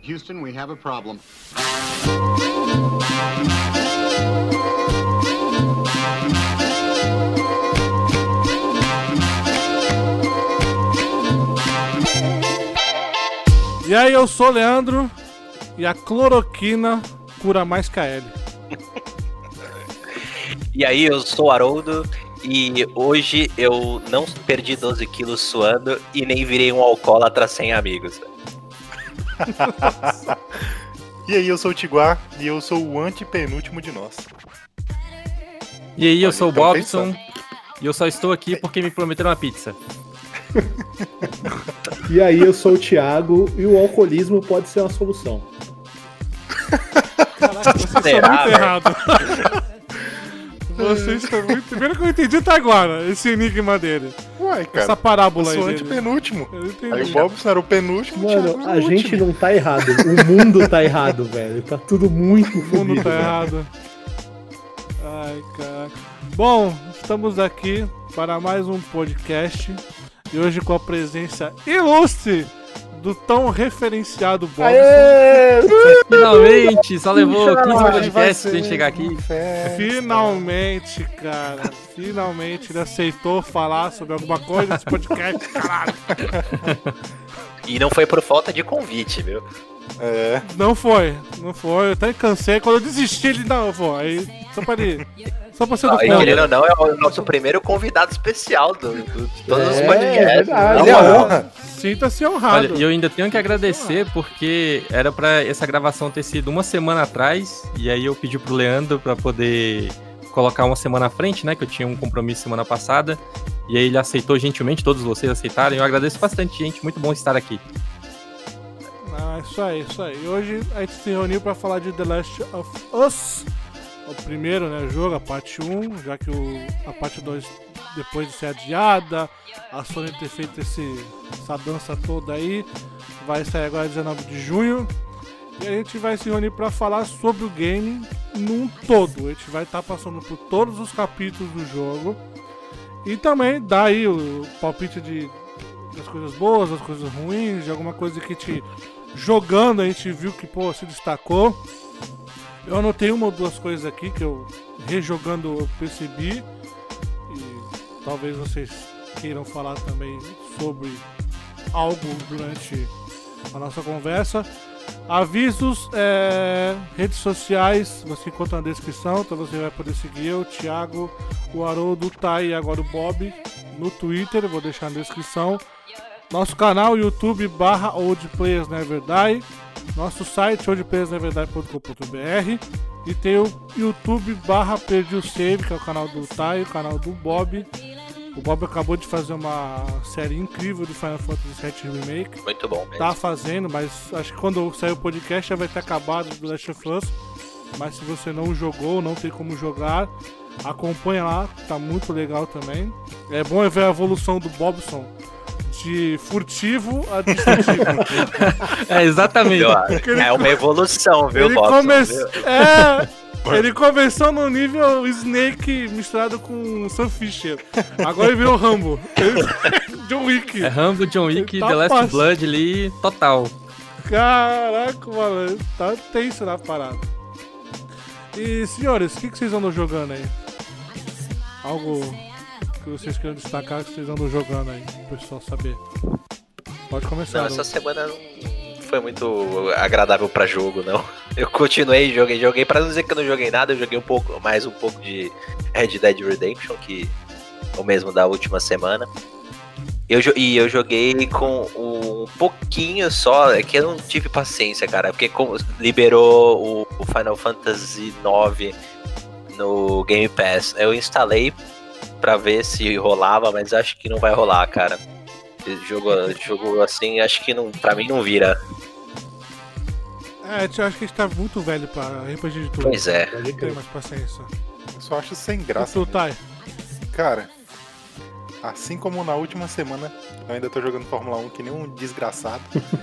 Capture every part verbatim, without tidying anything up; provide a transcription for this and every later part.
Houston, we have a problem. E aí, eu sou o Leandro e a cloroquina cura mais que a L. E aí, eu sou o Haroldo e hoje eu não perdi doze quilos suando e nem virei um alcoólatra sem amigos. E aí, eu sou o Tiguar e eu sou o antepenúltimo de nós. E aí, eu sou o Então, Bobson pensando. e eu só estou aqui porque me prometeram uma pizza. E aí, eu sou o Thiago e o alcoolismo pode ser uma solução. Caraca, vocês estão Será, muito velho? errados. Vocês estão muito... Primeiro que eu entendi até agora, esse enigma dele. Uai, cara. Essa Eu parábola aí sou dele. antepenúltimo. Eu entendi. Aí o Bobson era o penúltimo, o Thiago Mano, era a o gente último. não tá errado. O mundo tá errado, velho. Tá tudo muito O mundo fodido. tá velho. errado. Ai, cara. Bom, estamos aqui para mais um podcast. E hoje com a presença ilustre do tão referenciado Bobson. Aê! Finalmente, só levou Puxa, quinze vai podcasts ser pra gente chegar aqui. uma festa. Finalmente, cara. Finalmente ele aceitou falar sobre alguma coisa nesse podcast, caralho. E não foi por falta de convite, viu? É. Não foi, não foi. Eu até cansei. Quando eu desisti, ele não, eu vou. Aí, só pra ele. Só pra ser do Ah, e contra. querendo ou não, é o nosso primeiro convidado especial do, do- de todos os É, podcasts. é verdade. Ele é Não, honra. Sinta-se Olha, honrado. e eu ainda tenho que agradecer porque era pra essa gravação ter sido uma semana atrás, e aí eu pedi pro Leandro pra poder colocar uma semana à frente, né, que eu tinha um compromisso semana passada, e aí ele aceitou gentilmente, todos vocês aceitaram, e eu agradeço bastante, gente, muito bom estar aqui. Ah, isso aí, isso aí. E hoje a gente se reuniu pra falar de The Last of Us, o primeiro, né, jogo, a parte um, já que o, a parte dois, depois de ser adiada, a Sony ter feito esse, essa dança toda aí, vai sair agora dezenove de junho. E a gente vai se reunir pra falar sobre o game num todo. A gente vai estar passando por todos os capítulos do jogo e também dar aí o palpite de, das coisas boas, das coisas ruins, de alguma coisa que a gente jogando a gente viu que pô, se destacou. Eu anotei uma ou duas coisas aqui que eu rejogando eu percebi e talvez vocês queiram falar também sobre algo durante a nossa conversa. Avisos, é, redes sociais, você encontra na descrição, então você vai poder seguir eu, o Thiago, o Haroldo, o Thay e agora o Bob no Twitter, eu vou deixar na descrição. Nosso canal YouTube barra oldplayersneverdy, nosso site oldplayersneverdy ponto com ponto b r e tem o YouTube barra perdi o save, que é o canal do Thay, o canal do Bob. O Bob acabou de fazer uma série incrível do Final Fantasy sete Remake. Muito bom mesmo. Tá fazendo, mas acho que quando sair o podcast já vai ter acabado do Last of Us. Mas se você não jogou, não tem como jogar, acompanha lá, tá muito legal também. É bom ver a evolução do Bobson de furtivo a destrutivo. É, exatamente. Viu? É uma evolução, viu, Ele Bobson? começou. Viu? É. Ele começou no nível Snake misturado com Sam Fisher. Agora ele virou Rambo. Ele... John Wick. É Rambo, John Wick, Tá The Last pass- Blood ali, total. Caraca, mano, tá tenso na parada. E, senhores, o que, que vocês andam jogando aí? Algo que vocês queiram destacar que vocês andam jogando aí, pro pessoal saber. Pode começar. Não, Haroldo. essa semana não foi muito agradável pra jogo, não. Eu continuei, joguei, joguei, pra não dizer que eu não joguei nada, eu joguei um pouco, mais um pouco de Red Dead Redemption, que é o mesmo da última semana. Eu, jo- e eu joguei com um pouquinho só, é que eu não tive paciência, cara, porque com- liberou o, o Final Fantasy nove no Game Pass. Eu instalei pra ver se rolava, mas acho que não vai rolar, cara. Jogo, jogo assim, acho que não, pra mim não vira. É, eu acho que a gente tá muito velho pra R P G de tudo. Pois é. Pode Não tem crer. mais paciência. Eu só acho sem E graça. tu, mesmo. Thay? Cara, assim como na última semana, eu ainda tô jogando Fórmula um que nem um desgraçado.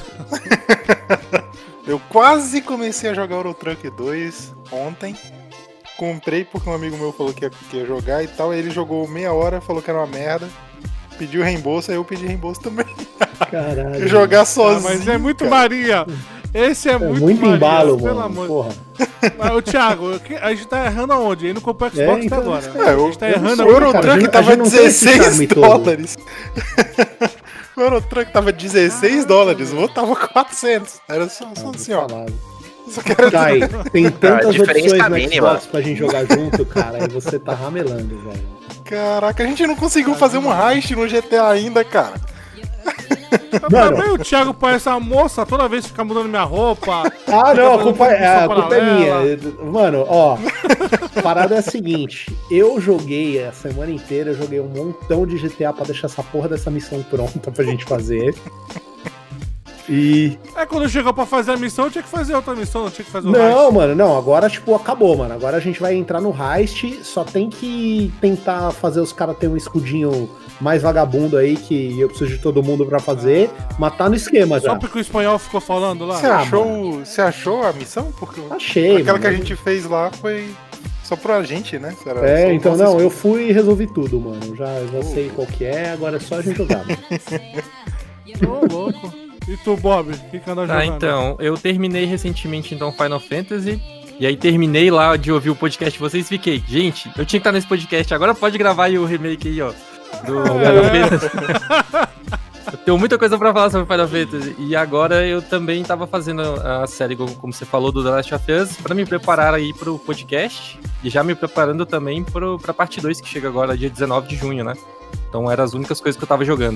Eu quase comecei a jogar Euro Truck dois ontem. Comprei porque um amigo meu falou que ia, que ia jogar e tal. Aí ele jogou meia hora, falou que era uma merda. Pediu reembolso, aí eu pedi reembolso também. Caralho. Jogar Ah, sozinho. mas é muito cara. Maria. Esse é, É muito muito maneiro, embalo, pelo mano. amor. Porra. Mas, ô, Thiago, a gente tá errando aonde? Ele não comprou Xbox É, até então, agora. isso né? É, A gente tá eu errando não O sei, aonde? cara, a Eurotruck gente- a tava gente não tem esse dezesseis charme todo. dólares. O Eurotruck tava dezesseis dólares, o outro tava quatrocentos. Era só, só assim, ó. Falado. Só quero Kai, tem tantas diferença opções no mínima. Xbox pra gente jogar junto, cara, e você tá ramelando, velho. Caraca, a gente não conseguiu fazer um heist no G T A ainda, cara. Mano, Também o Thiago parece uma moça, toda vez fica mudando minha roupa. ah, não, a Fica culpa, fazendo é, a posição culpa é minha. paralela. Mano, ó, a parada é a seguinte, eu joguei a semana inteira, eu joguei um montão de G T A pra deixar essa porra dessa missão pronta pra gente fazer. E... É, quando chegou pra fazer a missão, eu tinha que fazer outra missão, não tinha que fazer o Não, heist. mano, não, agora, tipo, acabou, mano. Agora a gente vai entrar no heist, só tem que tentar fazer os caras ter um escudinho mais vagabundo aí, que eu preciso de todo mundo pra fazer, matar no esquema já. Só porque o espanhol ficou falando lá. Você Ah, achou, você achou a missão? Porque Achei, aquela mano. que a gente fez lá foi só pra gente, né? Era só É, então nossa não, eu escolha. fui e resolvi tudo, mano. Já, já sei qual que é, agora é só a gente jogar. mano. Ô, louco. E tu, Bob? O que que anda Tá, jogando? então, eu terminei recentemente então Final Fantasy. E aí terminei lá de ouvir o podcast de vocês e fiquei, gente, eu tinha que estar nesse podcast, agora pode gravar aí o remake aí, ó. Do Final Fantasy. Eu tenho muita coisa pra falar sobre Final Fantasy. E agora eu também tava fazendo a série, como como você falou, do The Last of Us, pra me preparar aí pro podcast. E já me preparando também pro, pra parte dois, que chega agora dia dezenove de junho, né? Então eram as únicas coisas que eu tava jogando.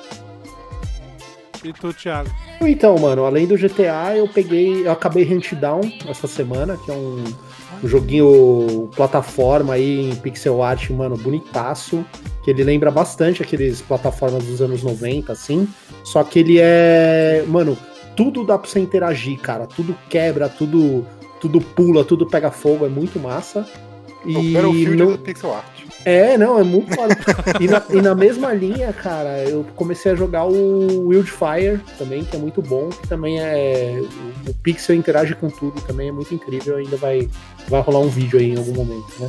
E tu, Thiago? Então, mano, além do G T A, eu peguei, eu acabei Huntdown essa semana, que é um, um joguinho plataforma aí em pixel art, mano, bonitaço, que ele lembra bastante aqueles plataformas dos anos noventa, assim, só que ele é, mano, tudo dá pra você interagir, cara, tudo quebra, tudo, tudo pula, tudo pega fogo, é muito massa. O E Battlefield não- do Pixel Art. É, não, é muito foda. E na, e na mesma linha, cara, eu comecei a jogar o Wildfire também, que é muito bom, que também é... O, o Pixel interage com tudo, também é muito incrível, ainda vai, vai rolar um vídeo aí em algum momento, né?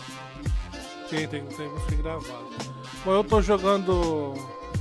Sim, tem, temos que gravar. Bom, eu tô jogando o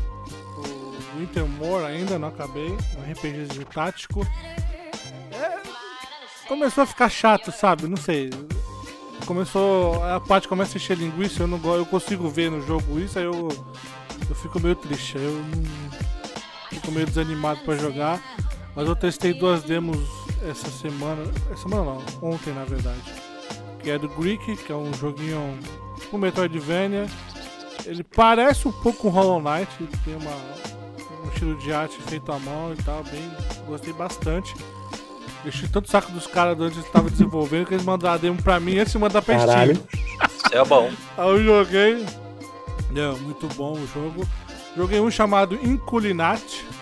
Wintermoor ainda, não acabei. Um RPGzinho tático. É, começou a ficar chato, sabe? Não sei. Começou. A parte começa a encher linguiça, eu não gosto, eu consigo ver no jogo isso, aí eu, eu fico meio triste. aí Eu não, fico meio desanimado pra jogar. Mas eu testei duas demos essa semana. Essa semana não, ontem na verdade. Que é do Greek, que é um joguinho tipo Metroidvania. Ele parece um pouco um Hollow Knight, tem uma, um estilo de arte feito à mão e tal, bem, gostei bastante. Deixei tanto saco dos caras antes que eles estavam desenvolvendo que eles mandaram a demo pra mim antes de mandar pra Caralho. Steam. Isso é bom. Aí eu joguei, é muito bom o jogo. Joguei um chamado Inculinat,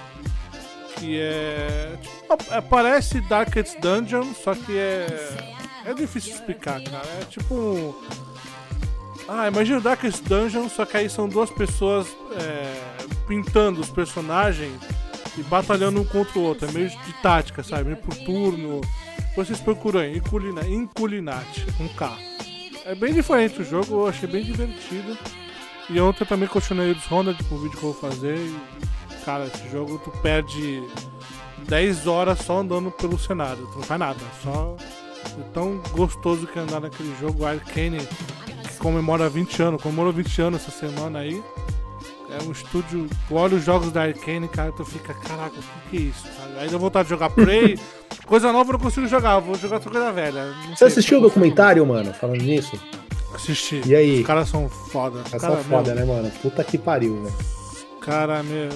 que é, tipo, é parece Darkest Dungeon, só que é é difícil de explicar, cara. É tipo um... Ah, imagina o Darkest Dungeon, só que aí são duas pessoas é, pintando os personagens e batalhando um contra o outro. É meio de tática, sabe? Meio por turno. Vocês procuram aí, Inculina, Inculinat, com K. É bem diferente o jogo, eu achei bem divertido. E ontem eu também continuei o Dishonored com o vídeo que eu vou fazer. E, cara, esse jogo tu perde dez horas só andando pelo cenário. Tu não faz nada, só... É tão gostoso que é andar naquele jogo Arcane, que comemora vinte anos, comemorou vinte anos essa semana aí. É um estúdio, tu olha os jogos da Arcane, cara, tu fica, caraca, o que, que é isso? Sabe? Aí deu vontade de jogar Prey, coisa nova eu não consigo jogar, eu vou jogar outra coisa velha. Não Você sei assistiu o se eu documentário, mano, falando nisso? consigo. Assisti. E aí? Os caras são foda. Os Essa cara, é foda, meu, né, mano? Puta que pariu, velho. Cara, meu...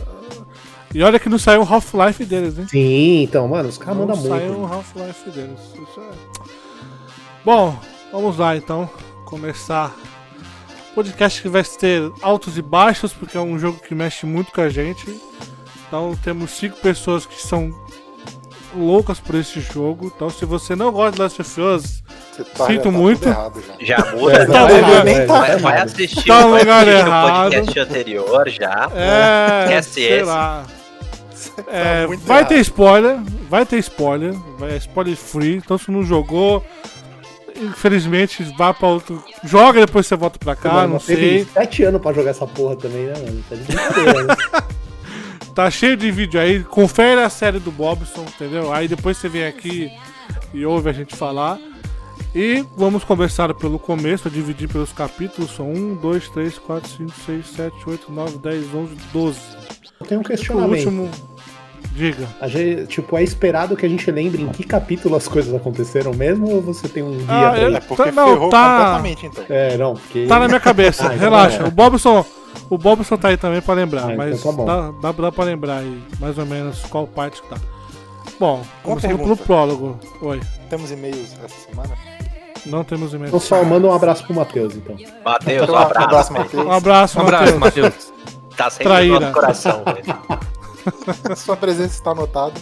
E olha que não saiu o Half-Life deles, né? Sim, então, mano, os caras Não mandam saiu muito. o Half-Life deles. Isso é... Bom, vamos lá então. Começar. Podcast que vai ter altos e baixos, porque é um jogo que mexe muito com a gente. Então temos cinco pessoas que são loucas por esse jogo. Então se você não gosta de Last of Us, Você tá, Sinto já tá muito. tudo errado já. Já muda, É, né? tá vai, errado, vai, é, vai, tá vai errado. assistir, Tá no vai lugar assistir errado. o podcast anterior já. é, Esquece sei esse. lá. Você tá É, muito vai errado. ter spoiler, vai ter spoiler, vai é spoiler free, então se não jogou, infelizmente vá pra outro. Joga e depois você volta pra cá, Mano, não mas teve sei. sete anos pra jogar essa porra também, né, mano? Tá de brincadeira, né? Tá cheio de vídeo aí, confere a série do Bobson, entendeu? Aí depois você vem aqui e ouve a gente falar. E vamos começar pelo começo, dividir pelos capítulos. São um, dois, três, quatro, cinco, seis, sete, oito, nove, dez, onze, doze. Eu tenho um O questionamento. último. Diga. A gente, tipo, é esperado que a gente lembre em que capítulo as coisas aconteceram mesmo, ou você tem um guia Ah, pra eu- isso? É porque Tá- não, ferrou tá- completamente, então. É, não, porque... Tá na minha cabeça, Ah, então relaxa. tá bom. O Bobson, o Bobson tá aí também pra lembrar, Ah, então mas tá bom. dá, dá, dá pra lembrar aí mais ou menos qual parte que tá. Bom, começando pelo pergunta. prólogo. Oi, Temos e-mails essa semana? não temos e-mail. Então só manda um abraço pro Matheus, então. Matheus, um Um abraço, abraço. Matheus. Um abraço, Um abraço, Matheus. Matheus. Tá sempre Traíra. no nosso coração, velho. Sua presença está anotada.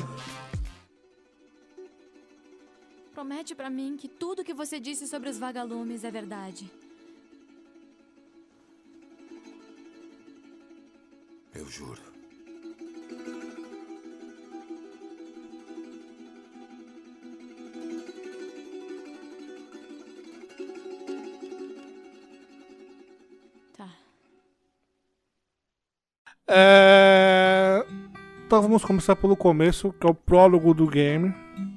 Promete pra mim que tudo que você disse sobre os vagalumes é verdade. Eu juro. Tá. É... Então vamos começar pelo começo, que é o prólogo do game.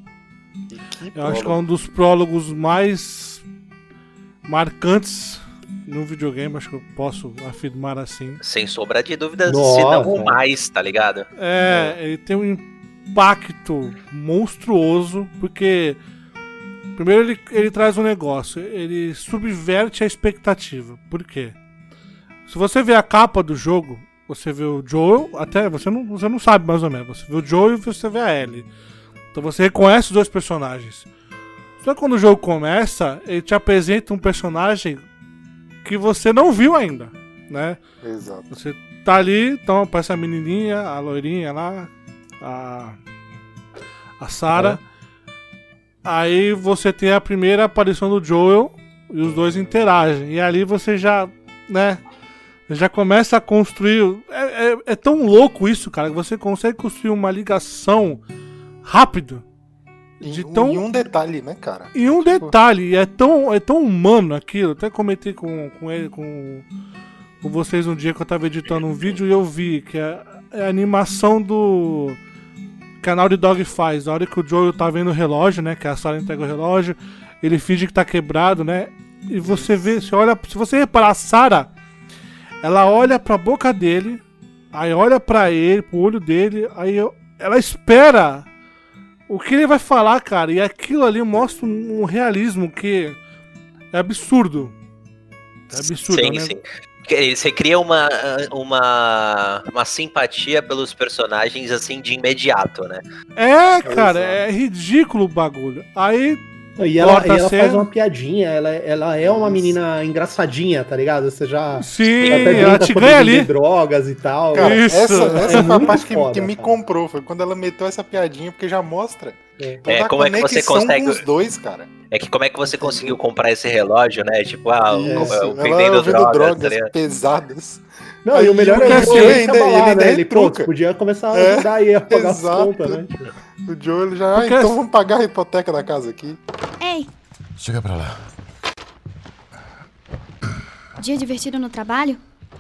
E que Eu acho que é prólogo. um dos prólogos mais marcantes no videogame, acho que eu posso afirmar assim. Sem sombra de dúvidas, Nossa. se não o mais, tá ligado? É, ele tem um impacto monstruoso, porque primeiro ele, ele traz um negócio, ele subverte a expectativa. Por quê? Se você vê a capa do jogo, você vê o Joel, até você não, você não sabe mais ou menos, você vê o Joel e você vê a Ellie. Então você reconhece os dois personagens. Só que quando o jogo começa, ele te apresenta um personagem que você não viu ainda, né? Exato. Você tá ali, então aparece a menininha, a loirinha lá, a, a Sarah. Aí você tem a primeira aparição do Joel e os dois interagem. E ali você já, né, já começa a construir... É, é, é tão louco isso, cara, que você consegue construir uma ligação rápido. E, De um- tão- e um detalhe, né, cara? E um Tipo, detalhe, é tão, é tão humano aquilo, até comentei com, com ele, com, com vocês um dia que eu tava editando um vídeo e eu vi que é, é a animação do canal de Dog faz. A hora que o Joel tá vendo o relógio, né, que a Sarah entrega o relógio, ele finge que tá quebrado, né, e você vê, você olha, se você reparar, a Sarah, ela olha pra boca dele, aí olha pra ele, pro olho dele, aí eu- ela espera o que ele vai falar, cara, e aquilo ali mostra um, um realismo que é absurdo. É absurdo, Sim, né? sim. Que Você cria uma, uma, uma simpatia pelos personagens, assim, de imediato, né? É, cara, Exato. é ridículo o bagulho. Aí, E ela, Corta e ela a faz cena. uma piadinha, ela, ela é uma menina engraçadinha, tá ligado? Você já... sim, até brinca ela te sobre ganha vender ali. drogas e tal. Cara, Isso. essa, essa É foi a muito parte que, foda, que me cara. comprou. Foi quando ela meteu essa piadinha, porque já mostra toda É, a como é que você conexão consegue- com os dois, cara. É que como é que você conseguiu comprar esse relógio, né? Tipo, ah, o, Isso, o, ela vendendo vendo drogas, drogas, tá ligado? pesadas. Não, Aí e o melhor o é Cassio que ele ainda- ainda, ele lá, ainda né? Ele, pô, retruca. podia começar a É, ajudar aí a pagar as exato. contas, né? O Joel já, ah, Porque então essa- vamos pagar a hipoteca da casa aqui. Ei, Chega pra lá. dia divertido no trabalho?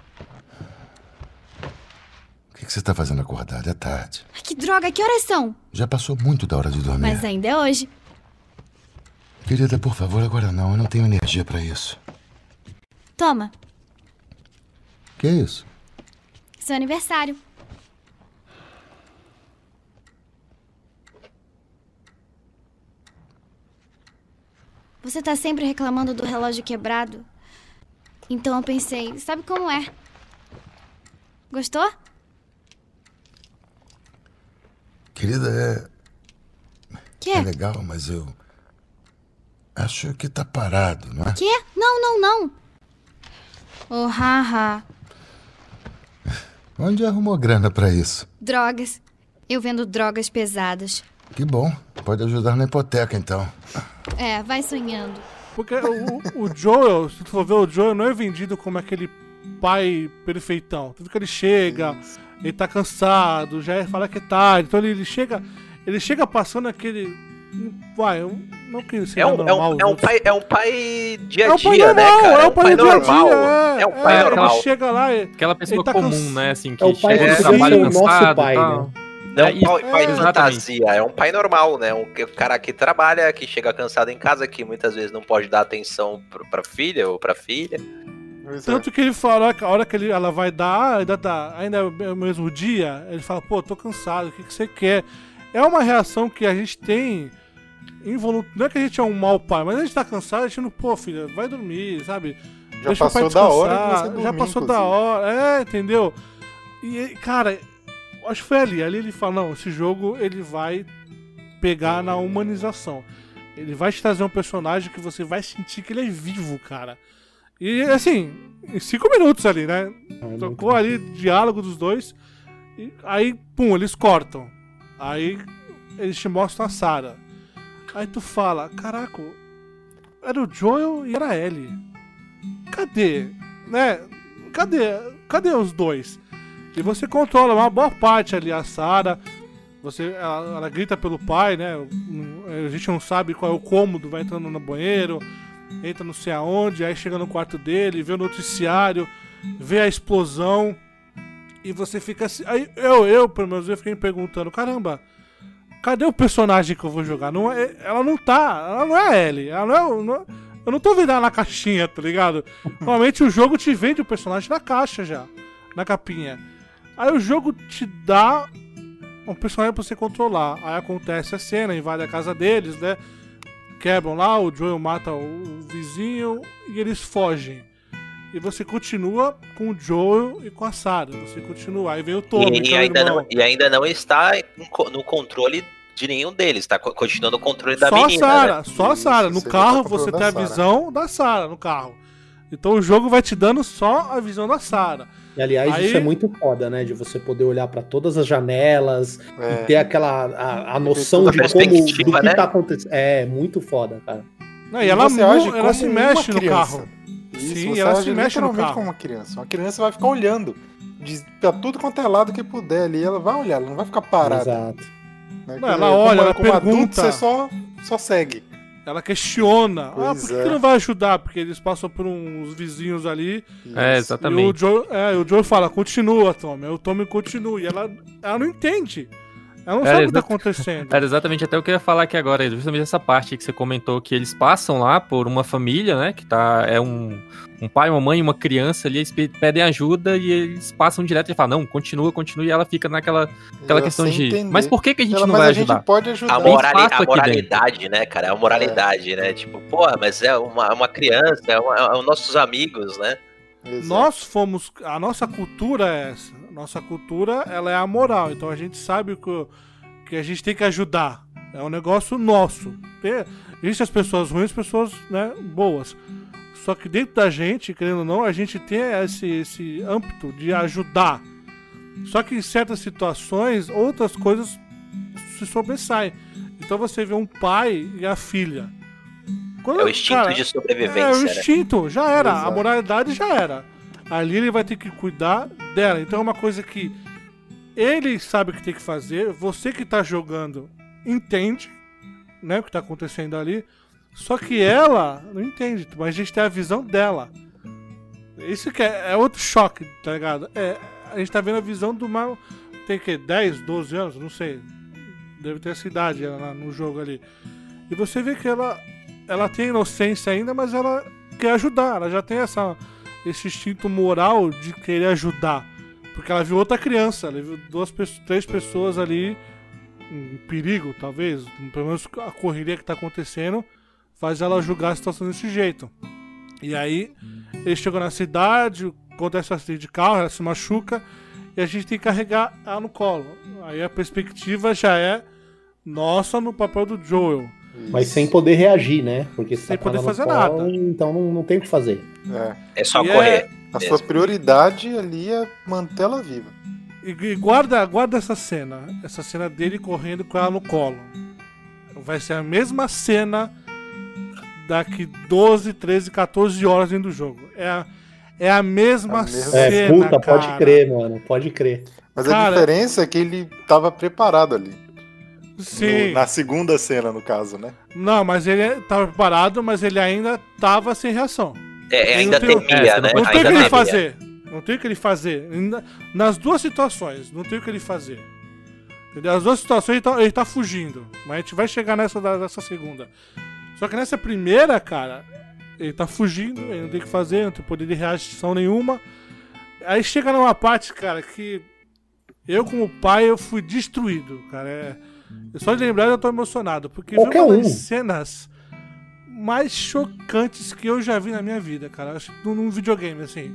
O que, que você tá fazendo acordado? É tarde. Ai, que droga, que horas são? Já passou muito da hora de dormir. Mas ainda é hoje. Querida, por favor, agora não. Eu não tenho energia pra isso. Toma, Que é isso? seu aniversário. Você tá sempre reclamando do relógio quebrado. Então eu pensei, sabe como é? Gostou? Querida, é, Quê? é legal, mas eu... Acho que tá parado, não é? Quê? Não, não, não. Oh, haha. Onde arrumou grana pra isso? Drogas. Eu vendo drogas pesadas. Que bom. Pode ajudar na hipoteca, então. É, vai sonhando. Porque o, o Joel, se tu for ver, o Joel não é vendido como aquele pai perfeitão. Tu vê que ele chega, ele tá cansado, já fala que é tarde. Então ele, ele chega ele chega passando aquele... Vai, um, Não que seja É um, é, normal. um, é, um pai, é um pai dia É a um pai dia, normal, né, cara? é um pai do dia a dia, normal. é, É um pai é, normal. Ele chega lá e... Aquela pessoa Ele tá comum, cansa- né? Assim, que É o pai chega que do podia trabalho ser o nosso cansado pai, e tal. né? Não é É, um pai, pai é, fantasia, é um pai normal, né? Um cara que trabalha, que chega cansado em casa, que muitas vezes não pode dar atenção pra, pra filha ou pra filha. Pois é. Tanto que ele fala que a hora que ele, ela vai dar, ainda, tá, ainda é o mesmo dia, ele fala, pô, tô cansado, o que, que você quer? É uma reação que a gente tem involuntária. Não é que a gente é um mau pai, mas a gente tá cansado, a gente não, pô, filha, vai dormir, sabe? Já Deixa o pai passou da hora de descansar, você dormir, Já passou da inclusive. hora, é, entendeu? E, cara, acho que foi ali. Ali ele fala, não, esse jogo ele vai pegar na humanização. Ele vai te trazer um personagem que você vai sentir que ele é vivo, cara. E assim, em cinco minutos ali, né? É Tocou ali diálogo dos dois. E aí, pum, eles cortam. Aí eles te mostram a Sarah. Aí tu fala, caraca, era o Joel e era a Ellie. Cadê? Né? Cadê? Cadê os dois? E você controla uma boa parte ali a Sarah. Você, ela, ela grita pelo pai, né? A gente não sabe qual é o cômodo, vai entrando no banheiro, entra não sei aonde, aí chega no quarto dele, vê o noticiário, vê a explosão, e você fica assim. Aí eu, eu, pelo menos, eu fiquei me perguntando, caramba, cadê o personagem que eu vou jogar? Não é, ela não tá, ela não é a Ellie, ela não é, não, eu não tô vendo ela na caixinha, tá ligado? Normalmente o jogo te vende o personagem na caixa já, na capinha. Aí o jogo te dá um personagem pra você controlar. Aí acontece a cena, invade a casa deles, né? Quebram lá, o Joel mata o vizinho e eles fogem. E você continua com o Joel e com a Sarah. Você continua, aí vem o Tommy. E, que e, é o ainda irmão. não, e ainda não está no controle de nenhum deles, tá co- continuando o controle da Só menina, a Sarah, né? só a Isso, Sarah. No você carro tá você controlando tem a a Sarah. visão da Sarah no carro. Então o jogo vai te dando só a visão da Sarah. E aliás, Aí- isso é muito foda, né? De você poder olhar pra todas as janelas É. e ter aquela a, a noção toda de a como do perspectiva, que né? tá acontecendo. É muito foda, cara. Não, e ela, você mu- age ela como se uma mexe no criança. carro. Isso, Sim, você ela age se mexe no literalmente carro. como uma criança. Uma criança vai ficar olhando de, pra tudo quanto é lado que puder ali. Ela vai olhar, ela não vai ficar parada. Exato. Né? Não, ela olha, como, ela como pergunta. adulto, você só, só segue. Ela questiona. Pois ah, por que, é. que não vai ajudar? Porque eles passam por uns vizinhos ali. É, Isso. E o exatamente. Joe, é, o Joe fala, continua, Tommy. Aí o Tommy continua. E ela, ela não entende. Ela não É, sabe o que tá exato. acontecendo. Era exatamente até o que eu ia falar aqui agora, justamente essa parte que você comentou, que eles passam lá por uma família, né, que tá, é um, um pai, uma mãe e uma criança ali, eles pe- pedem ajuda e eles passam direto e falam, não, continua, continua, e ela fica naquela aquela Ela questão sem de, entender. mas por que, que a gente Ela, não mas vai a gente ajudar? pode ajudar. A, morali espaço a aqui moralidade, né, cara? A moralidade, né? Tipo, porra, mas é uma, uma criança, é, uma, é os nossos amigos, né? Exato. Nós fomos... A nossa cultura é essa. Nossa cultura, ela é a moral. Então a gente sabe que, que a gente tem que ajudar. É um negócio nosso. Tem- Existem as pessoas ruins, pessoas, né, boas. Só que dentro da gente, querendo ou não, a gente tem esse, esse âmbito de ajudar. Só que em certas situações, outras coisas se sobressaem. Então você vê um pai e a filha. Quando- É o instinto cara, de É, sobrevivência, o né? instinto, já era. A Exato. moralidade já era. Ali ele vai ter que cuidar dela. Então é uma coisa que ele sabe o que tem que fazer, você que tá jogando entende, né, o que tá acontecendo ali, só que ela não entende, mas a gente tem a visão dela. Isso que é, é outro choque, tá ligado? É, a gente tá vendo a visão do mal. Tem que dez, doze anos, não sei. Deve ter essa idade ela, no jogo ali. E você vê que ela, ela tem inocência ainda, mas ela quer ajudar. Ela já tem essa, esse instinto moral de querer ajudar. Porque ela viu outra criança, ela viu duas, pessoas- três pessoas ali em perigo, talvez. Pelo menos a correria que tá acontecendo faz ela julgar a situação desse jeito. E aí, eles chegam na cidade, acontece um acidente de carro, ela se machuca e a gente tem que carregar ela no colo. Aí a perspectiva já é nossa no papel do Joel. Mas sem poder reagir, né? Porque você Sem tá com poder ela no fazer colo, nada. então não, não tem o que fazer. É. É só E correr. A mesmo. sua prioridade ali é manter ela viva. E, e guarda, guarda essa cena. Essa cena dele correndo com ela no colo. Vai ser a mesma cena daqui doze, treze, catorze horas dentro do jogo. É a, é a mesma A mesma É, cena, puta, cara. pode crer, mano. Pode crer. Mas Cara- a diferença é que ele tava preparado ali. Sim. No- na segunda cena, no caso, né? Não, mas ele tava preparado, mas ele ainda tava sem reação. É, Ele ainda não tem- temia, é, né? Não tem o que Ainda ele temia. fazer. Não tem o que ele fazer. Ainda- Nas duas situações, não tem o que ele fazer. Entendeu? As duas situações ele tá, ele tá fugindo. Mas a gente vai chegar nessa, da- nessa segunda. Só que nessa primeira, cara, ele tá fugindo, ele não tem o que fazer, não tem poder de reação nenhuma. Aí chega numa parte, cara, que eu como pai eu fui destruído, cara. É... Só de lembrar eu tô emocionado, porque viu Qualquer uma das um. cenas mais chocantes que eu já vi na minha vida, cara. Acho que num num videogame, assim.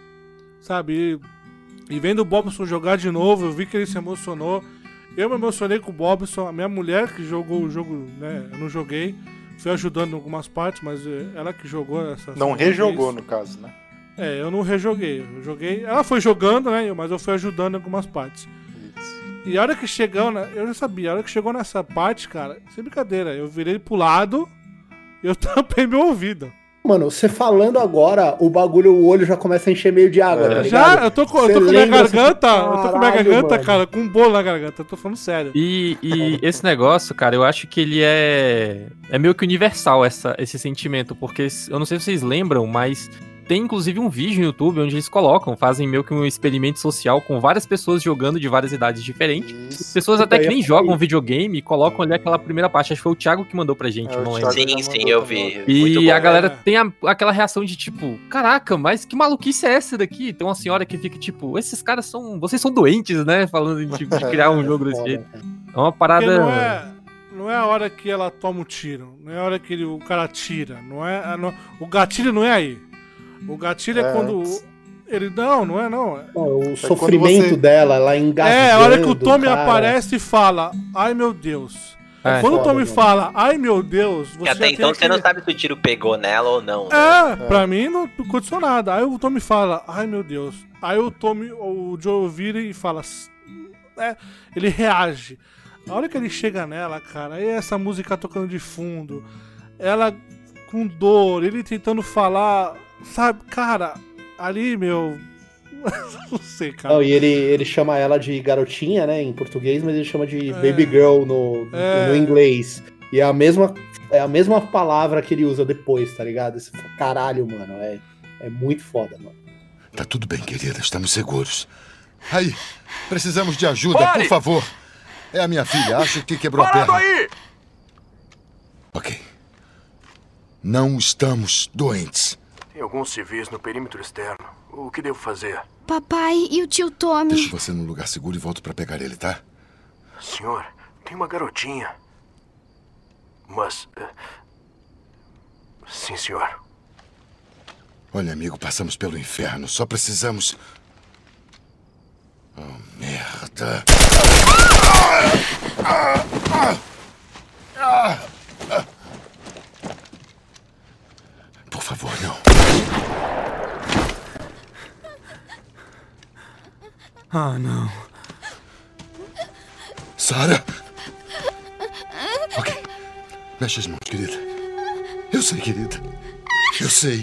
Sabe? E, e vendo o Bobson jogar de novo, eu vi que ele se emocionou. Eu me emocionei com o Bobson, a minha mulher que jogou o jogo, né? Eu não joguei. Fui ajudando em algumas partes, mas eh, ela que jogou essa. Não segunda rejogou, vez. no caso, né? É, eu não rejoguei. Eu joguei. Ela foi jogando, né? Mas eu fui ajudando em algumas partes. E a hora que chegou, né, eu já sabia, a hora que chegou nessa parte, cara, sem brincadeira, eu virei pro lado e eu tampei meu ouvido. Mano, você falando agora, o bagulho, o olho já começa a encher meio de água, É. tá ligado? Já, eu tô com, eu Você tô com minha lembra, assim, garganta, eu tô com minha caralho, garganta, mano. cara, com um bolo na garganta, eu tô falando sério. E, e esse negócio, cara, eu acho que ele é. É meio que universal essa, esse sentimento, porque eu não sei se vocês lembram, mas tem inclusive um vídeo no YouTube onde eles colocam, fazem meio que um experimento social com várias pessoas jogando de várias idades diferentes. Isso. Pessoas Puta, até que ia nem falar jogam isso. videogame e colocam ali aquela primeira parte. Acho que foi o Thiago que mandou pra gente, É, eu o não Thiago lembro. Sim, já sim, mandou eu também. vi. Muito E bom. a galera É. tem a- aquela reação de tipo, caraca, mas que maluquice é essa daqui? Tem uma senhora que fica tipo, esses caras são, vocês são doentes, né? Falando de, tipo, de criar um jogo desse Foda, jeito. cara. É uma Porque parada... não é, não é a hora que ela toma o tiro, não é a hora que ele- o cara tira, não é, não- o gatilho não é aí. O gatilho é, É, quando antes. ele, não, não é não. É, Não, o quando sofrimento você- dela, ela engasgando. é a hora que o Tommy cara. aparece e fala, ai meu Deus. É. Quando o foda, Tommy mano. fala, ai meu Deus, você Porque até já então tem você não aquele- sabe se o tiro pegou nela ou não. Né? É, pra mim não aconteceu nada. Aí o Tommy fala, ai meu Deus. Aí o Tommy, o Joe vira e fala, é, ele reage. A hora que ele chega nela, cara, aí essa música tocando de fundo, ela com dor, ele tentando falar, sabe, cara, ali, meu. Não sei, cara. Não, e ele, ele chama ela de garotinha, né, em português, mas ele chama de É. baby girl no, É. no inglês. E é a mesma, é a mesma palavra que ele usa depois, tá ligado? Você fala, caralho, mano, é, é muito foda, mano. Tá tudo bem, querida. Estamos seguros. Aí, precisamos de ajuda, Pare! por favor. É a minha filha. Acho que quebrou a Parado perna. aí! Ok. Não estamos doentes. Tem alguns civis no perímetro externo. O que devo fazer? Papai e o tio Tommy? Deixo você num lugar seguro e volto pra pegar ele, tá? Senhor, tem uma garotinha. Mas... eh, sim, senhor. Olha, amigo, passamos pelo inferno. Só precisamos... Oh, merda. Por favor, não. Ah, não. Sarah? Ok. Mexe as mãos, querida. Eu sei, querida. Eu sei.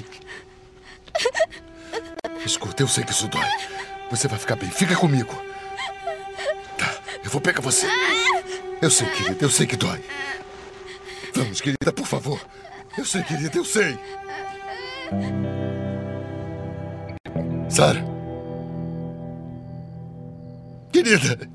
Escuta, eu sei que isso dói. Você vai ficar bem. Fica comigo. Tá, eu vou pegar você. Eu sei, querida. Eu sei que dói. Vamos, querida, por favor. Eu sei, querida. Eu sei. Sarah. Querida.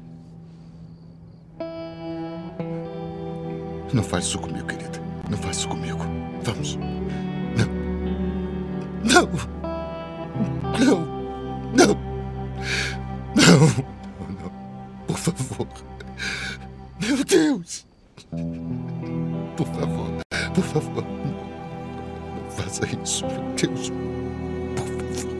Não faz isso comigo, querida. Não faz isso comigo. Vamos. Não. Não. Não. Não. Não. Não. Por favor. Meu Deus. Por favor. Por favor. Não faça isso, meu Deus. Por favor.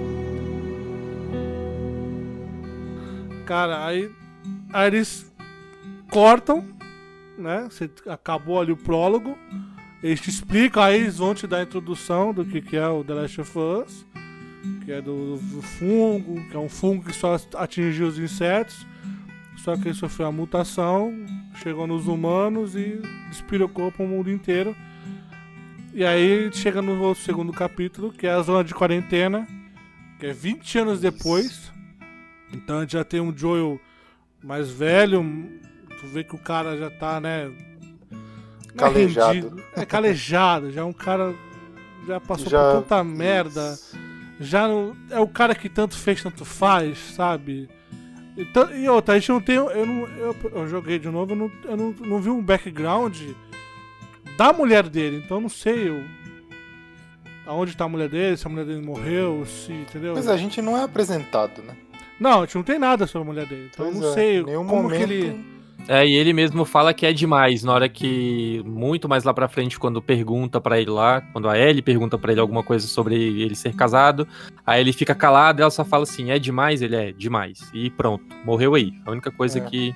Cara, aí, aí eles cortam, né? Você acabou ali o prólogo. Eles te explicam, aí eles vão te dar a introdução do que, que é o The Last of Us, que é do, do fungo, que é um fungo que só atingiu os insetos, só que ele sofreu uma mutação, chegou nos humanos e despirocou para o mundo inteiro. E aí chega no segundo capítulo, que é a zona de quarentena, que é vinte anos depois. Então a gente já tem um Joel mais velho, tu vê que o cara já tá, né? Calejado. Rendido, é calejado, já é um cara. Já passou Já- por tanta merda. Já não, é o cara que tanto fez, tanto faz, sabe? E, ta- e outra, a gente não tem. Eu, não, eu, eu joguei de novo, eu, não, eu não, não vi um background da mulher dele, então eu não sei eu, aonde tá a mulher dele, se a mulher dele morreu, se. Entendeu? Mas a gente não é apresentado, né? Não, a gente não tem nada sobre a mulher dele, então eu Pois não é, sei em nenhum como momento... que ele. É, e ele mesmo fala que é demais, na hora que, muito mais lá pra frente, quando pergunta pra ele lá, quando a Ellie pergunta pra ele alguma coisa sobre ele ser casado, aí ele fica calado e ela só fala assim, é demais? Ele é demais. E pronto, morreu aí. A única coisa É. que,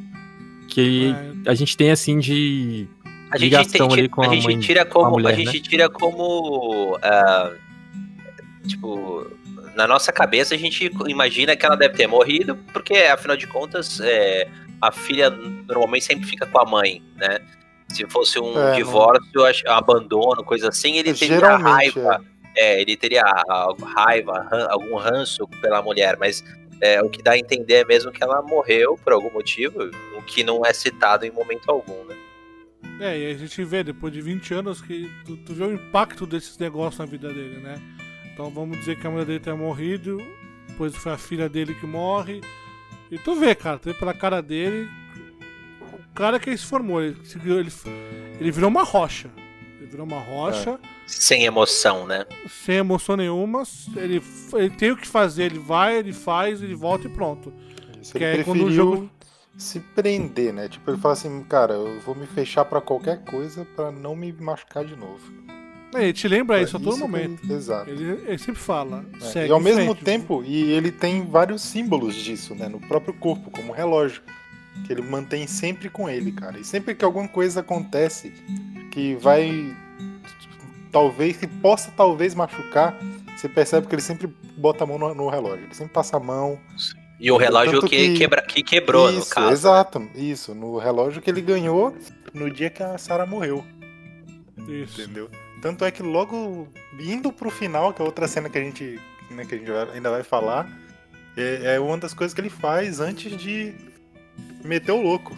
que É, a gente tem, assim, de A gente, ligação tem- ali com a a gente mãe, tira com a como. mulher, a gente né? tira como. ah, tipo, na nossa cabeça a gente imagina que ela deve ter morrido, porque afinal de contas é, a filha normalmente sempre fica com a mãe, né? Se fosse um É, divórcio, acho- abandono, coisa assim, ele teria Geralmente, raiva. É, ele teria a- raiva, ran- algum ranço pela mulher, mas é, o que dá a entender é mesmo que ela morreu por algum motivo, o que não é citado em momento algum, né? É, e a gente vê depois de vinte anos que tu, tu vê o impacto desses negócios na vida dele, né? Então vamos dizer que a mulher dele tenha morrido, depois foi a filha dele que morre. E tu vê, cara, tu vê pela cara dele, o cara que ele se formou, ele, ele, ele virou uma rocha. Ele virou uma rocha, Sem emoção, né? sem emoção nenhuma. Ele, ele tem o que fazer, ele vai, ele faz, ele volta e pronto. Isso, Que ele é quando o preferiu jogo- se prender, né? Tipo, ele fala assim, cara, eu vou me fechar pra qualquer coisa pra não me machucar de novo. É, ele te lembra isso a todo que momento. ele- Exato. Ele, ele sempre fala. É, segue e ao em mesmo frente. tempo, e ele tem vários símbolos disso, né? No próprio corpo, como o relógio. Que ele mantém sempre com ele, cara. E sempre que alguma coisa acontece que vai. Talvez, que possa talvez machucar, você percebe que ele sempre bota a mão no, no relógio. Ele sempre passa a mão. E o relógio Tanto que, que- quebra, que quebrou, isso, no caso. exato. Isso, no relógio que ele ganhou no dia que a Sarah morreu. Isso. Entendeu? Tanto é que logo indo pro final, que é outra cena que a gente, né, que a gente vai- ainda vai falar, é, é uma das coisas que ele faz antes de meter o louco.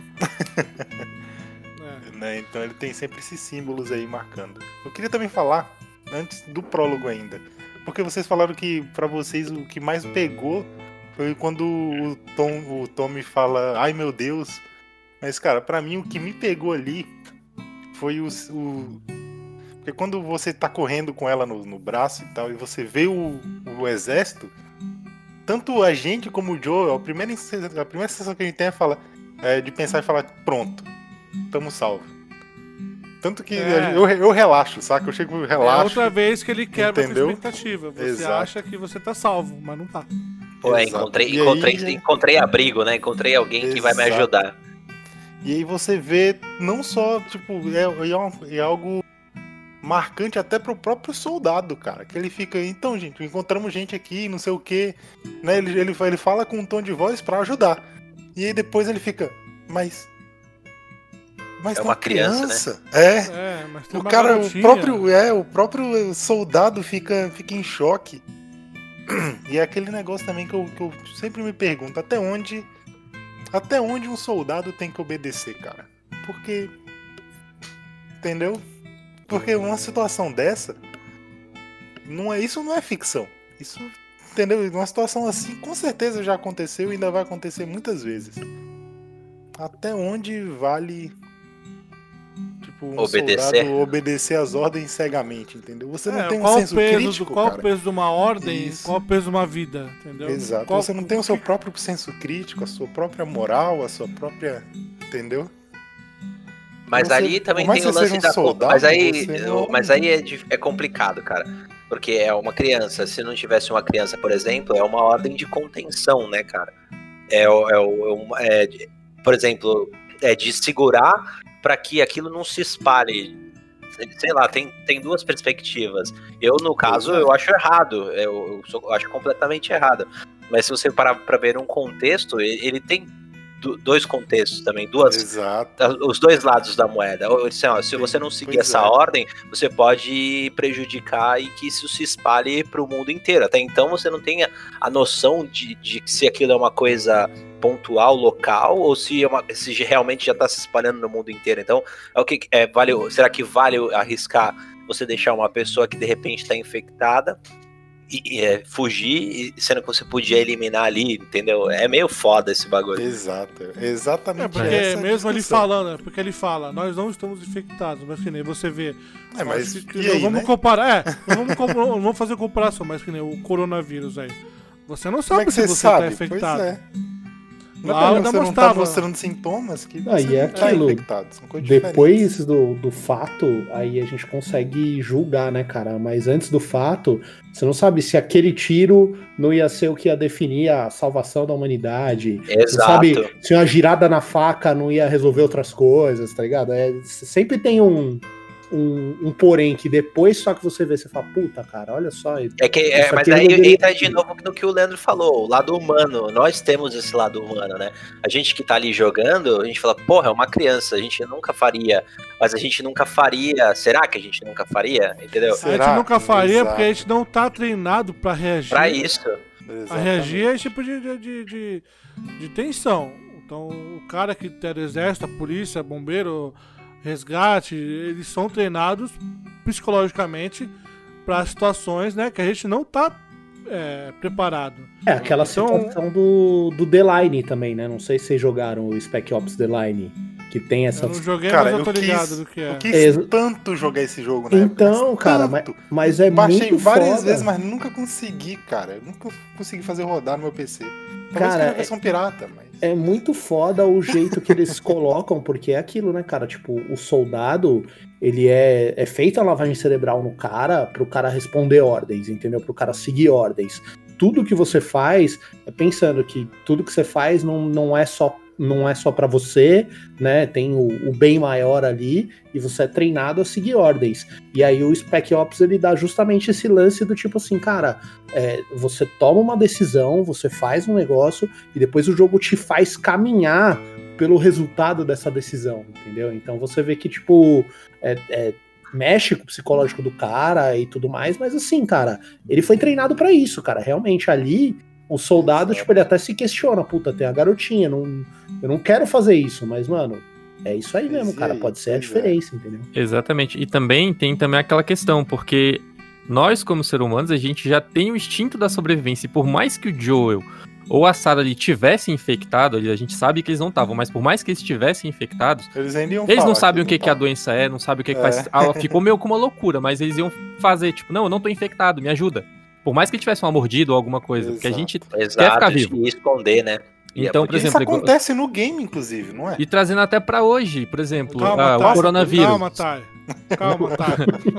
É. Né? Então ele tem sempre esses símbolos aí marcando. Eu queria também falar, antes do prólogo ainda, porque vocês falaram que pra vocês o que mais pegou foi quando o Tom, o Tommy fala, ai meu Deus. Mas cara, pra mim o que me pegou ali foi o, o... Porque quando você tá correndo com ela no, no braço e tal, e você vê o, o exército, tanto a gente como o Joe, a primeira, a primeira sensação que a gente tem é, falar, é de pensar e falar, pronto, tamo salvo. Tanto que É. eu, eu relaxo, saca? Eu chego e É relaxo. outra vez que ele quebra Entendeu? a expectativa. Você Exato. acha que você tá salvo, mas não tá. Pô, é, Exato. encontrei, E encontrei, aí- encontrei abrigo, né? Encontrei alguém que vai me Exato. ajudar. E aí você vê, não só, tipo, é, é, um- é algo marcante até pro próprio soldado, cara. Que ele fica, então, gente, encontramos gente aqui, não sei o quê. Né? Ele, ele, ele fala com um tom de voz pra ajudar. E aí depois ele fica, mas... Mas É tem uma criança, É, É, mas tem o uma cara, o garotinha. próprio, é, o próprio soldado fica, fica em choque. E é aquele negócio também que eu, que eu sempre me pergunto, até onde, até onde um soldado tem que obedecer, cara? Porque, entendeu? Porque uma situação dessa, não é, isso não é ficção. Isso, entendeu? Uma situação assim, com certeza já aconteceu e ainda vai acontecer muitas vezes. Até onde vale, tipo, um Obedecer. soldado obedecer as ordens cegamente, entendeu? Você não É, tem um qual senso o peso crítico, do, qual cara. o peso de uma ordem, Isso. qual o peso de uma vida, entendeu? Exato. Qual- Você não tem o seu próprio senso crítico, a sua própria moral, a sua própria, entendeu? Mas Você- ali também por mais tem o que você lance seja um da. soldado, mas aí, você não- mas aí é, dif- é complicado, cara. Porque é uma criança. Se não tivesse uma criança, por exemplo, é uma ordem de contenção, né, cara? É, o- é, o- é uma- é de- por exemplo, é de segurar para que aquilo não se espalhe. Sei lá, tem, tem duas perspectivas. Eu, no caso, eu acho errado. Eu, eu sou- eu acho completamente errado. Mas se você parar pra ver um contexto, ele, ele tem do- dois contextos também, duas, Exato. os dois lados da moeda. Ou, assim, ó, se você não seguir Pois essa é. ordem, você pode prejudicar e que isso se espalhe para o mundo inteiro. Até então você não tem a, a noção de, de se aquilo é uma coisa pontual, local, ou se, é uma, se realmente já tá se espalhando no mundo inteiro. Então, é o que é, vale, será que vale arriscar você deixar uma pessoa que de repente tá infectada e, e é, fugir, sendo que você podia eliminar ali, entendeu? É meio foda esse bagulho. Exato, exatamente. É porque mesmo ele falando, é porque ele fala, nós não estamos infectados, mas que nem você vê. É, mas que, que e não aí, vamos né? comparar, é, não vamos, comp- não vamos fazer comparação, mas que nem o coronavírus aí. Você não sabe Como é que se você você sabe? tá infectado. Pois é. Não Lá é ainda porque você não tá mostrava. mostrando sintomas que Ah, você e é não tá aquilo, infectado. São coisas diferentes. Depois do, do fato, aí a gente consegue julgar, né, cara? Mas antes do fato, você não sabe se aquele tiro não ia ser o que ia definir a salvação da humanidade. Você não Exato. sabe se uma girada na faca não ia resolver outras coisas, tá ligado? É, sempre tem um, um, um porém que depois só que você vê, você fala, puta, cara, olha só. É que, é, isso mas aqui aí não deveria entra ter de sido. novo no que o Leandro falou, o lado humano. Nós temos esse lado humano, né? A gente que tá ali jogando, a gente fala, porra, é uma criança, a gente nunca faria. Mas a gente nunca faria. Será que a gente nunca faria? Entendeu? A Será? gente nunca faria Exato. porque a gente não tá treinado pra reagir. Pra isso. A Exatamente. reagir a esse tipo de, de, de, de, de tensão. Então, o cara que é do exército, a polícia, bombeiro, resgate, eles são treinados psicologicamente para situações, né, que a gente não tá é, preparado. É, aquela Então- situação do, do The Line também, né? Não sei se vocês jogaram o Spec Ops The Line, que tem essa... Eu não joguei, Cara, mas eu eu tô ligado quis, do que é. eu quis Exa- tanto jogar esse jogo, né? Então, cara, mas, mas é Baixei muito várias foda. vezes, mas nunca consegui, cara. Eu nunca consegui fazer rodar no meu P C. Talvez Cara, seja a é- versão pirata, mas... É muito foda o jeito que eles colocam, porque é aquilo, né, cara? Tipo, o soldado, ele é, é feita a lavagem cerebral no cara pro cara responder ordens, entendeu? Pro cara seguir ordens. Tudo que você faz é pensando que tudo que você faz não, não é só não é só para você, né? Tem o, o bem maior ali e você é treinado a seguir ordens. E aí o Spec Ops ele dá justamente esse lance do tipo assim, cara, é, você toma uma decisão, você faz um negócio e depois o jogo te faz caminhar pelo resultado dessa decisão, entendeu? Então você vê que tipo é, é, mexe com o psicológico do cara e tudo mais, mas assim, cara, ele foi treinado pra isso, cara. Realmente ali o soldado, Exato. tipo, ele até se questiona, puta, tem a garotinha, não, eu não quero fazer isso, mas, mano, é isso aí mesmo, Mas e cara, aí? pode ser a Pois é. diferença, entendeu? Exatamente. E também tem também aquela questão, porque nós, como seres humanos, a gente já tem o instinto da sobrevivência. E por mais que o Joel ou a Sarah ali tivessem infectado, ali, a gente sabe que eles não estavam, mas por mais que eles estivessem infectados, Eles ainda iam eles falar não sabem o não que, que a tá. doença é, não sabem o que, que É. faz. Ah, ficou meio com uma loucura, mas eles iam fazer, tipo, não, eu não tô infectado, me ajuda. Por mais que ele tivesse uma mordida ou alguma coisa, porque a Exato. gente quer Exato, ficar de vivo. esconder, né? Então, por Isso exemplo, Isso acontece no game, inclusive, não é? e trazendo até pra hoje, por exemplo, Calma, ah, Thay, o coronavírus. Calma, Thay. Calma, Thay.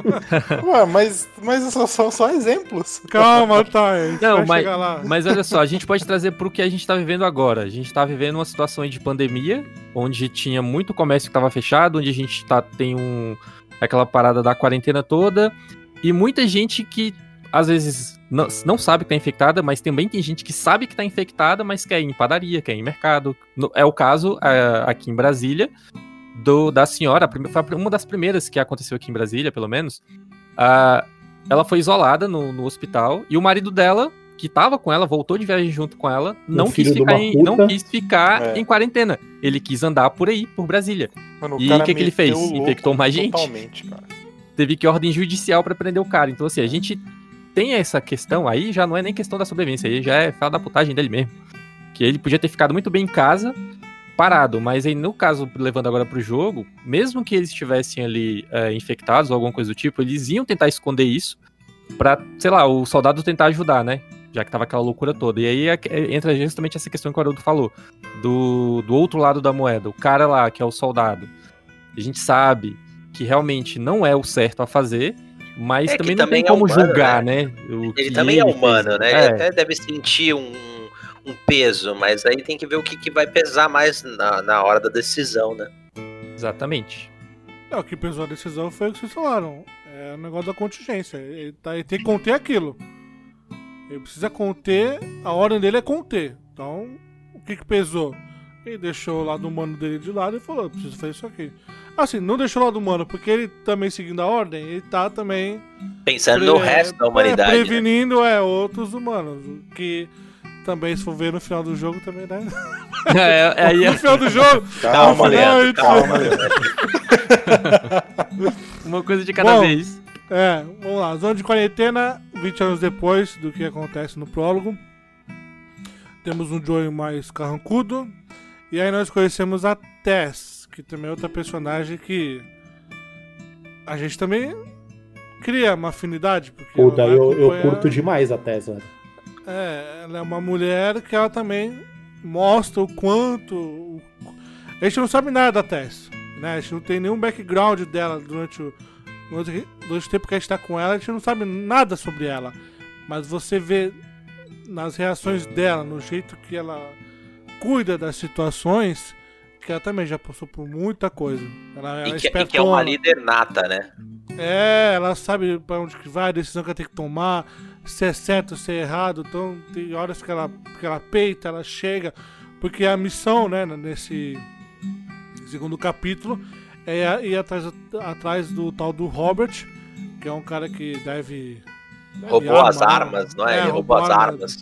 Ué, mas, mas são só, só exemplos. Calma, Thay. A gente Não, vai mas, chegar lá. mas olha só, a gente pode trazer pro que a gente tá vivendo agora. A gente tá vivendo uma situação aí de pandemia, onde tinha muito comércio que tava fechado, onde a gente tá, tem um, aquela parada da quarentena toda, e muita gente que às vezes não, não sabe que tá infectada, mas também tem gente que sabe que tá infectada, mas quer ir em padaria, quer ir em mercado. No- é o caso é, aqui em Brasília, do, da senhora, a prime- foi a- uma das primeiras que aconteceu aqui em Brasília, pelo menos. Ah, ela foi isolada no, no hospital, e o marido dela, que tava com ela, voltou de viagem junto com ela, não quis, filho de ficar uma em, puta. não quis ficar É. em quarentena. Ele quis andar por aí, por Brasília. Mano, E cara que que ele meteu fez? o louco Infectou mais gente? Totalmente, cara. Teve que ir ordem judicial pra prender o cara. Então, assim, a gente tem essa questão aí, já não é nem questão da sobrevivência, aí já é fala da putagem dele mesmo. Que ele podia ter ficado muito bem em casa, parado, mas aí no caso, levando agora pro jogo, mesmo que eles estivessem ali é, infectados ou alguma coisa do tipo, eles iam tentar esconder isso pra, sei lá, o soldado tentar ajudar, né? Já que tava aquela loucura toda. E aí é- é- entra justamente essa questão que o Haroldo falou, do, do outro lado da moeda, o cara lá, que é o soldado. A gente sabe que realmente não é o certo a fazer, mas É que também não também tem é como humano, julgar, né? o Ele que também é fez. humano, né? É. Ele até deve sentir um, um peso, mas aí tem que ver o que, que vai pesar mais na, na hora da decisão, né? Exatamente. É, o que pesou a decisão foi o que vocês falaram. É o negócio da contingência. Ele, tá, ele tem que conter aquilo. Ele precisa conter, a ordem dele é conter. Então, o que que pesou? Ele deixou o lado humano dele de lado e falou, eu preciso fazer isso aqui. Assim, não deixou o lado humano, porque ele também seguindo a ordem, ele tá também... Pensando no pre- resto da é, humanidade. né? prevenindo, é, outros humanos. Que também, se for ver no final do jogo, também, né? É, é, aí No final do jogo. Calma, no final, Leandro, calma, Leandro. uma coisa de cada Bom, vez. É, vamos lá. Zona de quarentena, vinte anos depois do que acontece no prólogo. Temos um Joey mais carrancudo. E aí nós conhecemos a Tess, que também é outra personagem que a gente também cria uma afinidade. Porque Puta, ela vai eu, eu acompanhar- curto demais a Tesla. É, ela é uma mulher que ela também mostra o quanto... o- A gente não sabe nada da Tess, né? A gente não tem nenhum background dela durante o, durante, durante o tempo que a gente tá com ela, a gente não sabe nada sobre ela. Mas você vê nas reações dela, no jeito que ela cuida das situações, que ela também já passou por muita coisa. Ela, ela E é que, e que é uma espertona. líder nata, né? É, ela sabe pra onde que vai, a decisão que ela tem que tomar, se é certo, se é errado. Então tem horas que ela, que ela peita, ela chega, porque a missão, né, nesse segundo capítulo é ir atrás, atrás do tal do Robert, que é um cara que deve... deve Roubou arma, as né? armas, não é? Ele roubou as arma, armas.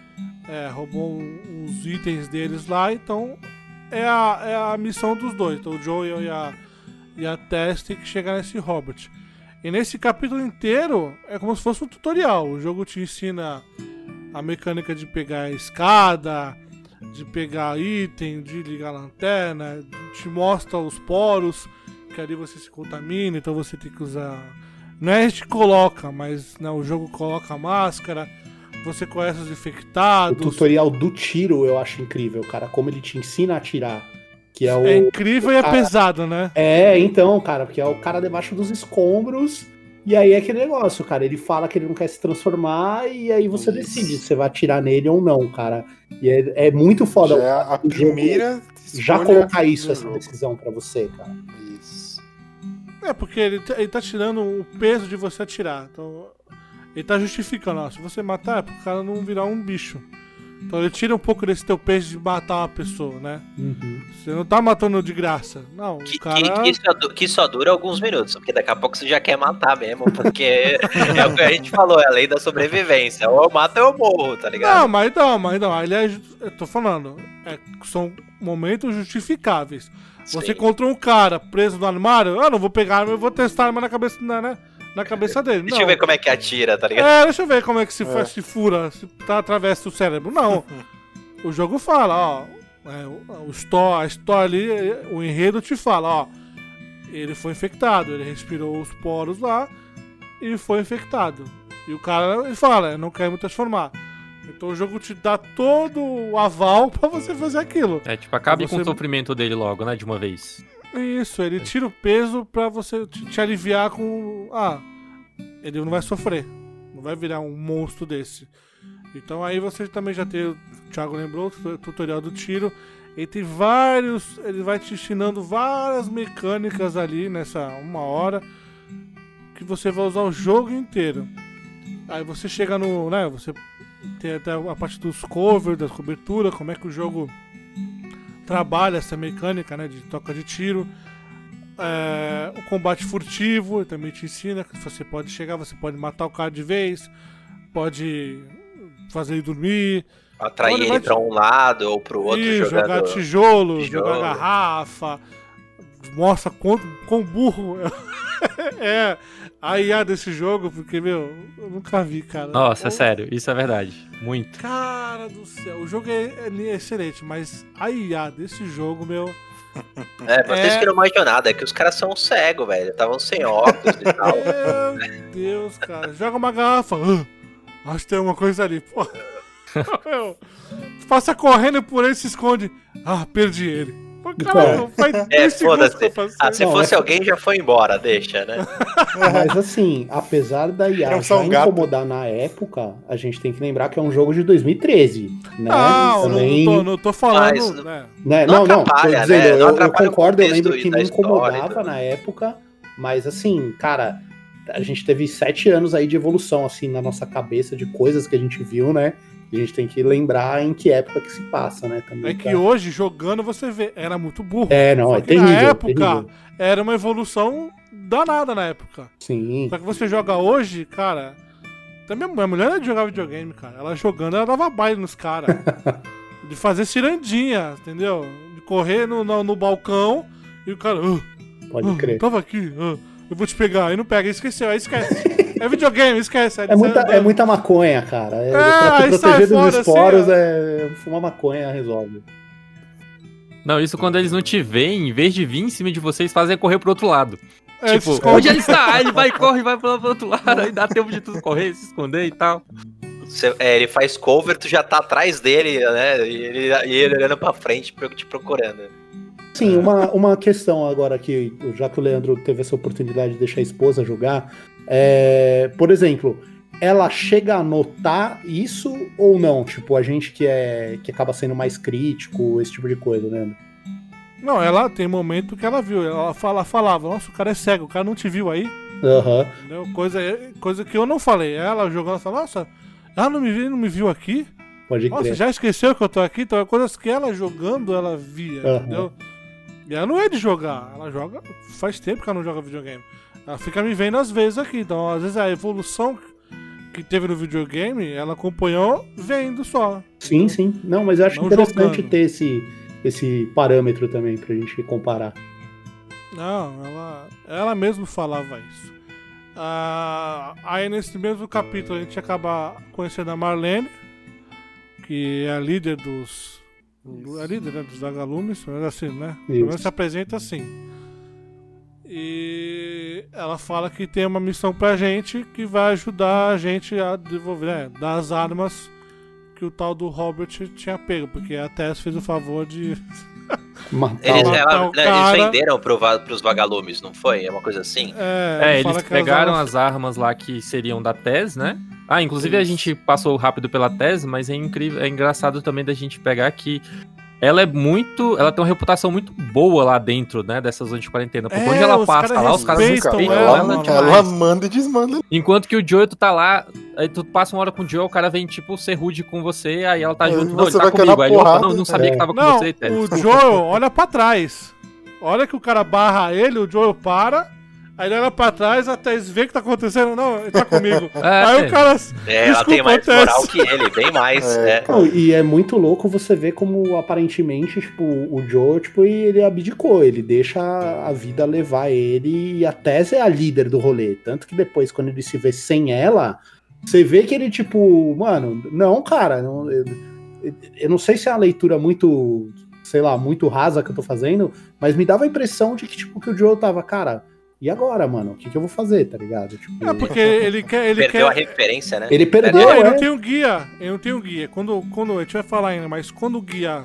É, roubou os itens deles lá, então é a, é a missão dos dois. Então o Joel e a, e a Tess tem que chegar nesse Robert. E nesse capítulo inteiro é como se fosse um tutorial. O jogo te ensina a mecânica de pegar a escada, de pegar item, de ligar a lanterna, te mostra os poros, que ali você se contamina, então você tem que usar... Não é a gente coloca, mas né, o jogo coloca a máscara, você conhece os O infectados. tutorial do tiro eu acho incrível, cara. Como ele te ensina a atirar. Que é o. É incrível e é cara- pesado, né? É, então, cara, porque é o cara debaixo dos escombros. E aí é aquele negócio, cara. Ele fala que ele não quer se transformar. E aí você Isso. decide se você vai atirar nele ou não, cara. E é, é muito foda. Já é a o jogo primeira já escolha colocar isso, do essa jogo. decisão pra você, cara. Isso. É, porque ele, tá- ele tá tirando o peso de você atirar. Então, ele tá justificando, ó, se você matar é pro cara não virar um bicho. Então ele tira um pouco desse teu peso de matar uma pessoa, né? Uhum. Você não tá matando de graça. Não, Que, o cara... que, que, só, du- que só dura alguns minutos, porque daqui a pouco você já quer matar mesmo, porque é o que a gente falou, é a lei da sobrevivência. Ou eu mato ou eu morro, tá ligado? Não, mas não, mas não. Ele é, ju- eu tô falando, é, são momentos justificáveis. Você Sim. encontrou um cara preso no armário, eu não vou pegar a arma, eu vou testar a arma na cabeça, na, né, na cabeça dele. Deixa não. eu ver como é que atira, tá ligado? É, deixa eu ver como é que se, É. faz, se fura, se tá, atravessa o cérebro. Não. O jogo fala, ó. É, o, o store, a história ali, o enredo te fala, ó. Ele foi infectado, ele respirou os poros lá e foi infectado. E o cara ele fala, eu não quero me transformar. Então o jogo te dá todo o aval pra você fazer aquilo. É, tipo, acabe Você- com o sofrimento dele logo, né? De uma vez. Isso, ele tira o peso pra você te, te aliviar com. Ah, ele não vai sofrer. Não vai virar um monstro desse. Então aí você também já tem. O Thiago lembrou o tutorial do tiro. Ele tem vários. Ele vai te ensinando várias mecânicas ali nessa uma hora. Que você vai usar o jogo inteiro. Aí você chega no. Né, você tem até a parte dos covers, das coberturas, como é que o jogo trabalha essa mecânica, né, de troca de tiro. É, o combate furtivo ele também te ensina que você pode chegar, você pode matar o cara de vez, pode fazer ele dormir, Atrair Olha, ele vai pra um lado ou pro outro e jogando. jogar tijolo, tijolo. jogar garrafa, mostra quão, quão burro é a I A desse jogo, porque, meu, eu nunca vi, cara. Nossa, é Pô, sério, isso é verdade. Muito. Cara do céu, o jogo é, é excelente, mas a I A desse jogo, meu... É, vocês É. que não manjam nada, é que os caras são cegos, velho. Estavam sem óculos e tal. Meu Deus, cara. Joga uma garrafa. Ah, acho que tem alguma coisa ali. Pô. Meu, passa correndo por ele, se esconde. Ah, perdi ele. Pô, cara, não faz É, três segundos foda-se. que eu faço Ah, isso. se Não, fosse é- alguém, já foi embora, deixa, né? Mas assim, apesar da I A Era um já salgado. incomodar na época, a gente tem que lembrar que é um jogo de dois mil e treze, né? Não, Também, não, tô, não tô falando. Mas- né? né? não Não, não, tô atrapalha, dizendo, né? Não eu, eu atrapalha o concordo, eu contexto lembro que da me história, incomodava então. na época, mas assim, cara, a gente teve sete anos aí de evolução, assim, na nossa cabeça, de coisas que a gente viu, né? E a gente tem que lembrar em que época que se passa, né? Também, É que pra- hoje, jogando, você vê, era muito burro. É, não, Só é que terrível. na época, terrível. era uma evolução danada na época. Sim. Só que você joga hoje, cara, Também minha mulher não é de jogar videogame, cara. Ela jogando, ela dava baile nos caras. De fazer cirandinha, entendeu? De correr no, no, no balcão e o cara... Uh, Pode uh, crer. Tava aqui, uh, eu vou te pegar. Aí não pega, esqueceu, aí esquece. É videogame, esquece. Aí É muita, é muita maconha, cara. É, É, pra aí se sai proteger fora dos esporos, assim, é fumar maconha resolve. Não, isso quando eles não te veem, em vez de vir em cima de vocês, fazem correr pro outro lado. É, tipo, se esconde. onde ele está? Aí ele vai, corre, vai pro outro lado, aí dá tempo de tudo correr, se esconder e tal. Você- é, ele faz cover, tu já tá atrás dele, né? E ele, e ele olhando pra frente, te procurando. Sim, uma, uma questão agora que, já que o Leandro teve essa oportunidade de deixar a esposa jogar, é, por exemplo, ela chega a notar isso ou não? Tipo, a gente que, é, que acaba sendo mais crítico, esse tipo de coisa, Leandro? Não, ela tem momento que ela viu. Ela fala, falava, nossa, o cara é cego, o cara não te viu aí. Aham. Entendeu? Coisa, coisa que eu não falei. Ela jogando, ela fala, nossa, ela não me viu, não me viu aqui? Pode Nossa, crer. já esqueceu que eu tô aqui? Então é coisas que ela jogando, ela via, Aham. entendeu? E ela não é de jogar, ela joga, faz tempo que ela não joga videogame. Ela fica me vendo às vezes aqui, então às vezes a evolução que teve no videogame, ela acompanhou vendo só. Sim, sim. Não, mas eu acho Não interessante jogando. ter esse, esse parâmetro também pra gente comparar. Não, ela, ela mesmo falava isso. Ah, aí nesse mesmo capítulo a gente acaba conhecendo a Marlene, que é a líder dos... É a líder, né, dos vagalumes, mas assim, né? Pelo menos Isso. se apresenta assim. E ela fala que tem uma missão pra gente que vai ajudar a gente a desenvolver, né, dar as armas que o tal do Robert tinha pego, porque a Tess fez o favor de... Matar Eles, o- matar ela- o né, cara. eles venderam pro, va- pros vagalumes, não foi? É uma coisa assim? É, É, ele eles fala que pegaram armas- as armas lá que seriam da Tess, né? Ah, inclusive a Isso. gente passou rápido pela Tess, mas é incrível, é engraçado também da gente pegar que ela é muito, ela tem uma reputação muito boa lá dentro, né, dessa zona de quarentena. Porque É, onde ela os passa caras lá, os caras respeitam respeitam ela, ela, mano. demais. Ela manda e desmanda. Enquanto que o Joe, tu tá lá, aí tu passa uma hora com o Joe, o cara vem, tipo, ser rude com você, aí ela tá Aí junto, não, ele você tá vai cair comigo. na Aí ele, opa, porrada. não, não sabia É. que tava com Não, você, Tess. o Joel olha pra trás. Olha que o cara barra ele, o Joel para. Aí ele olha pra trás, a Tess vê o que tá acontecendo. Não, ele tá comigo. É. Aí o cara... É, ela Desculpa, tem mais Tess. moral que ele, bem mais. É, É. Não, e é muito louco você ver como aparentemente, tipo, o Joe, tipo, ele abdicou, ele deixa a vida levar ele e a Tess é a líder do rolê. Tanto que depois, quando ele se vê sem ela, você vê que ele, tipo, mano, não, cara, não, eu, eu não sei se é uma leitura muito, sei lá, muito rasa que eu tô fazendo, mas me dava a impressão de que, tipo, que o Joe tava, cara, e agora, mano, o que, que eu vou fazer, tá ligado? Tipo, É porque ele quer... Ele Perdeu quer... a referência, né? ele perdeu, Não, ele é. não tem um guia. Ele não tem um guia. Quando, quando a gente vai falar ainda, mas quando o guia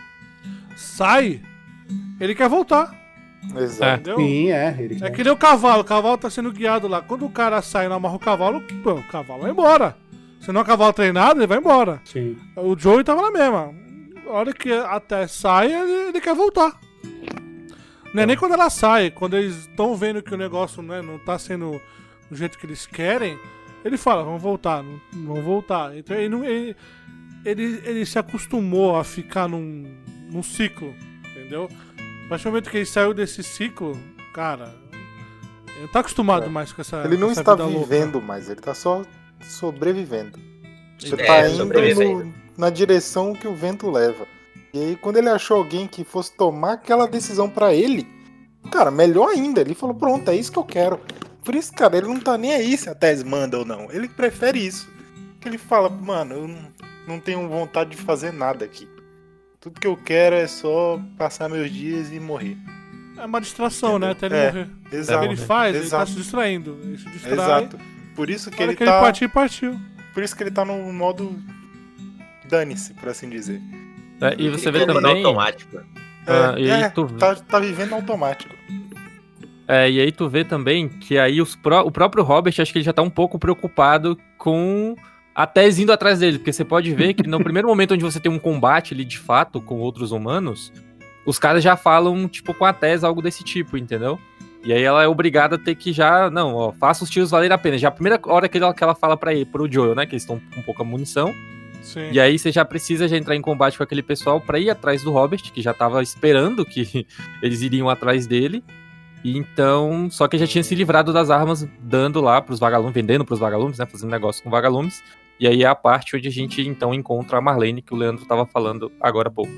sai, ele quer voltar. Exato. Entendeu? Sim, é. Ele É quer- que nem o cavalo. O cavalo tá sendo guiado lá. Quando o cara sai e não amarra o cavalo, pô, o cavalo vai embora. Se não é um cavalo treinado, ele vai embora. Sim. O Joey tava na mesma. A hora que até sai, ele, ele quer voltar. Não é nem quando ela sai, quando eles estão vendo que o negócio, né, não tá sendo do jeito que eles querem, ele fala, vamos voltar, não, vamos voltar. Então ele, não- ele, ele, ele se acostumou a ficar num, num ciclo, entendeu? A partir do momento que ele saiu desse ciclo, cara, ele não tá acostumado É. mais com essa Ele não com essa está vida louca. vivendo mais, ele tá só sobrevivendo. Você É, tá indo sobrevivendo. no- na direção que o vento leva. E aí, quando ele achou alguém que fosse tomar aquela decisão pra ele, cara, melhor ainda, ele falou, pronto, é isso que eu quero. Por isso, cara, ele não tá nem aí se a Tess manda ou não. Ele prefere isso. Que ele fala, mano, eu não, não tenho vontade de fazer nada aqui. Tudo que eu quero é só passar meus dias e morrer. É uma distração, né, até ele É, morrer. O Exato. que ele faz, ele tá Exato. se distraindo. Ele se distrai. Exato. Por isso que A hora ele que tá. ele partiu, partiu. Por isso que ele tá no modo dane-se, por assim dizer. É, e você vê Ele ficou no também... automático. Ah, É, e aí é, tu- tá, tá vivendo automático. É, e aí tu vê também que aí os pró- o próprio Robert, acho que ele já tá um pouco preocupado com a Tess indo atrás dele, porque você pode ver que no primeiro momento onde você tem um combate ali de fato com outros humanos, os caras já falam, tipo, com a Tess algo desse tipo, entendeu? E aí ela é obrigada a ter que já, não, ó, faça os tiros valer a pena. Já a primeira hora que ela, que ela fala pra ele, pro Joel, né, que eles estão com pouca munição, Sim. e aí você já precisa já entrar em combate com aquele pessoal pra ir atrás do Robert, que já tava esperando que eles iriam atrás dele. E então, só que já tinha se livrado das armas dando lá pros vagalumes, vendendo pros vagalumes, né, fazendo negócio com vagalumes. E aí é a parte onde a gente então encontra a Marlene, que o Leandro tava falando agora há pouco.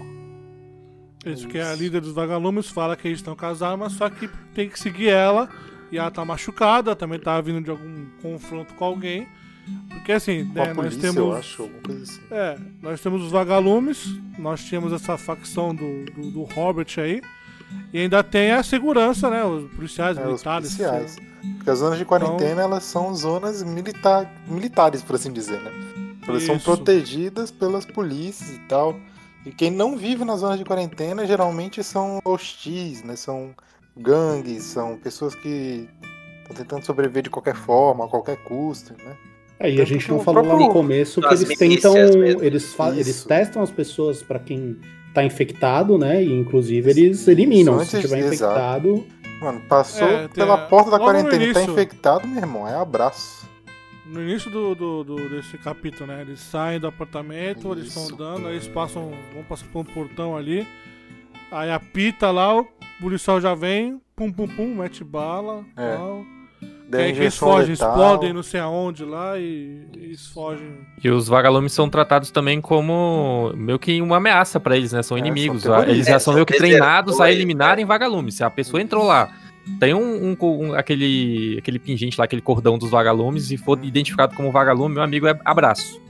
Isso, que é a líder dos vagalumes, fala que eles estão com as armas, só que tem que seguir ela. E ela tá machucada, também tá vindo de algum confronto com alguém. Porque assim, Com a né, polícia, nós temos. eu acho, alguma coisa assim. É, nós temos os vagalumes, nós tínhamos essa facção do, do, do Robert aí. E ainda tem a segurança, né? Os policiais, É, os militares. policiais. Porque as zonas de quarentena, Então- elas são zonas militar, militares, por assim dizer, né? Elas são Isso. protegidas pelas polícias e tal. E quem não vive na zona de quarentena, geralmente são hostis, né? São gangues, são pessoas que estão tentando sobreviver de qualquer forma, a qualquer custo, né? É, e a Tanto gente que não o falou lá no próprio- começo que das eles milícias tentam. mesmo. Eles, fa- eles Isso. testam as pessoas pra quem tá infectado, né? E inclusive eles eliminam. Isso, Se antes- tiver exato. infectado. Mano, passou É, tem pela a- porta da logo no quarentena e tá início. infectado, meu irmão, é abraço. No início do, do, do- desse capítulo, né? Eles saem do apartamento, eles estão Isso. andando, aí eles passam, vão passar por um portão ali. Aí apita lá, o policial já vem, pum pum pum, mete bala, É. tal. Da Aí que eles injeção fogem, letal. explodem não sei aonde lá e e eles fogem. E os vagalumes são tratados também como meio que uma ameaça pra eles, né? São É, inimigos. são terroristas. Eles já são É, meio que são treinados a desertores, eliminarem né? vagalumes. Se a pessoa entrou lá, tem um, um- um- aquele, aquele pingente lá, aquele cordão dos vagalumes, e for identificado como vagalume, meu amigo, é abraço.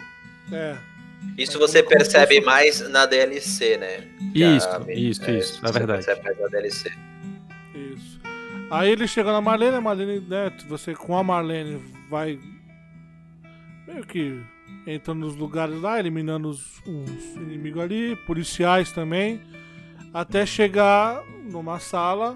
É. Isso você percebe mais na D L C, né? Que a- Isso, isso, isso, é você verdade. percebe mais na D L C. Isso. Aí ele chega na Marlene, a Marlene, né, você com a Marlene vai meio que entrando nos lugares lá, eliminando os, uns inimigos ali, policiais também, até chegar numa sala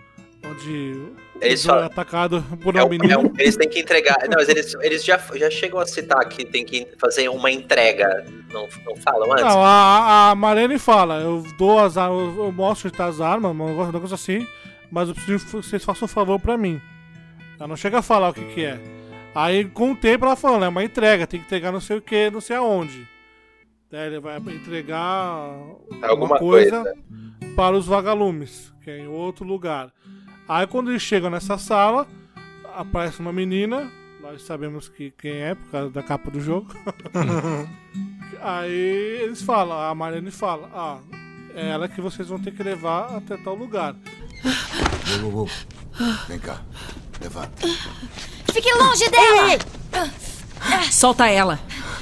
onde Eles o Joe é falam- atacado por É uma um- menina. é um- eles têm que entregar. Não, mas eles, eles já, já chegam a citar que tem que fazer uma entrega. Não, não falam antes? Não, a, a Marlene fala, eu dou as armas, eu mostro onde tá as armas, um negócio, um negócio assim, mas eu preciso que vocês façam um favor pra mim. Ela não chega a falar o que que é. Aí com o tempo ela fala, é uma entrega, tem que entregar não sei o que, não sei aonde. Daí ele vai entregar Alguma alguma coisa, coisa. para os vagalumes, que é em outro lugar. Aí quando eles chegam nessa sala, aparece uma menina, nós sabemos que quem é, por causa da capa do jogo. Aí eles falam, a Marlene fala, ah, é ela que vocês vão ter que levar até tal lugar. Ô, ô, ô. Vem cá. Levanta. Fique longe dela! Solta ela.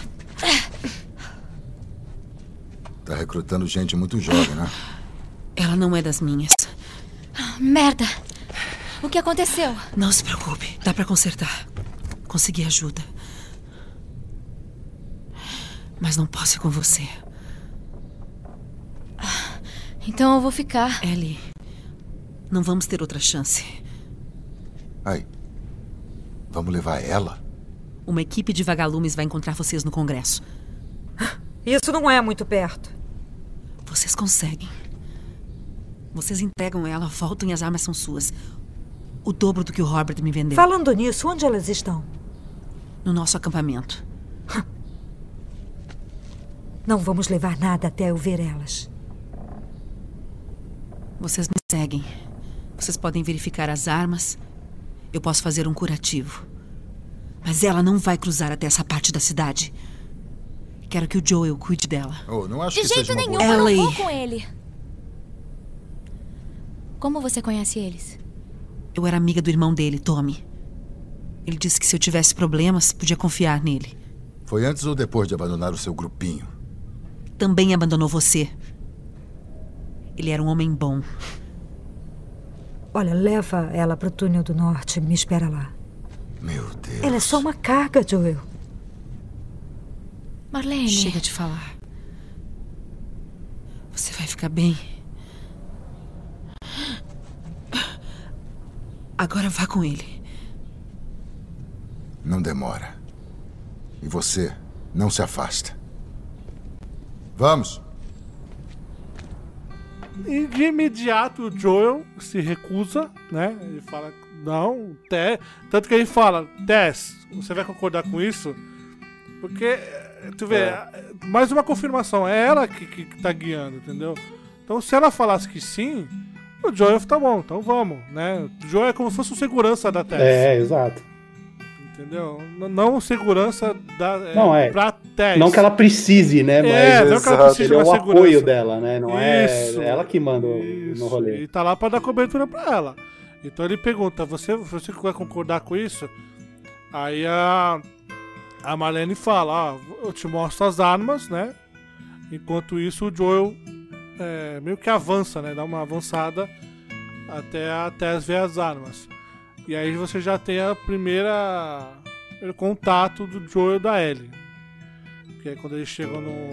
Tá recrutando gente muito jovem, né? Ela não é das minhas. Merda! O que aconteceu? Não se preocupe, dá pra consertar. Consegui ajuda. Mas não posso ir com você. Então eu vou ficar. Ellie, não vamos ter outra chance. Aí. Vamos levar ela? Uma equipe de vagalumes vai encontrar vocês no Congresso. Isso não é muito perto. Vocês conseguem. Vocês entregam ela, voltam e as armas são suas. O dobro do que o Robert me vendeu. Falando nisso, onde elas estão? No nosso acampamento. Não vamos levar nada até eu ver elas. Vocês me seguem. Vocês podem verificar as armas. Eu posso fazer um curativo. Mas ela não vai cruzar até essa parte da cidade. Quero que o Joel cuide dela. Oh, não acho De que jeito seja uma nenhum, boa... eu não Ellie. vou com ele. Como você conhece eles? Eu era amiga do irmão dele, Tommy. Ele disse que se eu tivesse problemas, podia confiar nele. Foi antes ou depois de abandonar o seu grupinho? Também abandonou você. Ele era um homem bom. Olha, leva ela pro túnel do norte. Me espera lá. Meu Deus. Ela é só uma carga, Joel. Marlene. Chega de falar. Você vai ficar bem. Agora vá com ele. Não demora. E você, não se afasta. Vamos. E de imediato o Joel se recusa, né? Ele fala, não, Tess. Tanto que ele fala, Tess, você vai concordar com isso? Porque, tu vê, é. mais uma confirmação, é ela que, que, que tá guiando, entendeu? Então se ela falasse que sim, O Joel, tá bom, então vamos, né? O Joel é como se fosse um segurança da Tess. É, exato. Entendeu? N- Não segurança da, é, Não, é. pra Tess. Não que ela precise, né? Mas É, não que ela precise ele de é uma o segurança. apoio dela, né? Não Isso, é ela que manda o- isso. no rolê. E tá lá pra dar cobertura pra ela. Então ele pergunta, você, você vai concordar com isso? Aí a, a Marlene fala, ó, eu te mostro as armas, né? Enquanto isso o Joel é, meio que avança, né? Dá uma avançada até a Tess ver as armas. E aí você já tem a primeira primeiro contato do Joel e da Ellie. Que é quando eles chegam no...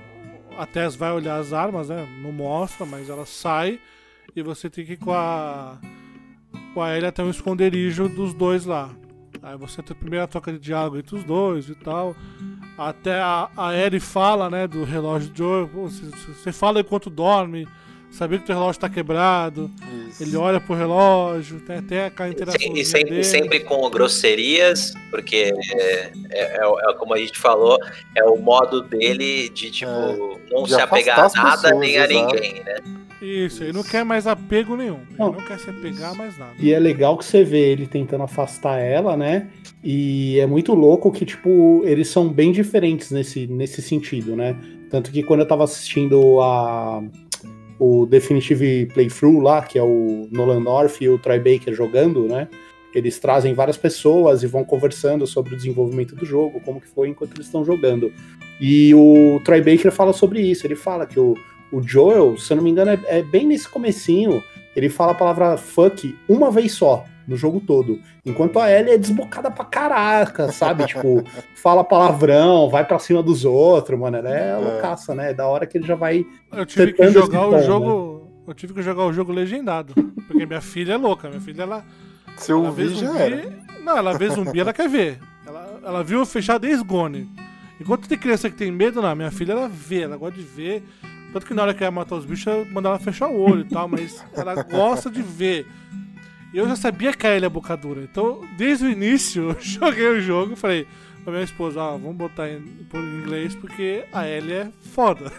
A Tess vai olhar as armas, né? Não mostra, mas ela sai. E você tem que ir com a... Com a Ellie até um esconderijo dos dois lá. Aí você tem a primeira troca de diálogo entre os dois e tal. Até a, a Ellie fala, né? Do relógio do Joel. Pô, Você, você fala enquanto dorme. Sabia que o teu relógio tá quebrado. Isso. Ele olha pro relógio. Tem até aquela interação. E sempre, sempre com grosserias, porque é, é, é como a gente falou, é o modo dele de tipo É, não de se apegar a afastar as nada pessoas, nem a exato. ninguém, né? Isso, ele não quer mais apego nenhum. Ele Não. não quer se apegar a mais nada. E é legal que você vê ele tentando afastar ela, né? E é muito louco que, tipo, eles são bem diferentes nesse, nesse sentido, né? Tanto que quando eu tava assistindo a, o Definitive Playthrough lá, que é o Nolan North e o Troy Baker jogando, né? Eles trazem várias pessoas e vão conversando sobre o desenvolvimento do jogo, como que foi enquanto eles estão jogando. E o Troy Baker fala sobre isso, ele fala que o O Joel, se eu não me engano, é, é bem nesse comecinho, ele fala a palavra fuck uma vez só, no jogo todo. Enquanto a Ellie é desbocada pra caraca, sabe? Tipo, fala palavrão, vai pra cima dos outros, mano. Ela é loucaça, né? Da hora que ele já vai... Eu tive que setando jogar esse o tom, jogo. Eu tive que jogar o jogo legendado. Porque minha filha é louca. Minha filha, ela. Se eu ela vê ouvir, já zumbi. era. Não, ela vê zumbi, ela quer ver. Ela, ela viu eu fechar Days Gone. Enquanto tem criança que tem medo, não. Minha filha, ela vê, ela gosta de ver. Tanto que na hora que ela matar os bichos, eu mando ela fechar o olho e tal, mas ela gosta de ver. E eu já sabia que a Ellie é bocadura. Então, desde o início, eu joguei o jogo e falei pra minha esposa, ó, vamos botar em, em inglês porque a Ellie é foda.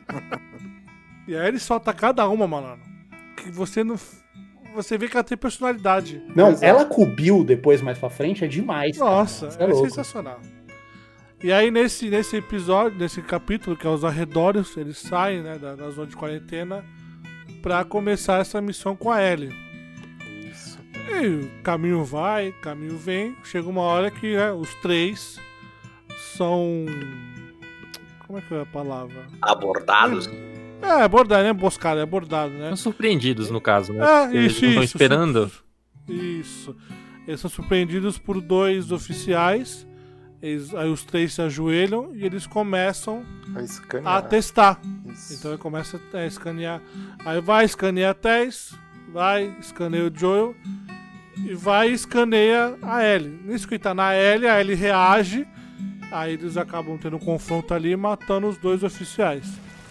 E a Ellie solta cada uma, malandro. Que você não... Você vê que ela tem personalidade. Não, Exato. ela com o Bill depois, mais pra frente, é demais. Nossa, cara. é, louco. sensacional. E aí nesse, nesse episódio, nesse capítulo, que é os arredores, eles saem, né, da, da zona de quarentena pra começar essa missão com a Ellie. Isso. E o caminho vai, caminho vem, chega uma hora que, né, os três são... Como é que é a palavra? Abordados. É, abordado, né? Emboscado, é abordado, né? São surpreendidos, no caso, né? É, Porque eles isso, não estão isso. esperando. Isso. Eles são surpreendidos por dois oficiais. Eles, aí os três se ajoelham e eles começam A escanear. a testar. Isso. Então ele começa a escanear. Aí vai, escaneia a Tess, vai, escaneia o Joel e vai, escaneia a Ellie. Nisso que tá na Ellie, a Ellie reage. Aí eles acabam tendo um confronto ali, matando os dois oficiais.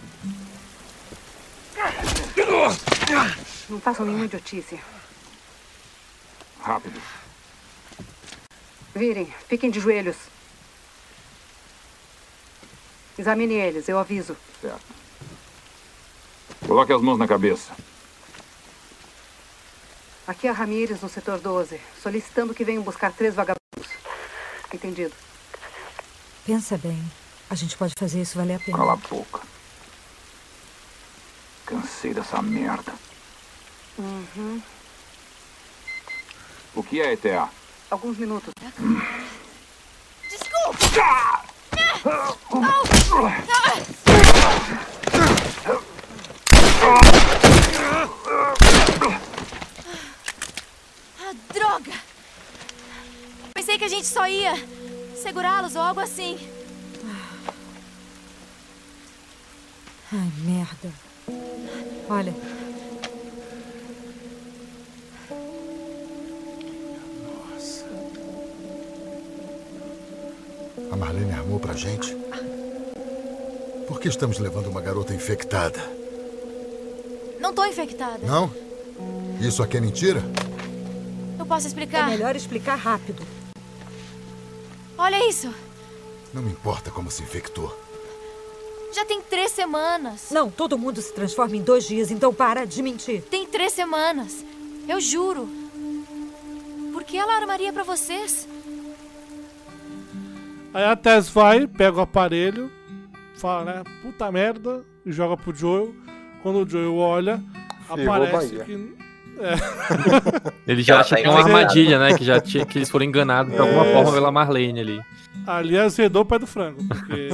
Não façam nenhuma idiotice. Rápido. Virem, fiquem de joelhos. Examine eles, eu aviso. Certo. Coloque as mãos na cabeça. Aqui é a Ramírez, no setor doze, solicitando que venham buscar três vagabundos. Entendido. Pensa bem. A gente pode fazer isso valer a pena. Cala a boca. Cansei dessa merda. Uhum. O que é E T A? Alguns minutos. Ah, droga! Pensei que a gente só ia segurá-los ou algo assim. Ai, merda. Olha, A Marlene armou pra gente? Por que estamos levando uma garota infectada? Não tô infectada. Não? Isso aqui é mentira? Eu posso é explicar? melhor explicar rápido. Olha isso. Não me importa como se infectou. Já tem três semanas. Não, todo mundo se transforma em dois dias, então para de mentir. Tem três semanas. Eu juro. Por que ela armaria pra vocês? Aí a Tess vai, pega o aparelho, fala, né, puta merda, e joga pro Joel. Quando o Joel olha, Ferrou aparece Bahia. que... É. Ele já Ela acha tá que é uma enganada. armadilha, né? Que, já tinha, que eles foram enganados de alguma É. forma pela Marlene ali. Ali azedou o pé do frango, porque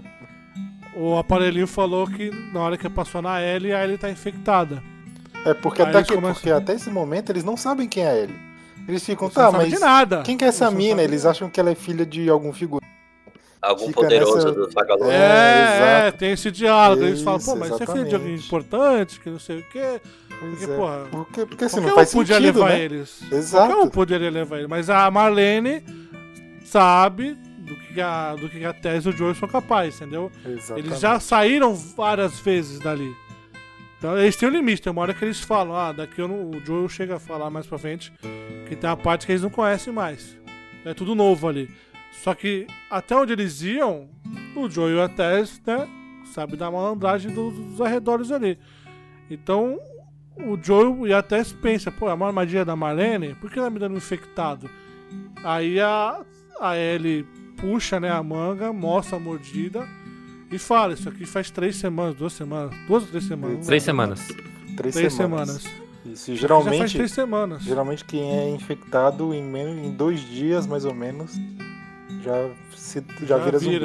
o aparelhinho falou que na hora que passou na Ellie, a Ellie tá infectada. É, porque Aí até, eles que, começam- porque até esse momento eles não sabem quem é ele. Eles ficam, Eles não tá, sabem mas de nada. quem que é essa Eles não mina? sabem Eles de acham que ela é filha de algum figurino. Algum Fica poderoso nessa- dos vagalumes. É, É, é, exato. tem esse diálogo. Eles falam, Isso, pô, mas você é filho de alguém exatamente. importante, que não sei o quê. Pois Porque, é. porra, Porque, porque assim, qualquer não um faz podia sentido, levar né? eles. Exato. Qualquer um poderia levar eles. Mas a Marlene sabe do que a, do que a Tess e o Joel são capazes, entendeu? Exatamente. Eles já saíram várias vezes dali. Então eles têm um limite. Tem uma hora que eles falam, ah, daqui eu não, o Joel chega a falar mais pra frente que tem uma parte que eles não conhecem mais. É tudo novo ali. Só que até onde eles iam, o Joel e a Tess, né, sabe da malandragem dos, dos arredores ali. Então o Joel e a Tess pensam, pô, é uma armadilha da Marlene, por que ela me dando um infectado? Aí a, a Ellie puxa, né, a manga, mostra a mordida e fala, isso aqui faz três semanas, duas semanas, duas ou três semanas? Três semanas. Três, Três semanas. semanas. Isso, e Já faz geralmente, três semanas. geralmente quem é infectado em, menos, em dois dias, mais ou menos, já, se, já, vira zumbi.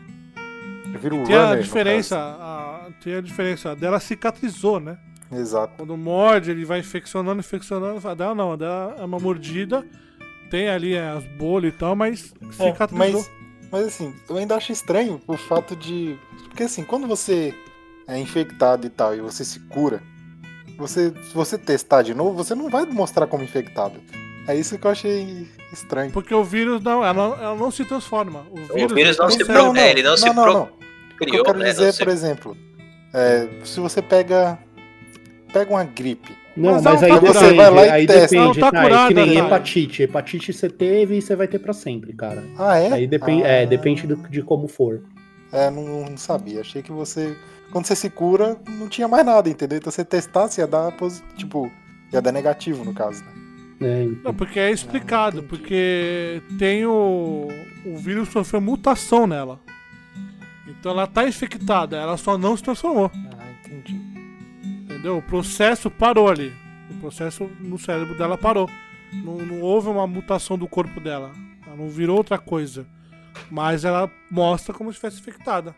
Já vira o Tem runner, a no diferença, a, tem a diferença, a dela cicatrizou, né? caso. Exato. Quando morde, ele vai infeccionando, infeccionando. A dela não, a dela é uma mordida. Tem ali é, as bolhas e tal, mas É, cicatrizou. mas, mas assim, eu ainda acho estranho o fato de... Porque assim, quando você é infectado e tal, e você se cura, você, se você testar de novo, você não vai mostrar como infectado. É isso que eu achei estranho. Porque o vírus não, ela não, ela não se transforma. O vírus, O vírus não ele se tá pro... certo. é, ele não, se não, pro... não. O que eu criou, quero né? dizer, Não se- por exemplo, é, se você pega, pega uma gripe, Não, Mas mas, ela aí tá depende, curada. Você vai lá e aí testa. depende, Ela tá tá? É que curada, nem tá? hepatite. Hepatite você teve e você vai ter pra sempre, cara. ah é? Aí depende, ah, é, depende do- de como for. É, não, não sabia. Achei que você, quando você se cura, não tinha mais nada, entendeu? Então você testasse ia dar positivo, tipo, ia dar negativo no caso, né? É, então. Não, porque é explicado, Ah, entendi. porque tem o. O vírus sofreu mutação nela. Então ela tá infectada, ela só não se transformou. Ah, entendi. Entendeu? O processo parou ali. O processo no cérebro dela parou. Não, não houve uma mutação do corpo dela. Ela não virou outra coisa. Mas ela mostra como se estivesse infectada.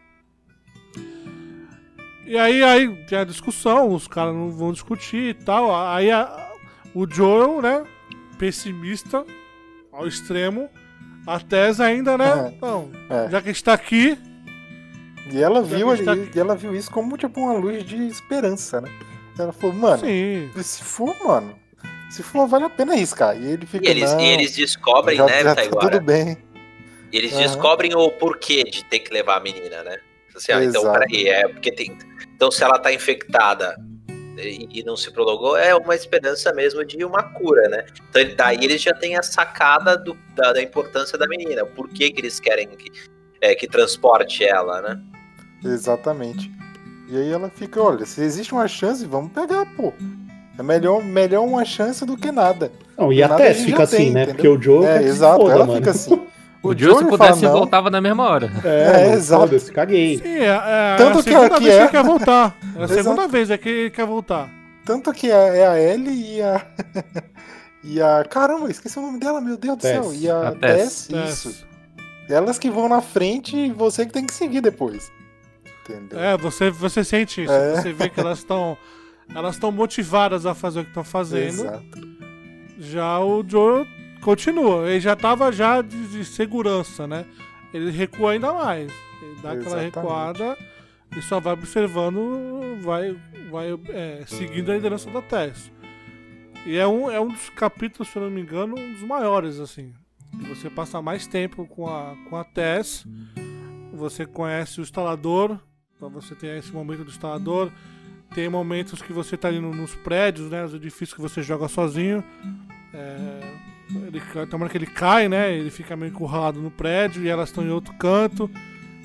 E aí, aí tem a discussão, os caras não vão discutir e tal. Aí a- o Joel, né, pessimista ao extremo. A Tess ainda, né? Não, É. já que a gente tá aqui, E ela Já viu que ali, está aqui. e ela viu isso como tipo uma luz de esperança, né? Ela falou, mano, sim. se for, mano, se for, vale a pena arriscar. E ele fica, E eles, não, e eles descobrem, já, né, já tá Taiguara? tudo bem. E eles Aham. descobrem o porquê de ter que levar a menina, né? Assim, ah, então, Exato. peraí, é porque tem. Então, se ela tá infectada e, e não se prolongou, é uma esperança mesmo de uma cura, né? Então, ele- daí eles já têm a sacada do- da, da importância da menina. Por que, que eles querem que, é, que transporte ela, né? Exatamente. E aí ela fica, olha, se existe uma chance, vamos pegar, pô. É melhor, melhor uma chance do que nada. Não, e Porque a nada Tess gente fica já assim, tem, né? entendeu? Porque o Joe É, quer que se exato, foda, ela mano. fica assim. O Joe, se Joey pudesse, fala, não. voltava na mesma hora. É, É, mano, exato. foda-se, caguei. Sim, é, é Tanto a que segunda aqui vez que é- ele quer voltar. É a Exato. segunda vez é que ele quer voltar. Tanto que é, é a Ellie e a. e a. Caramba, esqueci o nome dela, meu Deus do Tess. céu. E a, A Tess. Tess, isso. Elas que vão na frente e você que tem que seguir depois. Entendeu? É, você, você sente isso. É. Você vê que elas estão elas estão motivadas a fazer o que estão fazendo. Exato. Já o Joe continua. Ele já tava já de, de segurança, né? Ele recua ainda mais. Ele dá aquela Exatamente. recuada e só vai observando, vai, vai é, seguindo a liderança da Tess. E é um, é um dos capítulos, se eu não me engano, um dos maiores, assim. Você passa mais tempo com a, com a Tess. Você conhece o instalador. Então você tem esse momento do instalador. Tem momentos que você tá ali no- nos prédios, né? Nos edifícios que você joga sozinho. É, ele, tem uma hora que ele cai, né? Ele fica meio encurralado no prédio e elas estão em outro canto.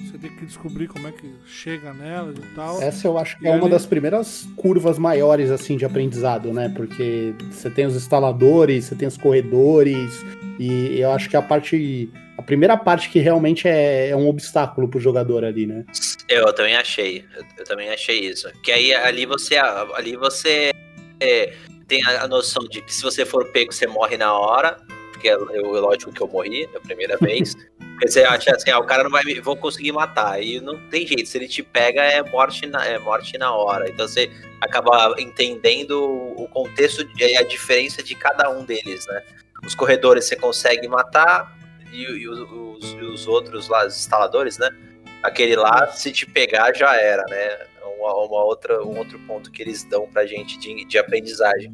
Você tem que descobrir como é que chega nelas e tal. Essa eu acho que E é uma ali- das primeiras curvas maiores, assim, de aprendizado, né? Porque você tem os instaladores, você tem os corredores, e eu acho que a parte... A primeira parte que realmente é, é um obstáculo pro jogador ali, né? Eu também achei, eu, eu também achei isso. Que aí ali você, ali você é, tem a, a noção de que se você for pego, você morre na hora. Porque é, é lógico que eu morri a primeira vez. Porque você acha assim, ah, o cara não vai me, vou conseguir matar. E não tem jeito, se ele te pega é morte na, é morte na hora. Então você acaba entendendo o contexto e a diferença de cada um deles, né? Os corredores você consegue matar. E, e os, os, os outros lá, os instaladores, né? Aquele lá, se te pegar, já era, né? Uma, uma outra, um outro ponto que eles dão pra gente de, de aprendizagem.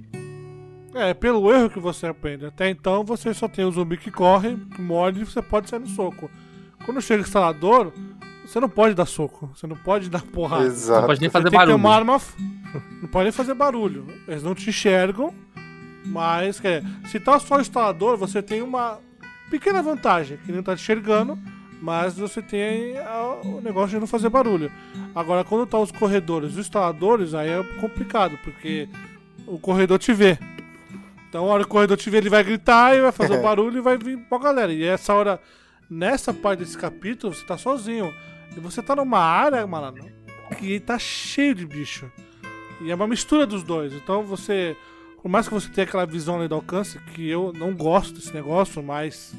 É, pelo erro que você aprende. Até então, você só tem o zumbi que corre, que morde e você pode sair no soco. Quando chega o instalador, você não pode dar soco. Você não pode dar porrada. Exato. Não pode nem Você fazer tem que ter barulho. uma arma... Não pode nem fazer barulho. Eles não te enxergam, mas... Quer dizer, se tá só o instalador, você tem uma... pequena vantagem, que não tá te enxergando, mas você tem a, o negócio de não fazer barulho. Agora, quando tá os corredores e os instaladores, aí é complicado, porque o corredor te vê. Então, a hora que o corredor te vê, ele vai gritar e vai fazer o barulho e vai vir pra galera. E essa hora, nessa parte desse capítulo, você tá sozinho. E você tá numa área, malandro, que tá cheio de bicho. E é uma mistura dos dois. Então, você... Por mais que você tenha aquela visão ali do alcance, que eu não gosto desse negócio, mas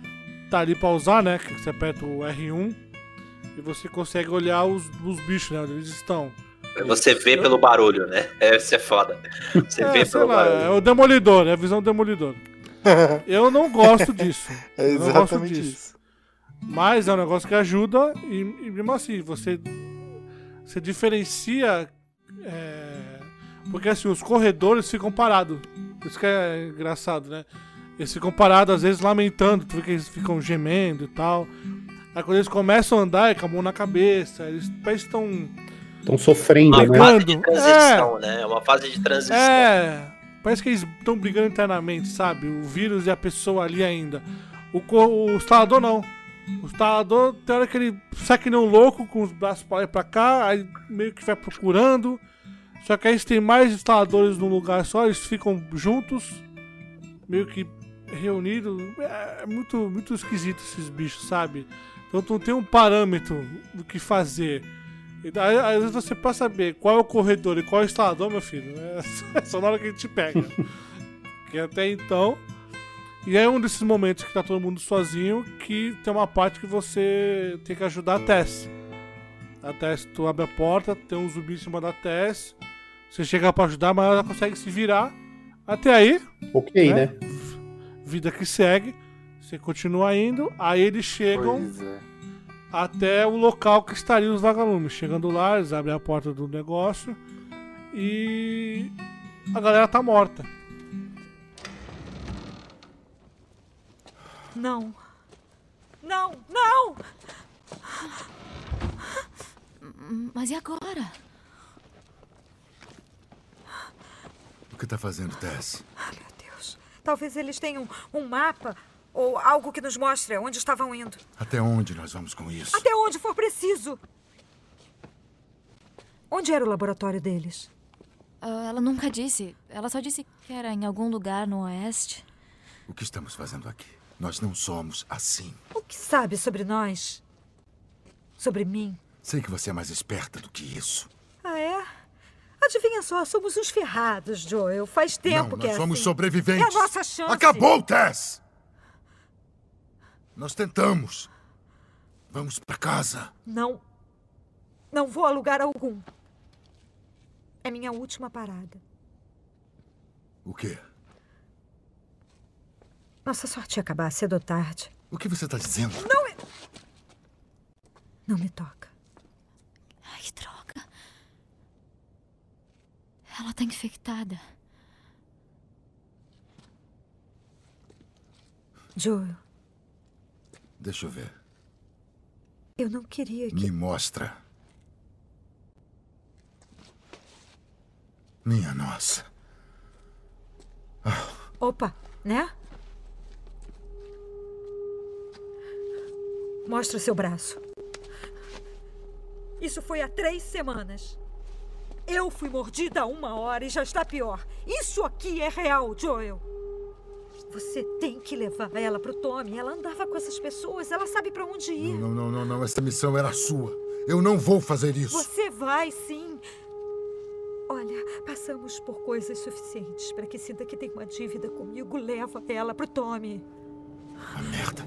tá ali pra usar, né? Que você aperta o R um e você consegue olhar os, os bichos, né? Onde eles estão. Você vê pelo barulho, né? É, isso é foda. Você É, vê sei pelo lá, barulho. é o Demolidor, é a visão do Demolidor. Eu não gosto disso. É Eu não gosto exatamente disso. isso. Mas é um negócio que ajuda e, e mesmo assim, você, você diferencia... É, porque assim, os corredores ficam parados. Isso que é engraçado, né? Eles ficam parados, às vezes, lamentando, porque eles ficam gemendo e tal. Aí quando eles começam a andar, é com a mão na cabeça, eles parecem que estão... Estão sofrendo, Uma né? fase de transição, né? É uma fase de transição. É, parece que eles estão brigando internamente, sabe? O vírus e a pessoa ali ainda. O, co- o instalador não. O instalador, tem hora que ele sai que nem um louco, com os braços pra lá e pra cá, aí meio que vai procurando. Só que aí tem mais instaladores num lugar só, eles ficam juntos, meio que reunidos. É muito, muito esquisito esses bichos, sabe? Então tu não tem um parâmetro do que fazer. E daí, às vezes você, pra saber qual é o corredor e qual é o instalador, meu filho, é só na hora que ele te pega. Que até então... E é um desses momentos que tá todo mundo sozinho, que tem uma parte que você tem que ajudar a Tess. A Tess, tu abre a porta, tem um zumbi em cima da Tess, você chega pra ajudar, mas ela consegue se virar. Até aí... Ok, né? Vida que segue, você continua indo, aí eles chegam... Pois é. Até o local que estariam os vagalumes. Chegando lá, eles abrem a porta do negócio e a galera tá morta. Não. Não, não! Mas e agora? O que tá fazendo, Tess? Meu Deus. Talvez eles tenham um mapa ou algo que nos mostre onde estavam indo. Até onde nós vamos com isso? Até onde for preciso. Onde era o laboratório deles? Ah, ela nunca disse. Ela só disse que era em algum lugar no oeste. O que estamos fazendo aqui? Nós não somos assim. O que sabe sobre nós? Sobre mim? Sei que você é mais esperta do que isso. Ah, é? Adivinha só, somos uns ferrados, Joel. Faz tempo não, que é nós somos assim. sobreviventes. É a nossa chance. Acabou, Tess! Nós tentamos. Vamos pra casa. Não. Não vou a lugar algum. É minha última parada. O quê? Nossa sorte ia acabar cedo ou tarde. O que você tá dizendo? Não me... Não me toca. Ai, que droga. Ela tá infectada. Joel, Deixa eu ver. eu não queria que... Me mostra. Minha nossa. Opa, né? Mostra o seu braço. Isso foi há três semanas. Eu fui mordida há uma hora e já está pior. Isso aqui é real, Joel. Você tem que levar ela pro Tommy. Ela andava com essas pessoas, ela sabe pra onde ir. Não, não, não, não. Essa missão era sua. Eu não vou fazer isso. Você vai, sim. Olha, passamos por coisas suficientes para que sinta que tem uma dívida comigo. Leva ela pro Tommy. Ah, merda.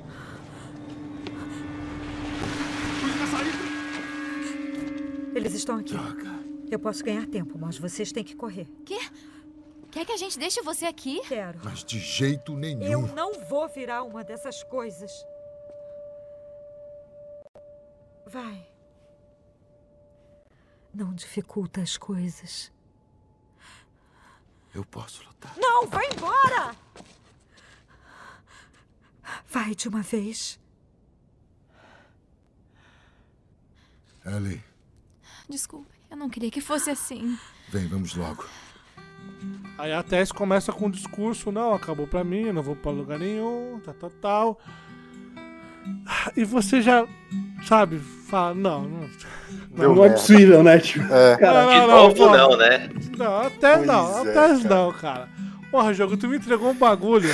Eles estão aqui. Droga. Eu posso ganhar tempo, mas vocês têm que correr. Quê? Quer que a gente deixe você aqui? Quero. Mas de jeito nenhum. Eu não vou virar uma dessas coisas. Vai. Não dificulta as coisas. Eu posso lutar. Não, vai embora! Vai de uma vez. Ellie. Desculpe, eu não queria que fosse assim. Vem, vamos logo. Aí a Tess começa com um discurso, não, acabou pra mim, eu não vou pra lugar nenhum, tal, tal, tal. E você já, sabe, fala, não, não... Não, não é possível, né, tio? É. Cara, De não, novo não, não, né? Não, até Pois não, é, até cara. não, cara. Porra, jogo, tu me entregou um bagulho.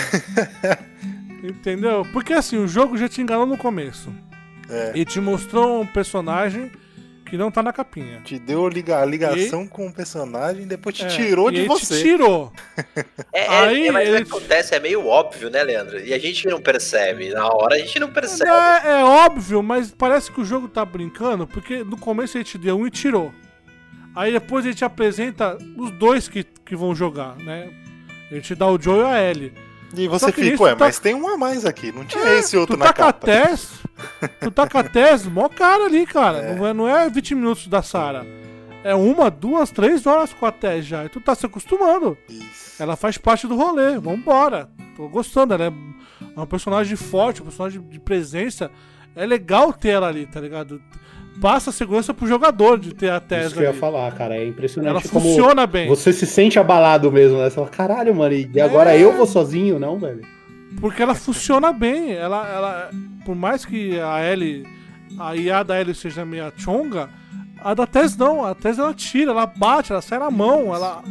Entendeu? Porque assim, o jogo já te enganou no começo. É. E te mostrou um personagem que não tá na capinha. Te deu liga- a ligação E- com o personagem e depois te É, tirou e de ele você. te tirou. É, é, Aí é, mas ele- o que acontece é meio óbvio, né, Leandro? E a gente não percebe. Na hora a gente não percebe. É, é óbvio, mas parece que o jogo tá brincando, porque no começo ele te deu um e tirou. Aí depois ele te apresenta os dois que, que vão jogar, né? Ele te dá o Joe e a Ellie. E você Só que fica, nisso ué, tá- mas tem um a mais aqui, não tinha É, esse outro tu na tá com a capa. Tess, tu tá com a Tess, mó cara ali, cara. É. Não, é, não é vinte minutos da Sarah. É uma, duas, três horas com a Tess já. E tu tá se acostumando. Isso. Ela faz parte do rolê, vambora. Tô gostando, ela é um personagem forte, um personagem de presença. É legal ter ela ali, tá ligado? Passa segurança pro jogador de ter a Tess Isso que eu ia ali. falar, cara. É impressionante Ela como funciona bem. você se sente abalado mesmo, né? Você fala, caralho, mano, e agora É. eu vou sozinho, não, velho? Porque ela funciona bem. Ela, ela, por mais que a Ellie, a I A da Ellie seja meio chonga, a da Tess não. A Tess ela tira, ela bate, ela sai na mão, ela...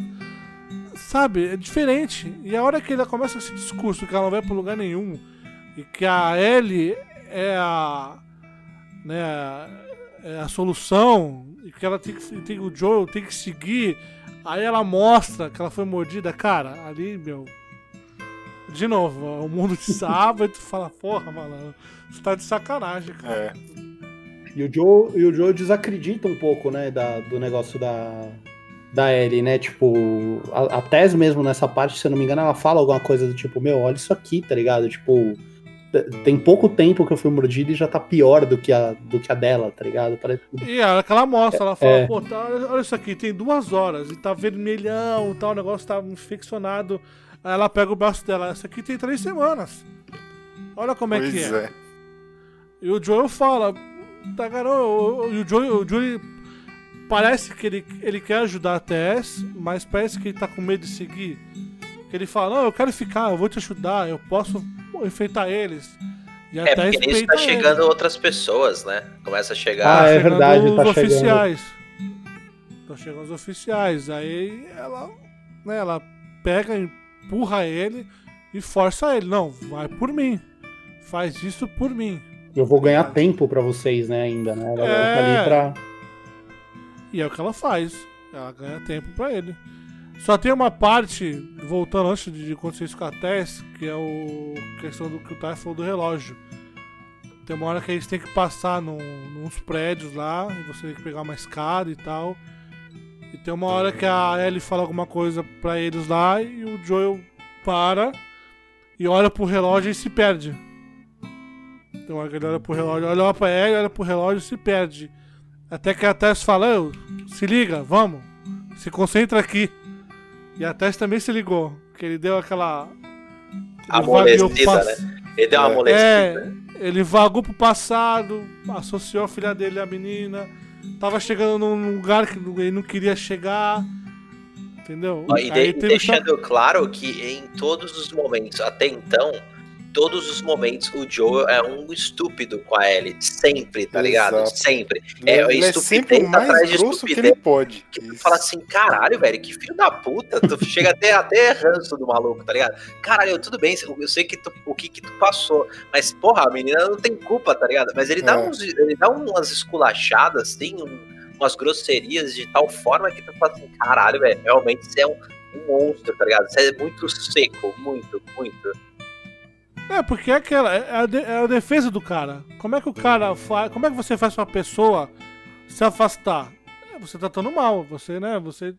Sabe, é diferente. E a hora que ela começa esse discurso que ela não vai pra lugar nenhum e que a Ellie é a... Né, é a solução e que ela tem que... Tem, o Joel tem que seguir. Aí ela mostra que ela foi mordida. Cara, ali, meu... De novo, o mundo te salva e tu fala, porra, mano, você tá de sacanagem, cara. É. E o Joe, e o Joe desacredita um pouco, né, da, do negócio da, da Ellie, né? Tipo, a, a Tess mesmo nessa parte, se eu não me engano, ela fala alguma coisa do tipo, meu, olha isso aqui, tá ligado? Tipo, tem pouco tempo que eu fui mordida e já tá pior do que a, do que a dela, tá ligado? Parece... E a hora que ela mostra, ela fala, É. pô, tá, olha isso aqui, tem duas horas e tá vermelhão e tal, o negócio tá infeccionado. Aí ela pega o braço dela, essa aqui tem três semanas. Olha como é Pois que é. é. E o Joel fala, tá, garoto, e o Joel, o Joel parece que ele, ele quer ajudar a Tess, mas parece que ele tá com medo de seguir. Que ele fala, não, eu quero ficar, eu vou te ajudar, eu posso enfrentar eles. E a É, Tess porque nisso peita tá chegando ele. outras pessoas, né? Começa a chegar. Ah, é chegando verdade, os tá chegando. oficiais. Tá chegando os oficiais. Aí ela, né, ela pega, empurra ele e força ele. Não, vai por mim. Faz isso por mim. Eu vou ganhar tempo pra vocês, né, ainda, né? Ela É. tá ali pra... E é o que ela faz. Ela ganha tempo pra ele. Só tem uma parte, voltando antes de acontecer isso com a Tess, que é o questão do que o Ty falou do relógio. Tem uma hora que eles têm que passar num, nos prédios lá, e você tem que pegar uma escada e tal. E tem uma hora que a Ellie fala alguma coisa pra eles lá, e o Joel para e olha pro relógio e se perde. Tem uma hora que ele olha pro relógio, olha pra Ellie, olha pro relógio e se perde. Até que a Tess fala, "Ô, se liga, vamos, se concentra aqui." E a Tess também se ligou, que ele deu aquela... ele vagueou pro Amolecida, pass- né? Ele deu uma É, amolecida. ele vagou pro passado, associou a filha dele à menina, tava chegando num lugar que ele não queria chegar, entendeu? Ó, E, de- Aí teve o deixando claro que em todos os momentos até então, todos os momentos o Joel é um estúpido com a Ellie. Sempre, tá ligado? Exato. Sempre. Ele, É, ele é sempre o mais grosso que ele pode. Que tu fala assim, caralho, velho, que filho da puta. Tu chega até, até ranço do maluco, tá ligado? Caralho, tudo bem, eu sei que tu, o que que tu passou. Mas, porra, a menina não tem culpa, tá ligado? Mas ele dá, É. uns, ele dá umas esculachadas, assim, um, umas grosserias de tal forma que tu fala assim, caralho, velho, realmente você é um, um monstro, tá ligado? Você é muito seco, muito, muito. É, porque é aquela. É a, de- é a defesa do cara. Como é que o cara faz. Como é que você faz pra pessoa se afastar? É, você tratando mal, você, né? Você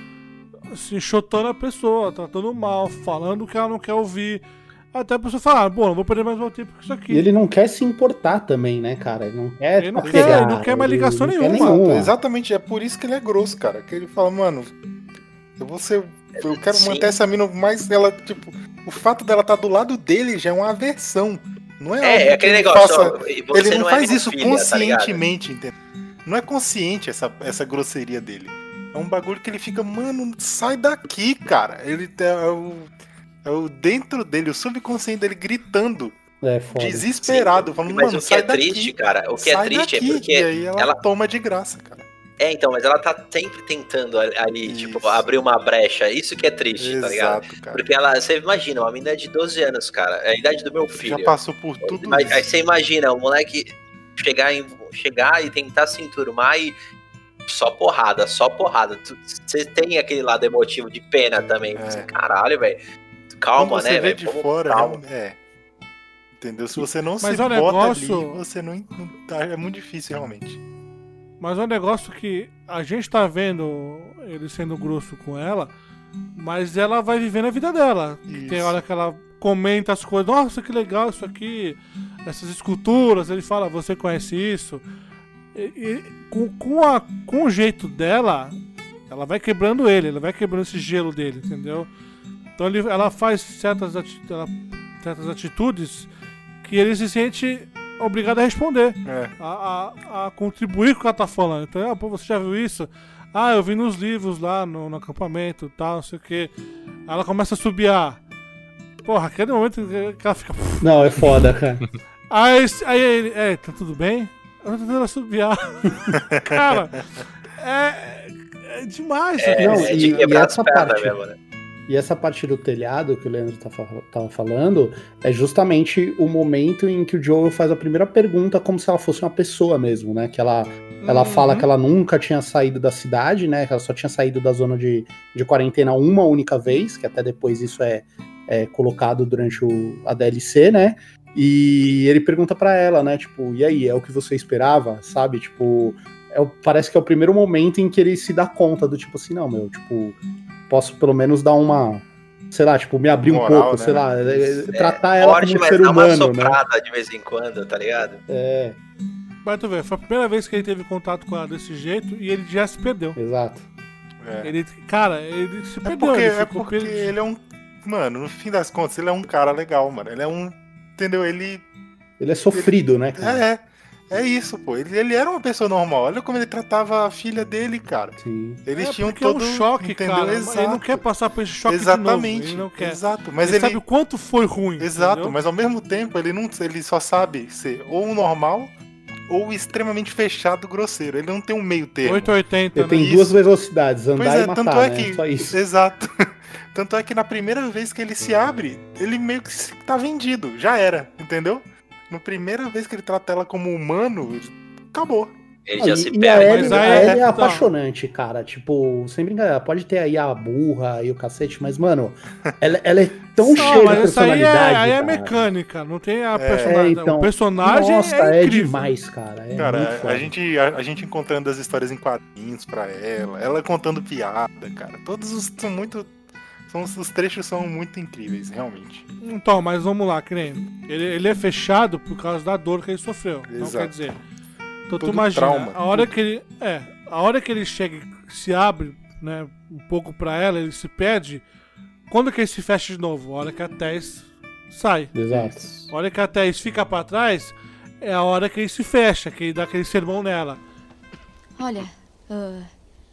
se enxotando a pessoa, tratando mal, falando o que ela não quer ouvir. Até a pessoa falar, bom, não vou perder mais meu tempo com isso aqui. E ele não quer se importar também, né, cara? Ele não quer. Ele não tipo, quer, pegar, ele não quer mais ligação não quer nenhuma. nenhuma. Exatamente, é por isso que ele é grosso, cara. Que ele fala, mano, eu vou ser. Eu quero Sim. manter essa mina mais. Ela, tipo, o fato dela estar do lado dele já é uma aversão. Não é, É, algo é que aquele ele negócio, faça- ó, você ele não, não é faz minha isso filha, tá ligado? conscientemente, entendeu? Não é consciente essa, essa grosseria dele. É um bagulho que ele fica, mano, sai daqui, cara. Ele é o, é o dentro dele, o subconsciente dele gritando, É foda. desesperado, falando, Mas mano, o que sai é daqui. triste, cara, o que é sai triste daqui. é porque E aí ela, ela toma de graça, cara. É, então, mas ela tá sempre tentando ali, Isso. tipo, abrir uma brecha. Isso que é triste, tá ligado? Exato, cara. Porque ela, você imagina, uma menina de doze anos, cara, é a idade do meu filho. Já passou por tudo Mas, isso. aí você imagina, o moleque chegar, em, chegar e tentar se enturmar e só porrada, só porrada. Tu- Você tem aquele lado emotivo de pena também. É. Assim, caralho, velho. Calma, Quando você né, vê velho? de Vamos com fora, calma. é, é. Entendeu? Se você não Mas se é um bota negócio- ali, você não, não tá, é muito difícil realmente. Mas é um negócio que a gente tá vendo ele sendo grosso com ela, mas ela vai vivendo a vida dela. Isso. Tem hora que ela comenta as coisas, nossa, que legal isso aqui, essas esculturas, ele fala, você conhece isso? E, e com, com, a, com o jeito dela, ela vai quebrando ele, ela vai quebrando esse gelo dele, entendeu? Então ele, ela faz certas, ati- ela- certas atitudes que ele se sente obrigado a responder, É. a, a, a contribuir com o que ela tá falando. Então, ah, pô, você já viu isso? Ah, eu vi nos livros lá no, no acampamento e tal, não sei o que. Aí ela começa a subiar. Porra, aquele momento que ela fica. Não, é foda, cara. Aí, aí ele, é, tá tudo bem? Eu tô tentando assobiar. Cara, é, é demais. É, sabe? Não, é e- de e quebrar as essa pernas parte- mesmo, né? E essa parte do telhado que o Leandro tá fa- tava falando é justamente o momento em que o Joel faz a primeira pergunta como se ela fosse uma pessoa mesmo, né? Que ela, ela Uhum. fala que ela nunca tinha saído da cidade, né? Que ela só tinha saído da zona de, de quarentena uma única vez, que até depois isso é, é colocado durante o, a D L C, né? E ele pergunta pra ela, né? Tipo, e aí, é o que você esperava, sabe? Tipo, é o- parece que é o primeiro momento em que ele se dá conta do tipo assim, não, meu, tipo, posso pelo menos dar uma, sei lá, tipo, me abrir um Moral, pouco, né? sei lá, é, É, tratar ela forte, como um mas ser dá uma humano, né? soprada de vez em quando, tá ligado? É, Mas tu vê, foi a primeira vez que ele teve contato com ela desse jeito e ele já se perdeu. exato. É, Ele, cara, ele se é perdeu. porque, ele é ficou porque perdido. ele é um. Mano, no fim das contas, ele é um cara legal, mano. Ele é um. Entendeu? Ele. Ele é sofrido, né, cara? É, é isso, pô. Ele, ele era uma pessoa normal. Olha como ele tratava a filha dele, cara. Sim. Eles É, tinham porque todo é um choque, entendeu? cara. Exato. Ele não quer passar por esse choque Exatamente. de novo. Ele não quer. Exato. Mas ele, ele, sabe o quanto foi ruim. exato, entendeu? mas ao mesmo tempo ele não, ele só sabe ser ou um normal ou extremamente fechado, grosseiro. Ele não tem um meio termo. oito ou oitenta, Ele né? tem Isso. duas velocidades, andar Pois é, e matar, tanto é né? que. Só isso. Exato. Tanto é que na primeira vez que ele se abre, ele meio que tá vendido. Já era, entendeu? Na primeira vez que ele trata ela como humano, acabou. Ele Não, já e, se e a perde. Ellie, mas a aí- Ellie é tá. apaixonante, cara. Tipo, sem brincadeira, pode ter aí a burra e o cacete, mas, mano, ela, ela é tão Não, cheia de mas isso aí é, personalidade. aí é cara. mecânica, não tem a É, personalidade. então, o personagem Nossa, é é, incrível. demais, cara. É Cara, muito a, foda. a gente, a, a gente encontrando as histórias em quadrinhos pra ela, ela contando piada, cara. Todos os são muito. São, os trechos são muito incríveis, realmente. Então, mas vamos lá, que nem. Ele, ele é fechado por causa da dor que ele sofreu. Então, Exato. quer dizer. Então, tu Todo imagina, trauma, a hora tudo. que ele. É, a hora que ele chega e se abre, né, um pouco pra ela, ele se perde. Quando que ele se fecha de novo? A hora que a Tess sai. Exato. A hora que a Tess fica pra trás, é a hora que ele se fecha, que ele dá aquele sermão nela. Olha, ah,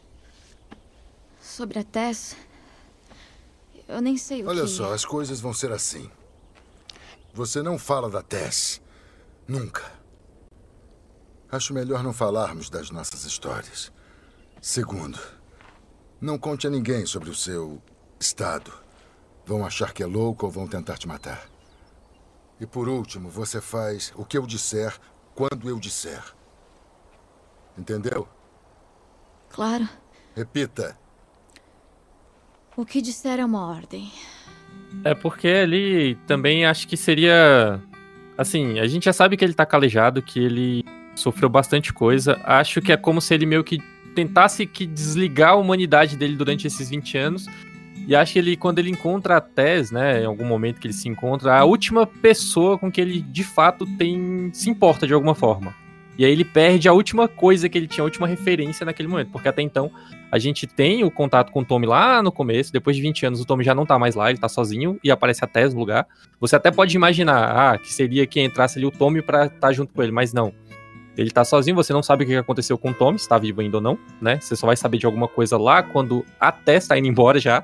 sobre a Tess, eu nem sei o Olha que... só, as coisas vão ser assim. você não fala da Tess. Nunca. Acho melhor não falarmos das nossas histórias. Segundo, não conte a ninguém sobre o seu estado. Vão achar que é louco ou vão tentar te matar. E por último, você faz o que eu disser quando eu disser. Entendeu? Claro. Repita. O que disser é uma ordem. É porque ali também acho que seria... Assim, a gente já sabe que ele tá calejado, que ele sofreu bastante coisa. Acho que é como se ele meio que tentasse que desligar a humanidade dele durante esses vinte anos. E acho que ele, quando ele encontra a Tess, né, em algum momento que ele se encontra, a última pessoa com que ele, de fato, tem se importa de alguma forma. E aí ele perde a última coisa que ele tinha, a última referência naquele momento. Porque até então, a gente tem o contato com o Tommy lá no começo. Depois de vinte anos, o Tommy já não tá mais lá, ele tá sozinho. E aparece a Tess no lugar. Você até pode imaginar, ah, que seria que entrasse ali o Tommy pra estar junto com ele. Mas não. Ele tá sozinho, você não sabe o que aconteceu com o Tommy, se tá vivo ainda ou não, né? Você só vai saber de alguma coisa lá quando a Tess tá indo embora já.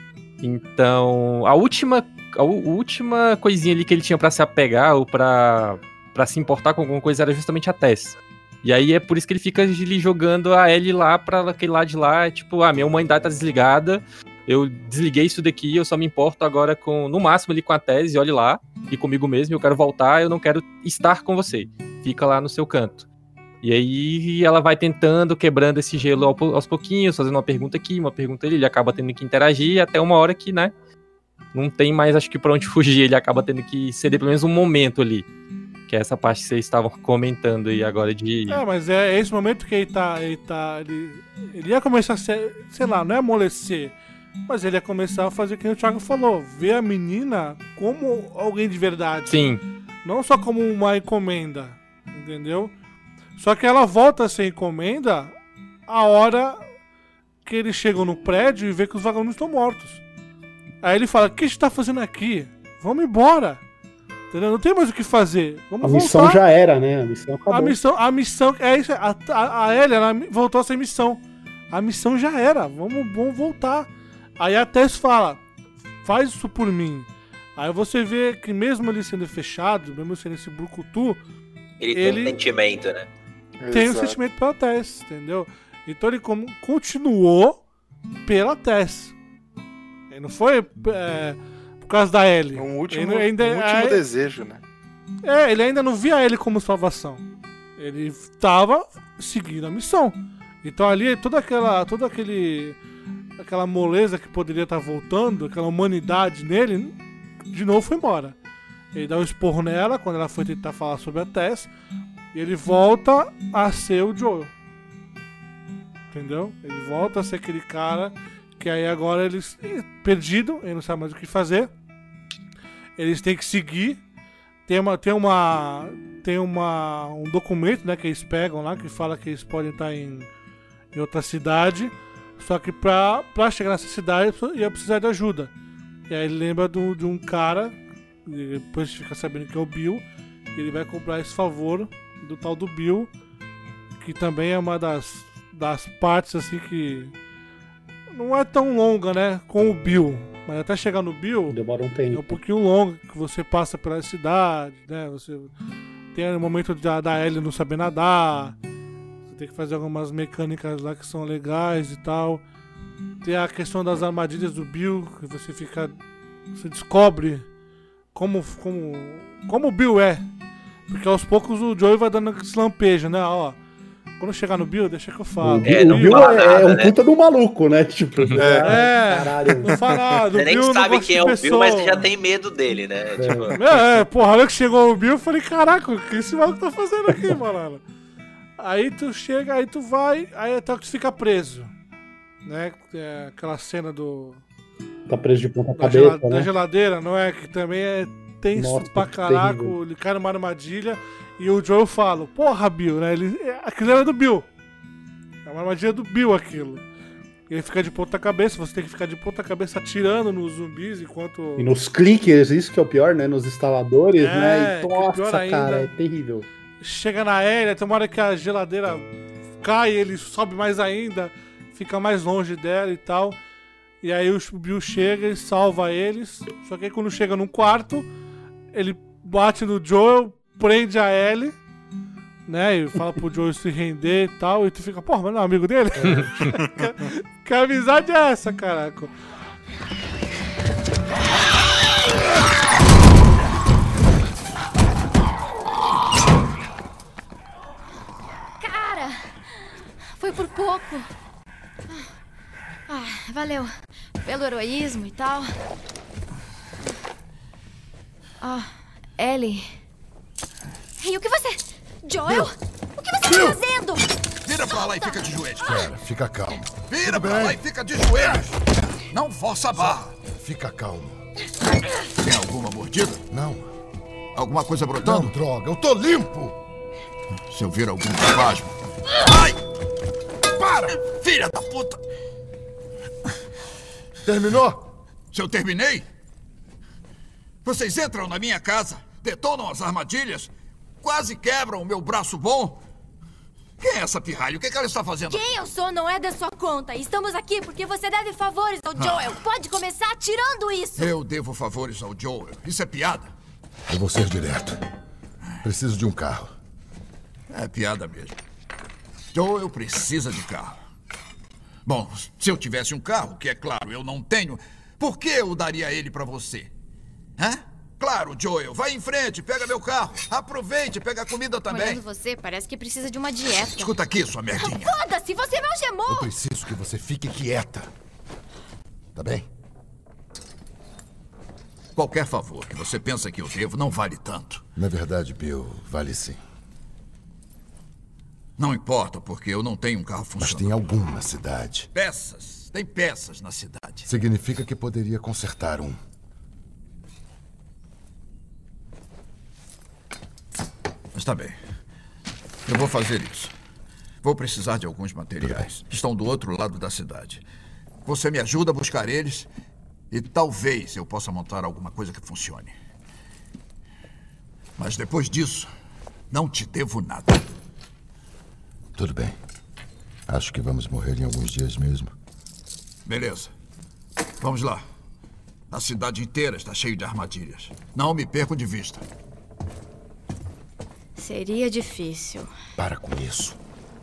Então, a última, a última coisinha ali que ele tinha pra se apegar ou pra... pra se importar com alguma coisa era justamente a Tess. E aí é por isso que ele fica ali jogando a Ellie lá pra aquele lado de lá, tipo, ah, minha humanidade tá desligada, eu desliguei isso daqui, eu só me importo agora com, no máximo ali com a Tess, e olhe lá, e comigo mesmo, eu quero voltar, eu não quero estar com você. Fica lá no seu canto. E aí ela vai tentando, quebrando esse gelo aos pouquinhos, fazendo uma pergunta aqui, uma pergunta ali, ele acaba tendo que interagir, até uma hora que, né, não tem mais, acho que pra onde fugir, ele acaba tendo que ceder pelo menos um momento ali. Que é essa parte que vocês estavam comentando aí agora de... É, mas é esse momento que ele tá... Ele, tá, ele, ele ia começar a ser, sei lá, não é amolecer, mas ele ia começar a fazer o que o Thiago falou, ver a menina como alguém de verdade. Sim. Não só como uma encomenda, entendeu? Só que ela volta a ser encomenda a hora que eles chegam no prédio e vê que os vagalumes estão mortos. Aí ele fala, o que a gente tá fazendo aqui? Vamos embora. Entendeu? Não tem mais o que fazer. Vamos a missão voltar. já era, né? A missão acabou. A missão, a missão, é isso. A, a, a Ellie, ela voltou a ser missão. A missão já era. Vamos, vamos voltar. Aí a Tess fala, faz isso por mim. Aí você vê que mesmo ele sendo fechado, mesmo sendo esse brucutu, Ele, ele tem um sentimento, né? tem Exato. um sentimento pela Tess, entendeu? Então ele como, continuou pela Tess. Ele não foi é, por causa da Ellie. Um último, ele ainda, um último é, desejo, né? É, ele ainda não via ele como salvação. Ele tava seguindo a missão. Então ali toda aquela, toda aquele, aquela moleza que poderia estar voltando, aquela humanidade nele, de novo foi embora. Ele dá um esporro nela quando ela foi tentar falar sobre a Tess. E ele volta a ser o Joel. Entendeu? Ele volta a ser aquele cara que aí agora eles... Perdido, ele não sabe mais o que fazer. Eles têm que seguir. Tem uma... Tem uma... Tem uma... Um documento, né, que eles pegam lá, que fala que eles podem estar em... Em outra cidade. Só que pra, pra chegar nessa cidade, ia precisar de ajuda. E aí ele lembra do, de um cara... E depois fica sabendo que é o Bill. E ele vai comprar esse favor do tal do Bill, que também é uma das, das partes assim que não é tão longa, né, com o Bill, mas até chegar no Bill demora um tempo. É um pouquinho longo, que você passa pela cidade, né, você tem o momento da, da Ellie não saber nadar, você tem que fazer algumas mecânicas lá que são legais e tal, tem a questão das armadilhas do Bill, que você fica, você descobre como, como, como o Bill é. Porque aos poucos o Joey vai dando esse lampejo, né? Ó, quando chegar no Bill, deixa que eu falo. O Bill, é, o Bill é, nada, é um puta né? do maluco, né? Tipo, é, é caralho. Não fala nada. Você nem Bill sabe quem é o pessoa. Bill, mas você já tem medo dele, né? É, tipo... é, é porra, olha que chegou o Bill, eu falei, caraca, o que esse maluco tá fazendo aqui, mano? Aí tu chega, aí tu vai, aí até que tu fica preso. Né? É aquela cena do... Tá preso de ponta da cabeça, gela, né? Da geladeira, não é? Que também é... tenso Nossa, pra caraca, ele cai numa armadilha e o Joel fala, porra, Bill, né? Ele, aquilo era do Bill. É uma armadilha do Bill aquilo. Ele fica de ponta cabeça, você tem que ficar de ponta cabeça atirando nos zumbis enquanto... E nos clickers, isso que é o pior, né? Nos instaladores, é, né? E, nossa, pior cara, ainda, é terrível. Chega na aérea, tem uma hora que a geladeira cai, ele sobe mais ainda, fica mais longe dela e tal. E aí o Bill chega e salva eles. Só que aí quando chega num quarto, ele bate no Joel, prende a Ellie, né? E fala pro Joel se render e tal. E tu fica, porra, mas não é amigo dele? que, que amizade é essa, caraca? Cara, foi por pouco. Ah, valeu pelo heroísmo e tal. Ah, Ellie. Ei, o que você... Joel? O que você está fazendo? Vira pra lá e fica de joelhos. Pera, fica calmo. Vira pra lá e fica de joelhos. Não força a barra. Fica calmo. Tem alguma mordida? Não. Alguma coisa brotando? Não, droga, eu tô limpo. Se eu vir algum espasmo... Ai! Para! Filha da puta! Terminou? Se eu terminei? Vocês entram na minha casa, detonam as armadilhas, quase quebram o meu braço bom. Quem é essa pirralha? O que, é que ela está fazendo? Quem eu sou não é da sua conta. Estamos aqui porque você deve favores ao Joel. Ah. Pode começar tirando isso. Eu devo favores ao Joel. Isso é piada. Eu vou ser direto. Preciso de um carro. É piada mesmo. Joel precisa de carro. Bom, se eu tivesse um carro, que é claro, eu não tenho, por que eu daria ele pra você? Hã? Claro, Joel, vai em frente, pega meu carro. Aproveite, pega a comida também. Olhando você, parece que precisa de uma dieta. Escuta aqui, sua merdinha. Foda-se, você me algemou! Eu preciso que você fique quieta. Tá bem? Qualquer favor que você pensa que eu devo não vale tanto. Na verdade, Bill, vale sim. Não importa, porque eu não tenho um carro funcionando. Mas tem algum na cidade. Peças. Tem peças na cidade. Significa que poderia consertar um. Está bem. Eu vou fazer isso. Vou precisar de alguns materiais. Estão do outro lado da cidade. Você me ajuda a buscar eles e talvez eu possa montar alguma coisa que funcione. Mas depois disso, não te devo nada. Tudo bem. Acho que vamos morrer em alguns dias mesmo. Beleza. Vamos lá. A cidade inteira está cheia de armadilhas. Não me percam de vista. Seria difícil. Para com isso.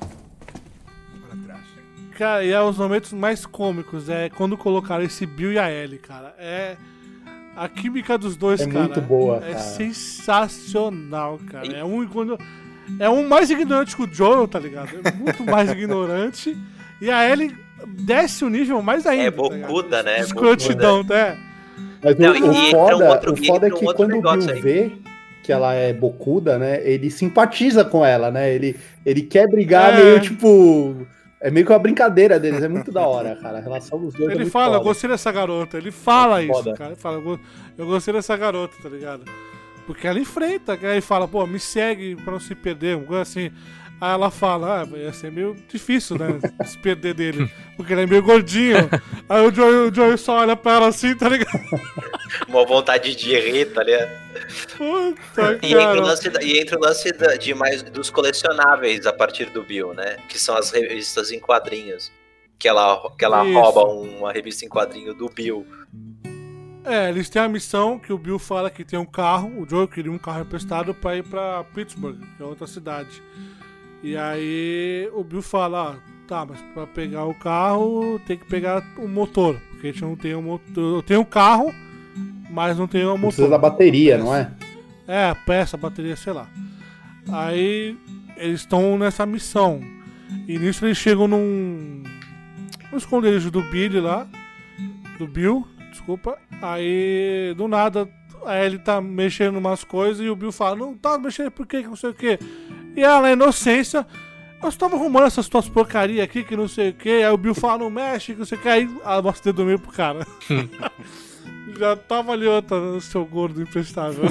Cara, e é os momentos mais cômicos, é quando colocaram esse Bill e a Ellie, cara. É... A química dos dois, é cara. É muito boa, É cara. sensacional, cara. É um quando... É um mais ignorante que o Joel, tá ligado? É muito mais ignorante. E a Ellie desce o nível mais ainda. É bocuda, tá né? Escrotidão, né? Mas Não, o, e o entra foda, um outro- o foda é entra um que outro quando o negócio Bill aí. vê que ela é bocuda, né? Ele simpatiza com ela, né? Ele, ele quer brigar É. meio tipo... É meio que uma brincadeira deles. É muito da hora, cara. A relação dos dois é Ele muito fala, eu foda. gostei dessa garota. Ele fala É isso, foda. cara. Ele fala, eu go- eu gostei dessa garota, tá ligado? Porque ela enfrenta, aí ele fala, pô, me segue pra não se perder, uma coisa assim. Aí ela fala, ah, ia ser meio difícil, né, se perder dele, porque ele é meio gordinho. Aí o Joey, o Joey só olha pra ela assim, tá ligado? Uma vontade de rir, tá ligado? Puta, E entra o cara. lance, da- e entra o lance da- de mais dos colecionáveis a partir do Bill, né? Que são as revistas em quadrinhos. Que ela, que ela Isso. rouba uma revista em quadrinho do Bill. É, eles têm a missão que o Bill fala que tem um carro, o Joey queria um carro emprestado pra ir pra Pittsburgh, que é outra cidade. E aí o Bill fala, ah, tá, mas pra pegar o carro tem que pegar o motor, porque a gente não tem um motor. Eu tenho um carro, mas não tenho um motor. Precisa da bateria, não é? É, peça, bateria, sei lá. Aí eles estão nessa missão. E nisso eles chegam num, num esconderijo do Billy lá. Do Bill, desculpa. Aí, do nada, a Ellie tá mexendo em umas coisas e o Bill fala, não tá mexendo por quê, que não sei o quê. E ela, na inocência, eu estava arrumando essas tuas porcarias aqui, que não sei o quê. Aí o Bill fala, não mexe, que não sei o quê. Aí ela mostra o dedo meio pro cara. Já tava ali outra, o seu gordo imprestável.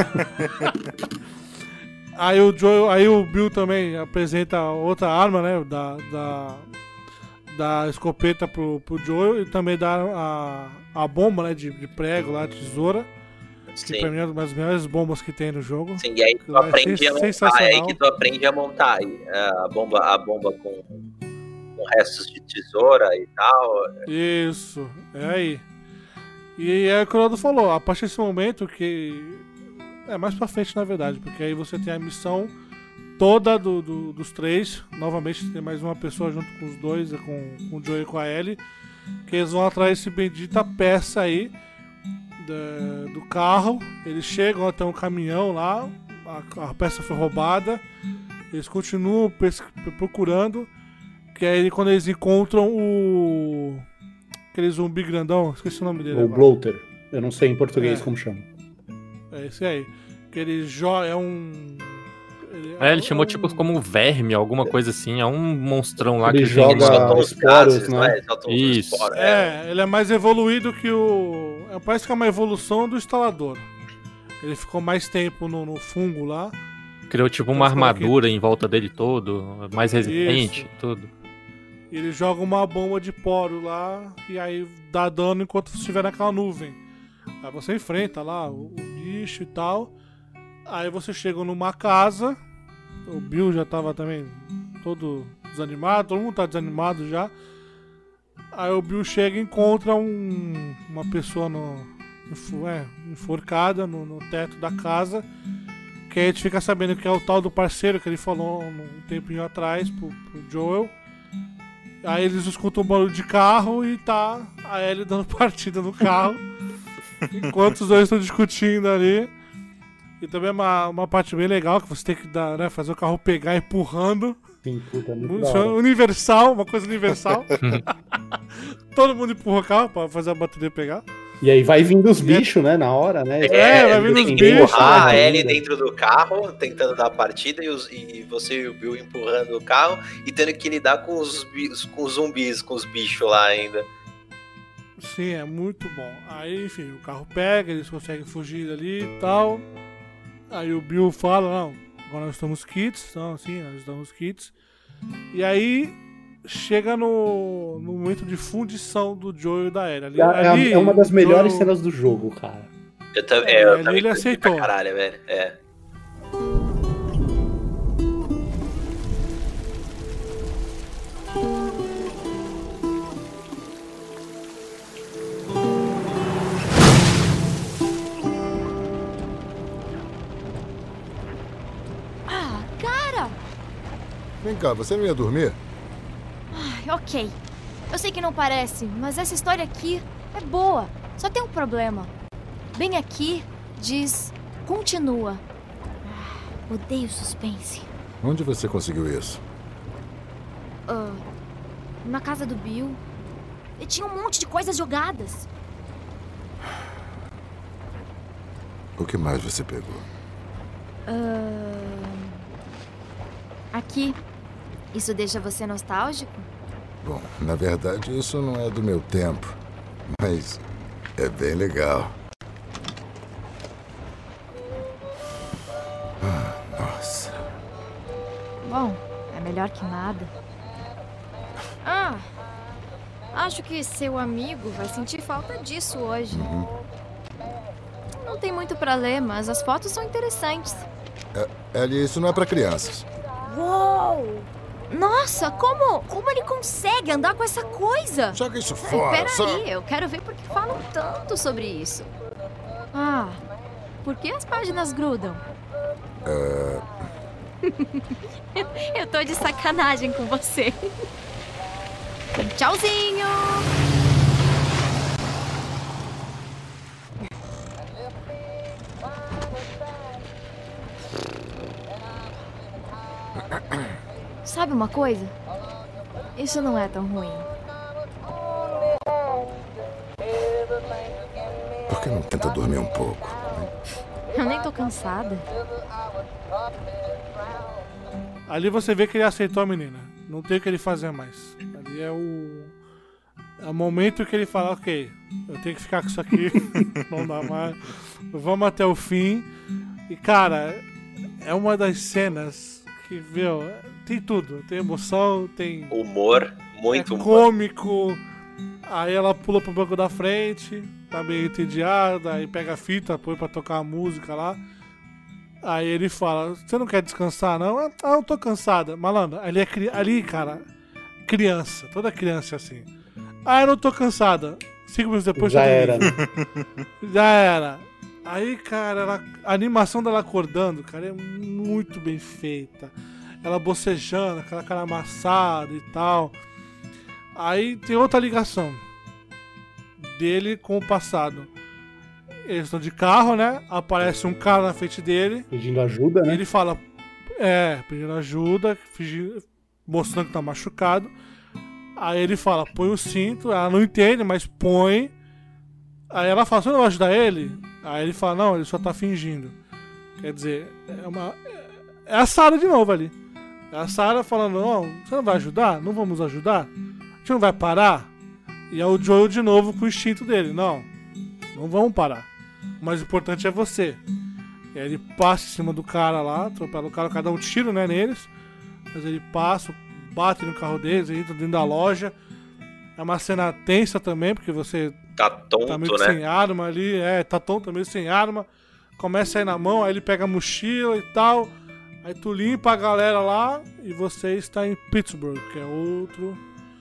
Aí o Joel, aí o Bill também apresenta outra arma, né? Da, da, da escopeta pro, pro Joel e também dá a, a bomba, né? De, de prego lá, tesoura. Que Sim. pra mim é uma das melhores bombas que tem no jogo. Sim, e aí tu É aprende a montar, sensacional. é aí que tu aprende a montar aí, a bomba, a bomba com, com restos de tesoura e tal. Isso, é aí. E é o que o Ronaldo falou, a partir desse momento que É, mais pra frente, na verdade, porque aí você tem a missão toda do, do, dos três. Novamente tem mais uma pessoa junto com os dois, com, com o Joel e com a Ellie, que eles vão atrás desse bendita peça aí da, do carro. Eles chegam até um caminhão lá, a, a peça foi roubada. Eles continuam procurando, que aí quando eles encontram o... aquele zumbi grandão, esqueci o nome dele O agora. Bloater, eu não sei em português É. como chama. É esse aí. Que ele joga, é um... Ele É, ele é chamou um- tipo como um verme, alguma coisa assim. É um monstrão lá Ele que joga tem... soltam os esporos, gases, né? né? Soltam os Isso. esporos, É, ele é mais evoluído que o... é, parece que é uma evolução do instalador. Ele ficou mais tempo no, no fungo lá. Criou tipo uma Então ficou armadura em volta dele todo, mais resistente, Isso. tudo. E ele joga uma bomba de poro lá, e aí dá dano enquanto você estiver naquela nuvem. Aí você enfrenta lá o, o bicho e tal. Aí você chega numa casa. O Bill já tava também todo desanimado, todo mundo tá desanimado já. Aí o Bill chega e encontra um, uma pessoa no, enfo- é, enforcada no, no teto da casa. Que aí a gente fica sabendo que é o tal do parceiro que ele falou um tempinho atrás pro, pro Joel. Aí eles escutam um barulho de carro e tá a Ellie dando partida no carro. Enquanto os dois estão discutindo ali. E também é uma, uma parte bem legal que você tem que dar, né, fazer o carro pegar empurrando. Sim, puta, muito Muito da hora. universal, uma coisa universal. Todo mundo empurra o carro pra fazer a bateria pegar. E aí vai vindo os bichos, né, na hora, né? É, vai vindo tem os que bichos. empurrar a né? Ellie dentro do carro, tentando dar a partida, e, os- e você e o Bill empurrando o carro e tendo que lidar com os, bi- com os zumbis, com os bichos lá ainda. Sim, é muito bom. Aí, enfim, o carro pega, eles conseguem fugir ali e tal. Aí o Bill fala, não, agora nós estamos kits, então assim, nós estamos kits. E aí chega no, no momento de fundição do Joel e da Ellie. Ali, É, é a- ali, é uma das o melhores Joel- cenas do jogo, cara. Eu, tam- É, é, eu ali também ele curti aceitou. pra caralho, velho. É. Ah, cara! Vem cá, você não ia dormir? Ai, ok. Eu sei que não parece, mas essa história aqui é boa. Só tem um problema. Bem aqui diz continua. Ah, odeio suspense. Onde você conseguiu isso? Ah, na casa do Bill. E tinha um monte de coisas jogadas. O que mais você pegou? Ah, aqui. Isso deixa você nostálgico? Bom, na verdade, isso não é do meu tempo. Mas é bem legal. Ah, nossa. Bom, é melhor que nada. Ah, acho que seu amigo vai sentir falta disso hoje. Uhum. Não tem muito pra ler, mas as fotos são interessantes. É, Ellie, isso não é pra crianças. Uou! Nossa, como, como ele consegue andar com essa coisa? Joga isso fora, Peraí, só- eu quero ver por que falam tanto sobre isso. Ah, por que as páginas grudam? É, Eu tô de sacanagem com você. Tchauzinho! Sabe uma coisa? Isso não é tão ruim. por que não tenta dormir um pouco? Eu nem tô cansada. Ali você vê que ele aceitou a menina. Não tem o que ele fazer mais. Ali é o. É o momento que ele fala, ok, eu tenho que ficar com isso aqui. Não dá mais. Vamos até o fim. E cara, é uma das cenas que, meu, tem tudo. Tem emoção, tem. Humor, muito é humor. cômico. Aí ela pula pro banco da frente, tá meio entediada, aí pega a fita, põe pra tocar a música lá. Aí ele fala, você não quer descansar, não? Ah, eu tô cansada. Malandro, ali, é cri... ali, cara, criança, toda criança é assim. Ah, eu não tô cansada. Cinco minutos depois Já você era, dormiu. Já era. Aí, cara, ela, a animação dela acordando, cara, é muito bem feita. Ela bocejando, aquela cara amassada e tal. Aí tem outra ligação dele com o passado. Eles estão de carro, né? Aparece um cara na frente dele. Pedindo ajuda, né? E ele fala... É, pedindo ajuda, fingindo, mostrando que tá machucado. Aí ele fala, põe o cinto. Ela não entende, mas põe. Aí ela fala, você não vai ajudar ele? Aí ele fala, não, ele só tá fingindo. Quer dizer, é uma... É a Sarah de novo ali. É a Sarah falando, não, você não vai ajudar? Não vamos ajudar? A gente não vai parar? E é o Joel de novo com o instinto dele. Não, não vamos parar. O mais importante é você. E aí ele passa em cima do cara lá, atropela o cara, o cara dá um tiro, né, neles. Mas ele passa, bate no carro deles, entra dentro da loja. É uma cena tensa também, porque você tá tonto, tá meio que né? sem arma ali. É, tá tonto, meio sem arma. Começa a ir na mão, aí ele pega a mochila e tal. Aí tu limpa a galera lá e você está em Pittsburgh, que é outro...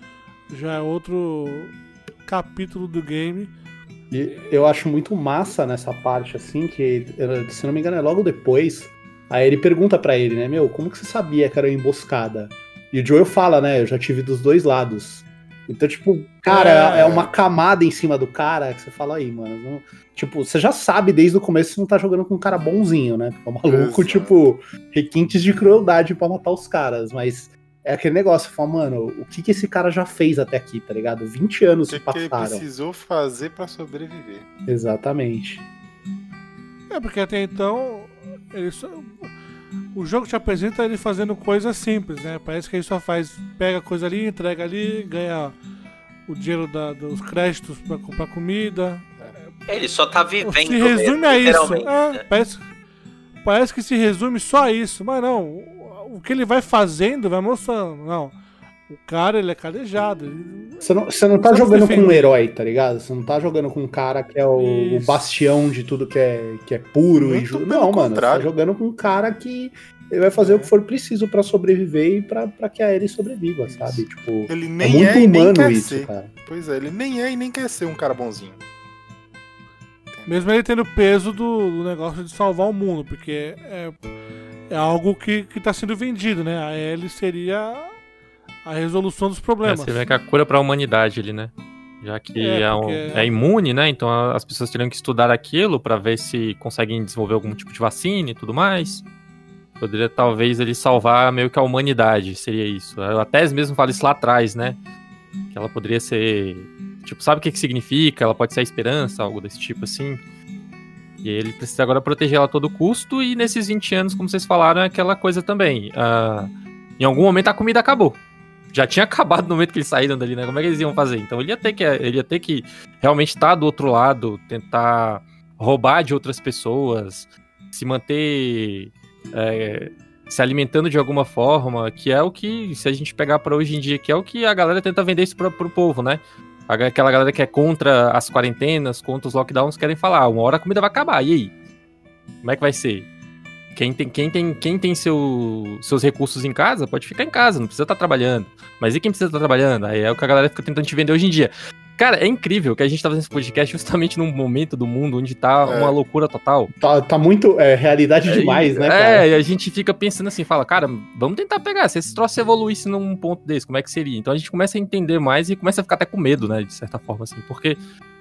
Já é outro capítulo do game. E eu acho muito massa nessa parte, assim, que, se não me engano, é logo depois. Aí ele pergunta pra ele, né, meu, como que você sabia que era uma emboscada? E o Joel fala, né, eu já tive dos dois lados. Então, tipo, cara, é, é uma camada em cima do cara que você fala aí, mano. Não, tipo, você já sabe desde o começo que você não tá jogando com um cara bonzinho, né? Porque é um maluco, Exato. tipo, requintes de crueldade pra matar os caras, mas... É aquele negócio, fala, mano, o que que esse cara já fez até aqui, tá ligado? vinte anos se passaram. O que ele precisou fazer pra sobreviver. Exatamente. É, porque até então, ele só... o jogo te apresenta ele fazendo coisas simples, né? Parece que ele só faz, pega coisa ali, entrega ali, ganha o dinheiro da, dos créditos pra comprar comida. Ele só tá vivendo. Se resume mesmo, a isso. né? É, parece, parece que se resume só a isso, mas não... O que ele vai fazendo vai mostrando. Não, o cara, ele é calejado. Ele... Você não, você não tá Sabe jogando com um herói, tá ligado? Você não tá jogando com um cara que é o, o bastião de tudo que é, que é puro Muito e justo. Não, mano, você tá jogando com um cara que ele vai fazer é. o que for preciso pra sobreviver e pra, pra que a ele sobreviva, isso. sabe? Tipo, ele nem é muito é humano isso, ser. cara. Pois é, ele nem é e nem quer ser um cara bonzinho. Mesmo ele tendo o peso do, do negócio de salvar o mundo, porque é... É algo que, que tá sendo vendido, né? A Ellie seria a resolução dos problemas. É, você vê que é a cura pra humanidade ali, né? Já que é, é, um, é imune, né? Então as pessoas teriam que estudar aquilo pra ver se conseguem desenvolver algum tipo de vacina e tudo mais. Poderia talvez ele salvar meio que a humanidade, seria isso. A Tess mesmo fala isso lá atrás, né? Que ela poderia ser... Tipo, sabe o que que significa? Ela pode ser a esperança, algo desse tipo assim. E ele precisa agora proteger ela a todo custo, e nesses vinte anos, como vocês falaram, é aquela coisa também. Uh, em algum momento a comida acabou. Já tinha acabado no momento que eles saíram dali, né? Como é que eles iam fazer? Então ele ia ter que, ele ia ter que realmente estar do outro lado, tentar roubar de outras pessoas, se manter é, se alimentando de alguma forma, que é o que, se a gente pegar para hoje em dia, que é o que a galera tenta vender isso pro, pro povo, né? Aquela galera que é contra as quarentenas, contra os lockdowns, querem falar, uma hora a comida vai acabar, e aí? Como é que vai ser? Quem tem, quem tem, quem tem seu, seus recursos em casa, pode ficar em casa, não precisa estar trabalhando. Mas e quem precisa estar trabalhando? Aí é o que a galera fica tentando te vender hoje em dia. Cara, é incrível que a gente tá fazendo esse podcast justamente num momento do mundo onde tá é. uma loucura total. Tá, tá muito é, realidade demais, é, né, cara? É, e a gente fica pensando assim, fala, cara, vamos tentar pegar, se esse troço evoluísse num ponto desse, como é que seria? Então a gente começa a entender mais e começa a ficar até com medo, né, de certa forma, assim, porque,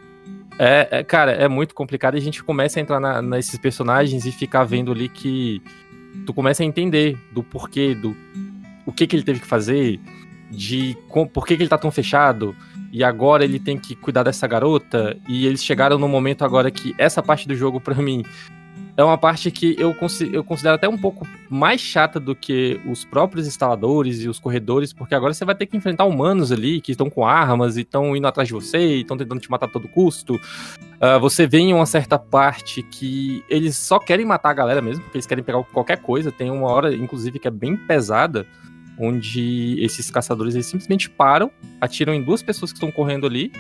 é, é cara, é muito complicado e a gente começa a entrar na, nesses personagens e ficar vendo ali que tu começa a entender do porquê, do o que que ele teve que fazer, de com, por que que ele tá tão fechado, e agora ele tem que cuidar dessa garota, e eles chegaram no momento agora que essa parte do jogo, pra mim, é uma parte que eu, eu considero até um pouco mais chata do que os próprios instaladores e os corredores, porque agora você vai ter que enfrentar humanos ali, que estão com armas, e estão indo atrás de você, e estão tentando te matar a todo custo. Uh, você vê em uma certa parte que eles só querem matar a galera mesmo, porque eles querem pegar qualquer coisa. Tem uma hora, inclusive, que é bem pesada, onde esses caçadores eles simplesmente param, atiram em duas pessoas que estão correndo ali,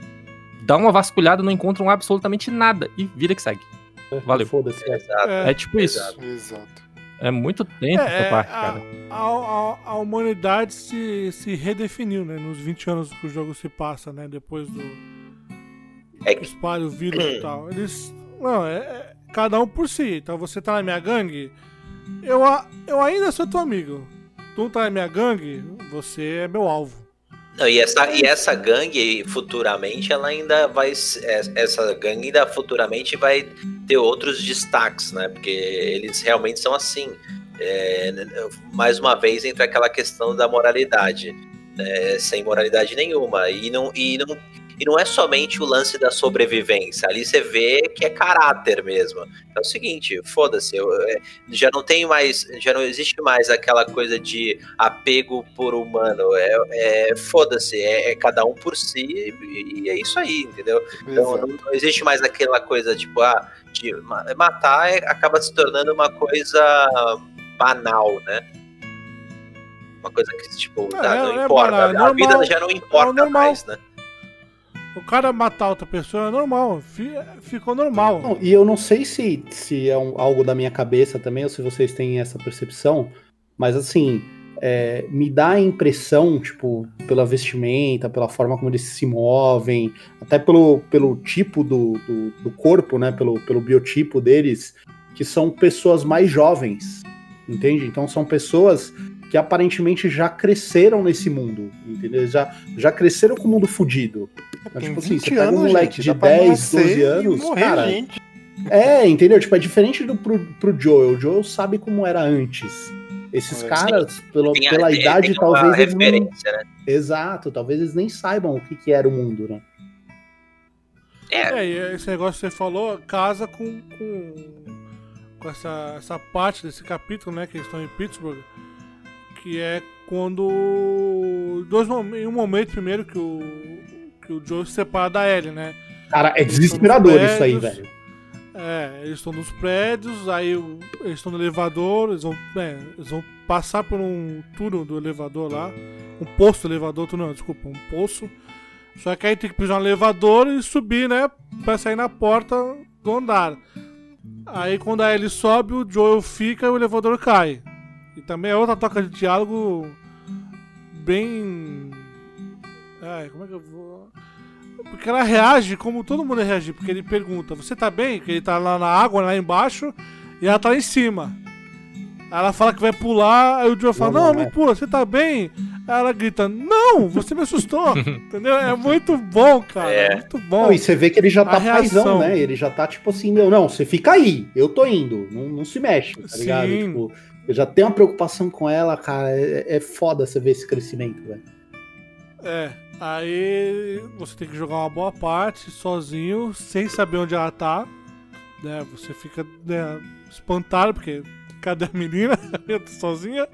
dá uma vasculhada, não encontram absolutamente nada e vira que segue. Valeu. Foda-se. É, é tipo isso. Exato. É muito tenso é, essa parte, a, cara. A, a, a humanidade se, se redefiniu, né? Nos vinte anos que o jogo se passa, né? Depois do é que... espalho, vírus e tal. Eles, Não, é, é cada um por si. Então você tá na minha gangue, eu, a- eu ainda sou teu amigo. Tu tá na minha gangue, você é meu alvo. Não, e essa, e essa gangue futuramente, ela ainda vai. Essa gangue ainda futuramente vai ter outros destaques, né? Porque eles realmente são assim. É, mais uma vez entra aquela questão da moralidade, né, sem moralidade nenhuma. E não, e, não, e não é somente o lance da sobrevivência. Ali você vê que é caráter mesmo. É o seguinte, foda-se, eu, é, já não tem mais, já não existe mais aquela coisa de apego por humano. É, é foda-se, é, é cada um por si e, e é isso aí, entendeu? Então não, não existe mais aquela coisa tipo, ah, de matar é, acaba se tornando uma coisa banal, né? Uma coisa que, tipo, É, tá, não é importa. banal, é a normal, vida já não importa é normal. mais, né? O cara matar outra pessoa é normal, fi- ficou normal. Não, e eu não sei se, se é um- algo da minha cabeça também, ou se vocês têm essa percepção, mas assim, é, me dá a impressão, tipo, pela vestimenta, pela forma como eles se movem, até pelo, pelo tipo do, do, do corpo, né, pelo, pelo biotipo deles, que são pessoas mais jovens, entende? Então são pessoas que aparentemente já cresceram nesse mundo, entendeu? Já, já cresceram com o mundo fudido. Mas, tipo assim, você pega um moleque gente, de dá pra dez, nascer doze e anos, morrer cara... gente. É, entendeu? Tipo, é diferente do, pro, pro Joel. O Joel sabe como era antes. Esses Sim. caras, pelo, Tem a- pela tem- idade, tem uma talvez eles não... referência, né? Exato, talvez eles nem saibam o que, que era o mundo, né? É, e esse negócio que você falou casa com, com, com essa, essa parte desse capítulo, né? Que eles estão em Pittsburgh. Que é quando. Dois, mom- em um momento, primeiro, que o, que o Joe se separa da Ellie, né? Cara, é Eles estão nos desesperador isso aí, prédios, velho. É, eles estão nos prédios, aí o- eles estão no elevador, eles vão, é, eles vão passar por um túnel do elevador lá. Um poço do elevador, túnel, não, desculpa, um poço. Só que aí tem que pisar no elevador e subir, né? Pra sair na porta do andar. Aí quando a Ellie sobe, o Joel fica e o elevador cai. E também é outra toca de diálogo bem. Ai, como é que eu vou. Porque ela reage como todo mundo reage. Porque ele pergunta: você tá bem? Que ele tá lá na água, lá embaixo, e ela tá lá em cima. Aí ela fala que vai pular, aí o Joel fala: Não, não, não, não, é. pula, você tá bem? Aí ela grita: não, você me assustou. Entendeu? É muito bom, cara. É muito bom. Não, e você vê que ele já tá A reação. paizão, né? Ele já tá tipo assim, meu, não, você fica aí, eu tô indo, não, não se mexe, tá ligado? Sim. Tipo, eu já tenho uma preocupação com ela, cara, é, é foda você ver esse crescimento, velho. É, aí você tem que jogar uma boa parte sozinho, sem saber onde ela tá. Né? Você fica, né, espantado, porque cadê a menina? Eu tô sozinha.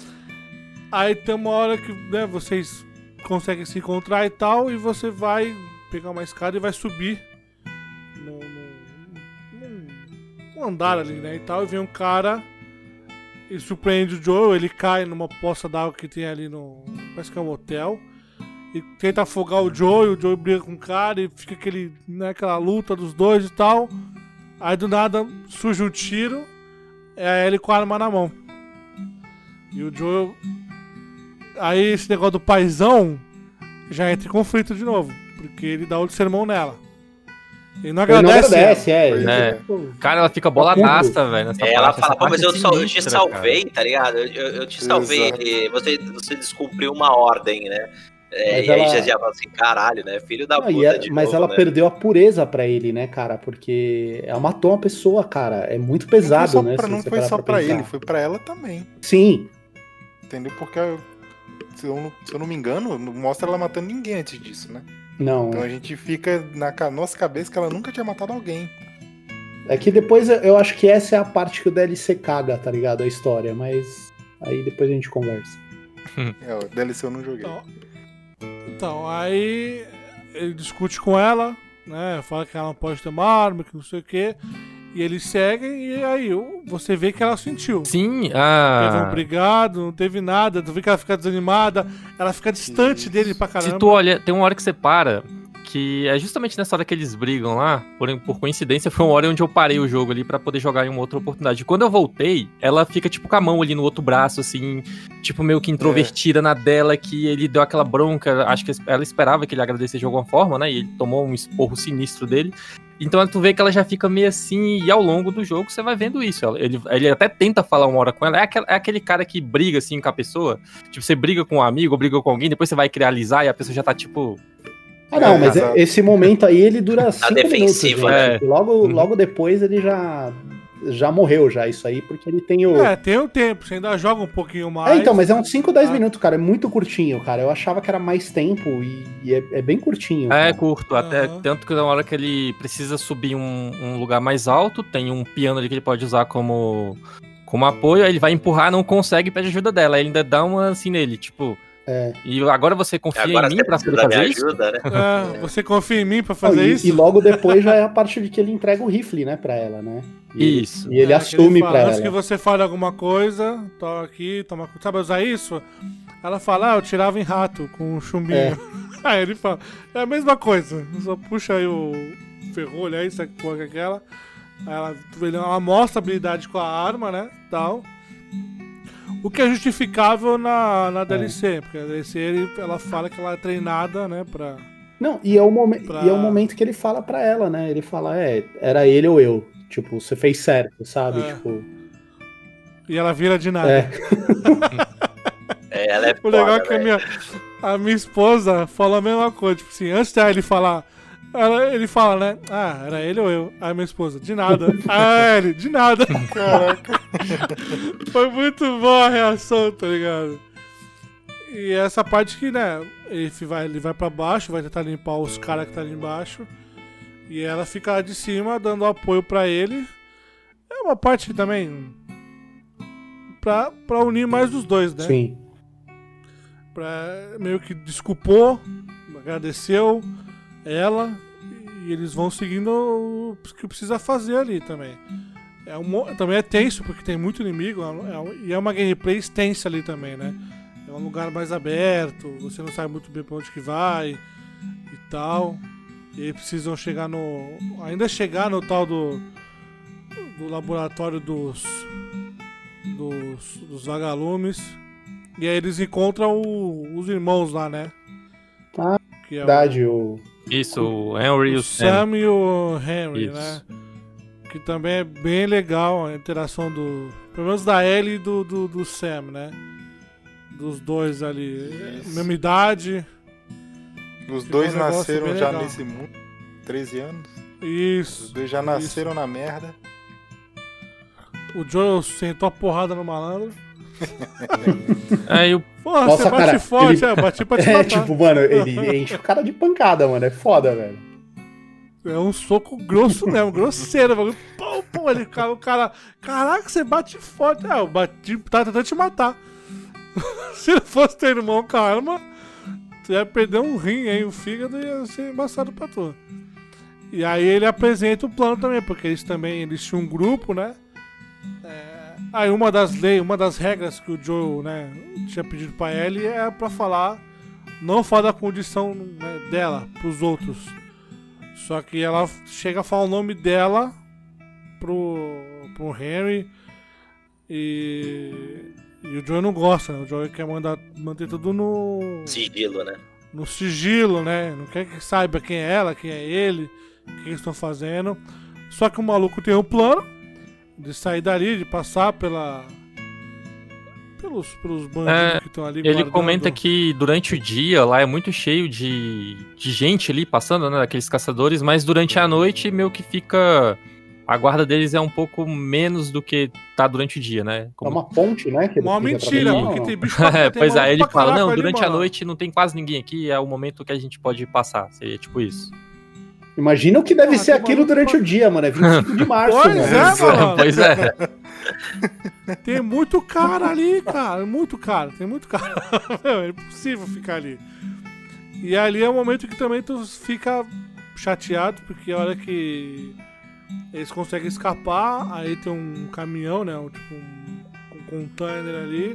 Aí tem uma hora que, né, vocês conseguem se encontrar e tal, e você vai pegar uma escada e vai subir no, no, num- num andar ali, né, e tal, e vem um cara e surpreende o Joel, ele cai numa poça d'água que tem ali no... parece que é um hotel. E tenta afogar o Joe, o Joe briga com o cara e fica aquele, né, aquela luta dos dois e tal. Aí do nada surge um tiro, é a Ellie com a arma na mão. E o Joe. Aí esse negócio do paizão já entra em conflito de novo, porque ele dá outro sermão nela. Ele não Ele não agradece. agradece, é. ela. ele- É. Cara, ela fica boladaça, velho. nessa É, ela parte. fala, Essa pô, mas parte é eu, sal- eu te sinistra, salvei, cara. tá ligado? Eu, eu- eu te salvei, Exato. e você, você descumpriu uma ordem, né? É, Mas e aí ela- já, já fala assim, caralho, né? Filho da Não, e puta é- de mas novo, ela né? perdeu a pureza pra ele, né, cara? Porque ela matou uma pessoa, cara. É muito pesado, não foi só né? pra, se não você foi parar só pra pensar. ele, foi pra ela também. Sim, Entendeu? Porque, se eu, não- se eu não me engano, não mostra ela matando ninguém antes disso, né? não. Então a gente fica na ca- nossa cabeça que ela nunca tinha matado alguém. É que depois eu- eu acho que essa é a parte que o D L C caga, tá ligado? A história, mas aí depois a gente conversa. É, o D L C eu não joguei. Então, então, aí ele discute com ela, né? Fala que ela não pode ter uma arma, que não sei o quê. E eles seguem e aí você vê que ela sentiu. Sim, Teve um a... brigado, não teve nada, tu vê que ela fica desanimada, ela fica distante dele pra caramba. Se tu olha, tem uma hora que você para, que é justamente nessa hora que eles brigam lá, por, por coincidência, foi uma hora onde eu parei o jogo ali pra poder jogar em uma outra oportunidade. Quando eu voltei, ela fica, tipo, com a mão ali no outro braço, assim, tipo, meio que introvertida é. na dela, que ele deu aquela bronca, acho que ela esperava que ele agradecesse de alguma forma, né, e ele tomou um esporro sinistro dele. Então tu vê que ela já fica meio assim, e ao longo do jogo você vai vendo isso. Ele, ele até tenta falar uma hora com ela. É aquele, é aquele cara que briga assim com a pessoa. Tipo, você briga com um amigo, ou briga com alguém, depois você vai crializar e a pessoa já tá tipo... Ah, não, mas é, esse momento aí ele dura cinco minutos, gente. É. Logo, logo depois ele já... Já morreu, já, isso aí, porque ele tem o... É, tem o tempo, você ainda joga um pouquinho mais. É, então, mas é uns cinco, dez ah. minutos, cara, é muito curtinho, cara. Eu achava que era mais tempo e, e é, é bem curtinho. É, cara. curto, uhum. até tanto que na hora que ele precisa subir um, um lugar mais alto, tem um piano ali que ele pode usar como, como apoio, aí ele vai empurrar, não consegue, pede ajuda dela, aí ele ainda dá uma assim nele, tipo... É. E agora você confia agora em mim pra poder fazer isso? Ajuda, né? É, você confia em mim pra fazer Não, e, isso? E logo depois já é a parte de que ele entrega o rifle, né, pra ela, né? E, isso. E ele é, assume ele fala, pra antes ela. que você fale alguma coisa, tô aqui, toma, sabe usar isso? Ela fala, ah, eu tirava em rato com um chumbinho. É. Aí ele fala, é a mesma coisa, só puxa aí o ferrolho aí, sabe que porra que é aquela. Aí ela, ela mostra a habilidade com a arma, né, tal. O que é justificável na, na D L C, é. porque a D L C ele, ela fala que ela é treinada, né, pra... Não, e é, o momen- pra... e é o momento que ele fala pra ela, né, ele fala, é, era ele ou eu, tipo, você fez certo, sabe, é. tipo... E ela vira de nada. É. É, ela é o legal foda, é que a minha, a minha esposa falou a mesma coisa, tipo assim, antes dela ele falar... Ela, ele fala, né? Ah, era ele ou eu? Aí minha esposa, de nada. Ah, ele, de nada. Caraca. Foi muito boa a reação, tá ligado? E essa parte que, né? Ele vai, ele vai pra baixo, vai tentar limpar os caras que tá ali embaixo. E ela fica lá de cima, dando apoio pra ele. É uma parte que também... Pra, pra unir mais os dois, né? Sim. Pra, meio que desculpou, agradeceu ela... E eles vão seguindo o que precisa fazer ali também. É um, também é tenso, porque tem muito inimigo. É um, e é uma gameplay extensa ali também, né? É um lugar mais aberto, você não sabe muito bem pra onde que vai e tal. E aí precisam chegar no... Ainda chegar no tal do... Do laboratório dos... Dos, dos vagalumes. E aí eles encontram o, os irmãos lá, né? Ah, que é verdade, o... Isso, o Henry e o Sam. Sam e o Henry, Isso. né? Que também é bem legal a interação do... Pelo menos da Ellie e do, do, do Sam, né? Dos dois ali. Isso. Mesma idade. Os dois um nasceram já legal. nesse mundo. treze anos. Isso. Os dois já nasceram isso. na merda. O Joel sentou a porrada no malandro. Aí eu... Porra, Nossa, você bate cara, forte, ele... é, bati pra te É, matar. tipo, mano, ele enche o cara de pancada, mano, é foda, velho. É um soco grosso mesmo, grosseiro, bagulho. Pum, pum, ele, cara, o cara... Caraca, você bate forte. É, eu bati, tá tentando te matar. Se não fosse teu irmão com a arma, tu ia perder um rim aí, o fígado ia ser embaçado pra tu. E aí ele apresenta o plano também, porque eles também, eles tinham um grupo, né? É... Aí uma das leis, uma das regras que o Joel, né, tinha pedido pra Ellie é pra falar, não falar da condição, né, dela pros outros. Só que ela chega a falar o nome dela pro, pro Henry e, e o Joel não gosta, né? O Joel quer mandar, manter tudo no sigilo, né? No sigilo, né? Não quer que saiba quem é ela, quem é ele, o que eles estão fazendo. Só que o maluco tem um plano de sair dali, de passar pela... Pelos, pelos bandidos é, que estão ali ele guardando. comenta que durante o dia lá é muito cheio de, de gente ali passando, né? Aqueles caçadores, mas durante a noite meio que fica... A guarda deles é um pouco menos do que tá durante o dia, né? Como... É uma ponte, né? Que uma mentira, porque tem bicho pra, é, tem pois é, ele fala, não, ali, durante mano. a noite não tem quase ninguém aqui, é o momento que a gente pode passar. Seria tipo isso. Imagina o que deve ah, ser aquilo durante pra... o dia, mano. É vinte e cinco de março, pois mano. É, mano. Pois é. Tem muito cara ali, cara. Muito cara. Tem muito cara. É impossível ficar ali. E ali é o momento que também tu fica chateado, porque a hora que eles conseguem escapar, aí tem um caminhão, né? Um, tipo um, um container ali.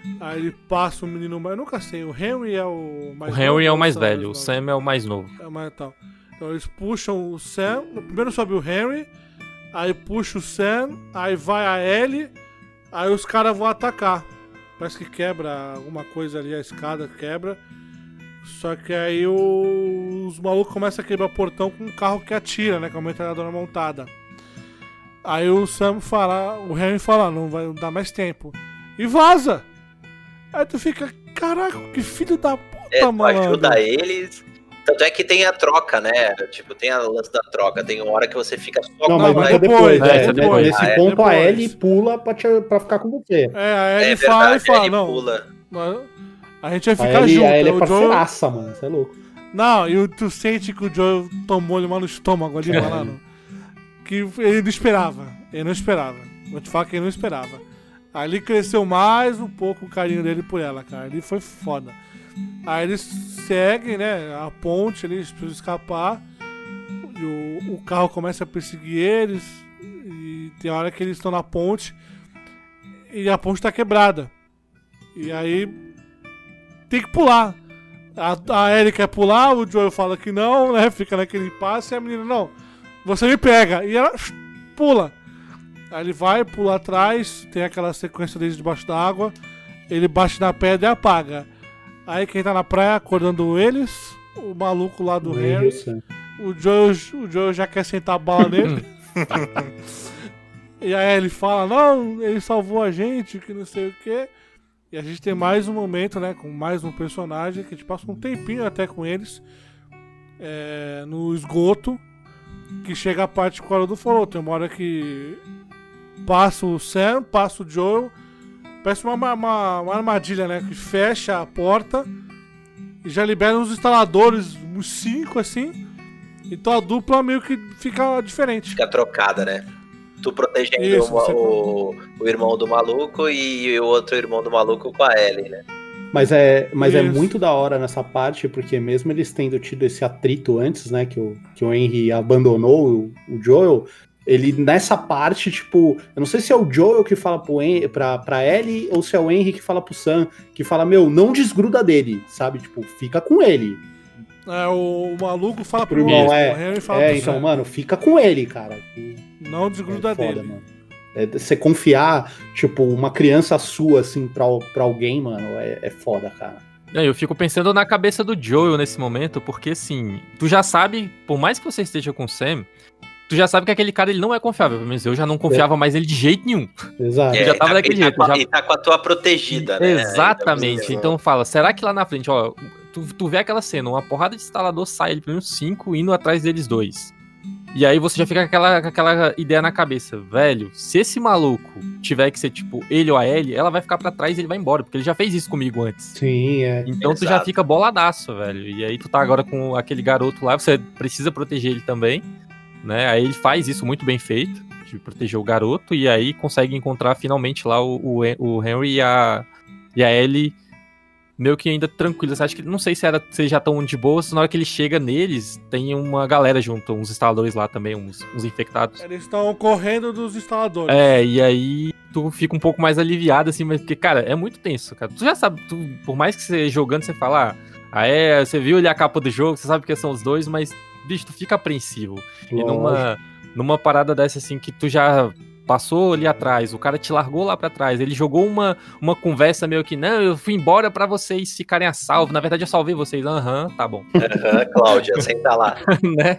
Aí ele passa o menino mais. Eu nunca sei, o Henry é o mais O Henry novo, é o mais Sam velho, o novo? Sam é o mais novo. É o mais tal. Então eles puxam o Sam. Primeiro sobe o Henry, aí puxa o Sam, aí vai a Ellie, aí os caras vão atacar. Parece que quebra alguma coisa ali, a escada quebra. Só que aí o... os malucos começam a quebrar o portão com um carro que atira, né? Com a metralhadora montada. Aí o Sam fala, o Henry fala, não vai dar mais tempo. E vaza! Aí tu fica, caraca, que filho da puta, É, tu mano. ajuda eles. Tanto é que tem a troca, né? Tipo, tem a lance da troca. Tem uma hora que você fica só Não, com mas a isso é depois, É, é, isso é depois. Nesse Ah, é ponto a depois. Ellie pula pra, te, pra ficar com você. É, a Ellie É fala e verdade, fala, ele não. pula. nós- A gente vai A ficar Ellie, junto. a Ellie é o Joel... parceiraça, mano. Você é louco. Não, e o- tu sente que o Joel tomou ele mal no estômago ali, mano. Que ele não esperava. Ele não esperava. Vou te falar que ele não esperava. Ali cresceu mais um pouco o carinho dele por ela, cara. Ali foi foda. Aí eles seguem, né? A ponte, eles precisam escapar. E o, o carro começa a perseguir eles. E tem hora que eles estão na ponte. E a ponte tá quebrada. E aí tem que pular. A, a Ellie quer pular, o Joel fala que não, né? Fica naquele impasse e a menina, não, você me pega. E ela pula. Aí ele vai, pula atrás, tem aquela sequência deles debaixo da água. Ele bate na pedra e apaga. Aí quem tá na praia acordando eles, o maluco lá do Henry. Isso. O Joel, o Joel já quer sentar a bala nele. E aí ele fala, não, ele salvou a gente, que não sei o quê. E a gente tem mais um momento, né, com mais um personagem, que a gente passa um tempinho até com eles, é, no esgoto, que chega a parte que o Haroldo falou, tem uma hora que passa o Sam, passa o Joel, parece uma, uma, uma armadilha, né, que fecha a porta e já libera uns instaladores, uns cinco assim, então a dupla meio que fica diferente. Fica trocada, né? Tu protegendo Isso, o, você- o, o irmão do maluco e o outro irmão do maluco com a Ellie, né? Mas, é, mas é Isso. muito da hora nessa parte, porque mesmo eles tendo tido esse atrito antes, né, que o, que o Henry abandonou o, o Joel, ele nessa parte, tipo, eu não sei se é o Joel que fala pro Henry, pra, pra Ellie ou se é o Henry que fala pro Sam, que fala, meu, não desgruda dele, sabe? Tipo, fica com ele. É, o, o maluco fala pro Pro irmão, outro, é. o Henry fala É, pro então, Sam. mano, fica com ele, cara. Não desgruda É foda, dele. mano. É, você confiar, tipo, uma criança sua, assim, pra, pra alguém, mano, é, é foda, cara. É, eu fico pensando na cabeça do Joel nesse momento, porque assim, tu já sabe, por mais que você esteja com o Sam, tu já sabe que aquele cara ele não é confiável, pelo menos eu já não confiava mais nele de jeito nenhum. Exato. Eu já tava tá, daquele e tá jeito. com a- eu já- E tá com a tua protegida, né? Exatamente. Então, Então fala, será que lá na frente, ó, tu, tu vê aquela cena, uma porrada de instalador sai, ele pelo menos cinco, indo atrás deles dois. E aí você já fica com aquela, com aquela ideia na cabeça, velho, se esse maluco tiver que ser tipo ele ou a Ellie, ela vai ficar pra trás e ele vai embora, porque ele já fez isso comigo antes. Sim, é. Então tu já Exato. fica boladaço, velho. E aí tu tá agora com aquele garoto lá, você precisa proteger ele também, né? Aí ele faz isso muito bem feito, de proteger o garoto, e aí consegue encontrar finalmente lá o, o, o Henry e a, e a Ellie meio que ainda tranquilos. Acho que não sei se, era, se eles já estão de boa, se na hora que ele chega neles, tem uma galera junto, uns instaladores lá também, uns, uns infectados. Eles estão correndo dos instaladores. É, e aí tu fica um pouco mais aliviado, assim, mas porque, cara, é muito tenso, cara. Tu já sabe, tu, por mais que você jogando, você fala, ah, é, você viu ali a capa do jogo, você sabe que são os dois, mas, bicho, tu fica apreensivo. E numa, numa parada dessa, assim, que tu já passou ali atrás, o cara te largou lá pra trás, ele jogou uma, uma conversa meio que, não, eu fui embora pra vocês ficarem a salvo, na verdade eu salvei vocês, aham, tá bom. Aham, Cláudia, senta lá. Né?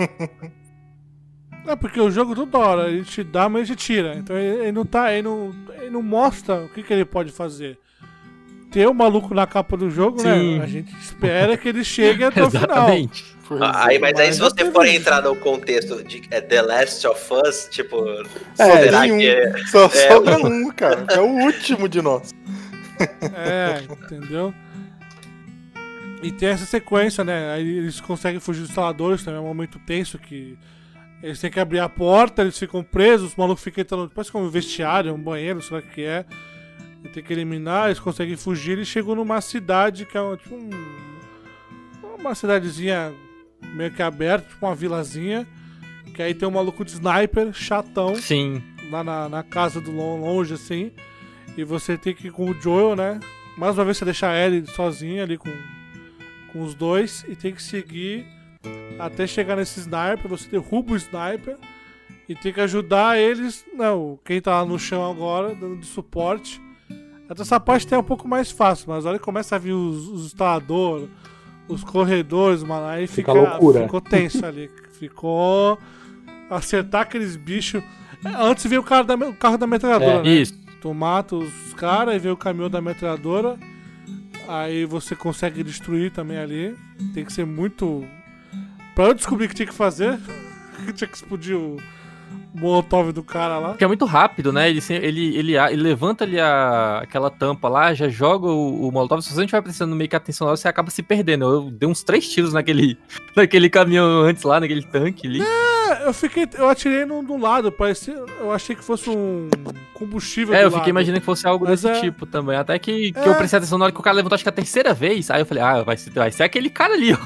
É porque o jogo toda hora, ele te dá, mas ele te tira. Então ele, ele não tá. Ele não, ele não mostra o que, que ele pode fazer. Ter o maluco na capa do jogo, Sim. né? A gente espera que ele chegue até o final. Exatamente. Ah, Aí, mas aí se Mas você não for teve entrar no contexto de é, The Last of Us, tipo, É, será nenhum. que é, Só é, sobra um, cara. É o último de nós. É, entendeu? E tem essa sequência, né? Aí eles conseguem fugir dos instaladores, também é um momento tenso que eles têm que abrir a porta, eles ficam presos, os malucos ficam entrando, parece que é um vestiário, um banheiro, sei lá o que é. E tem que eliminar, eles conseguem fugir e chegam numa cidade que é um, tipo um, uma cidadezinha meio que aberta, tipo uma vilazinha, que aí tem um maluco de sniper, chatão. Sim. Lá na, na casa do lon- longe, assim. E você tem que ir com o Joel, né? Mais uma vez você deixa a Ellie sozinha ali com, com os dois. E tem que seguir até chegar nesse sniper. Você derruba o sniper. E tem que ajudar eles. Não, quem tá lá no chão agora, dando de suporte. Até essa parte tem um pouco mais fácil. Mas a hora que começa a vir os, os instaladores, os corredores, mano, aí fica, fica loucura. Ficou tenso ali. Ficou... Acertar aqueles bichos. Antes veio o, cara da, o carro da metralhadora, É, né? isso. Tu mata os caras e vê o caminhão da metralhadora. Aí você consegue destruir também ali. Tem que ser muito... Pra eu descobrir o que tinha que fazer, tinha que explodir o molotov do cara lá. Porque é muito rápido, né? Ele, se- ele, ele, ele levanta ali a, aquela tampa lá, já joga o, o molotov. Se você não estiver prestando meio que atenção lá, você acaba se perdendo. Eu dei uns três tiros naquele, naquele caminhão antes lá, naquele tanque ali. É, eu fiquei... Eu atirei no, no lado, parecia... Eu achei que fosse um combustível É, do eu fiquei lado. imaginando que fosse algo Mas desse é- tipo também. Até que, que É. eu prestei atenção na hora que o cara levantou, acho que a terceira vez. Aí eu falei, ah, vai ser, vai ser aquele cara ali, ó.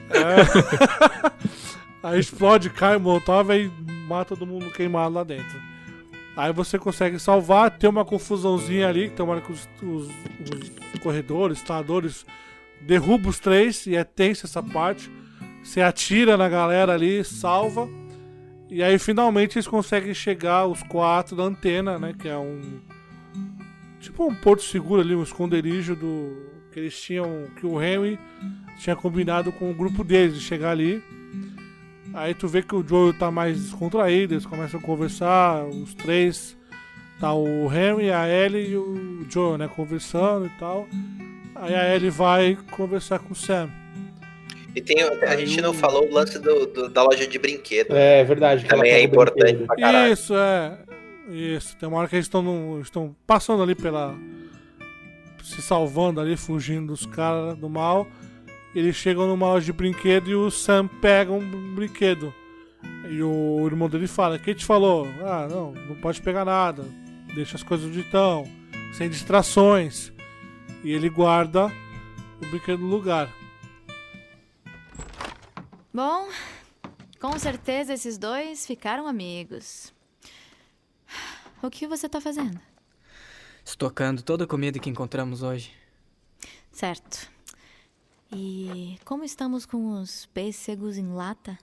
É. Aí explode, cai o molotov e mata todo mundo queimado lá dentro. Aí você consegue salvar, tem uma confusãozinha ali, que tem uma hora que os, os, os corredores, instaladores derrubam os três e é tenso essa parte. Você atira na galera ali, salva. E aí finalmente eles conseguem chegar, os quatro, da antena, né? Que é um... Tipo um porto seguro ali, um esconderijo do... Que eles tinham... Que o Henry tinha combinado com o grupo deles de chegar ali. Aí tu vê que o Joel tá mais descontraído, eles começam a conversar, os três. Tá o Henry, a Ellie e o Joel, né? Conversando e tal. Aí a Ellie vai conversar com o Sam. E tem, a gente não falou o lance do, do- da loja de brinquedo. É verdade. que ela Também é pega o importante brinquedo. pra caralho. Isso, é. Isso. Tem uma hora que eles estão no- estão passando ali pela... Se salvando ali, fugindo dos caras do mal. Eles chegam numa loja de brinquedo e o Sam pega um brinquedo. E o irmão dele fala, quem te falou? Ah, não, não pode pegar nada. Deixa as coisas onde estão. Sem distrações. E ele guarda o brinquedo no lugar. Bom, com certeza esses dois ficaram amigos. O que você tá fazendo? Estocando toda a comida que encontramos hoje. Certo. E como estamos com os pêssegos em lata?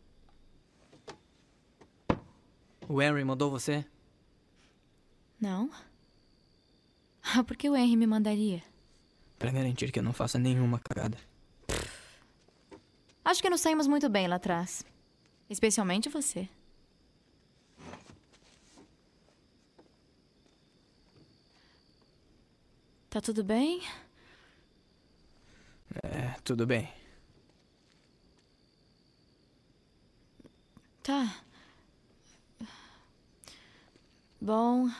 O Henry mandou você? Não? Ah, por que o Henry me mandaria? Pra garantir que eu não faça nenhuma cagada. Acho que nos saímos muito bem lá atrás. Especialmente você. Tá tudo bem? É, tudo bem. Tá. Bom.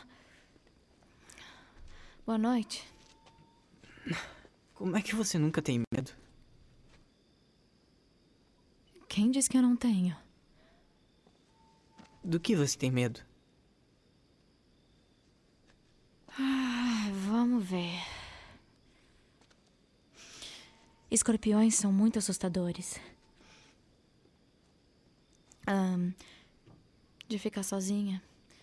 Boa noite. Como é que você nunca tem medo? Quem disse que eu não tenho? Do que você tem medo? Ah, vamos ver. Escorpiões são muito assustadores. Ahn, de ficar sozinha.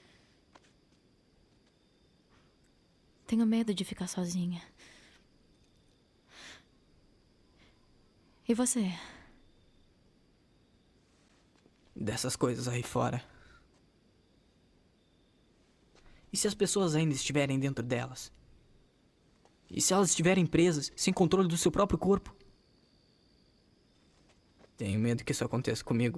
Tenho medo de ficar sozinha. E você? Dessas coisas aí fora. E se as pessoas ainda estiverem dentro delas? E se elas estiverem presas, sem controle do seu próprio corpo? Tenho medo que isso aconteça comigo.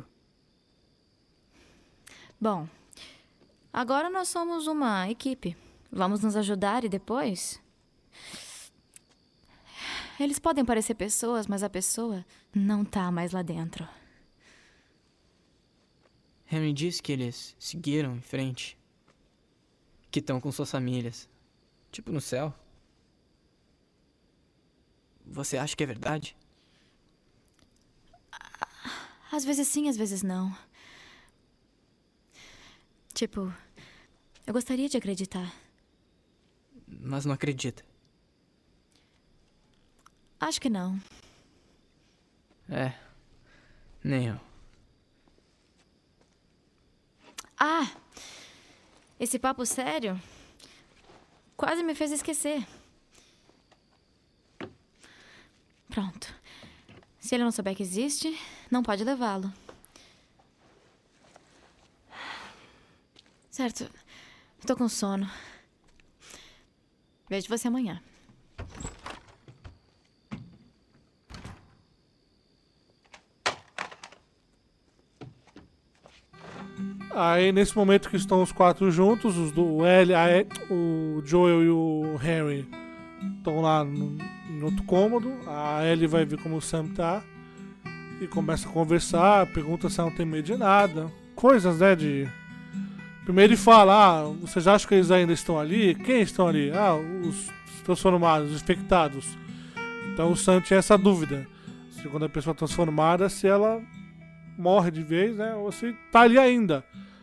Bom, agora nós somos uma equipe. Vamos nos ajudar e depois... Eles podem parecer pessoas, mas a pessoa não tá mais lá dentro. Henry disse que eles seguiram em frente. Que estão com suas famílias. Tipo no céu. Você acha que é verdade? Às vezes sim, às vezes não. Tipo, eu gostaria de acreditar. Mas não acredita. Acho que não. É. Nem eu. Ah! Esse papo sério quase me fez esquecer. Pronto. Se ele não souber que existe, não pode levá-lo. Certo. Tô com sono. Vejo você amanhã. Aí, nesse momento que estão os quatro juntos, os do o L, a, o Joel e o Harry estão lá no, em outro cômodo. A Ellie vai ver como o Sam tá e começa a conversar, pergunta se ela não tem medo de nada. Coisas, né, de... Primeiro ele fala, ah, vocês acham que eles ainda estão ali? Quem estão ali? Ah, os transformados, os infectados. Então o Sam tinha essa dúvida. Se quando a pessoa é transformada, se ela morre de vez, né, ou se tá ali ainda.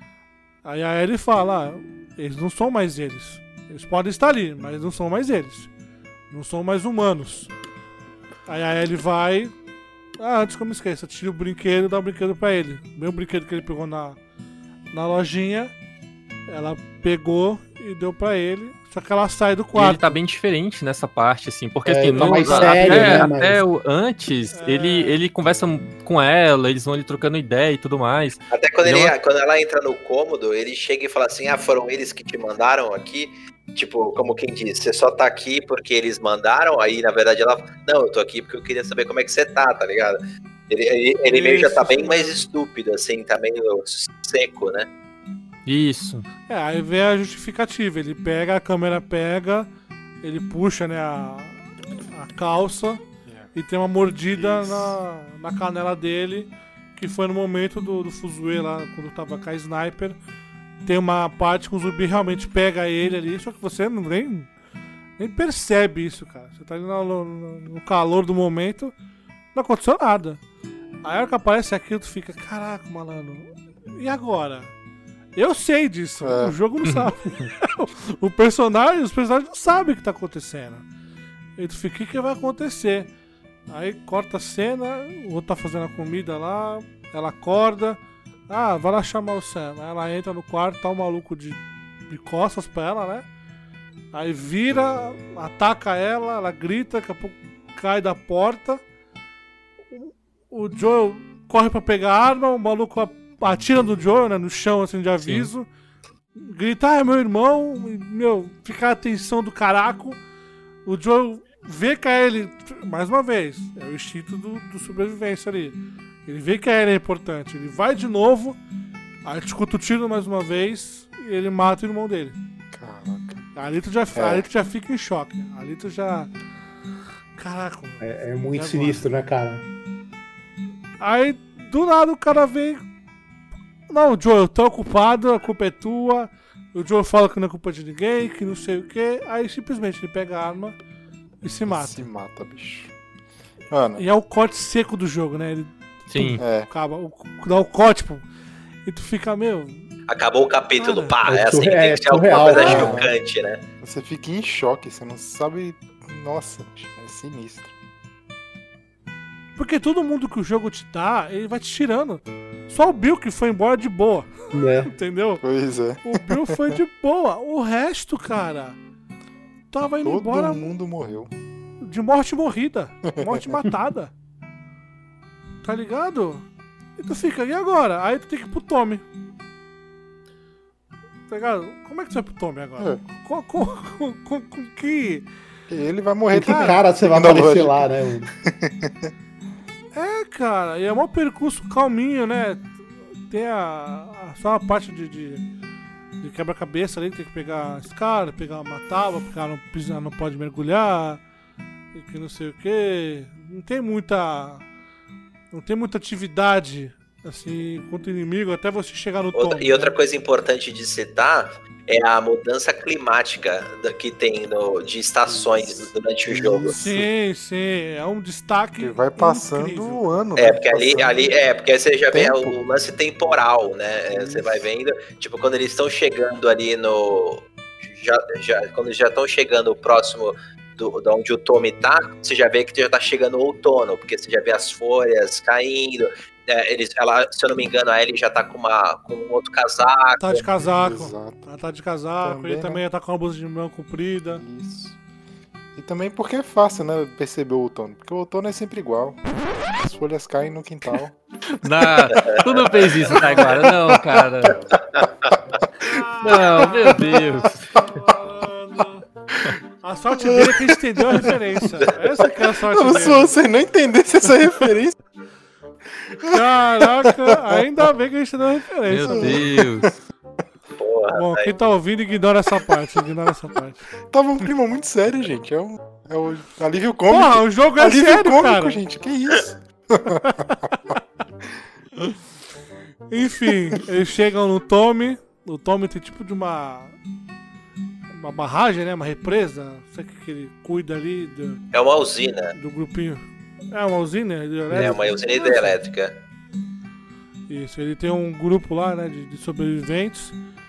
Aí a Ellie fala, ah, eles não são mais eles. Eles podem estar ali, mas não são mais eles. Não são mais humanos. Aí a Ellie vai... Ah, antes que eu me esqueça, tira o brinquedo e dá o brinquedo pra ele. O mesmo brinquedo que ele pegou na, na lojinha, ela pegou e deu pra ele. Só que ela sai do E quarto. ele tá bem diferente nessa parte, assim, porque É, assim, ele tá no- mais até, sério, né, até mas- o, antes, ele, ele conversa com ela, eles vão ali trocando ideia e tudo mais. Até quando, Ele ele, é uma- quando ela entra no cômodo, ele chega e fala assim, ah, foram eles que te mandaram aqui? Tipo, como quem diz, você só tá aqui porque eles mandaram? Aí, na verdade, ela, não, eu tô aqui porque eu queria saber como é que você tá, tá ligado? Ele, ele, ele meio já tá Isso, bem sim. mais estúpido, assim, tá meio seco, né? Isso. É, aí vem a justificativa. Ele pega, a câmera pega, ele puxa, né, a, a calça e tem uma mordida na, na canela dele, que foi no momento do, do fuzuê lá, quando tava com a sniper. Tem uma parte que o zumbi realmente pega ele ali, só que você não nem, nem percebe isso, cara. Você tá ali no, no- no calor do momento, não aconteceu nada. Aí a hora que aparece aquilo, tu fica, caraca, malandro, e agora? Eu sei disso, o jogo não sabe. o personagem, os personagens não sabem o que tá acontecendo. E tu fica, o que, que vai acontecer? Aí corta a cena, o outro tá fazendo a comida lá, ela acorda, ah, vai lá chamar o Sam. Aí ela entra no quarto, tá o maluco de, de costas pra ela, né? Aí vira, ataca ela, ela grita, daqui a pouco cai da porta. O Joel corre pra pegar a arma, o maluco atira do Joel, né, no chão, assim, de aviso. Grita, ah, é meu irmão, e, meu, fica a atenção do caraco. O Joel vê que a Ellie, mais uma vez, é o instinto do, do sobrevivência ali. Ele vê que a Ellie é importante, ele vai de novo, aí escuta o tiro mais uma vez, e ele mata o irmão dele. Caraca. Ali tu já, É. ali tu já fica em choque, ali tu já... Caraca, mano. É, é E muito agora? sinistro, né, cara? Aí, do nada, o cara vem. Não, Joel, eu tô ocupado, a culpa é tua. O Joel fala que não é culpa de ninguém, que não sei o que. Aí simplesmente ele pega a arma e se mata. Se mata, bicho. Mano. E é o corte seco do jogo, né? Ele Sim. pum, É. acaba, o- dá o corte, pô. E tu fica, meu. Acabou o capítulo, pá, é é assim que surre- tem é que ser alguma surreal, coisa né? chocante, né? Você fica em choque, você não sabe. Nossa, bicho, é sinistro. Porque todo mundo que o jogo te dá, ele vai te tirando. Só o Bill que foi embora de boa. É. Entendeu? Pois é. O Bill foi de boa. O resto, cara, tava indo Todo embora mundo morreu. de morte morrida. Morte matada. Tá ligado? E tu fica, e agora? Aí tu tem que ir pro Tommy. Tá ligado? Como é que tu vai pro Tommy agora? Com, com, com, com, com que... Ele vai morrer Com que também. cara você vai Seguindo a aparecer lógica. lá, né? É, cara, e é um percurso calminho, né? Tem a, a só a parte de, de, de quebra-cabeça ali, que tem que pegar a escada, pegar uma tábua, porque ela não, precisa, não pode mergulhar, e que não sei o que. Não tem muita. Não tem muita atividade, assim, contra o inimigo, até você chegar no Outra- tom. e outra coisa importante de citar é a mudança climática da- que tem no, de estações durante o jogo. Sim, sim, é um destaque. Que vai passando incrível. o ano. É, vai porque ali, passando ali é, porque aí você já vê tempo. o lance temporal, né? É, você vai vendo, tipo, quando eles estão chegando ali no. Já, já, quando eles já estão chegando próximo do, de onde o Tommy tá, você já vê que já tá chegando o outono, porque você já vê as folhas caindo. É, eles, ela, se eu não me engano, a Ellie já tá com, uma, com um outro casaco. Tá de casaco. Exato. Ela tá de casaco. Também, ele também né? tá com uma blusa de mão comprida. Isso. E também porque é fácil, né, perceber o outono. Porque o outono é sempre igual. As folhas caem no quintal. Não, tu não fez isso, Taiguara. Não, cara. Não, meu Deus. A sorte dele é que a gente entendeu a referência. Essa que é a sorte Não, dele. se você não entendesse essa referência... Caraca, ainda bem que a gente entendeu a referência. Meu Deus. Porra, Bom, quem tá ouvindo, ignora essa parte. Ignora essa parte. Tava um clima muito sério, gente. É, um, é o alívio cômico. Porra, o jogo é alívio sério, cômico, cara. gente. Que isso? Enfim, eles chegam no Tommy. O Tommy tem tipo de uma... Uma barragem, né? Uma represa. Não sei o que ele cuida ali do, é uma usina. do grupinho. É uma usina hidrelétrica? É uma usina hidrelétrica. Isso, ele tem um grupo lá, né, de, de sobreviventes.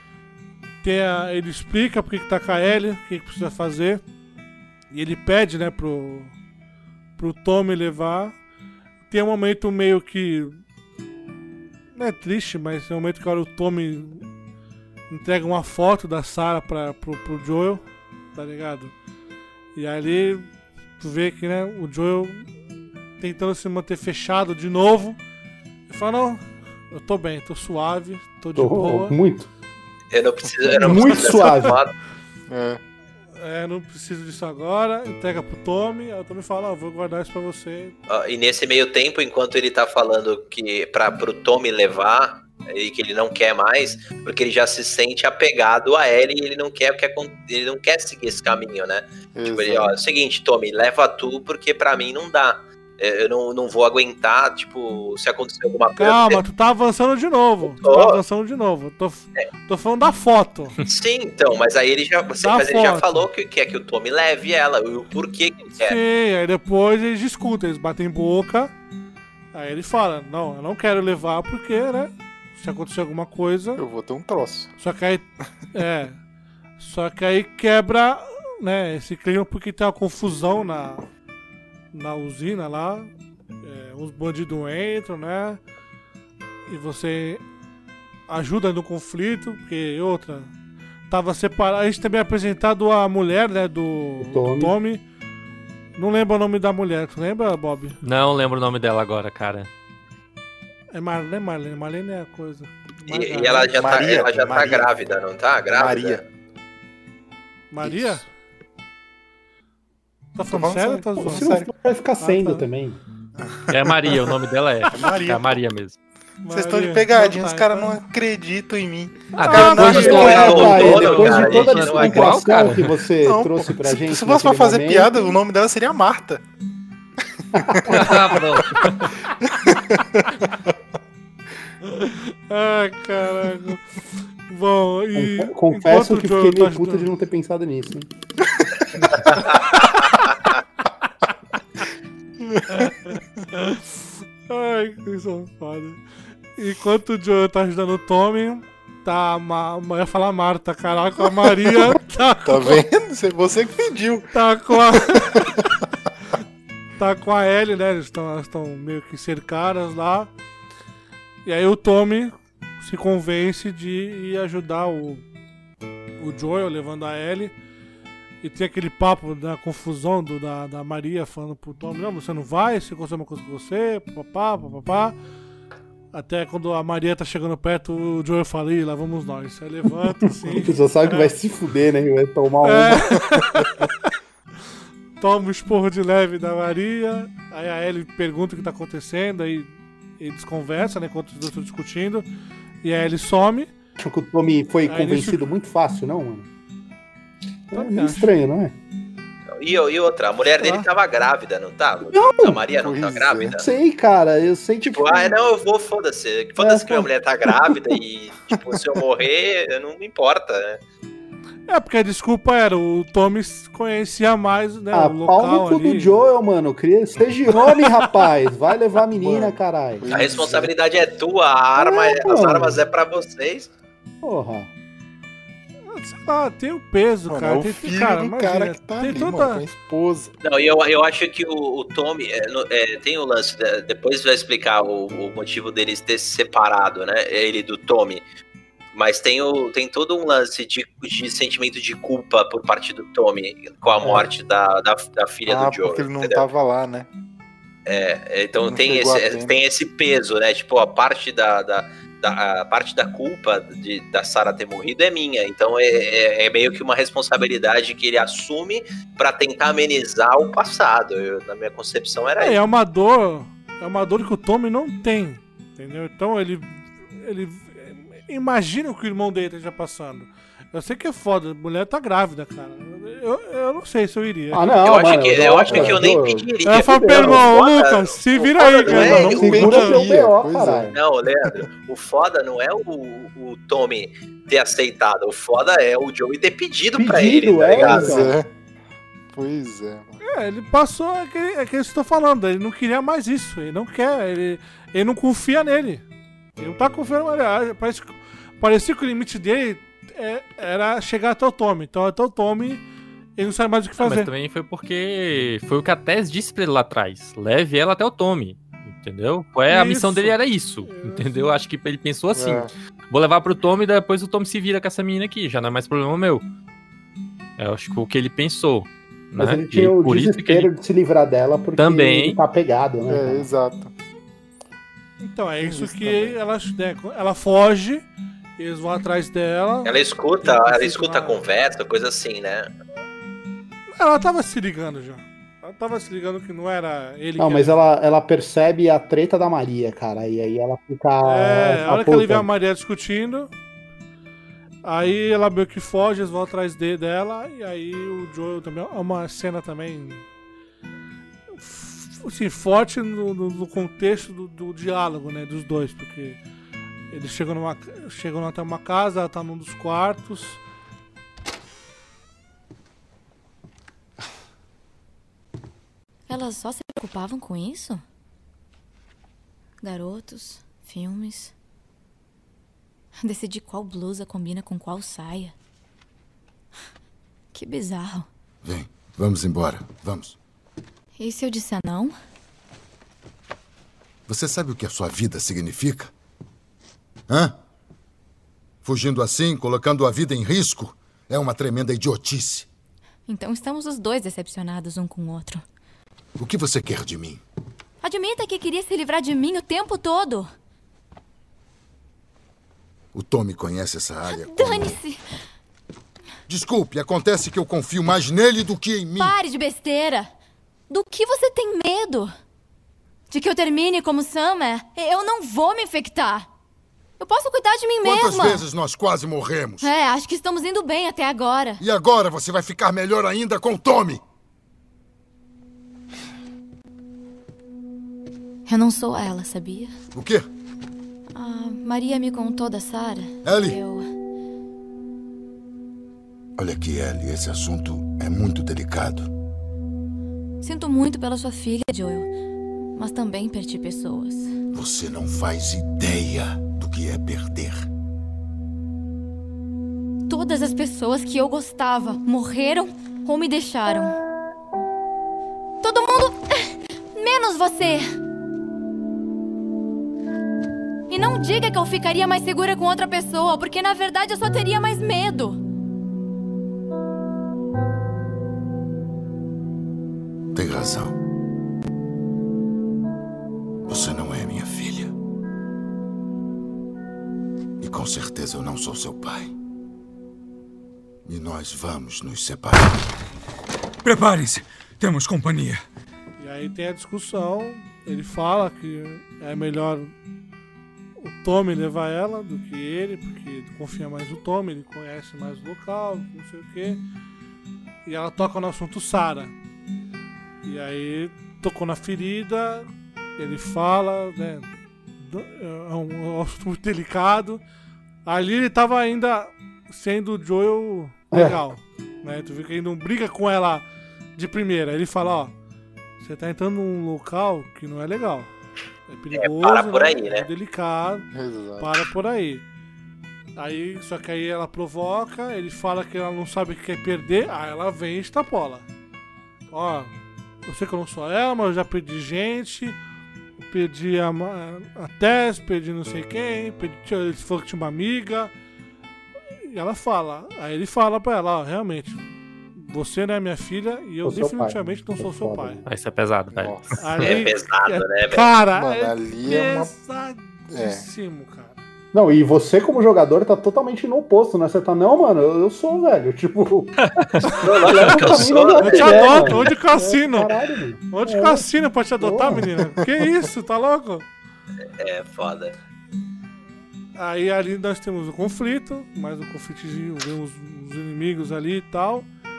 Tem a, ele explica porque que tá com a Ellie, o que, que precisa fazer. E ele pede, né, pro, pro Tommy levar. Tem um momento meio que... Não é triste, mas é um momento que agora o Tommy entrega uma foto da Sarah pra, pro, pro Joel, tá ligado? E ali tu vê que, né, o Joel tentando se manter fechado de novo. E fala, não, eu tô bem, tô suave, tô de Tô boa. muito. Eu não preciso. Eu não Muito preciso suave. dessa foto. É. É, não preciso disso agora. Entrega pro Tommy. Aí o Tommy fala, ó, vou guardar isso pra você. Ó, e nesse meio tempo, enquanto ele tá falando que pra, pro Tommy levar e que ele não quer mais, porque ele já se sente apegado a Ellie e ele não quer, quer ele não quer seguir esse caminho, né? Tipo, ele, ó, é o seguinte, Tommy, leva tu, porque pra mim não dá. Eu não, não vou aguentar, tipo, se acontecer alguma coisa. Calma, tu tá avançando de novo. Tu Tô. tá avançando de novo. Tô, É. tô falando da foto. Sim, então, mas aí ele já, você, Dá mas ele já foto. falou que quer que o Tommy leve ela, e o porquê que ele quer. Sim, aí depois eles discutem, eles batem boca. Aí ele fala, não, eu não quero levar porque, né? Se acontecer alguma coisa. Eu vou ter um troço. Só que aí. É. Só que aí quebra, né, esse clima porque tem uma confusão na. Na usina lá. É, uns bandidos entram, né? E você ajuda no conflito, porque outra. Tava separado. A gente também é apresentado a mulher, né? Do Tommy. Tommy. Não lembro o nome da mulher, tu lembra, Bob? Não lembro o nome dela agora, cara. É Marlene, Marlene, Marlene é a coisa. E, e ela já, Maria, tá, ela já Maria. tá grávida, não tá? Grávida? Maria. Maria? Isso. Tá Tô falando falando sério ou sério. tá Pô, zoando? Se não sério. for, vai ficar sendo tá. também. É Maria, o nome dela é. É Maria. É a Maria mesmo. Vocês estão de Maria. pegadinha, Então os tá, caras então- não acreditam em mim. Ah, Ah, depois não, de não, toda- é, É, pai, dono, depois cara, de toda a isso não é igual, descontração cara. que você Não, trouxe pra se, gente. se fosse pra naquele fazer momento, piada, o nome dela seria Marta. Ah, pronto. Ai, caraca. Bom, e. Confe- Confesso enquanto que o Joel fiquei tá meio puta ajudando- de não ter pensado nisso, hein? Ai, que safado. Enquanto o Joel tá ajudando o Tommy, tá a Ma... eu ia falar Marta, caraca, a Maria tá, Tá vendo? Você- Você que pediu. tá com a. tá com a Ellie, né? Eles estão elas estão meio que cercadas lá. E aí o Tommy se convence de ir ajudar o, o Joel, levando a Ellie. E tem aquele papo da confusão do, da, da Maria falando pro Tommy, não, você não vai, se acontecer uma coisa com você, papapá, papapá. Até quando a Maria tá chegando perto, o Joel fala, ih, lá vamos nós. Aí levanta, assim. Tu só sabe que vai se fuder, né? Vai tomar É. uma. Toma um esporro de leve da Maria. Aí a Ellie pergunta o que tá acontecendo, aí eles conversam, né, enquanto os dois estão discutindo. E a Ellie some. Acho que o Tommy foi Aí convencido nisso- muito fácil, não, mano? É Também meio acho. estranho, não é? E, e outra, a mulher dele Ah. tava grávida, não tava? A Maria não tá Pois é. grávida? Sei, cara, eu sei que. Tipo, ah, não, eu vou, foda-se. Foda-se É, que minha pô. mulher tá grávida e, tipo, se eu morrer, não me importa, né? É, porque a desculpa era, o Tommy conhecia mais, né, Ah, o pau local no cu ali. do Joel, mano. Cria... Seja homem, rapaz. Vai levar a menina, caralho. A responsabilidade é tua, a arma, É, é- as mano. armas é pra vocês. Porra. sei lá, tem o peso, Mano, cara. é o tem, filho cara, do imagina, cara que tá tem ali, toda... mano, com a esposa. Não, e eu, eu acho que o, o Tommy, é, no- é, tem o lance, né, depois vai explicar o, o motivo deles ter se separado, né, ele do Tommy, mas tem, o, tem todo um lance de, de sentimento de culpa por parte do Tommy com a morte da, da, da filha Ah, do Joe, porque ele não entendeu? tava lá, né? É, então Não tem chegou a esse, tempo. tem esse peso, né? Tipo, a parte da, da, da- a parte da culpa de, da Sarah ter morrido é minha. Então é, é, é meio que uma responsabilidade que ele assume pra tentar amenizar o passado. Eu, na minha concepção era É, isso. é uma dor, é uma dor que o Tommy não tem, entendeu? Então ele, ele imagina o que o irmão dele esteja passando. Eu sei que é foda, a mulher tá grávida, cara. Eu, eu não sei se eu iria. Ah, não, Eu acho mano, que eu, eu acho que acho eu nem que- pediria. Eu falo pro Não, irmão, o foda- Lucas, se o vira foda aí, não cara. é Não o segura seu Tommy- B O, Pois é. caralho. Não, Leandro, o foda não é o, o Tommy ter aceitado, o foda é o Joey ter pedido, pra ele, Pedido, tá é, ligado? Pois então. é. Pois é, mano. É, ele passou aquele, é que eu estou falando, ele não queria mais isso, ele não quer, ele, ele não confia nele. Ele não tá confiando nele. Parece, que- parecia que o limite dele é- era chegar até o Tommy. Então até o Tommy, ele não sabe mais o que Ah, fazer. mas também foi porque foi o que a Tess disse pra ele lá atrás. Leve ela até o Tommy. Entendeu? É, a Isso. missão dele era isso. Entendeu? Acho que ele pensou assim. É. Vou levar pro Tommy e depois o Tommy se vira com essa menina aqui. Já não é mais problema meu. Eu acho que o que ele pensou. Mas né? ele E tinha o por isso que desespero ele... de se livrar dela porque Também. ele tá pegado, né? É, cara? exato. Então é isso Isso que também. ela, né, ela foge, eles vão atrás dela. Ela escuta, Ele ela fica escuta a lá. conversa, coisa assim, né? Ela tava se ligando já. Ela tava se ligando que não era ele Não, que mas era. ela, ela percebe a treta da Maria, cara. E aí ela fica. É, ela a hora que ela vê puta. a Maria discutindo, aí ela meio que foge, eles vão atrás de, dela, e aí o Joel também. É uma cena também. f- Assim, forte no, no- no contexto do, do diálogo, né, dos dois, porque eles chegam, numa, chegam até uma casa, ela tá num dos quartos. Elas só se preocupavam com isso? Garotos, filmes. Decidir qual blusa combina com qual saia. Que bizarro. Vem, vamos embora. Vamos. E se eu disser não? Você sabe o que a sua vida significa? Hã? Fugindo assim, colocando a vida em risco, é uma tremenda idiotice. Então estamos os dois decepcionados um com o outro. O que você quer de mim? Admita que queria se livrar de mim o tempo todo. O Tommy conhece essa área. como- Dane-se! Desculpe, acontece que eu confio mais nele do que em mim. Pare de besteira! Do que você tem medo? De que eu termine como Summer? Eu não vou me infectar. Eu posso cuidar de mim Quantas mesma. vezes nós quase morremos? É, acho que estamos indo bem até agora. E agora você vai ficar melhor ainda com o Tommy. Eu não sou ela, sabia? O quê? A Maria me contou da Sarah. Ellie. Eu... Olha aqui, Ellie, esse assunto é muito delicado. Sinto muito pela sua filha, Joel. Mas também perdi pessoas. Você não faz ideia do que é perder. Todas as pessoas que eu gostava morreram ou me deixaram. Todo mundo... menos você. E não diga que eu ficaria mais segura com outra pessoa, porque na verdade eu só teria mais medo. Tem razão. Você não é minha filha. E com certeza eu não sou seu pai. E nós vamos nos separar. Preparem-se, temos companhia. E aí tem a discussão, ele fala que é melhor o Tommy levar ela do que ele, porque ele confia mais no Tommy, ele conhece mais o local, não sei o quê. E ela toca no assunto Sarah. E aí tocou na ferida, ele fala, né? É um assunto muito delicado. Ali ele tava ainda sendo o Joel legal. É. Né? Tu vê que ele não briga com ela de primeira. Ele fala, ó, você tá entrando num local que não é legal. É perigoso, É, para por né? aí, né? É delicado. Exato. Para por aí. Aí, só que aí ela provoca, ele fala que ela não sabe o que quer perder, aí ela vem e estapola. Ó, eu sei que eu não sou ela, mas eu já perdi gente, perdi a, a Tess, perdi não sei quem, perdi, ele falou que tinha uma amiga. E ela fala, aí ele fala pra ela, ó, realmente, você não é minha filha e eu definitivamente não sou seu pai. Vai ser pesado, velho. Ali, é pesado, é, né, velho? Cara, Mano, é ali é uma... pesadíssimo, cara. Não, e você como jogador tá totalmente no oposto, né? Você tá, não, mano, eu, eu sou, velho. Tipo. Leva pra mim, não eu te adoto, onde que eu assino? É, caralho, onde que eu assino pra te adotar, oh. menina? Que isso, tá louco? É, foda. Aí ali nós temos o conflito, mais um conflitozinho, vemos os inimigos ali e tal.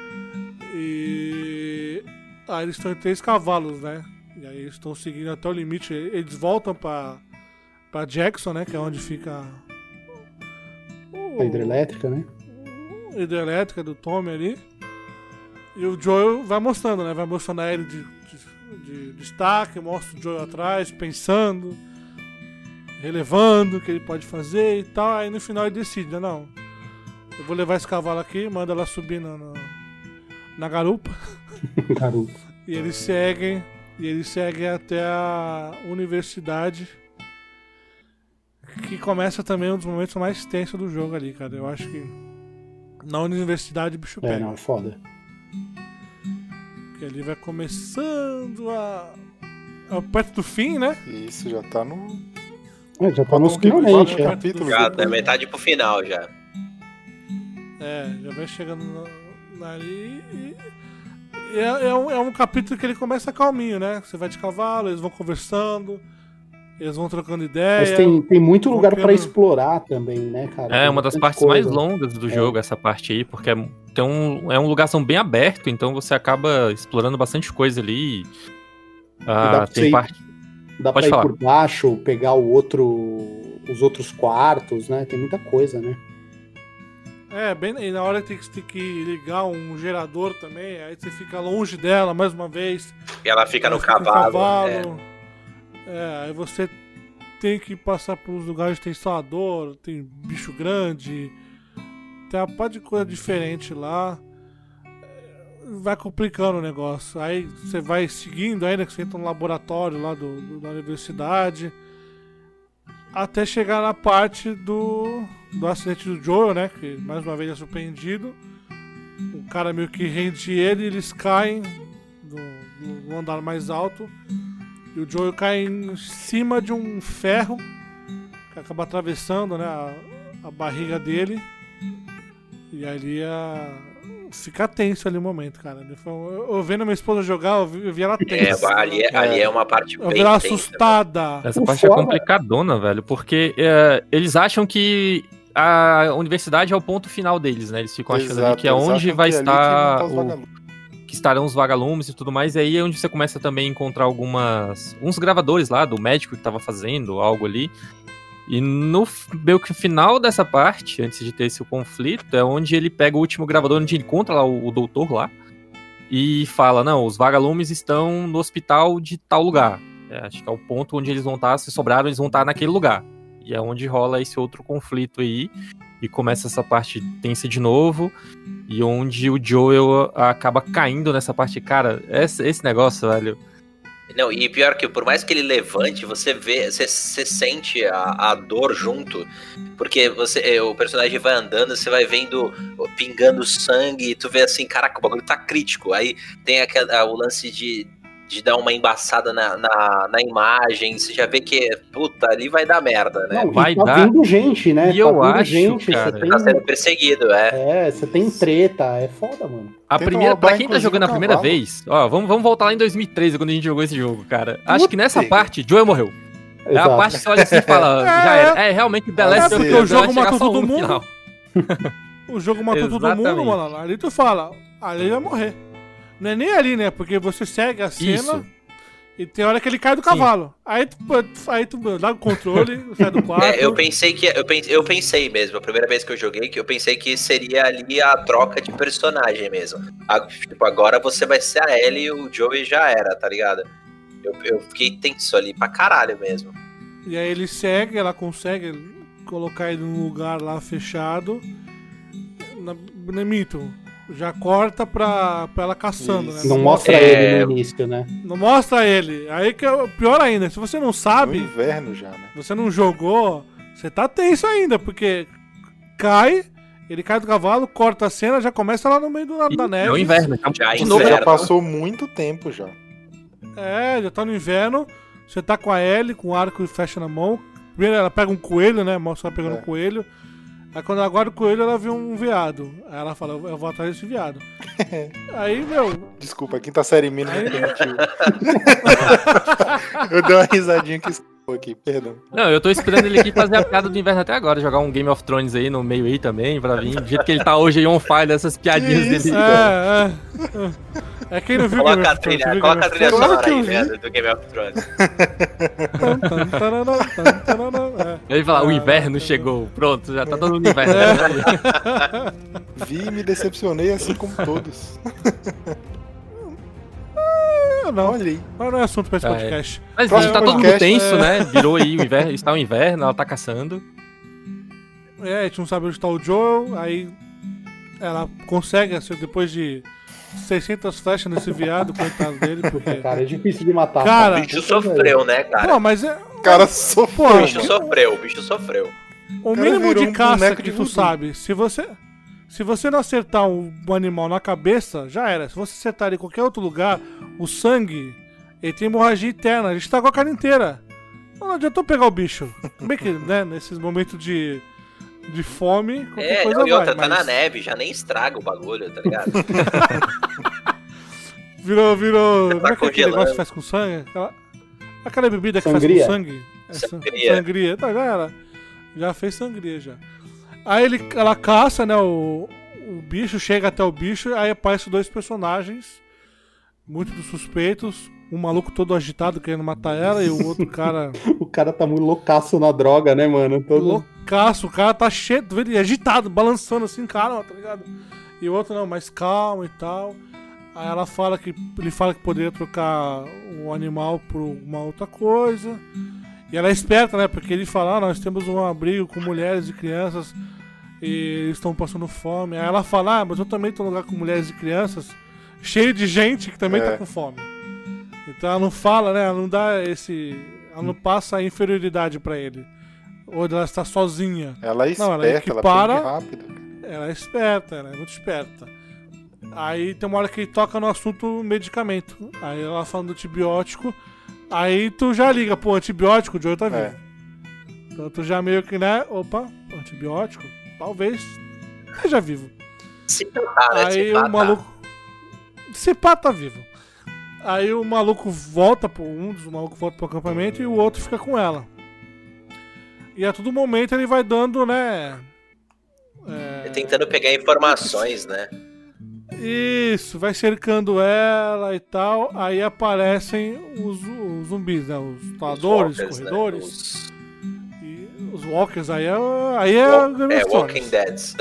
E aí eles estão em três cavalos, né? E aí eles estão seguindo até o limite. Eles voltam pra. Pra Jackson, né? Que é onde fica a hidrelétrica, né? A hidrelétrica do Tommy ali. E o Joel vai mostrando, né? Vai mostrando a ele de, de, de destaque, mostra o Joel atrás, pensando, relevando o que ele pode fazer e tal. Aí no final ele decide, né? Não, eu vou levar esse cavalo aqui, manda ela subir na, na, na garupa. Garupa. E eles seguem, e eles seguem até a universidade. Que começa também um dos momentos mais tensos do jogo ali, cara. Eu acho que na universidade o bicho pega. É, não, é foda. Que ali vai começando a... a perto do fim, né? Isso, já tá no... É, já tá nos finalmente, é. Já, da metade pro final, já. É, já vai chegando na, ali e... e é, é, um, é um capítulo que ele começa calminho, né? Você vai de cavalo, eles vão conversando... Eles vão trocando ideia. Mas tem, tem muito lugar pra explorar também, né, cara? É, tem uma das partes coisa. mais longas do é. jogo, essa parte aí, porque é, tem um, é um lugarzão bem aberto, então você acaba explorando bastante coisa ali. Ah, dá tem ir, parte... Dá Pode pra falar. ir por baixo, pegar o outro, os outros quartos, né? Tem muita coisa, né? É, bem, e na hora tem que, tem que ligar um gerador também, aí você fica longe dela mais uma vez. E ela fica no fica cavalo. cavalo. É. É, aí você tem que passar por uns lugares que tem instalador, tem bicho grande, tem uma parte de coisa diferente lá. Vai complicando o negócio. Aí você vai seguindo ainda, que você entra no laboratório lá do, do, da universidade, até chegar na parte do, do acidente do Joel, né? Que mais uma vez é surpreendido. O cara meio que rende ele e eles caem no, no andar mais alto. E o Joel cai em cima de um ferro que acaba atravessando, né, a, a barriga dele. E ali a... fica tenso ali o momento, cara. Eu, eu vendo minha esposa jogar, eu vi, eu vi ela tensa. É, ali, é, ali é uma parte eu bem vi ela tensa, assustada. Essa parte é complicadona, velho, porque é, eles acham que a universidade é o ponto final deles, né? Eles ficam achando Exato, ali que é onde vai que estar ali que o... que estarão os vagalumes e tudo mais, e aí é onde você começa também a encontrar algumas uns gravadores lá do médico que tava fazendo algo ali. E no meio que final dessa parte, antes de ter esse conflito, é onde ele pega o último gravador, onde ele encontra lá o, o doutor lá e fala, não, os vagalumes estão no hospital de tal lugar. É, acho que é o ponto onde eles vão estar, se sobraram, eles vão estar naquele lugar. E é onde rola esse outro conflito aí. E começa essa parte tensa de novo. E onde o Joel acaba caindo nessa parte. Cara, esse, esse negócio, velho... Não, e pior que por mais que ele levante, você vê, você, você sente a, a dor junto. Porque você, o personagem vai andando, você vai vendo, pingando sangue. E tu vê assim, caraca, o bagulho tá crítico. Aí tem aquela, o lance de... de dar uma embaçada na, na, na imagem, você já vê que, puta, ali vai dar merda, né? Não, vai tá dar. vindo gente, né? E tá eu acho, gente, cara, você tem... tá sendo perseguido, é. É, você tem treta, é foda, mano. A Tenta primeira, roubar, pra quem tá jogando a primeira cavalo. vez, ó, vamos, vamos voltar lá em dois mil e treze, quando a gente jogou esse jogo, cara. Acho Puta. que nessa parte, Joel morreu. É Exato. a parte que você olha assim e fala, já era. É, realmente, o The Last É, of Us porque o jogo vai chegar matou só um todo no mundo. final. O jogo matou todo Exatamente. mundo, mano. Ali tu fala, ali ele vai morrer. Não é nem ali, né? Porque você segue a cena... Isso. E tem hora que ele cai do cavalo. Aí tu, aí tu dá o controle, sai do quarto. É, eu pensei que. Eu pensei, eu pensei mesmo, a primeira vez que eu joguei, que eu pensei que seria ali a troca de personagem mesmo. A, tipo, agora você vai ser a Ellie e o Joey já era, tá ligado? Eu, eu fiquei tenso ali pra caralho mesmo. E aí ele segue, ela consegue colocar ele num lugar lá fechado. Na, não é mito. Já corta pra, pra ela caçando, né? Não mostra É. ele no início, né? Não mostra ele. Aí que é pior ainda. Se você não sabe, No inverno já, né? você não jogou, você tá tenso ainda, porque cai, ele cai do cavalo, corta a cena, já começa lá no meio do, da neve. É o inverno, então, Já de inverno. novo. Já passou muito tempo já. É, já tá no inverno. Você tá com a Ellie, com o arco e flecha na mão. Primeiro ela pega um coelho, né? Mostra ela pegando É. um coelho. Aí quando ela guarda o coelho, ela vê um veado. Aí ela fala, eu vou atrás desse veado. Aí, meu... Desculpa, a quinta série mínima não permitiu. Eu dei uma risadinha que escapou aqui, perdão. Não, eu tô esperando ele aqui fazer a piada do inverno até agora, jogar um Game of Thrones aí no meio aí também, pra vir. Do jeito que ele tá hoje aí on fire, essas piadinhas Isso, dele. é, é. É quem não viu Coloca Game a of Thrones, trilha, viu coloca a Game of trilha Thrones? sonora Claro aí, que eu vi. velho, do Game of Thrones. Tan, tan, tarará, tan, tarará, é. Ele fala, o Ah, inverno chegou, pronto, já tá todo mundo no inverno. Vi e me decepcionei assim como todos. Ah, não, Olha aí. mas não é assunto pra esse Ah, é. podcast. Mas Próximo tá todo mundo podcast, tenso, é. né? Virou aí o inverno, está o inverno, ela tá caçando. É, a gente não sabe onde tá o Joel, aí ela consegue, assim, depois de seiscentas flechas nesse viado, coitado dele, porque... Cara, é difícil de matar. Cara, O bicho sofreu, né, cara? Pô, mas é... O cara O sofreu. bicho sofreu, o bicho sofreu. O cara mínimo virou de um caça boneco que de tu voodoo. sabe, se você... Se você não acertar um, um animal na cabeça, já era. Se você acertar ele em qualquer outro lugar, o sangue, ele tem hemorragia interna, ele estragou a cara inteira. Não adiantou pegar o bicho. Bem que, né, nesses momentos de, de fome, qualquer É, coisa não, e outra, vai. tá na mas neve, já nem estraga o bagulho, tá ligado? Virou, virou... Tá Como é que é aquele congelando. negócio que faz com sangue? Aquela, aquela bebida que Sangria. faz com sangue? É, san- Sangria. Sangria. Tá, já era. Já fez sangria, já. Aí ele, ela caça, né, o, o bicho, chega até o bicho, aí aparecem dois personagens, muito suspeitos, um maluco todo agitado querendo matar ela e o outro cara O cara tá muito loucaço na droga, né, mano? Todo... loucaço, o cara tá cheio, tu vê ele agitado, balançando assim, cara, tá ligado? E o outro não, mais calmo e tal. Aí ela fala que, ele fala que poderia trocar o animal por uma outra coisa. E ela é esperta, né? Porque ele fala, ah, nós temos um abrigo com mulheres e crianças e eles estão passando fome. Aí ela fala, ah, mas eu também tô num lugar com mulheres e crianças, cheio de gente que também É. tá com fome. Então ela não fala, né? Ela não dá esse... Ela não passa a inferioridade pra ele. Ou ela está sozinha. Ela é Não, ela esperta, ela equipara- aprende rápido. Ela é esperta, ela é muito esperta. Aí tem uma hora que ele toca no assunto medicamento. Aí ela falando do antibiótico. Aí tu já liga, pô, antibiótico, o Joe tá vivo. É. Então tu já meio que, né? Opa, antibiótico? Talvez esteja vivo. Se patar, né? Se Aí patar. o maluco. Se pá, tá vivo. Aí o maluco volta pro. Um dos malucos volta pro acampamento e o outro fica com ela. E a todo momento ele vai dando, né? É, Tentando pegar informações, né? Isso, vai cercando ela e tal. Aí aparecem os, os zumbis, né? Os taladores, os walkers, né? corredores. Os- E os walkers, aí é, aí é, Walk- Game é, of Thrones. Walking Dead.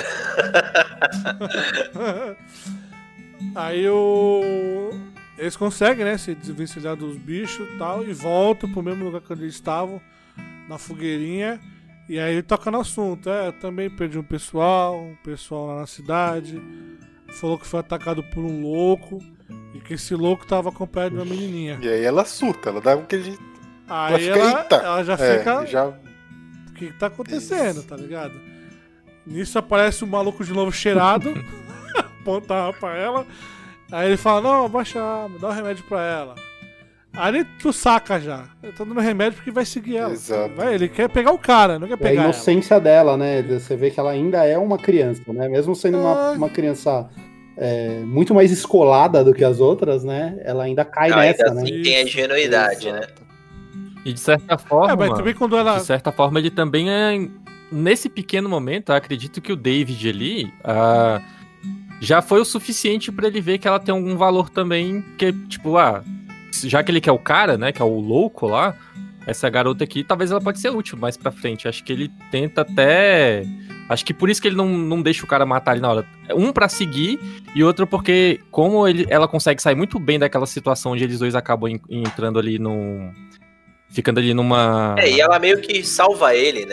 Aí o... eles conseguem, né, se desvencilhar dos bichos e tal, e voltam pro mesmo lugar que eles estavam, na fogueirinha. E aí ele toca no assunto, é, também perdi um pessoal, um pessoal lá na cidade, falou que foi atacado por um louco, e que esse louco tava acompanhado de uma menininha. E aí ela surta, ela dá aquele. Aí ela, fica, ela, eita. ela já É, fica, já... o que, que tá acontecendo, tá ligado? Nisso aparece o maluco de novo cheirado, aponta pra ela, aí ele fala, não, abaixa a arma, dá um remédio pra ela. Aí tu saca já, ele tá dando remédio porque vai seguir ela. Exato. Vai, ele quer pegar o cara, não quer É a pegar ela. inocência dela, né? Você vê que ela ainda é uma criança, né? Mesmo sendo uma, Ah. uma criança é, muito mais escolada do que as outras, né? Ela ainda cai Não, nessa, ainda né? assim tem a ingenuidade, né? E de certa forma, É, mas também quando ela... de certa forma ele também é... Nesse pequeno momento, eu acredito que o David ali ah, já foi o suficiente pra ele ver que ela tem algum valor também, que tipo, ah, já que ele quer o cara, né, que é o louco lá, essa garota aqui, talvez ela pode ser útil mais pra frente. Acho que ele tenta até... Acho que por isso que ele não, não deixa o cara matar ali na hora. Um pra seguir e outro porque como ele, ela consegue sair muito bem daquela situação onde eles dois acabam en- entrando ali num... Ficando ali numa... É, e ela meio que salva ele, né?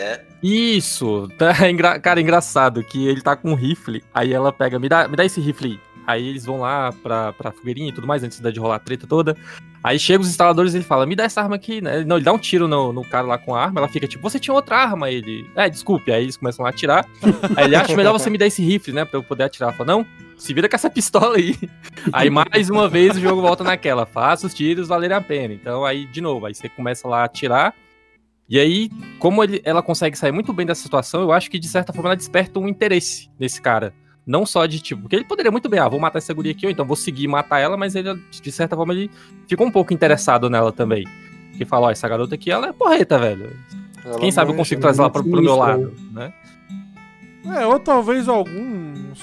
Isso, tá, engra... cara, engraçado que ele tá com um rifle, aí ela pega, me dá, me dá esse rifle aí. Aí eles vão lá pra, pra fogueirinha e tudo mais, antes de rolar a treta toda. Aí chega os instaladores e ele fala, me dá essa arma aqui, né? Não, ele dá um tiro no, no cara lá com a arma, ela fica tipo, você tinha outra arma? Ele, é, desculpe. Aí eles começam a atirar. Aí ele acha melhor você me dar esse rifle, né, pra eu poder atirar. Fala, não, se vira com essa pistola aí. Aí mais uma vez o jogo volta naquela, faça os tiros valerem a pena. Então aí, de novo, aí você começa lá a atirar. E aí, como ele, ela consegue sair muito bem dessa situação, eu acho que de certa forma ela desperta um interesse nesse cara. Não só de tipo, porque ele poderia muito bem, ah, vou matar essa guria aqui, ou então vou seguir e matar ela, mas ele, de certa forma, ele ficou um pouco interessado nela também. Porque fala, ó, essa garota aqui, ela é porreta, velho. Ela Quem sabe eu consigo trazer ela pro, pro meu lado, né? É, ou talvez alguns...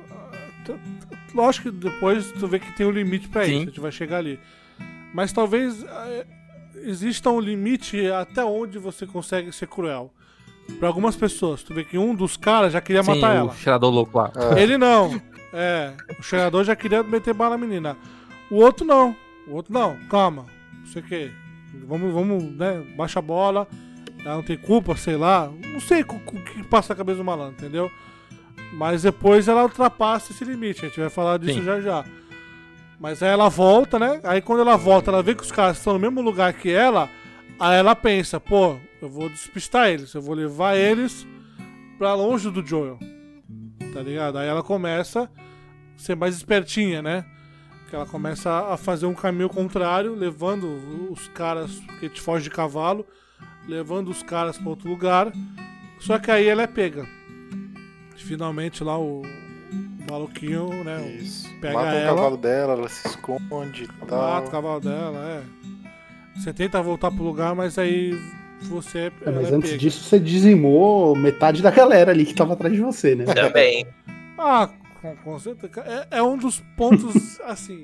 Lógico que depois tu vê que tem um limite pra isso, a gente vai chegar ali. Mas talvez é, exista um limite até onde você consegue ser cruel. Pra algumas pessoas, tu vê que um dos caras já queria Sim, matar o ela. O cheirador louco lá. É. Ele não. É, o cheirador já queria meter bala na menina. O outro não. O outro não, calma. Não sei o que. Vamos, vamos, né? Baixa a bola. Ela não tem culpa, sei lá. Não sei o que passa na cabeça do malandro, entendeu? Mas depois ela ultrapassa esse limite. A gente vai falar disso Sim. já já. Mas aí ela volta, né? Aí quando ela volta, ela vê que os caras estão no mesmo lugar que ela. Aí ela pensa, pô, eu vou despistar eles, eu vou levar eles pra longe do Joel, tá ligado? Aí ela começa a ser mais espertinha, né? Que ela começa a fazer um caminho contrário, levando os caras, que te foge de cavalo, levando os caras pra outro lugar, só que aí ela é pega. Finalmente lá o maluquinho, né? Isso. Pega Mata ela. o cavalo dela, ela se esconde e tal. Mata o cavalo dela, é. Você tenta voltar pro lugar, mas aí você é, é Mas é antes pega. disso, você dizimou metade da galera ali que tava atrás de você, né? Também. Ah, com, com certeza. É, é um dos pontos, assim...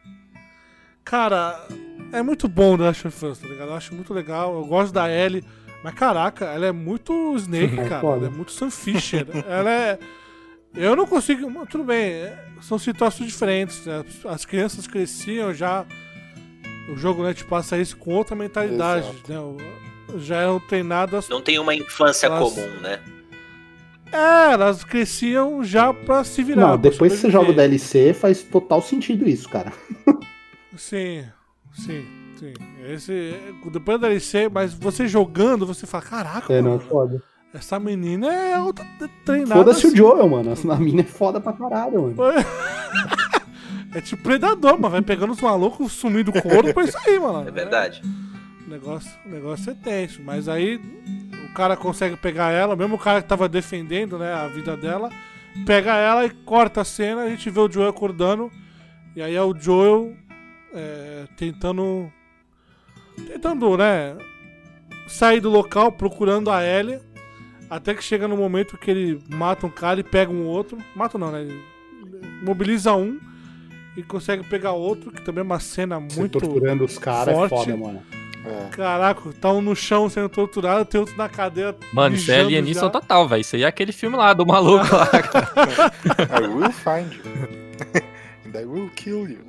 Cara, é muito bom The Last of Us, tá ligado? Eu acho muito legal, eu gosto da Ellie, mas caraca, ela é muito Snake, cara. Foda. Ela é muito Sam Fisher. Ela é... Eu não consigo... Tudo bem, são situações diferentes. Né? As crianças cresciam já... O jogo, né, te passa isso com outra mentalidade, Exato. né? Já eram treinadas... Não tem uma infância elas... comum, né? É, elas cresciam já pra se virar. Não, depois que você joga o D L C, faz total sentido isso, cara. Sim, sim, sim. Esse, depois do D L C, mas você jogando, você fala, caraca, é, mano, não, foda. Essa menina é outra treinada. Foda-se assim. o Joel, mano. A mina é foda pra caralho, mano. É tipo Predador, mano. Vai pegando os malucos, sumindo o couro pra isso aí, mano. É verdade. É, o, negócio, o negócio é tenso. Mas aí o cara consegue pegar ela, mesmo o cara que tava defendendo, né, a vida dela, pega ela e corta a cena, a gente vê o Joel acordando. E aí é o Joel é, tentando. Tentando, né? Sair do local, procurando a Ellie. Até que chega no momento que ele mata um cara e pega um outro. Mata não, né? Ele mobiliza um e consegue pegar outro, que também é uma cena Você muito torturando os caras é foda, mano. É. Caraca, tá um no chão sendo torturado, tem outro na cadeira. Mano, isso é alienígena total, velho. Isso aí é aquele filme lá, do maluco lá. I will find you. And I will kill you.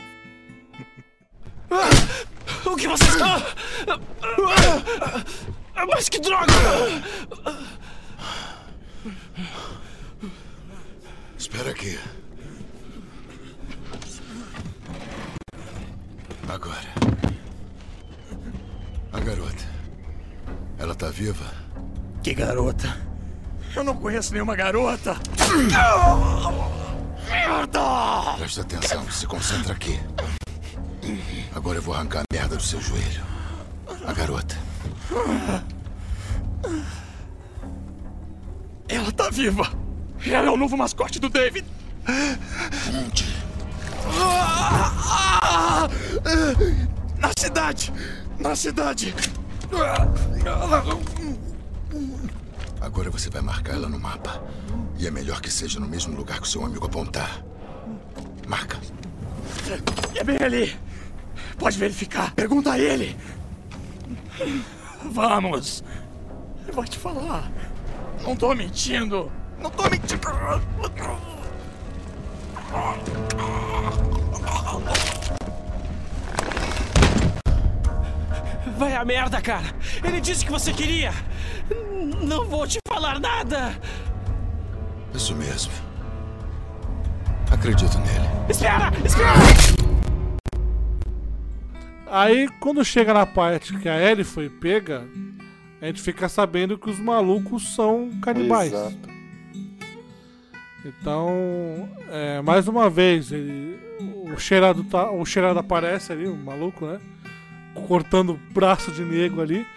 O que você está... Mas que droga! Espera aqui. Agora. A garota. Ela tá viva? Que garota? Eu não conheço nenhuma garota! Merda! Presta atenção, se concentra aqui. Agora eu vou arrancar a merda do seu joelho. A garota. Ela tá viva! Ela é o novo mascote do David! Onde? Na cidade! Na cidade! Agora você vai marcar ela no mapa. E é melhor que seja no mesmo lugar que o seu amigo apontar. Marca. É bem ali. Pode verificar. Pergunta a ele. Vamos. Eu vou te falar. Não tô mentindo. Não tô mentindo. Vai a merda, cara. Ele disse que você queria. Não vou te falar. falar nada! Isso mesmo. Acredito nele. Espera! Espera! Aí, quando chega na parte que a Ellie foi pega, a gente fica sabendo que os malucos são canibais. Exato. Então, é, mais uma vez, ele, o, cheirado tá, o cheirado aparece ali, o maluco, né? Cortando o braço de nego ali.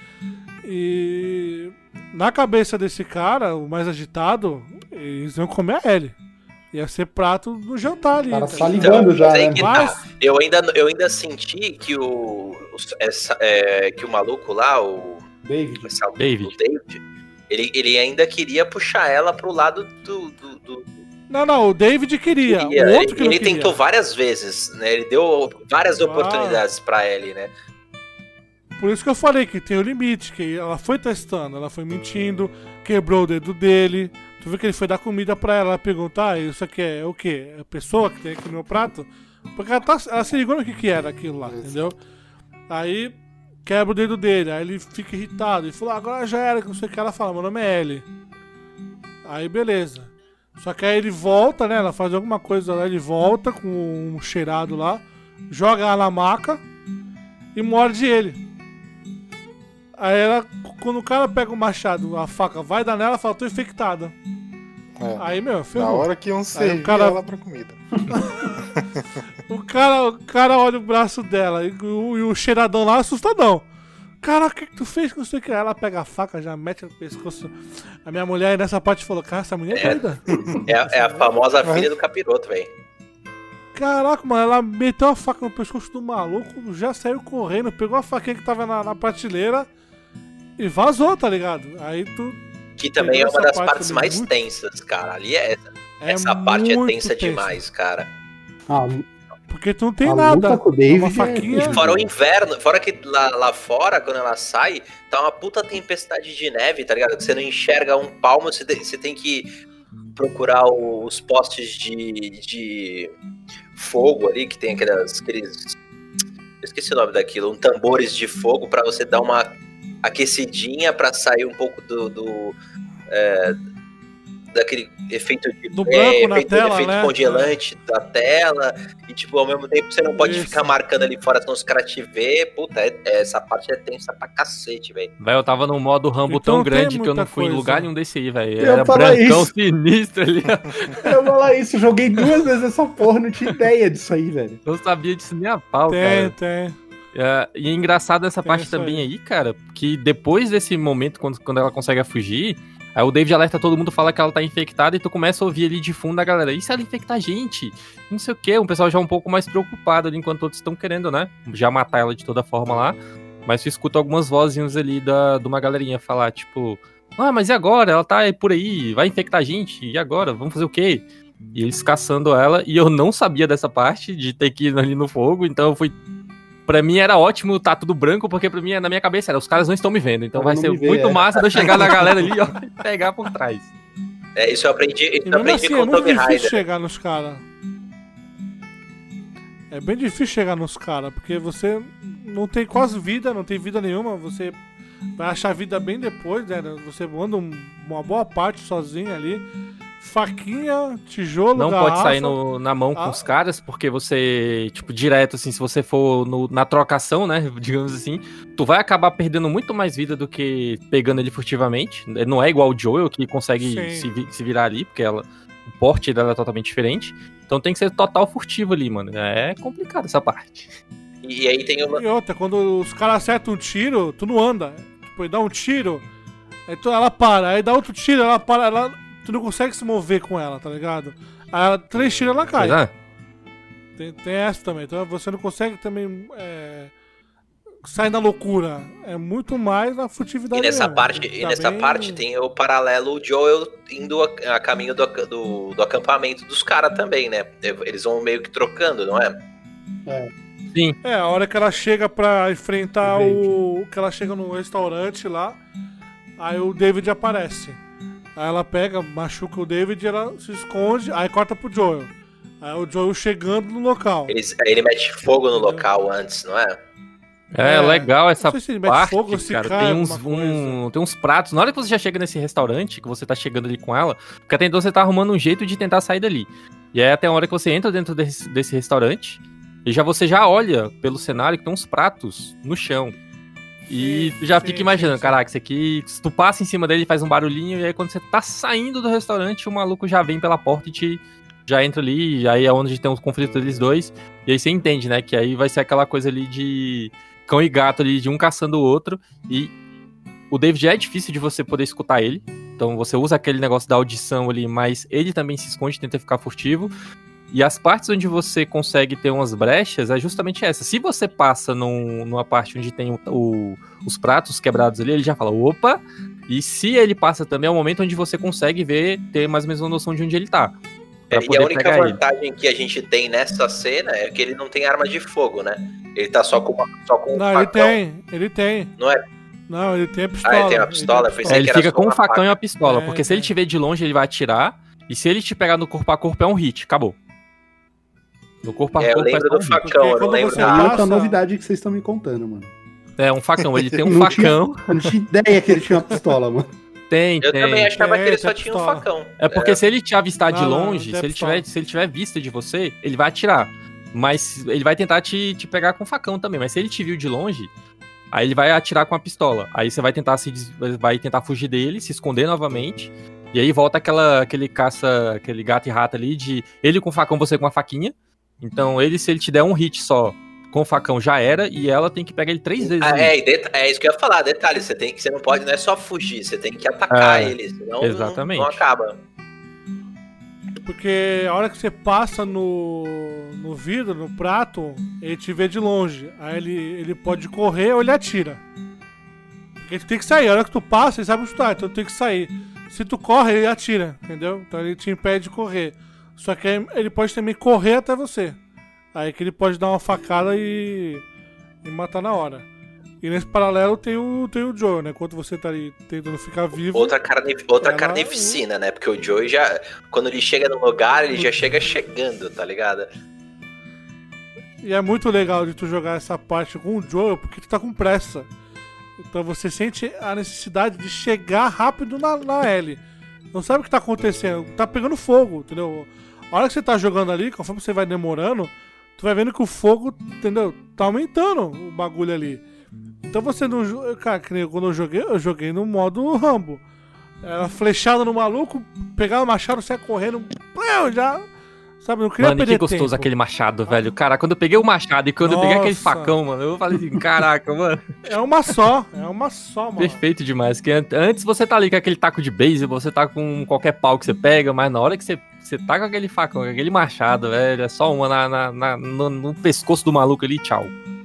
E na cabeça desse cara, o mais agitado, eles iam comer a Ellie. Ia ser prato no jantar ali. O cara tá salivando já, né? Que Mas... tá. eu, ainda, eu ainda senti que o, essa, é, que o maluco lá, o David, essa, David. O David ele, ele ainda queria puxar ela pro lado do... do, do... Não, não, o David queria. queria. O outro que ele não ele queria. tentou várias vezes, né? Ele deu várias Ah. oportunidades pra Ellie, né? Por isso que eu falei que tem o limite, que ela foi testando, ela foi mentindo, quebrou o dedo dele. Tu viu que ele foi dar comida pra ela, ela perguntar, ah, isso aqui é o quê? É a pessoa que tem aqui no meu prato? Porque ela, tá, ela se ligou no que, que era aquilo lá, entendeu? Aí quebra o dedo dele, aí ele fica irritado, e falou, ah, agora já era, que não sei o que. Ela fala, meu nome é Ellie. Aí beleza. Só que aí ele volta, né, ela faz alguma coisa lá, ele volta com um cheirado lá, joga ela na maca e morde ele. Aí ela, quando o cara pega o machado, a faca vai dar nela, fala, tô infectada. É. Aí, meu, ferrou. Na hora que iam servir o cara... ela pra comida. o, cara, o cara olha o braço dela e o, e o cheiradão lá assustadão. Caraca, o que, que tu fez com isso aqui? Aí ela pega a faca, já mete no pescoço. A minha mulher nessa parte falou, cara, essa mulher é doida. É, é, é a famosa filha do capiroto, velho. Caraca, mano, ela meteu a faca no pescoço do maluco, já saiu correndo, pegou a faquinha que tava na, na prateleira e vazou, tá ligado? Aí tu... Que também é uma das partes mais muito... tensas, cara. Ali é essa. É essa parte é muito tensa tensa. demais, cara. Ah, porque tu não tem a nada. luta com o David é uma faquinha. é- Fora o inverno, fora que lá, lá fora, quando ela sai, tá uma puta tempestade de neve, tá ligado? Que você não enxerga um palmo, você tem, você tem que procurar o- os postes de, de fogo ali, que tem aquelas, aqueles... Eu esqueci o nome daquilo, um tambores de fogo pra você dar uma aquecidinha pra sair um pouco do... do é, daquele efeito de Do é, branco na efeito, tela, efeito né? congelante da tela, e tipo, ao mesmo tempo você não pode Isso. ficar marcando ali fora, senão os caras te vê. Puta, é- é- essa parte é tensa pra cacete, velho. Velho, eu tava num modo Rambo Então tão tem grande que eu não muita fui em coisa. lugar nenhum desse aí, velho. Eu ia Era falar brancão isso. sinistro ali. ó. Eu ia falar isso, joguei duas vezes essa porra, não tinha ideia disso aí, velho. Eu não sabia disso nem a pau, Tem, cara. tem. É, e é engraçado essa Tem parte isso também aí. aí, cara, que depois desse momento, quando, quando ela consegue fugir, aí o David alerta todo mundo, fala que ela tá infectada, e tu começa a ouvir ali de fundo a galera, e se ela infectar a gente? Não sei o que, um pessoal já um pouco mais preocupado ali, enquanto todos estão querendo, né, já matar ela de toda forma lá, mas tu escuta algumas vozinhas ali da, de uma galerinha falar, tipo, ah, mas e agora? Ela tá por aí, vai infectar a gente, e agora? Vamos fazer o quê? E eles caçando ela, e eu não sabia dessa parte, de ter que ir ali no fogo, então eu fui... Pra mim era ótimo tá tudo branco, porque pra mim, na minha cabeça, era, os caras não estão me vendo. Então Ela vai não ser me vê, muito é. massa de eu chegar na galera ali, ó, e pegar por trás. É, isso eu aprendi, isso E eu mesmo aprendi assim, com é o muito Tomb difícil Raider. chegar nos caras. É bem difícil chegar nos caras, porque você não tem quase vida, não tem vida nenhuma, você vai achar vida bem depois, né? Você anda um- uma boa parte sozinho ali. Faquinha, tijolo, Não garrafa. pode sair no- na mão com Ah. os caras, porque você, tipo, direto, assim, se você for no- na trocação, né, digamos assim, tu vai acabar perdendo muito mais vida do que pegando ele furtivamente. Não é igual o Joel, que consegue Sim. se, vi- se virar ali, porque ela, o porte dela é totalmente diferente. Então tem que ser total furtivo ali, mano. É complicado essa parte. E, e aí tem uma... E outra, quando os caras acertam um tiro, tu não anda. Tipo, ele dá um tiro, aí tu, ela para, aí dá outro tiro, ela para, ela, tu não consegue se mover com ela, tá ligado? Aí ela, três tiros ela cai. Pois é. Tem, tem essa também, então você não consegue também é, sair na loucura. É muito mais na furtividade. E nessa mesmo. parte, Tem que e tá nessa bem- parte tem o paralelo, o Joel indo a, a caminho do, do, do acampamento dos caras também, né? Eles vão meio que trocando, não é? É. Sim. É, a hora que ela chega pra enfrentar David. o. Que ela chega no restaurante lá, aí o David aparece. Aí ela pega, machuca o David, ela se esconde, aí corta pro Joel. Aí o Joel chegando no local. Eles, aí ele mete fogo no local antes, não é? É, é legal essa não sei se ele mete parte, fogo ou se cara. cai Tem uns, alguma coisa. um, tem uns pratos. Na hora que você já chega nesse restaurante, que você tá chegando ali com ela, porque até então você tá arrumando um jeito de tentar sair dali. E aí até a hora que você entra dentro desse, desse restaurante, e já você já olha pelo cenário que tem uns pratos no chão. E tu já sim, fica imaginando, sim, sim. caraca, isso aqui, se tu passa em cima dele, faz um barulhinho, e aí quando você tá saindo do restaurante, o maluco já vem pela porta e te já entra ali, e aí é onde tem um conflito deles dois, e aí você entende, né, que aí vai ser aquela coisa ali de cão e gato ali, de um caçando o outro, e o David é difícil de você poder escutar ele, então você usa aquele negócio da audição ali, mas ele também se esconde, tenta ficar furtivo. E as partes onde você consegue ter umas brechas é justamente essa. Se você passa num, numa parte onde tem o, o, os pratos quebrados ali, ele já fala, opa! E se ele passa também, é o momento onde você consegue ver, ter mais ou menos uma noção de onde ele tá. É, e a única vantagem ele. que a gente tem nessa cena é que ele não tem arma de fogo, né? Ele tá só com uma, só com um Não, facão. ele tem, ele tem. Não é? Não, ele tem a pistola. Ah, ele tem uma pistola? Ele, Pensei é, ele que era fica só com um uma facão faca. e uma pistola, É, porque se ele te ver de longe, ele vai atirar, e se ele te pegar no corpo a corpo, é um hit, acabou. No corpo a É, eu corpo lembro é do um facão, eu não quando lembro você Aí da outra passa- novidade que vocês estão me contando, mano. É, um facão. Ele tem um Não facão. Tinha, não tinha ideia que ele tinha uma pistola, mano. Tem, Eu tem. também achava tem, que ele tem só a tinha um pistola. facão. É porque se ele te avistar de Não, não, longe, não se, é ele pistola. tiver, se ele tiver vista de você, ele vai atirar. Mas ele vai tentar te, te pegar com facão também. Mas se ele te viu de longe, aí ele vai atirar com a pistola. Aí você vai tentar se des- vai tentar fugir dele, se esconder novamente. E aí volta aquela, aquele caça, aquele gato e rato ali de ele com facão, você com uma faquinha. Então ele, se ele te der um hit só com o facão, já era. E ela tem que pegar ele três vezes. Ah, ali. é, e deta- é isso que eu ia falar, detalhe, você tem que, você não pode, não é só fugir, você tem que atacar É, ele, senão exatamente. Não, não acaba. Porque a hora que você passa no, no vidro, no prato, ele te vê de longe. Aí ele, ele pode correr ou ele atira. Porque tu tem que sair. A hora que tu passa, ele sabe onde tu tá, então tu tem que sair. Se tu corre, ele atira, entendeu? Então ele te impede de correr. Só que aí ele pode também correr até você. Aí que ele pode dar uma facada e, e matar na hora. E nesse paralelo tem o, tem o Joe, né? Enquanto você tá ali tentando ficar vivo. Outra, carne, outra ela- carnificina, né? Porque o Joey já, quando ele chega no lugar, ele já chega chegando, tá ligado? E é muito legal de tu jogar essa parte com o Joel, porque tu tá com pressa. Então você sente a necessidade de chegar rápido na, na Ellie. Não sabe o que tá acontecendo, tá pegando fogo, entendeu? A hora que você tá jogando ali, conforme você vai demorando, tu vai vendo que o fogo, entendeu? Tá aumentando o bagulho ali. Então você não... jo- Cara, que nem quando eu joguei, eu joguei no modo Rambo. Era flechada no maluco, pegava o machado, saia correndo, pleu, já... Sabe, não queria Mano, e perder que gostoso tempo. aquele machado, velho. Cara, quando eu peguei o machado e quando eu peguei aquele Nossa. facão, mano, eu falei assim, caraca, mano. É uma só, é uma só, mano. Perfeito demais. Que an- antes você tá ali com aquele taco de beisebol, você tá com qualquer pau que você pega, mas na hora que você, você tá com aquele facão, com aquele machado, velho, é só uma na, na- na- no, no pescoço do maluco ali, tchau.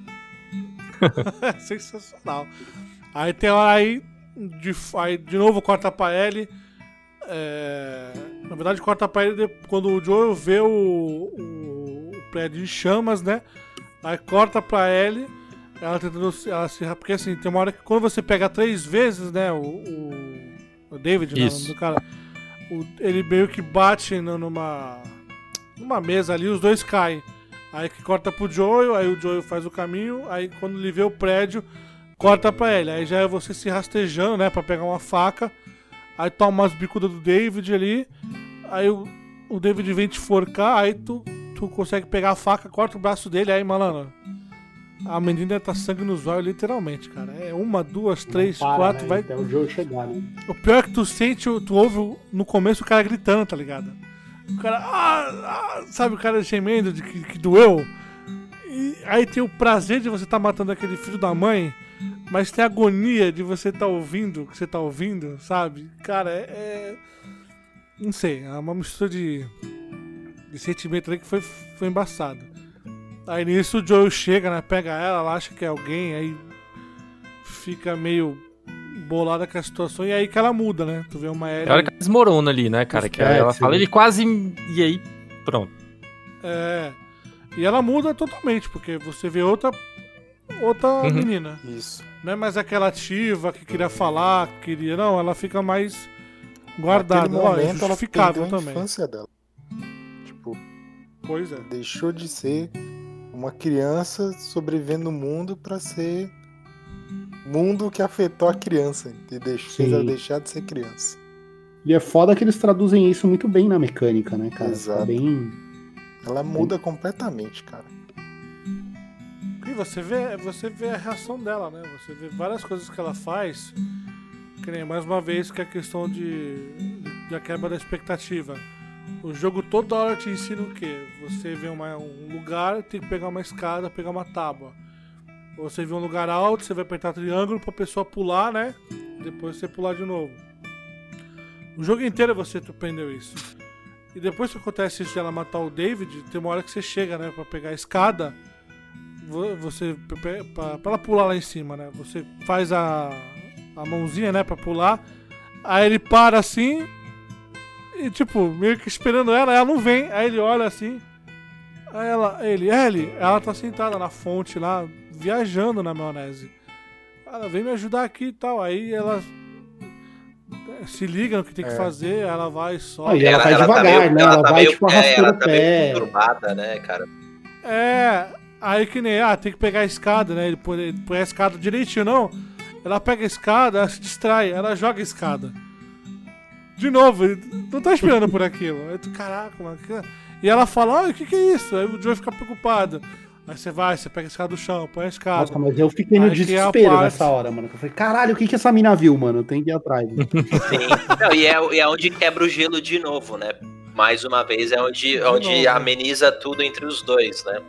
É sensacional. Aí tem hora aí de, aí de novo corta pra Ellie. É, na verdade corta pra ele de- quando o Joel vê o, o, o prédio em chamas, né? Aí corta pra Ellie. Ela tentando se- ela se. Porque assim, tem uma hora que quando você pega três vezes, né? O, o, o David, né, o Isso. nome do cara. o- ele meio que bate no- numa. Numa mesa ali, os dois caem. Aí que corta pro Joel, aí o Joel faz o caminho, aí quando ele vê o prédio, corta pra ele. Aí já é você se rastejando, né, pra pegar uma faca. Aí toma umas bicudas do David ali, aí o, o David vem te forcar, aí tu, tu consegue pegar a faca, corta o braço dele, aí, malandro, a menina tá sangue nos olhos, literalmente, cara. É uma, duas, três, Não para, quatro, né? vai... Até o Joe chegar, né? O pior é que tu sente, tu ouve o- no começo o cara gritando, tá ligado? O cara, ah, ah, sabe, o cara gemendo de que, que doeu. E aí tem o prazer de você estar matando aquele filho da mãe, mas tem a agonia de você estar ouvindo o que você tá ouvindo, sabe? Cara, é, é- não sei, é uma mistura de, de sentimento ali que foi, foi embaçado. Aí nisso o Joel chega, né? Pega ela, ela acha que é alguém, aí fica meio bolada com a situação, e aí que ela muda, né? Tu vê uma Ellie... É a hora que ela desmorona ali, né, cara? Que É, ela sim. fala, ele quase. E aí, pronto. É. E ela muda totalmente, porque você vê outra outra Uhum. menina. Isso. Não é mais aquela ativa que queria falar, que queria. Não, ela fica mais guardada. Naquele Ó, é momento ela justificável perdeu a também. infância dela. Tipo, Pois é. deixou de ser uma uma criança sobrevivendo no mundo pra ser mundo que afetou a criança e deixou, fez ela deixar de ser criança. E é foda que eles traduzem isso muito bem na mecânica, né, cara? Exato. Tá bem... Ela muda completamente, cara. E você vê, você vê a reação dela, né? Você vê várias coisas que ela faz, que nem mais uma vez que a questão de, de a quebra da expectativa. O jogo toda hora te ensina o quê? Você vê uma, um lugar, tem que pegar uma escada, pegar uma tábua. Você vê um lugar alto, você vai apertar triângulo pra pessoa pular, né? Depois você pular de novo. O jogo inteiro você aprendeu isso. E depois que acontece isso de ela matar o David, tem uma hora que você chega, né, pra pegar a escada, você, pra, pra ela pular lá em cima, né, você faz a, a mãozinha, né, pra pular, aí ele para assim, e tipo, meio que esperando ela, ela não vem, aí ele olha assim, aí ela, ele, Ellie, ela tá sentada na fonte lá, viajando na maionese. Ela vem me ajudar aqui e tal, aí ela... se liga no que tem que é. fazer, ela vai só. Ah, e ela, ela vai ela devagar, tá meio, né? Ela, ela tá vai meio, tipo arrastando é, o tá pé. Meio turbada, né, cara? É, aí que nem, ah, tem que pegar a escada, né? Ele põe, ele põe a escada direitinho, não. Ela pega a escada, ela se distrai, ela joga a escada. De novo, ele não tá esperando por aquilo. Aí tu, caraca, mano. E ela fala, ah, o que que é isso? Aí o Joe fica preocupado. Aí você vai, você pega a escada do chão, põe a escada. Nossa, mas eu fiquei no aí desespero parte... nessa hora, mano. Eu falei, caralho, o que que essa mina viu, mano? Tem que ir atrás. Sim. Não, e, é, e é onde quebra o gelo de novo, né? Mais uma vez, é onde, onde ameniza tudo entre os dois, né?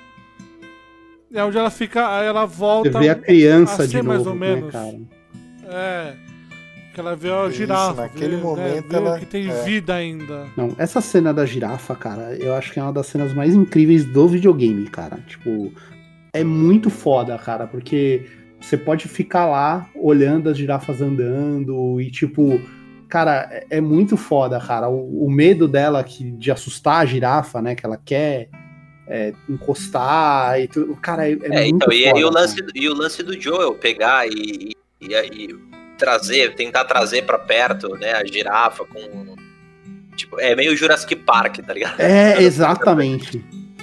É onde ela fica, aí ela volta. Você vê a criança a de novo, mais ou né, menos. cara? É. Que ela vê a girafa. Isso, naquele vê, momento né, vê ela que tem é. vida ainda. Não, essa cena da girafa, cara, eu acho que é uma das cenas mais incríveis do videogame, cara. Tipo, é muito foda, cara, porque você pode ficar lá olhando as girafas andando e, tipo, cara, é, é muito foda, cara. O, o medo dela que, de assustar a girafa, né, que ela quer é, encostar e tudo. Cara, é, é, é muito então, e, foda. E o, lance, e o lance do Joel pegar e, e, e trazer, tentar trazer pra perto, né, a girafa com... Tipo, é meio Jurassic Park, tá ligado? É, exatamente.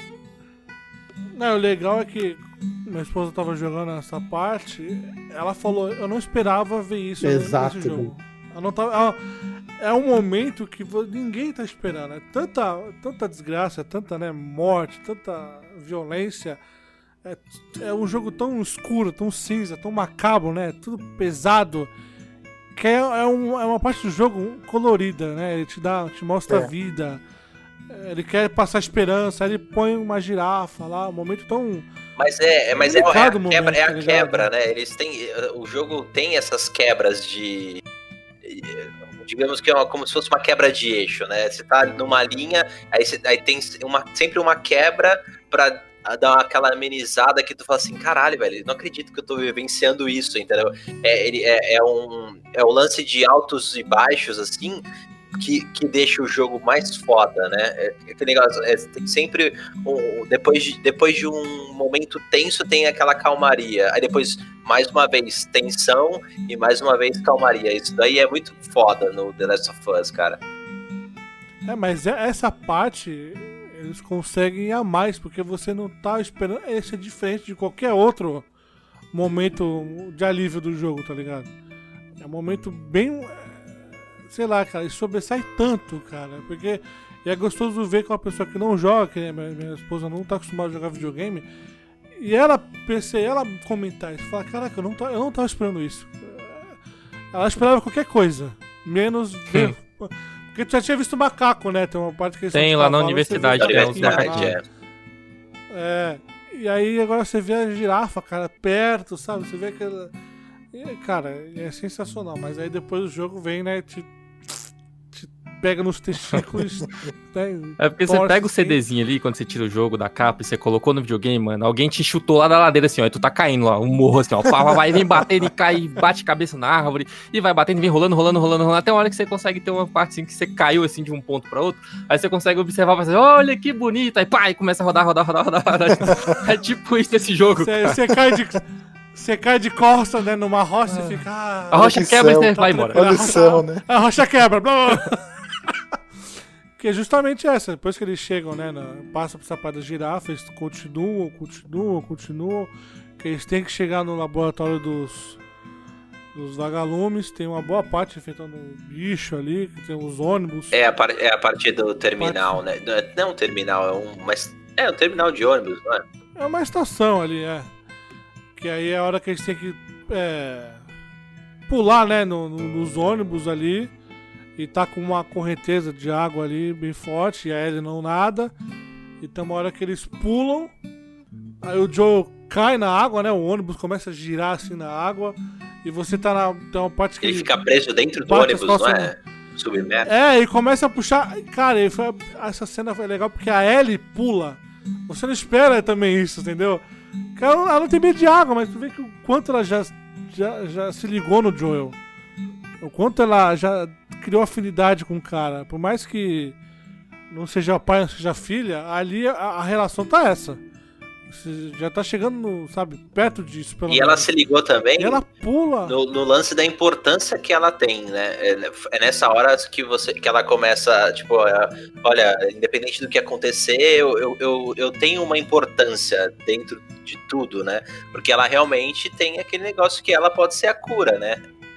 Não, o legal é que minha esposa tava jogando essa parte, ela falou, eu não esperava ver isso Exato, nesse jogo. Ela não tava, ela, é um momento que ninguém tá esperando. É tanta, tanta desgraça, é tanta, né, morte, tanta violência. É, é um jogo tão escuro, tão cinza, tão macabro, né? Tudo pesado. Que é, é, um, é uma parte do jogo colorida, né? Ele te dá, te mostra É. a vida. Ele quer passar esperança, aí ele põe uma girafa lá, um momento tão... Mas é, é, mas é, é, a delicado quebra, momento, é a tá ligado? quebra, né? Eles têm, o jogo tem essas quebras de, digamos que é uma, como se fosse uma quebra de eixo, né? Você tá numa linha, aí, você, aí tem uma, sempre uma quebra pra dar aquela amenizada que tu fala assim, caralho, velho, não acredito que eu tô vivenciando isso, entendeu? É, ele, é, é, um, é o lance de altos e baixos, assim, que, que deixa o jogo mais foda, né? É, é negócio, é, tem sempre um, depois, de, depois de um momento tenso tem aquela calmaria, aí depois mais uma vez tensão e mais uma vez calmaria. Isso daí é muito foda no The Last of Us, cara. É, mas essa parte eles conseguem ir a mais, porque você não tá esperando. Esse é diferente de qualquer outro momento de alívio do jogo, tá ligado? É um momento bem... Sei lá, cara, isso sobressai tanto, cara, porque e é gostoso ver com uma pessoa que não joga, que minha, minha esposa não tá acostumada a jogar videogame, e ela, pensei, ela comentar isso, falar, caraca, eu não, tá, eu não tava esperando isso. Ela esperava qualquer coisa, menos ver... Porque tu já tinha visto macaco, né? Tem uma parte que eles Tem lá na universidade, tem uns macacos. É. é. E aí agora você vê a girafa, cara, perto, sabe? Você vê aquela... E, cara, é sensacional. Mas aí depois o jogo vem, né? Te, te pega nos testículos. Né, é porque você pega o CDzinho ali, quando você tira o jogo da capa e você colocou no videogame, mano, alguém te chutou lá da ladeira assim, ó, e tu tá caindo lá, um morro assim, ó, vai, vem batendo e cai, bate cabeça na árvore, e vai batendo, vem rolando, rolando, rolando, rolando, até uma hora que você consegue ter uma parte assim, que você caiu assim de um ponto pra outro, aí você consegue observar, vai assim, olha que bonito, aí pá, e começa a rodar, rodar, rodar, rodar, rodar. É tipo isso esse jogo. Você cai de... Você cai de costas, né, numa rocha e fica... Ah, a rocha quebra e você vai embora. A rocha, né? a rocha quebra. Blá, blá. Que é justamente essa. Depois que eles chegam, né? Na, passam por essa parte das girafas, continuam, continuam, continuam. Que eles têm que chegar no laboratório dos, dos vagalumes. Tem uma boa parte enfrentando um bicho ali, que tem os ônibus. É a, par, é a partir do terminal, parte... né? Não é um terminal, é um, mas, é um terminal de ônibus, não é? É uma estação ali, é. Que aí é a hora que eles têm que é, pular, né? No, no, nos ônibus ali. E tá com uma correnteza de água ali bem forte, e a Ellie não nada. E tem uma hora que eles pulam, aí o Joel cai na água, né? O ônibus começa a girar assim na água, e você tá na tem uma parte que ele, ele fica preso dentro do ônibus, não é? Submerso. É, e começa a puxar. Cara, e foi, essa cena foi legal porque a Ellie pula. Você não espera também isso, entendeu? Ela, ela não tem medo de água, mas tu vê que o quanto ela já, já, já se ligou no Joel. O quanto ela já criou afinidade com o cara. Por mais que não seja pai, não seja filha, ali a, a relação tá essa. Você já tá chegando, no, sabe, perto disso. Pelo e menos. Ela se ligou também e ela pula. No, no lance da importância que ela tem, né? É, é nessa hora que, você, que ela começa, tipo, olha, independente do que acontecer, eu, eu, eu, eu tenho uma importância dentro de tudo, né? Porque ela realmente tem aquele negócio que ela pode ser a cura, né?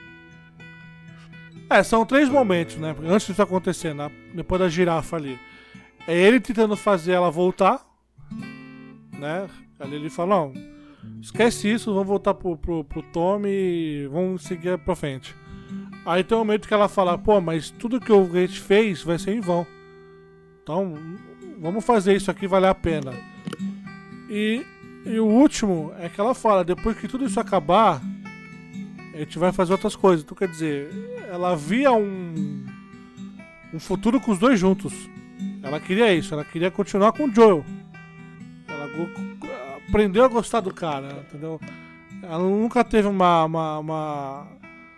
É, são três momentos, né? Antes disso acontecer, né? Depois da girafa ali. É ele tentando fazer ela voltar, né? Ali ele fala, não, esquece isso, vamos voltar pro, pro, pro Tommy e vamos seguir pra frente. Aí tem um momento que ela fala, pô, mas tudo que a gente fez vai ser em vão. Então, vamos fazer isso aqui valer a pena. E, e o último é que ela fala, depois que tudo isso acabar, a gente vai fazer outras coisas. Então, quer dizer, ela via um, um futuro com os dois juntos. Ela queria isso, ela queria continuar com o Joel. Ela aprendeu a gostar do cara, entendeu? Ela nunca teve uma uma, uma,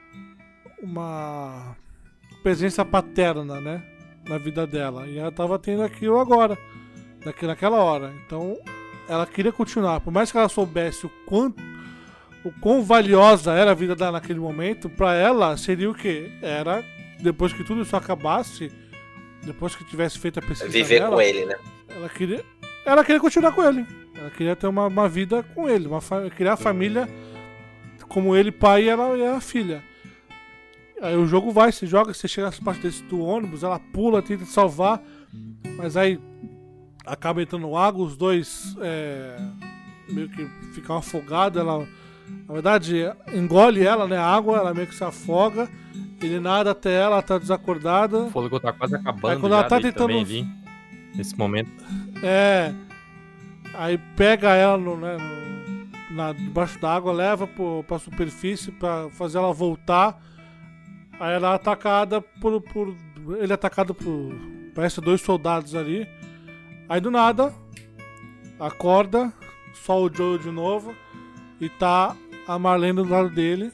uma presença paterna, né, na vida dela. E ela tava tendo aquilo agora, naquela hora. Então, ela queria continuar. Por mais que ela soubesse o quanto o quão valiosa era a vida dela naquele momento, pra ela seria o quê? Era, depois que tudo isso acabasse, depois que tivesse feito a pesquisa viver dela, com ele, né? Ela queria, ela queria continuar com ele. Ela queria ter uma, uma vida com ele, uma, criar a família como ele, pai, e ela e a filha. Aí o jogo vai, você joga, você chega nessa parte desse do ônibus, ela pula, tenta salvar, mas aí acaba entrando no água, os dois é, meio que ficam afogados, ela... Na verdade, engole ela, né? A água, ela meio que se afoga. Ele nada até ela, ela tá desacordada. O fôlego tá quase acabando. Aí quando ela tá tentando. Também, ali, nesse momento. É. Aí pega ela no, né, no, na, debaixo da água, leva pro, pra superfície pra fazer ela voltar. Aí ela é atacada por. por ele é atacado por. Parece dois soldados ali. Aí do nada, acorda, só o Joel de novo. E tá a Marlene do lado dele.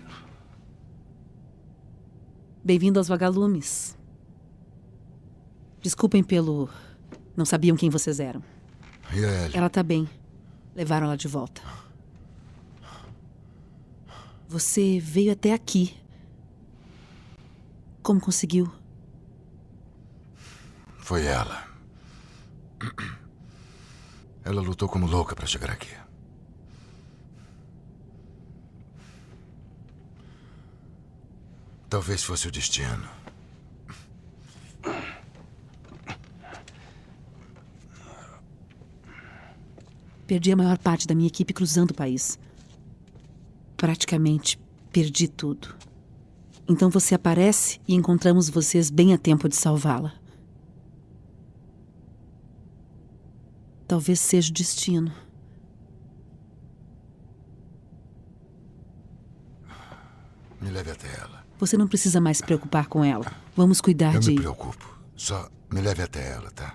Bem-vindo aos vagalumes. Desculpem pelo... Não sabiam quem vocês eram. E a Ellie? Ela tá bem. Levaram ela de volta. Você veio até aqui. Como conseguiu? Foi ela. Ela lutou como louca pra chegar aqui. Talvez fosse o destino. Perdi a maior parte da minha equipe cruzando o país. Praticamente perdi tudo. Então você aparece e encontramos vocês bem a tempo de salvá-la. Talvez seja o destino. Me leve até ela. Você não precisa mais se preocupar com ela. Vamos cuidar Eu de... Eu me preocupo. Só me leve até ela, tá?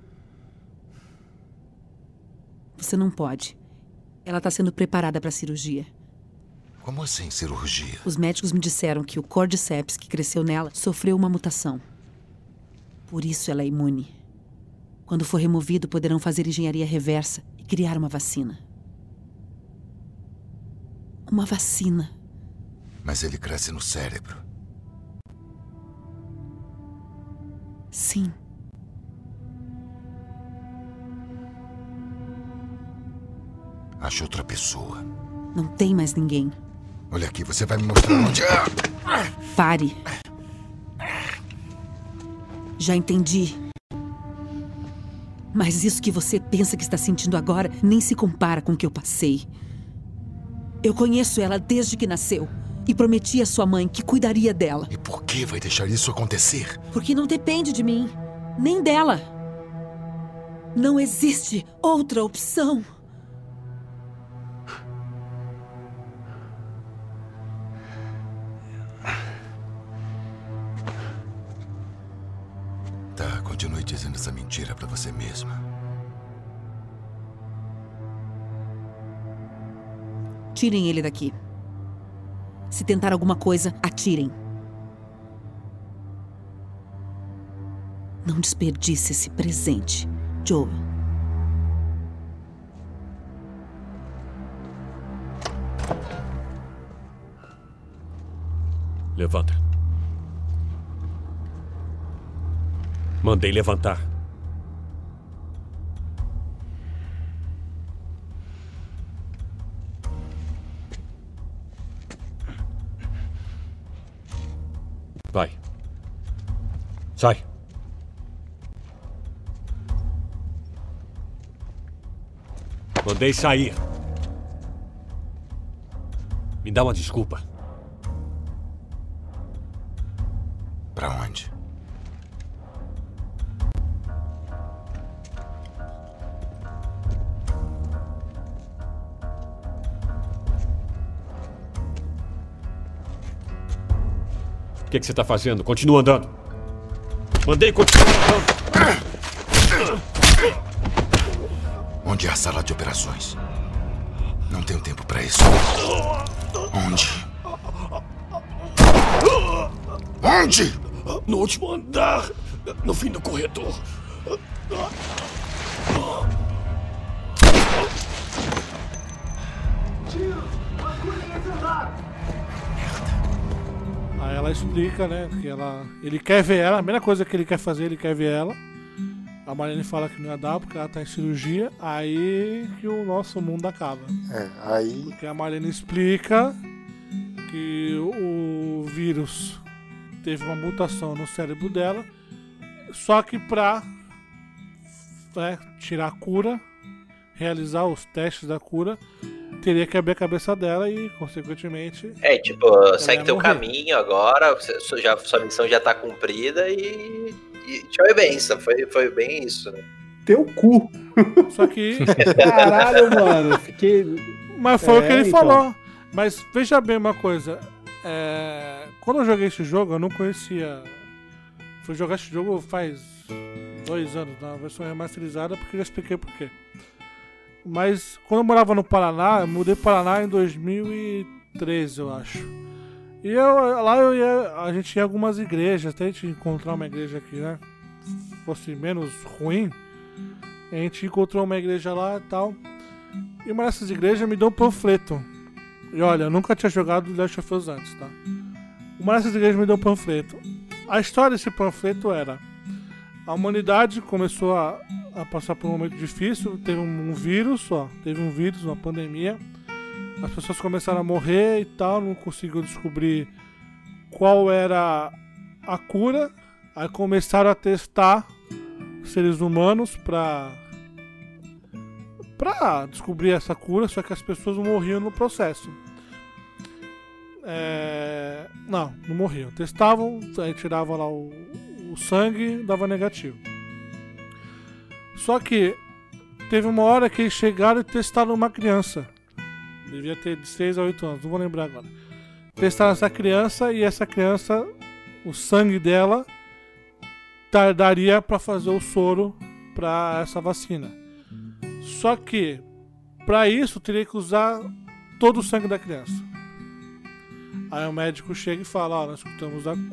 Você não pode. Ela está sendo preparada para a cirurgia. Como assim, cirurgia? Os médicos me disseram que o Cordyceps que cresceu nela sofreu uma mutação. Por isso ela é imune. Quando for removido, poderão fazer engenharia reversa e criar uma vacina. Uma vacina. Mas ele cresce no cérebro. Sim, Ache outra pessoa. Não tem mais ninguém. Olha aqui, você vai me mostrar onde... Pare. Já entendi. Mas isso que você pensa que está sentindo agora nem se compara com o que eu passei. Eu conheço ela desde que nasceu e prometi à sua mãe que cuidaria dela. E por que vai deixar isso acontecer? Porque não depende de mim, nem dela. Não existe outra opção. Tá, continue dizendo essa mentira pra você mesma. Tirem ele daqui. Se tentar alguma coisa, atirem. Não desperdice esse presente, Joel. Levanta. Mandei levantar. Vai. Sai. Mandei sair. Me dá uma desculpa. Pra onde? O que, que você está fazendo? Continua andando. Mandei continuar andando. Onde é a sala de operações? Não tenho tempo pra isso. Onde? Onde? No último andar, no fim do corredor. Aí ela explica, né, que ela, ele quer ver ela, a primeira coisa que ele quer fazer, ele quer ver ela. A Marlene fala que não ia dar porque ela tá em cirurgia, aí que o nosso mundo acaba. É, aí... Porque a Marlene explica que o vírus teve uma mutação no cérebro dela, só que pra é, tirar a cura, realizar os testes da cura, teria que abrir a cabeça dela e, consequentemente... É, tipo, segue teu caminho agora, já, sua missão já tá cumprida e... e tchau e benção, foi, foi bem isso, né? Teu cu! Só que... Caralho, mano, fiquei... Mas foi é, o que ele então. falou. Mas veja bem uma coisa, é... quando eu joguei esse jogo, eu não conhecia... Fui jogar esse jogo faz dois anos, na versão remasterizada, porque eu já expliquei por quê. Mas quando eu morava no Paraná, eu mudei para o Paraná em dois mil e treze, eu acho. E eu, lá eu ia, a gente ia em algumas igrejas, até a gente encontrar uma igreja que, né, fosse menos ruim. A gente encontrou uma igreja lá e tal. E uma dessas igrejas me deu um panfleto. E olha, eu nunca tinha jogado Last of Us antes, tá? Uma dessas igrejas me deu um panfleto. A história desse panfleto era: a humanidade começou a, a passar por um momento difícil, teve um, um vírus, ó, teve um vírus, uma pandemia. As pessoas começaram a morrer e tal, não conseguiram descobrir qual era a cura. Aí começaram a testar seres humanos pra, pra descobrir essa cura, só que as pessoas morriam no processo. É... Não, não morriam. Testavam, aí tiravam lá o, o sangue, dava negativo. Só que teve uma hora que eles chegaram e testaram uma criança. Devia ter de seis a oito anos, não vou lembrar agora. Testaram essa criança e essa criança, o sangue dela daria para fazer o soro para essa vacina. Só que para isso teria que usar todo o sangue da criança. Aí o médico chega e fala: ó, nós escutamos a,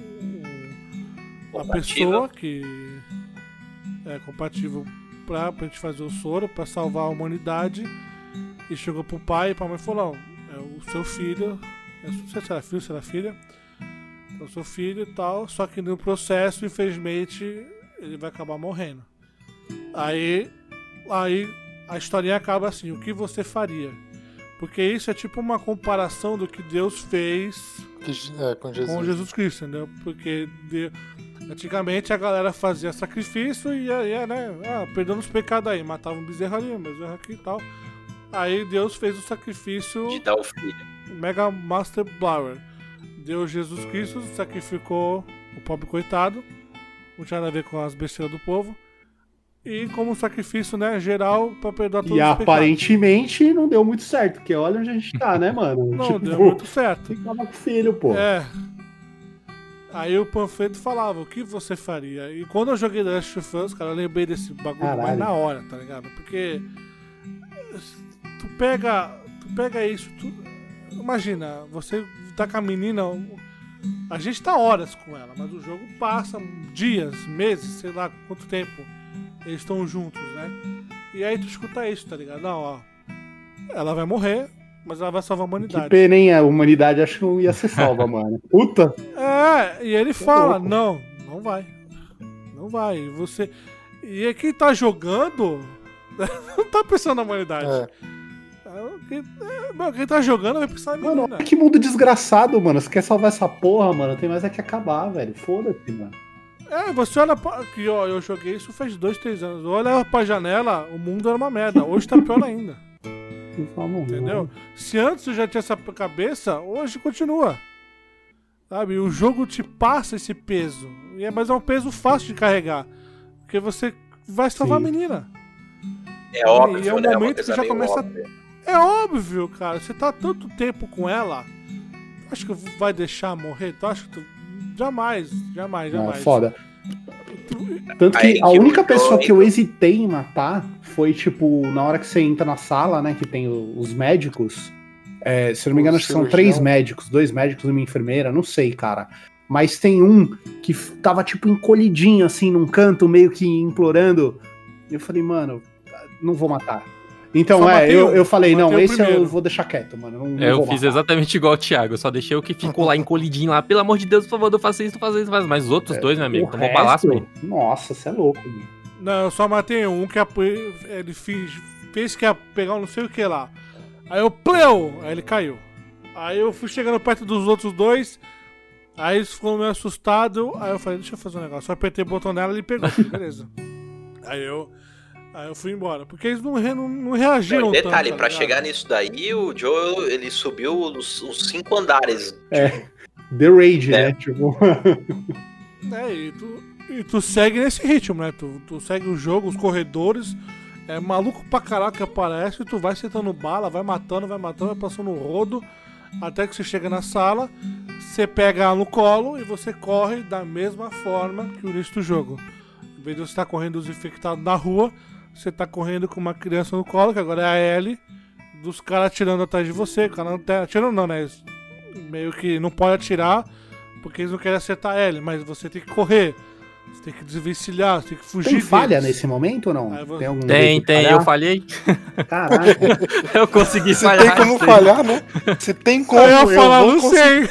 a pessoa que é compatível para a gente fazer o soro, para salvar a humanidade. E chegou pro pai e pra mãe e falou: não, é o seu filho, eu não sei se era filho, se era filha, é o seu filho e tal, só que no processo, infelizmente, ele vai acabar morrendo. Aí, aí a historinha acaba assim, o que você faria? Porque isso é tipo uma comparação do que Deus fez que, é, com, Jesus. com Jesus Cristo, entendeu? Porque de, antigamente a galera fazia sacrifício e ia, né, ah, perdendo os pecados aí, matava um bezerro ali, um bezerro aqui e tal. Aí Deus fez o sacrifício de dar o filho. Mega Master Blower. Deus Jesus Cristo sacrificou o pobre coitado, não tinha nada a ver com as besteiras do povo. E como sacrifício, né, geral, pra perdoar todos e os pecados. E aparentemente não deu muito certo, porque olha onde a gente tá, né, mano? Não, tipo, deu muito certo. Ficava com o filho, pô. É. Aí o panfleto falava, o que você faria? E quando eu joguei The Last of Us, cara, eu lembrei desse bagulho Caralho. mais na hora, tá ligado? Porque tu pega, tu pega isso, tu... imagina, você tá com a menina, a gente tá horas com ela, mas o jogo passa dias, meses, sei lá quanto tempo eles estão juntos, né? E aí tu escuta isso, tá ligado? Não, ó, ela vai morrer, mas ela vai salvar a humanidade. Que pena, hein? A humanidade acho que não ia ser salva, mano. Puta! É, e ele fala, não, não vai. Não vai. Você... E quem tá jogando não tá pensando na humanidade. É. Quem, é, quem tá jogando vai pensar na menina. Mano, que mundo desgraçado, mano. Você quer salvar essa porra, mano? Tem mais é que acabar, velho. Foda-se, mano. É, você olha pra... Aqui, ó, eu joguei isso faz dois, três anos. Olha pra janela, o mundo era uma merda. Hoje tá pior ainda. Entendeu? Se antes eu já tinha essa cabeça, hoje continua. Sabe? O jogo te passa esse peso. E é, mas é um peso fácil de carregar. Porque você vai salvar Sim. a menina. É óbvio, e é um né? momento que já começa. Óbvio. É óbvio, cara. Você tá há tanto tempo com ela. Acho que vai deixar morrer? Tu acha que tu. Jamais, jamais, jamais. É foda. Tanto que a única pessoa que eu hesitei em matar foi, tipo, na hora que você entra na sala, né, que tem os médicos. É, se eu não me engano, acho que são três médicos, dois médicos e uma enfermeira, não sei, cara. Mas tem um que tava, tipo, encolhidinho, assim, num canto, meio que implorando. E eu falei, mano, não vou matar. Então, só é, eu, eu falei, não, esse primeiro. eu vou deixar quieto, mano. Não, não é, eu vou fiz matar. exatamente igual o Thiago, eu só deixei o que ficou lá encolhidinho lá. Pelo amor de Deus, por favor, não faça isso, não faça isso, não faça isso. Mas os outros é, dois, meu amigo, tomou balaço aí. Nossa, você é louco, mano. Não, eu só matei um que ele fez, fez que ia pegar um não sei o que lá. Aí eu, pleu! Aí ele caiu. Aí eu fui chegando perto dos outros dois, aí eles ficou meio assustado. Aí eu falei, deixa eu fazer um negócio. Só apertei o botão nela e ele pegou. Beleza. Aí eu... Aí eu fui embora, porque eles não, re, não, não reagiram não, detalhe, tanto, pra tá chegar nisso daí, o Joel, ele subiu os, os cinco andares. É, The Raid, é. né? Tipo... É, e tu, e tu segue nesse ritmo, né? Tu, tu segue o jogo, os corredores, é maluco pra caraca que aparece, e tu vai sentando bala, vai matando, vai matando, vai passando o rodo, até que você chega na sala, você pega ela no colo e você corre da mesma forma que o início do jogo. Em vez de você estar correndo os infectados na rua, você tá correndo com uma criança no colo, que agora é a Ellie, dos caras atirando atrás de você. O cara não tá atirando, não, né? Meio que não pode atirar, porque eles não querem acertar a Ellie, mas você tem que correr, você tem que desvencilhar, você tem que fugir. Tem falha deles. nesse momento ou não? Você... Tem, algum tem, tem eu falhei. Caraca. eu consegui você falhar. Você tem como falhar, né? Você tem como. Eu ia falar, eu não sei.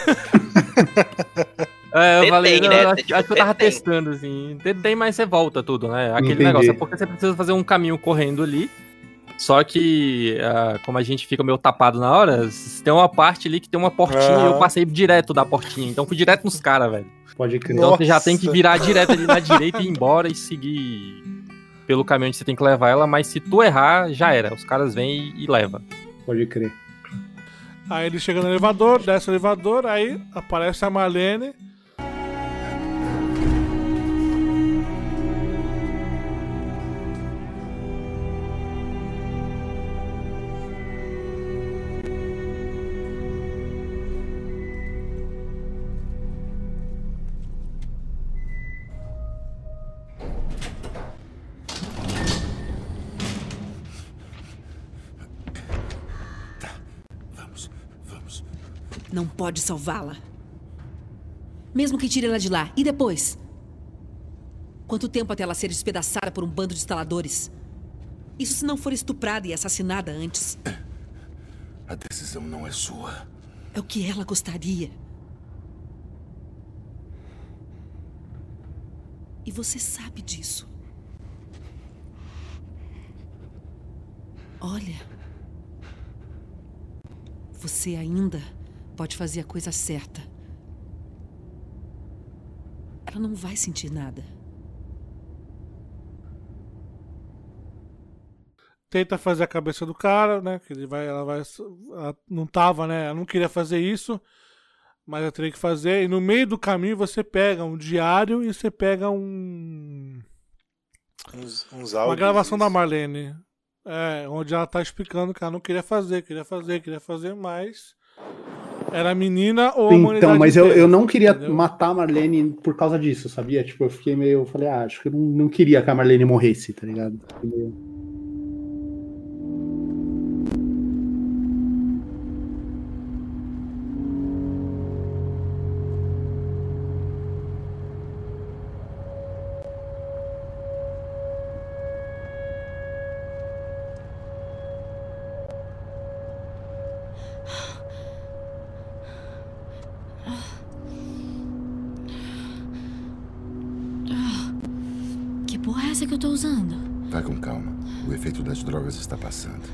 É, eu tem, falei, tem, não, né? acho, Tipo, acho que eu tava tem. testando, assim. Tem, tem, mas você volta tudo, né? Aquele Entendi. negócio, é porque você precisa fazer um caminho correndo ali. Só que, uh, como a gente fica meio tapado na hora, tem uma parte ali que tem uma portinha e eu passei direto da portinha. Então fui direto nos caras, velho. Pode crer. Então Nossa. você já tem que virar direto ali na direita e ir embora e seguir pelo caminho onde você tem que levar ela. Mas se tu errar, já era. Os caras vêm e, e levam. Pode crer. Aí ele chega no elevador, desce o elevador, aí aparece a Marlene. Não pode salvá-la. Mesmo que tire ela de lá. E depois? Quanto tempo até ela ser despedaçada por um bando de instaladores? Isso se não for estuprada e assassinada antes. A decisão não é sua. É o que ela gostaria. E você sabe disso. Olha, você ainda pode fazer a coisa certa. Ela não vai sentir nada. Tenta fazer a cabeça do cara, né? Que ele vai, ela vai, ela não tava, né? Ela não queria fazer isso, mas ela teria que fazer. E no meio do caminho você pega um diário e você pega um Uns, uns uma áudios, gravação isso. da Marlene, é, onde ela tá explicando que ela não queria fazer, queria fazer, queria fazer, mas era a menina ou a humanidade Então, mas eu, inteira, eu não queria entendeu? matar a Marlene por causa disso, sabia? Tipo, eu fiquei meio. Eu falei, ah, acho que eu não, não queria que a Marlene morresse, tá ligado? Fiquei meio- Que porra é essa que eu tô usando? Vai com calma. O efeito das drogas está passando.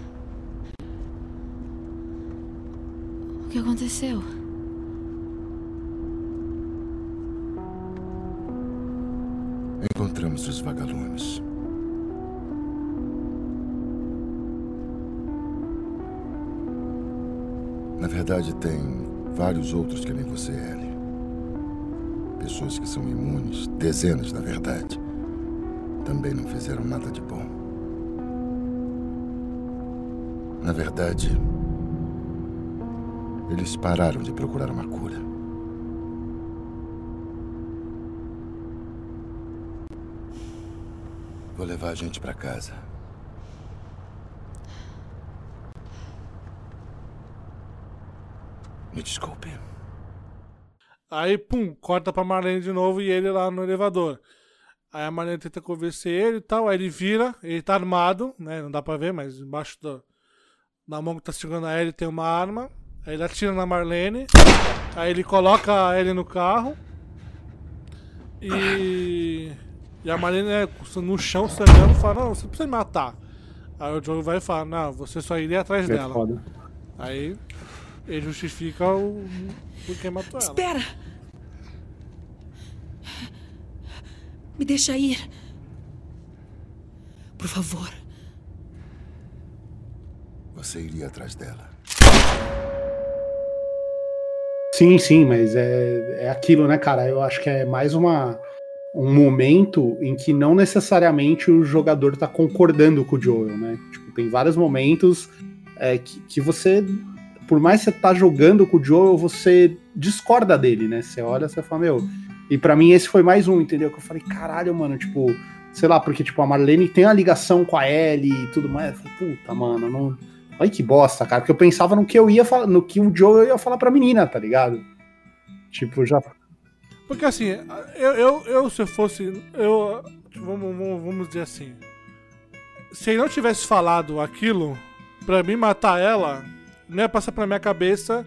O que aconteceu? Encontramos os vagalumes. Na verdade, tem vários outros que nem você, Ellie. Pessoas que são imunes, dezenas, na verdade. Também não fizeram nada de bom. Na verdade, eles pararam de procurar uma cura. Vou levar a gente pra casa. Me desculpe. Aí, pum, corta pra Marlene de novo e ele lá no elevador. Aí a Marlene tenta convencer ele e tal, aí ele vira, ele tá armado, né? Não dá pra ver, mas embaixo do, da mão que tá segurando a Ellie tem uma arma. Aí ele atira na Marlene, aí ele coloca a Ellie no carro e, e a Marlene, né, no chão, sangrando, fala, não, você precisa me matar. Aí o Joe vai e fala, não, você só iria atrás É dela. foda. Aí ele justifica o porquê matou ela. Espera! Me deixa ir. Por favor. Você iria atrás dela. Sim, sim, mas é, é aquilo, né, cara? Eu acho que é mais uma, um momento em que não necessariamente o jogador tá concordando com o Joel, né? Tipo, tem vários momentos é, que, que você, por mais que você tá jogando com o Joel, você discorda dele, né? Você olha e você fala, meu... E pra mim esse foi mais um, entendeu? Que eu falei, caralho, mano, tipo... Sei lá, porque, tipo, a Marlene tem a ligação com a Ellie e tudo mais. Eu falei, puta, mano, não... Olha que bosta, cara. Porque eu pensava no que eu ia falar, no que o Joe ia falar pra menina, tá ligado? Tipo, já. Porque assim, eu, eu, eu se eu fosse. Eu. Vamos, vamos, vamos dizer assim. Se ele não tivesse falado aquilo, pra mim matar ela, não ia passar pela minha cabeça.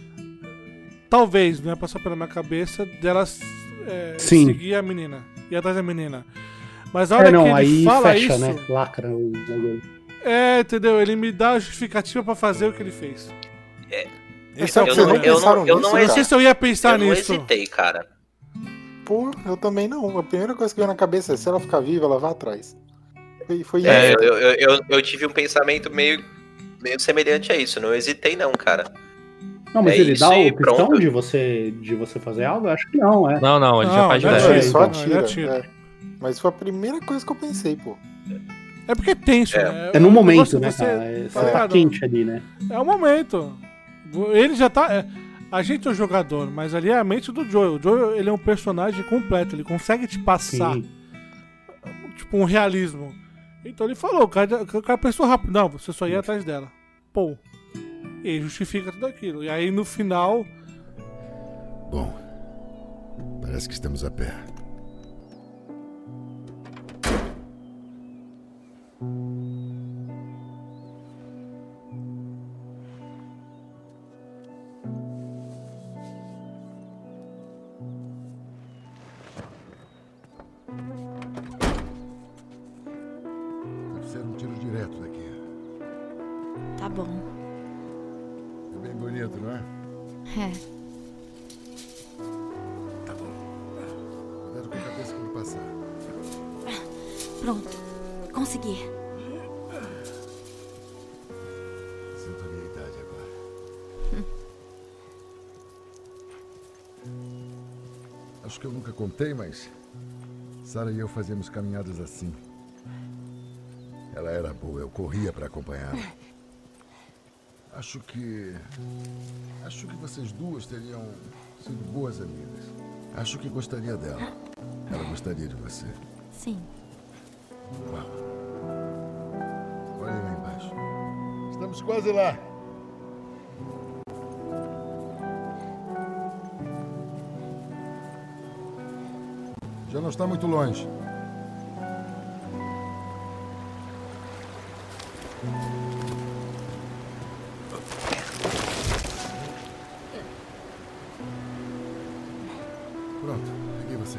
Talvez não ia passar pela minha cabeça dela é, seguir a menina. Ir atrás da menina. Mas a hora é, não, que ele aí fala fecha, isso. né? Lacra o bagulho. É, entendeu? Ele me dá a justificativa pra fazer o que ele fez. É. Isso é o que Eu vocês não, não eu não, pensaram eu nisso, não, cara? Não sei se eu ia pensar eu não nisso. hesitei, cara. Pô, eu também não. A primeira coisa que veio na cabeça é se ela ficar viva, ela vai atrás. Foi, foi É, isso. eu, eu, eu, eu tive um pensamento meio, meio semelhante a isso. Não hesitei, não, cara. Não, mas É ele isso dá a e opção pronto. de você, de você fazer algo? Eu acho que não, é. Não, não, ele já Não, faz já direto. Ele É, só então, ele atira. atira. é. Mas foi a primeira coisa que eu pensei, pô. É porque é tenso, É. né? É no O momento, negócio né, você- cara? É, você tá tá ligado? quente ali, né? É o momento. Ele já tá. é, a gente é o jogador, mas ali é a mente do Joel. O Joel, ele é um personagem completo, ele consegue te passar Sim. tipo um realismo. Então ele falou, o cara, o cara pensou rápido, não, você só ia atrás dela. Pô. E ele justifica tudo aquilo. E aí no final. Bom, parece que estamos a pé. Deve ser um tiro direto daqui. bom. É bem bonito, não é? É. Tá bom. Cuidado com a cabeça quando passar. Pronto. Consegui. Sinto a minha idade agora. Acho que eu nunca contei, mas Sarah e eu fazíamos caminhadas assim. Ela era boa, eu corria para acompanhá-la. Acho que... Acho que vocês duas teriam sido boas amigas. Acho que gostaria dela. Ela gostaria de você. Sim. Uau. Olhem lá embaixo. Estamos quase lá. Já não está muito longe. Pronto, peguei você.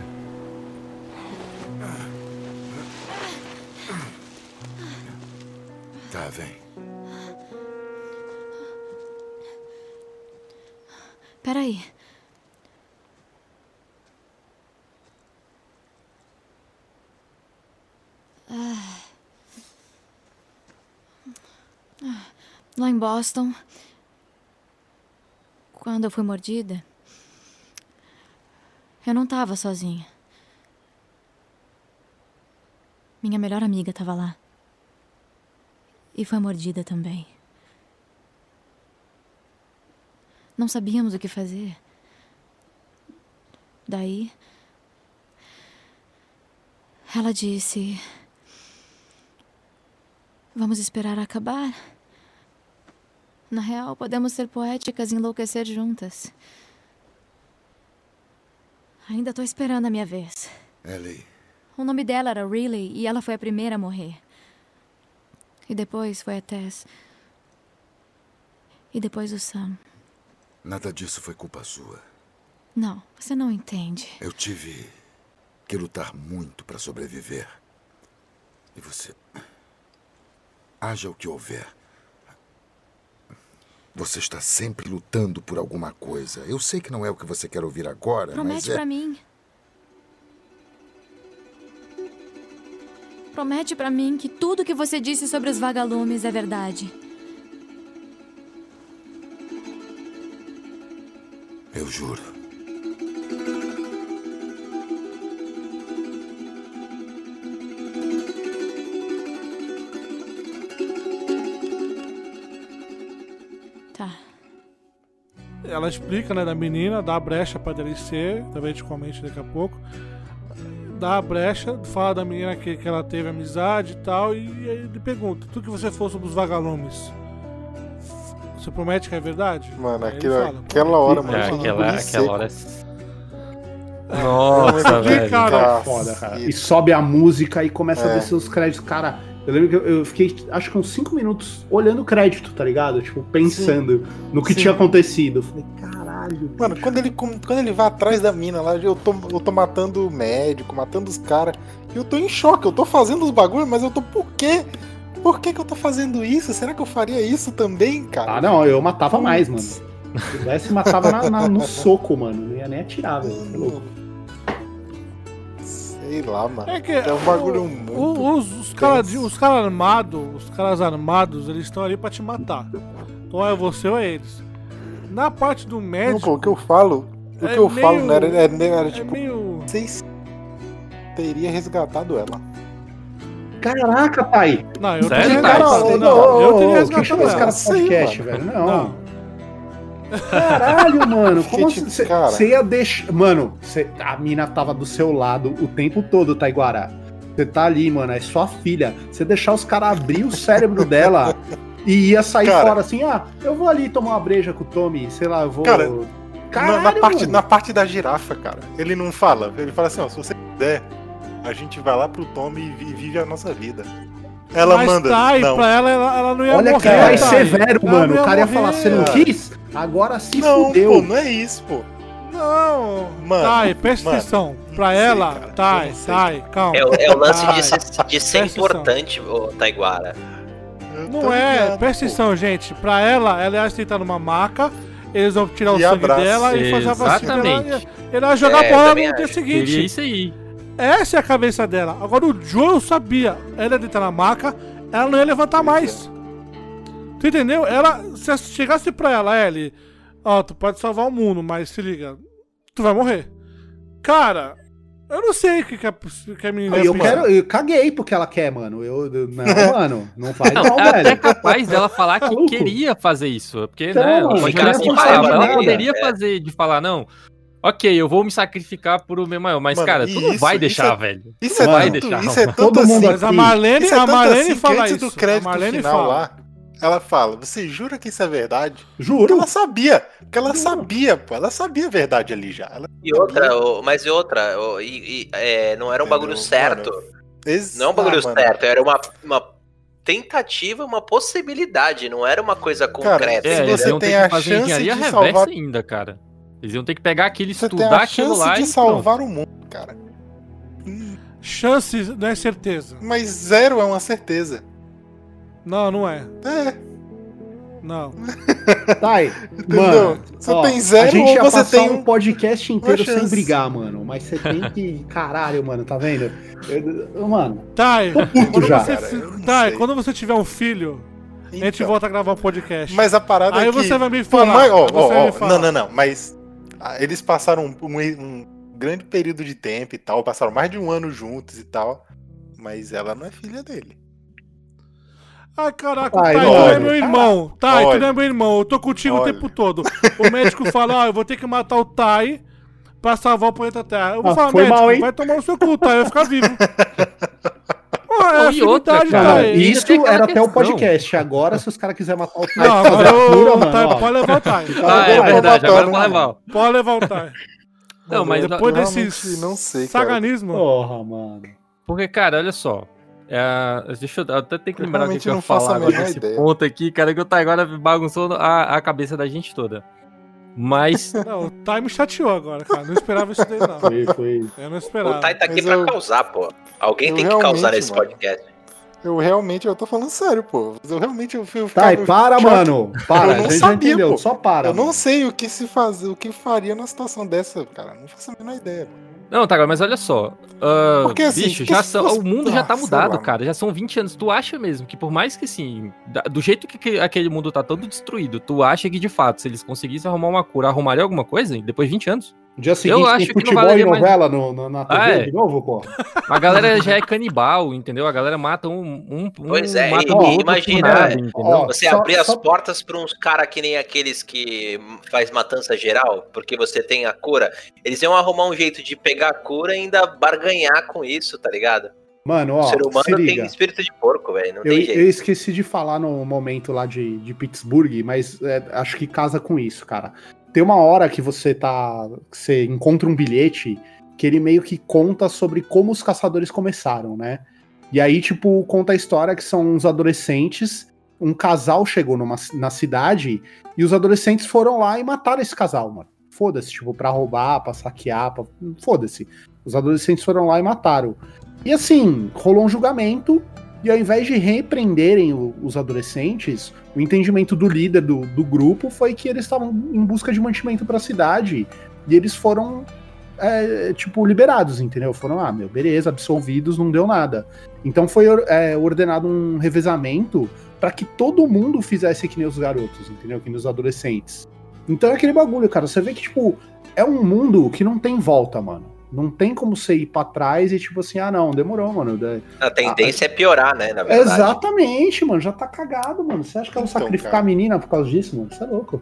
Tá, vem. Peraí. Ah. Lá em Boston, quando eu fui mordida, eu não tava sozinha. Minha melhor amiga tava lá. E foi mordida também. Não sabíamos o que fazer. Daí, ela disse: vamos esperar acabar. Na real, podemos ser poéticas e enlouquecer juntas. Ainda tô esperando a minha vez. Ellie. O nome dela era Riley e ela foi a primeira a morrer. E depois foi a Tess. E depois o Sam. Nada disso foi culpa sua. Não, você não entende. Eu tive que lutar muito para sobreviver. E você... Haja o que houver. Você está sempre lutando por alguma coisa. Eu sei que não é o que você quer ouvir agora, Promete mas é... pra mim. Promete pra mim que tudo que você disse sobre os vagalumes é verdade. Eu juro. Tá. Ela explica, né, da menina, dá a brecha pra D L C, talvez a gente comente daqui a pouco. Dá a brecha, fala da menina que, que ela teve amizade e tal, e, e aí ele pergunta: tudo que você for sobre os vagalumes, você promete que é verdade? Mano, Aí aquela, fala, aquela hora, mano. É, aquela, aquela seco. hora. Nossa, velho. Cara, foda, cara. E sobe a música e começa É. a descer os créditos. Cara, eu lembro que eu, eu fiquei, acho que uns cinco minutos olhando o crédito, tá ligado? Tipo, pensando Sim. no que Sim. tinha acontecido. Eu falei, caralho. Mano, quando ele, quando ele vai atrás da mina lá, eu tô, eu tô matando o médico, matando os caras. E eu tô em choque, eu tô fazendo os bagulhos, mas eu tô, por quê? Por que que eu tô fazendo isso? Será que eu faria isso também, cara? Ah, não, eu matava mais, mano. Se tivesse, matava na- na- no soco, mano. Não ia nem atirar, velho. Você é louco. Sei lá, mano. É que É um bagulho o- muito... o- os, os caras os cara armados, os caras armados, eles estão ali pra te matar. Então é você ou é eles. Na parte do Não, médico. pô, o que eu falo, o é que eu meio- falo, né, era, era, era tipo, meio... vocês teria resgatado ela. Caraca, pai. Não, eu Sério, teria pai? resgatado. Não, Não, não, eu ô, teria ô, resgatado que chama esse ela. cara Sim, podcast, mano. velho? Não. Não. Caralho, mano. Porque, Como tipo, você cara- ia deixar. Mano, cê- a mina tava do seu lado o tempo todo, Taiguara. Você tá ali, mano, é sua filha. Você deixar os caras abrir o cérebro dela e ia sair Cara- fora assim, ah, eu vou ali tomar uma breja com o Tommy, sei lá, eu vou. Cara, Caralho, na, na parte, mano. na parte da girafa, cara, ele não fala. Ele fala assim, ó, se você puder, a gente vai lá pro Tommy e vi- vive a nossa vida. Ela Mas manda. tá, e não. pra ela, ela, ela não ia Olha morrer. que mais tá? severo, Ela mano. não O cara ia morrer. falar, você não quis? Agora se Não, fudeu. pô, não é isso, pô. Não, Mano, Thay, presta mano, atenção. Pra sei, ela, cara, eu Thay, não sei. Thay, calma. É, o- é o lance de Thay, ser, de ser presta atenção. importante, ô Taiguara. Eu Não é, ligado, presta atenção, gente. Pra ela, ela ia sentar numa maca, eles vão tirar o sangue abraço. dela e fazer a vacina. Ela, ela ia jogar é, bola no dia seguinte. Seria isso aí. Essa é a cabeça dela. Agora o Joel sabia. Ela ia deitar na maca, ela não ia levantar mais. Tu entendeu? Ela, se chegasse pra ela, Ellie, ó, tu pode salvar o mundo, mas se liga, tu vai morrer. Cara, eu não sei o que, que, a, que a menina eu, quero, eu caguei porque ela quer, mano. Eu, eu não, mano, não faz não, não velho. Ela é capaz dela falar que tá queria fazer isso. Porque, então, né, mano, pode assim falar, ela poderia é. fazer, de falar, não, ok, eu vou me sacrificar por o meu maior, mas, mano, cara, tu não vai deixar, é, velho. Isso é vai tanto, deixar. Isso é todo assim, mundo mas a Marlene, isso é a Marlene assim, fala antes isso. do crédito a Marlene final fala. lá, ela fala, você jura que isso é verdade? Juro. Porque ela sabia, porque ela Juro. sabia, pô, ela sabia a verdade ali já. Ela e outra, oh, mas e outra, oh, e, e, é, não era um bagulho Entendeu, certo. Mano, não é um bagulho ah, certo, era uma, uma tentativa, uma possibilidade, não era uma coisa concreta. Cara, é, se você tem a chance de reversa salvar ainda, cara. Eles iam ter que pegar aquilo, você estudar tem a aquilo lá chance de e salvar pronto. o mundo, cara. Chances não é certeza. Mas zero é uma certeza. Não, não é. É. Não. Tá aí. Entendeu? Mano, você ó, tem zero a gente ou ia você passar tem um podcast inteiro chance. sem brigar, mano. Mas você tem que... Caralho, mano, tá vendo? Eu, mano, tá aí. Quando já. Você, Cara, tá aí, quando você tiver um filho, então, a gente volta a gravar um podcast. Mas a parada aí é que... você vai me falar. Mas, ó, você ó, vai me ó, falar. não, não, não. Mas ah, eles passaram um, um, um grande período de tempo e tal. Passaram mais de um ano juntos e tal. Mas ela não é filha dele. Ai, caraca, Ai, Thay, tu olha, é meu irmão. Thay, tu olha, não é meu irmão. Eu tô contigo olha. o tempo todo. O médico fala, ó, ah, eu vou ter que matar o Thay pra salvar o planeta Terra. Eu vou ah, falar, foi médico, mal, hein? vai tomar no seu cu, Thay, vai ficar vivo. Pô, é e outra, verdade, cara, Thay. isso era até o podcast. Agora, se os caras quiserem matar o Thay, não, fazer a cura, mano, Thay, ó. pode levar o Thay. Ah, é verdade, agora pode levar. Pode levar o Thay. Não, mas depois não, desse não sei, saganismo. Porra, mano. Porque, cara, olha só. É, deixa eu, eu até ter que Eu lembrar o que, que eu não ia falar agora menor nesse ideia. ponto aqui, cara, que o Thay agora bagunçou a, a cabeça da gente toda. Mas. Não, o Thay me chateou agora, cara. Não esperava isso daí, não. Foi, foi. Eu não esperava. O Thay tá aqui Mas pra eu- causar, pô. Alguém eu tem que causar realmente, nesse mano. podcast. Eu realmente, eu tô falando sério, pô. Eu realmente, eu, eu Tá, ficava e para, choque. mano. Para, Eu a não gente já sabia, entendeu. pô. Só para. Eu não mano. sei o que se fazer, o que faria numa situação dessa, cara. Não faço a menor ideia. Não, tá, mas olha só. ah, Porque, assim, bicho, porque já se são, fosse- o mundo já tá Ah, sei mudado, lá, cara. Já são vinte anos. Tu acha mesmo que por mais que assim, da- do jeito que que aquele mundo tá todo destruído, tu acha que de fato, se eles conseguissem arrumar uma cura, arrumaria alguma coisa depois de vinte anos? Dia seguinte acho tem que não futebol e valeria mais- novela no, no- na T V Ah, é. de novo, pô. A galera já é canibal, entendeu? A galera mata um. um Pois um é, mata e- o e outro imagina, por nada, é, entendeu? ó, Você Só- abrir as só- portas pra uns caras que nem aqueles que faz matança geral, porque você tem a cura. Eles iam arrumar um jeito de pegar a cura e ainda barganhar com isso, tá ligado? Mano, ó, o ser se humano liga. tem espírito de porco, velho. Não Eu, tem eu jeito. esqueci de falar no momento lá de, de Pittsburgh, mas é, acho que casa com isso, cara. Tem uma hora que você tá. Que você encontra um bilhete que ele meio que conta sobre como os caçadores começaram, né? E aí, tipo, conta a história que são uns adolescentes. Um casal chegou numa, na cidade e os adolescentes foram lá e mataram esse casal, mano. Foda-se, tipo, pra roubar, pra saquear, pra... foda-se. Os adolescentes foram lá e mataram. E assim, rolou um julgamento, e ao invés de repreenderem o- os adolescentes, o entendimento do líder do, do grupo foi que eles estavam em busca de mantimento pra cidade, e eles foram, é, tipo, liberados, entendeu? Foram, ah, meu, beleza, absolvidos, não deu nada. Então foi é, ordenado um revezamento pra que todo mundo fizesse que nem os garotos, entendeu? Que nem os adolescentes. Então é aquele bagulho, cara, você vê que, tipo, é um mundo que não tem volta, mano. Não tem como você ir pra trás e tipo assim, ah não, demorou, mano. A tendência é piorar, né, na verdade. Exatamente, mano, já tá cagado, mano. Você acha que eu vou Então, sacrificar cara. a menina por causa disso, mano? Você é louco.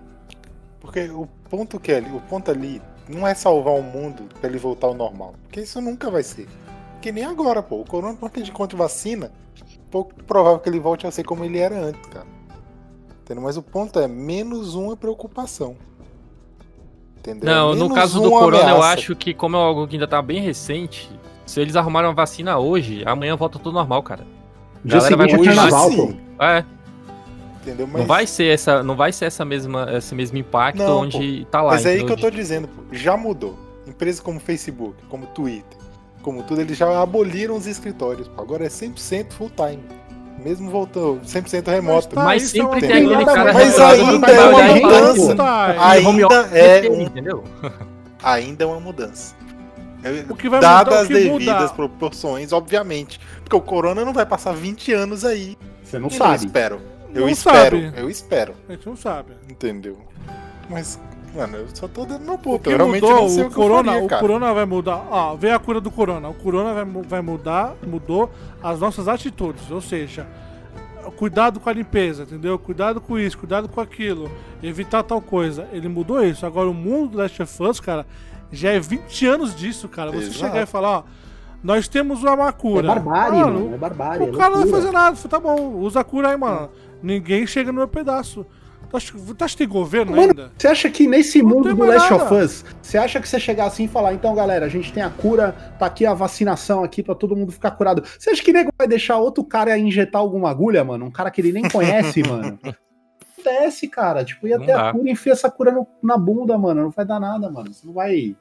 Porque o ponto que é ali, o ponto ali não é salvar o mundo pra ele voltar ao normal. Porque isso nunca vai ser. Que nem agora, pô. O corona, por que de conta de vacina, pouco provável que ele volte a ser como ele era antes, cara. Entendeu? Mas o ponto é menos uma preocupação. Entendeu? Não, no Menos caso do uma corona, eu ameaça. acho que, como é algo que ainda tá bem recente, se eles arrumaram uma vacina hoje, amanhã volta tudo normal, cara. A Dia galera vai seguinte é continuar carnaval, assim. pô. É, Entendeu? não vai ser essa, não vai ser essa mesma, esse mesmo impacto Não, onde pô. tá lá. Mas é aí entendeu? que eu tô dizendo, pô, já mudou. Empresas como Facebook, como Twitter, como tudo, eles já aboliram os escritórios, pô. Agora é cem por cento full time. Mesmo voltou cem por cento remoto. Mas, tá, mas sempre tem entendeu? aquele cara... Mas ainda é uma mudança. Tá, ainda é dele, um... entendeu? Ainda é uma mudança. O que vai Dadas mudar, as o que devidas mudar? proporções, obviamente. Porque o Corona não vai passar vinte anos aí. Você não Eu sabe. espero. Eu Não espero. sabe. Eu espero. A gente não sabe. Entendeu? Mas, mano, eu só tô dando meu ponto. O que Eu realmente mudou, não sei o o que corona, eu faria, o cara. corona vai mudar. Ó, veio a cura do corona. O corona vai, mu- vai mudar, mudou as nossas atitudes. Ou seja, cuidado com a limpeza, entendeu? Cuidado com isso, cuidado com aquilo. Evitar tal coisa. Ele mudou isso. Agora o mundo do Last of Us, cara, já é vinte anos disso, cara. Você Exato. chegar e falar, ó, nós temos uma cura. É barbárie, Mano, mano. É barbárie. O é cara não vai loucura. fazer nada. Tá bom, usa a cura aí, mano. Ninguém chega no meu pedaço. Tu acha, tu acha que tem governo Mano, ainda? você acha que nesse mundo tem do mais Last nada. of Us, você acha que você chegar assim e falar, então galera, a gente tem a cura, tá aqui a vacinação aqui pra todo mundo ficar curado. Você acha que nego vai deixar outro cara injetar alguma agulha, mano? Um cara que ele nem conhece, mano? Acontece, cara. Tipo, ia Não ter dá. a cura e enfia essa cura no- na bunda, mano. Não vai dar nada, mano. Você não vai...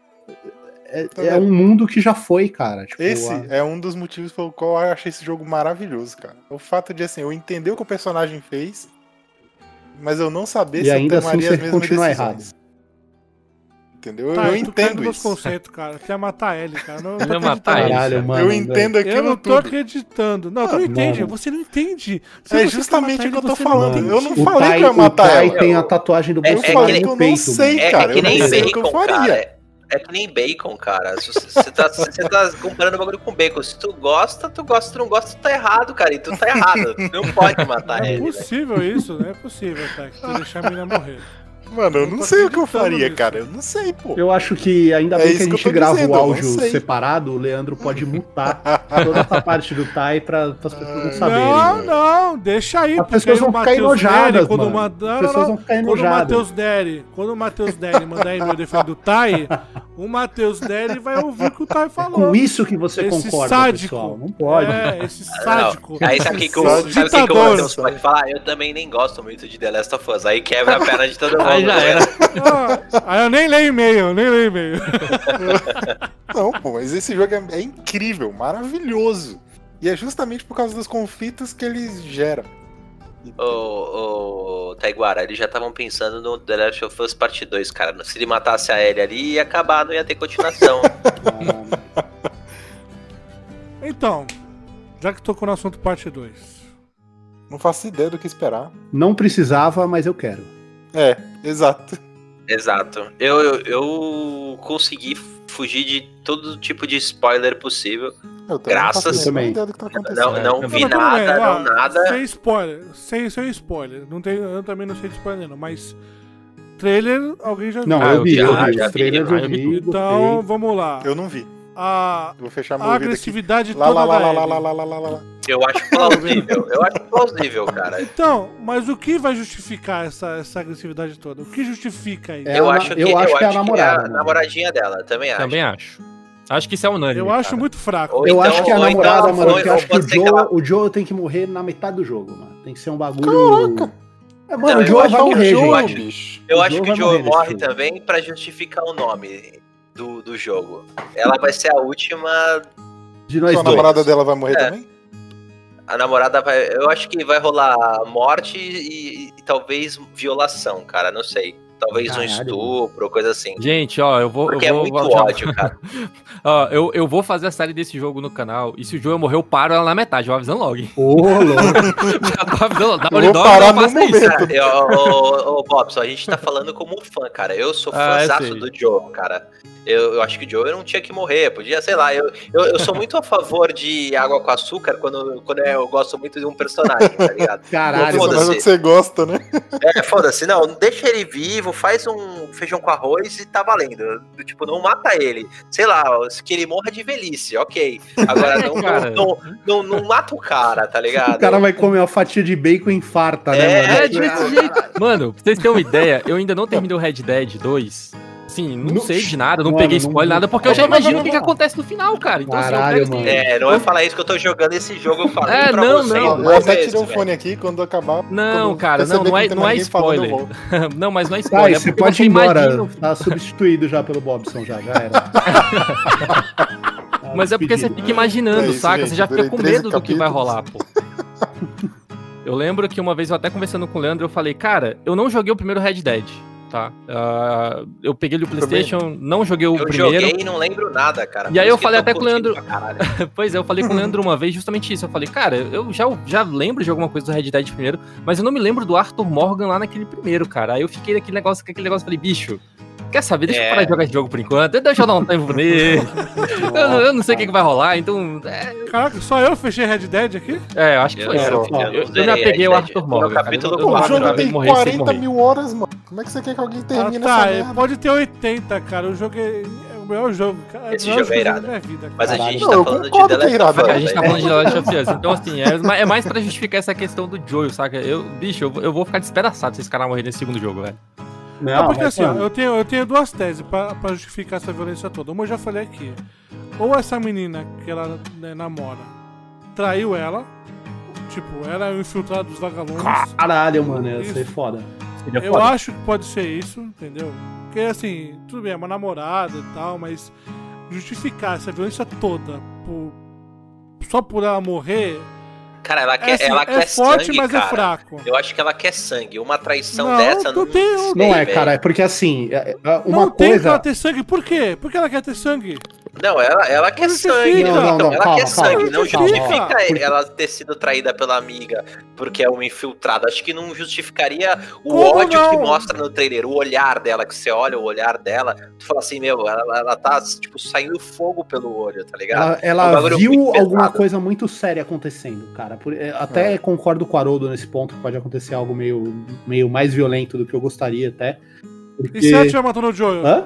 É, é um mundo que já foi, cara. Tipo, Esse a- é um dos motivos pelo qual eu achei esse jogo maravilhoso, cara. O fato de, assim, eu entender o que o personagem fez, mas eu não saber E se ainda eu assim tomaria você as mesmas continua decisões. Entendeu? Tá, eu tu cai entendo nos meus isso. conceitos, cara. Tu ia matar ele, cara. Não, eu Ele tô ia matar acreditando. ele. Caralho, mano. eu entendo aquilo Eu não tô tudo. acreditando. Não, tu Ah, não entende. mano. Você não entende. Se É você justamente quer o que eu matar tô ele, você falando. não Eu não entende. O falei Tai, que eu ia matar o Tai ela. tem a tatuagem do É- é Bolsonaro que nem- no eu não peito. sei, mano. É, cara. é que eu nem não sei o que eu bacon, faria. cara. É, é que nem bacon, cara. Se Você tá, você tá comparando o bagulho com bacon. Se tu gosta, tu gosta. Se tu não gosta, tu tá errado, cara. E tu tá errado. Tu não pode matar Não é ele. velho. possível isso, não é possível, tá? Que tu deixar a menina morrer. Mano, eu Eu não tô sei o que eu acreditando faria, nisso. cara. Eu não sei, pô. Eu acho que ainda É bem que isso a que eu gente tô grava dizendo, o eu não áudio sei. separado, o Leandro pode mutar toda essa parte do Tai para as pessoas não saberem. Não, mano. não, deixa aí. As porque pessoas aí o vão ficar Matheus enojadas, Neri, quando mano. o Ma- As não, não, pessoas não. vão ficar Quando o enojadas. Matheus Neri, quando o Matheus Neri mandar e-mail defender o Tai, o Matheus Neri vai ouvir o que o Tai falou. Com isso que você Esse concorda, sádico. pessoal. Não pode. É, esse Não, sádico. Aí sabe o que, que, o- Esse sabe o que, que o ditador. Matheus pode falar? Eu também nem gosto muito de The Last of Us. Aí quebra a perna de todo mundo. Aí já né? era. Ah, aí eu nem leio e-mail, eu nem leio e-mail. Não, pô, mas esse jogo é, é incrível, maravilhoso. E é justamente por causa dos conflitos que ele gera. Ô, ô, Taiguara, eles já estavam pensando no The Last of Us Parte dois, cara. Se ele matasse a Ellie ali, ia acabar, não ia ter continuação. Então, já que tocou no assunto parte dois. Não faço ideia do que esperar. Não precisava, mas eu quero. É, exato. Exato. Eu, eu, eu consegui fugir de todo tipo de spoiler possível. Eu também Graças- não faço a menor também. ideia do que tá acontecendo. Não, não Não, vi mas tudo bem, nada, ó, não nada. Sem spoiler, sem, sem spoiler. Não tem, eu também não sei de spoiler não, mas trailer alguém já viu. Não, Ah, eu vi, eu eu vi, vi. já Os trailers vi, eu já vi vi, Então, gostei. vamos lá. Eu não vi. A, Vou fechar meu a ouvido aqui. agressividade Lá, toda lá, lá, da lá, lá, Ellie. lá, lá, lá, lá, lá, lá. Eu acho plausível. Eu acho plausível, cara. Então, mas o que vai justificar essa, essa agressividade toda? O que justifica isso? É eu a- acho que, eu acho que é a acho namorada, a mano. namoradinha dela, também acho. Também acho. Acho que isso é unânime. Eu acho cara. muito fraco. Ou Eu então- acho que é a ou namorada, então mano, foi- que eu acho que o pode ser Joe, que ela- o Joe tem que morrer na metade do jogo, mano. Tem que ser um bagulho... Caraca! É, mano, Não, o eu Joe acho vai que o morrer, Joe- gente. bicho. Eu O acho Joe que o vai Joe morrer nesse morre jogo. também pra justificar o nome do, do jogo. Ela vai ser a última. De nós Só a dois. namorada dela vai morrer É. também? A namorada vai. Eu acho que vai rolar morte e, e talvez violação, cara. Não sei. Talvez um Caralho, estupro, coisa assim. Gente, ó, eu vou. Porque eu é vou, muito vou- já- ódio, cara. Ó, eu, eu vou fazer a série desse jogo no canal. E se o Joel morrer, eu paro ela na metade, eu avisando logo. Ô, louco. Já tô avisando, dá Eu uma vou dó, parar não no faça isso. momento. Cara, eu, ô, ô, Bobson, a gente tá falando como fã, cara. Eu sou Ah, eu fãzaço sei. do Joe, cara. Eu, eu acho que o Joe não tinha que morrer. Podia, sei lá, eu, eu, eu sou muito a favor de água com açúcar quando, quando eu gosto muito de um personagem, tá ligado? Caralho, Foda-se. Mas é o que você gosta, né? É, foda-se, não, deixa ele vivo, faz um feijão com arroz e tá valendo. Tipo, não mata ele. Sei lá, que ele morra de velhice, ok. Agora, não, Cara. não, não, não, não mata o cara, tá ligado? O cara vai comer uma fatia de bacon e infarta, né, É, mano? É, desse jeito. Mano, pra vocês terem uma ideia, eu ainda não terminei o Red Dead dois. Assim, não, Não- sei de nada, não Mano, peguei não- spoiler, nada, porque eu já Não, não, imagino não, o que, não. que acontece no final, cara. Então, Caralho, assim, eu mano. pego- É, não vai falar isso que eu tô jogando esse jogo, eu falei É, pra não, vocês. não, Eu duas até vezes, tirei o velho. fone aqui quando acabar. Não, quando cara, perceber não, não que é, tem não é ninguém falando, eu spoiler. volto. Não, mas não é Tá, spoiler. e é você porque pode você ir embora. imagina- Tá substituído já pelo Bobson, já, já era. Mas é porque você Despedido. fica imaginando, É isso, saca? gente, Você já fica durei com treze medo do que vai capítulos. rolar, pô. Eu lembro que uma vez eu até conversando com o Leandro, eu falei, cara, eu não joguei o primeiro Red Dead, tá? Uh, eu peguei ele no PlayStation, não joguei o eu primeiro. Eu joguei e não lembro nada, cara. E aí eu falei até com o Leandro... Pois é, eu falei com o Leandro uma vez justamente isso. Eu falei, cara, eu já, já lembro de alguma coisa do Red Dead primeiro, mas eu não me lembro do Arthur Morgan lá naquele primeiro, cara. Aí eu fiquei naquele negócio, aquele negócio, falei, bicho... Quer saber? Deixa é. eu parar de jogar esse jogo por enquanto. Deixa eu dar um tempo nele. eu, não, eu não sei o que, que vai rolar, então. É... Caraca, só eu fechei Red Dead aqui? É, eu acho que foi. Eu, eu, eu, eu, eu me apeguei ao Arthur Morgan. O jogo tem quarenta mil horas, mano. Como é que você quer que alguém termine ah, tá, essa merda? Pode ter oitenta, cara. Eu joguei. É o melhor jogo, cara. Esse jogo é irado. Vida, mas a gente não, tá falando de The Last of Us. A gente tá falando de The Last of Us. Então, assim, é, é mais pra justificar essa questão do Joel, saca? Eu, bicho, eu, eu vou ficar despedaçado se esse cara morrer nesse segundo jogo, velho. Não, não, porque assim, ó, eu, tenho, eu tenho duas teses pra, pra justificar essa violência toda. Uma eu já falei aqui. Ou essa menina que ela né, namora traiu ela, tipo, ela é o infiltrado dos vagalumes. Caralho, mano, ia ser foda. Seria eu foda. acho que pode ser isso, entendeu? Porque assim, tudo bem, é uma namorada e tal, mas justificar essa violência toda por, só por ela morrer. Cara, ela quer, é, assim, ela é quer forte, sangue, mas cara. É fraco. Eu acho que ela quer sangue. Uma traição não, dessa não, tem, não, não é, cara. É porque assim, uma não coisa... tem que ela ter sangue. Por quê? Por que ela quer ter sangue? Não, ela, ela quer sangue. Não, não, não, ela calma, quer sangue. calma, não calma, justifica calma. ela ter sido traída pela amiga porque é uma infiltrada. Acho que não justificaria o Como ódio não? que mostra no trailer. O olhar dela, que você olha o olhar dela, tu fala assim, meu, ela, ela tá, tipo, saindo fogo pelo olho, tá ligado? Ela, ela um viu alguma coisa muito séria acontecendo, cara. Por, até é. concordo com o Haroldo nesse ponto, que pode acontecer algo meio, meio mais violento do que eu gostaria até. Porque... E se ela estiver matando o Joel? Hã?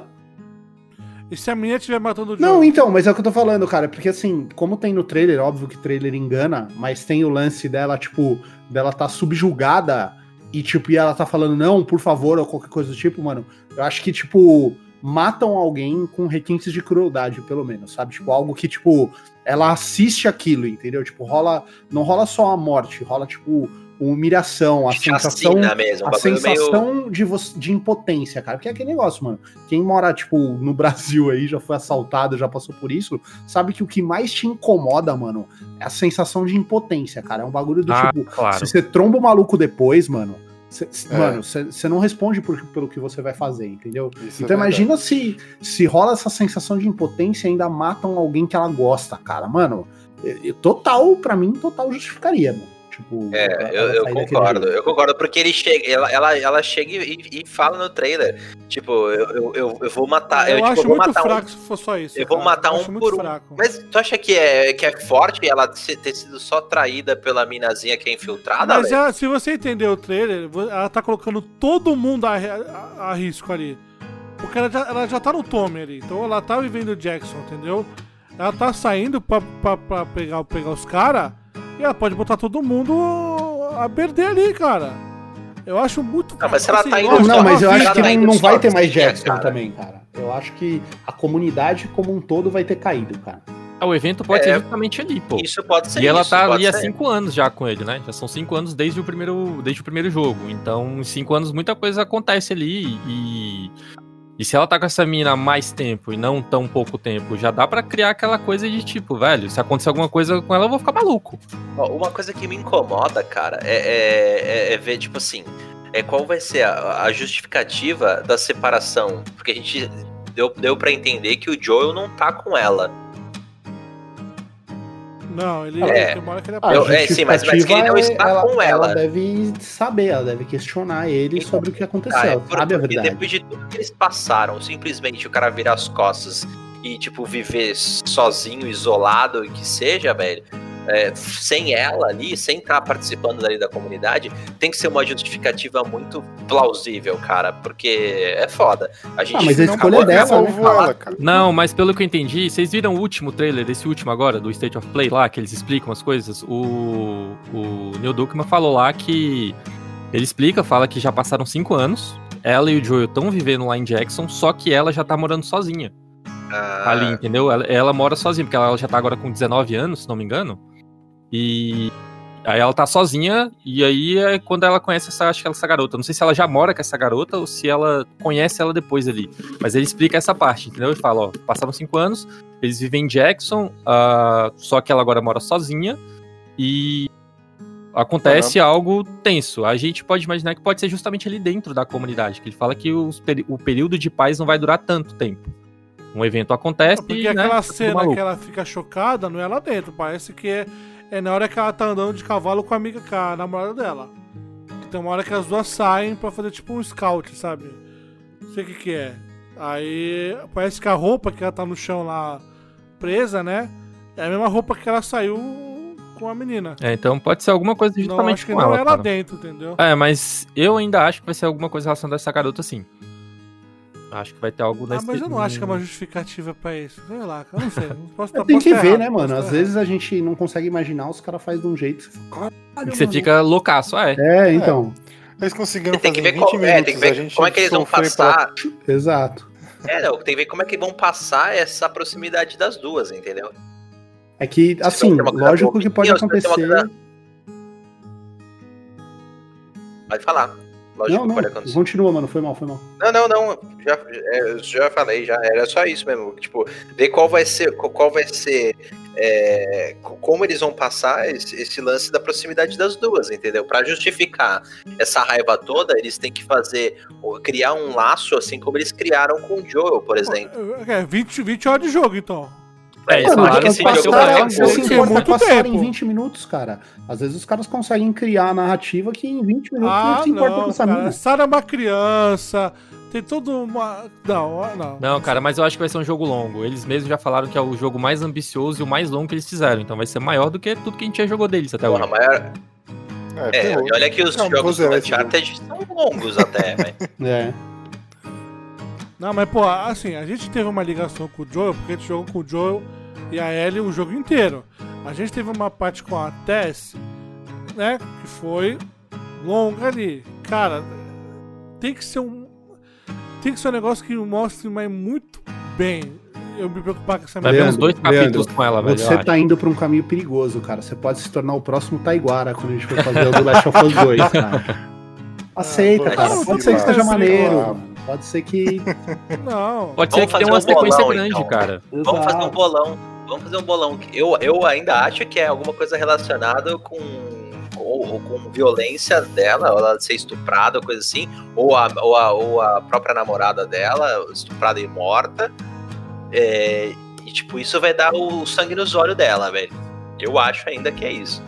E se a menina estiver matando o Joel? Não, então, mas é o que eu tô falando, cara. Porque assim, como tem no trailer, óbvio que o trailer engana, mas tem o lance dela, tipo, dela tá subjugada e, tipo, e ela tá falando, não, por favor, ou qualquer coisa do tipo, mano. Eu acho que, tipo, matam alguém com requintes de crueldade, pelo menos, sabe? Tipo, algo que, tipo, ela assiste aquilo, entendeu? Tipo, rola. Não rola só a morte, rola, tipo, humilhação, a sensação, mesmo, a sensação meio... de, vo- de impotência, cara. Porque é aquele negócio, mano. Quem mora, tipo, no Brasil aí, já foi assaltado, já passou por isso, sabe que o que mais te incomoda, mano, é a sensação de impotência, cara. É um bagulho do ah, tipo, claro. se você tromba o maluco depois, mano, cê, É. mano, você não responde por, pelo que você vai fazer, entendeu? Isso então é imagina se, se rola essa sensação de impotência e ainda matam alguém que ela gosta, cara. Mano, eu- total, pra mim, total justificaria, mano. Tipo, É, ela- eu, ela eu sair daquele concordo, jeito. eu concordo, porque ele chega, ela, ela, ela chega e, e fala no trailer, tipo, eu, eu, eu, eu vou matar, Eu, eu, tipo, acho eu vou muito matar fraco um, se for só isso. eu vou cara. matar Eu um acho muito por um. fraco. Mas tu acha que é, que é forte ela se- ter sido só traída pela minazinha que é infiltrada, Mas velho? ela- se você entender o trailer, vo- ela tá colocando todo mundo a, a- a risco ali. Porque ela já, ela já tá no Tommy ali. Então ela tá vivendo o Jackson, entendeu? Ela tá saindo pra, pra, pra pegar, pegar os caras e ela pode botar todo mundo a perder ali, cara. Eu acho muito... Não, mas se ela tá indo lógico, Não, mas eu ela acho que tá não, indo não vai só ter mais sozinha, Jackson cara. também, cara. Eu acho que a comunidade como um todo vai ter caído, cara. Ah, o evento pode É, ser justamente ali, pô. Isso pode ser E ela isso, tá pode ali há ser. cinco anos já com ele, né? Já são cinco anos desde o primeiro, desde o primeiro jogo. Então, em cinco anos muita coisa acontece ali e... E se ela tá com essa mina há mais tempo e não tão pouco tempo, já dá pra criar aquela coisa de tipo, velho, se acontecer alguma coisa com ela, eu vou ficar maluco. Ó, uma coisa que me incomoda, cara, é, é- é- é ver, tipo assim, é, qual vai ser a, a justificativa da separação. Porque a gente deu, deu pra entender que o Joel não tá com ela. Não, ele É. tem uma hora que ele Ah, Eu- a aparece. é, sim, mas- mas que ele não justificativa está com ela. Ela deve saber, ela deve questionar ele Então, sobre o que aconteceu, Ah, é por- sabe a porque verdade. depois de tudo que eles passaram, simplesmente o cara virar as costas e, tipo, viver sozinho, isolado, e que seja, velho, é, sem ela ali, sem estar participando dali da comunidade, tem que ser uma justificativa muito plausível, cara, porque é foda. A gente Ah, mas a não escolha acabou- é dela, né, Salvou cara? ela, cara. Não, mas pelo que eu entendi, vocês viram o último trailer, esse último agora, do State of Play lá, que eles explicam as coisas? O, o Neil Druckmann falou lá que... Ele explica, fala que já passaram cinco anos, ela e o Joel estão vivendo lá em Jackson, só que ela já tá morando sozinha Ah, ali, entendeu? Ela, ela mora sozinha, porque ela já tá agora com dezenove anos, se não me engano. E aí ela tá sozinha, e aí é quando ela conhece essa, acho que essa garota. Não sei se ela já mora com essa garota ou se ela conhece ela depois ali. Mas ele explica essa parte, entendeu? Ele fala, ó, passaram cinco anos, eles vivem em Jackson, ah, só que ela agora mora sozinha, e acontece uhum. algo tenso. A gente pode imaginar que pode ser justamente ali dentro da comunidade, que ele fala que os, o período de paz não vai durar tanto tempo. Um evento acontece Porque e, aquela né, cena que ela fica chocada não é lá dentro, parece que é, é na hora que ela tá andando de cavalo com a amiga, com a namorada dela. Tem uma hora que as duas saem pra fazer tipo um scout, sabe? Não sei o que que é. Aí parece que a roupa que ela tá no chão lá presa, né? É a mesma roupa que ela saiu com a menina. É, então pode ser alguma coisa justamente não, acho que com não ela, é lá cara. dentro, entendeu? É, mas eu ainda acho que vai ser alguma coisa relacionada a essa garota, sim. Acho que vai ter algo nesse... Ah, mas eu não acho que é uma justificativa pra isso. Sei lá, cara, eu não sei. Não posso, é, tem que ver, errado, né, mano? Às vezes a gente não consegue imaginar, os caras fazem de um jeito. Você, fala, que você fica loucaço, é. É, então. É. Eles conseguiram tem que fazer ver vinte qual, minutos, é, tem que ver a gente como é que eles vão passar. Pra... Exato. É, não, tem que ver como é que vão passar essa proximidade das duas, entendeu? É que, assim, lógico que pode acontecer. Coisa... Pode falar. Lógico não, não, que pode acontecer. Continua, mano, foi mal, foi mal. Não, não, não. Já, é, já falei, já era só isso mesmo. Tipo, ver qual vai ser, qual vai ser, é, como eles vão passar esse, esse lance da proximidade das duas, entendeu? Pra justificar essa raiva toda, eles têm que fazer, criar um laço assim como eles criaram com o Joel, por exemplo. É, vinte, vinte horas de jogo, então. É, mano, mano, que esse jogo cara, você se importa muito passar tempo. em vinte minutos, cara. Às vezes os caras conseguem criar a narrativa que em vinte minutos Ah, não se importa não, com essa cara. mina. Sarah é uma criança, tem tudo uma... Não, não. Não, cara, mas eu acho que vai ser um jogo longo. Eles mesmos já falaram que é o jogo mais ambicioso e o mais longo que eles fizeram. Então vai ser maior do que tudo que a gente já jogou deles até Porra, hoje. maior... É, é, olha que os não, jogos do é Uncharted são longos até, velho. É. Não, mas, pô, assim, a gente teve uma ligação com o Joel, porque a gente jogou com o Joel e a Ellie o jogo inteiro. A gente teve uma parte com a Tess, né, que foi longa ali. Cara, tem que ser um... Tem que ser um negócio que mostre mas muito bem. Eu me preocupar com essa Vai menina. ver uns dois capítulos com ela, velho. Você tá indo pra um caminho perigoso, cara. Você pode se tornar o próximo Taiguara quando a gente for fazer o do Last of Us dois, cara. Aceita, Ah, cara. pode Pode ser ser que que esteja sim, maneiro. claro. Pode ser que... Não. Pode ser Vamos que tenha fazer uma um sequência bolão, grande, então. cara. Vamos fazer um bolão. Vamos fazer um bolão. Eu, eu ainda acho que é alguma coisa relacionada com, ou, com violência dela, ou ela ser estuprada, ou coisa assim, ou a, ou a, ou a própria namorada dela, estuprada e morta. É, e tipo, isso vai dar o sangue nos olhos dela, velho. Eu acho ainda que é isso.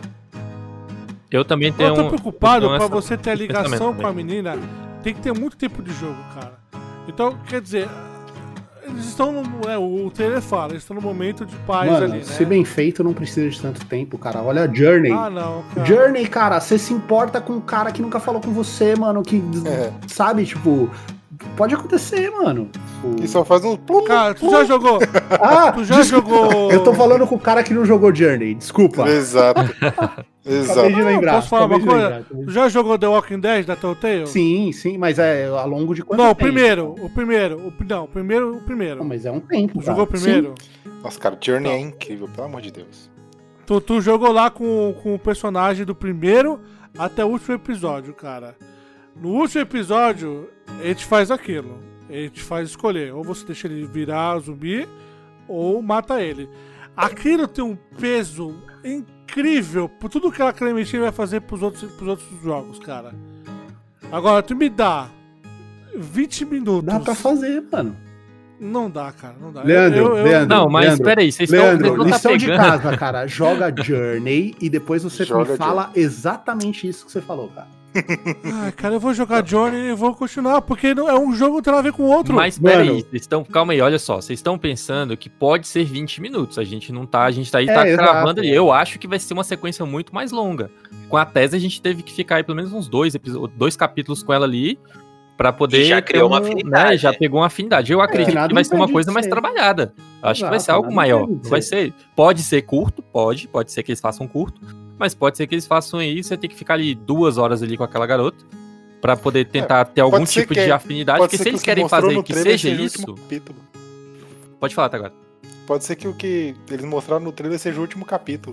Eu também tenho Eu tô preocupado tenho pra essa- você ter a esse ligação pensamento com a também. menina. Tem que ter muito tempo de jogo, cara. Então, quer dizer, eles estão no. É, o trailer fala, eles estão no momento de paz Mano, ali, né? se bem feito, não precisa de tanto tempo, cara. Olha a Journey. Ah, não, cara. Journey, cara, você se importa com um cara que nunca falou com você, mano, que, É. sabe, tipo, pode acontecer, mano. E só faz um... Cara, tu já jogou? Ah, Tu já desculpa, jogou? Eu tô falando com o cara que não jogou Journey, desculpa. Exato. Acabei Exato. de lembrar. Posso falar uma acabei de coisa? lembrar, acabei de- Tu já jogou The Walking Dead da Telltale? Sim, sim, mas é ao longo de quanto Não, o tempo? primeiro, o primeiro, o, não, o primeiro, o primeiro. Não, mas é um tempo, Tu jogou o cara. primeiro? Nossa, cara, Journey é incrível, pelo amor de Deus. Tu, tu jogou lá com, com o personagem do primeiro até o último episódio, cara. No último episódio, ele te faz aquilo. Ele te faz escolher. Ou você deixa ele virar zumbi, ou mata ele. Aquilo tem um peso incrível por tudo que a Clementine vai fazer pros outros, pros outros jogos, cara. Agora, tu me dá vinte minutos. Dá pra fazer, mano. Não dá, cara, não dá. Leandro, Eu- eu- Leandro, Não, mas Leandro, peraí, vocês estão- Leandro, vocês não tá lição de pegando. casa, cara. Joga Journey e depois você Joga me fala exatamente isso que você falou, cara. Ai, cara, eu vou jogar Johnny e vou continuar, porque não é um jogo que tem a ver com o outro. Mas peraí, vocês estão. Calma aí, olha só. Vocês estão pensando que pode ser vinte minutos. A gente não tá. A gente tá aí, É, tá exato. cravando ali. Eu acho que vai ser uma sequência muito mais longa. Com a tese, a gente teve que ficar aí pelo menos uns dois, episódios, dois capítulos com ela ali. Pra poder. E já ter criou uma um- afinidade. Né, já pegou uma afinidade. Eu acredito nada que vai ser uma impede coisa de mais ser. trabalhada. Acho que vai Exato, ser algo nada maior. impede de Vai ser. ser. Pode ser curto, pode. Pode ser que eles façam curto. Mas pode ser que eles façam aí. Você tem que ficar ali duas horas ali com aquela garota. Pra poder tentar ter algum pode ser tipo que- de afinidade. pode Porque ser se que eles o que querem mostrou fazer no que trailer seja seja o isso. último capítulo. Pode falar, tá agora. Pode ser que o que eles mostraram no trailer seja o último capítulo.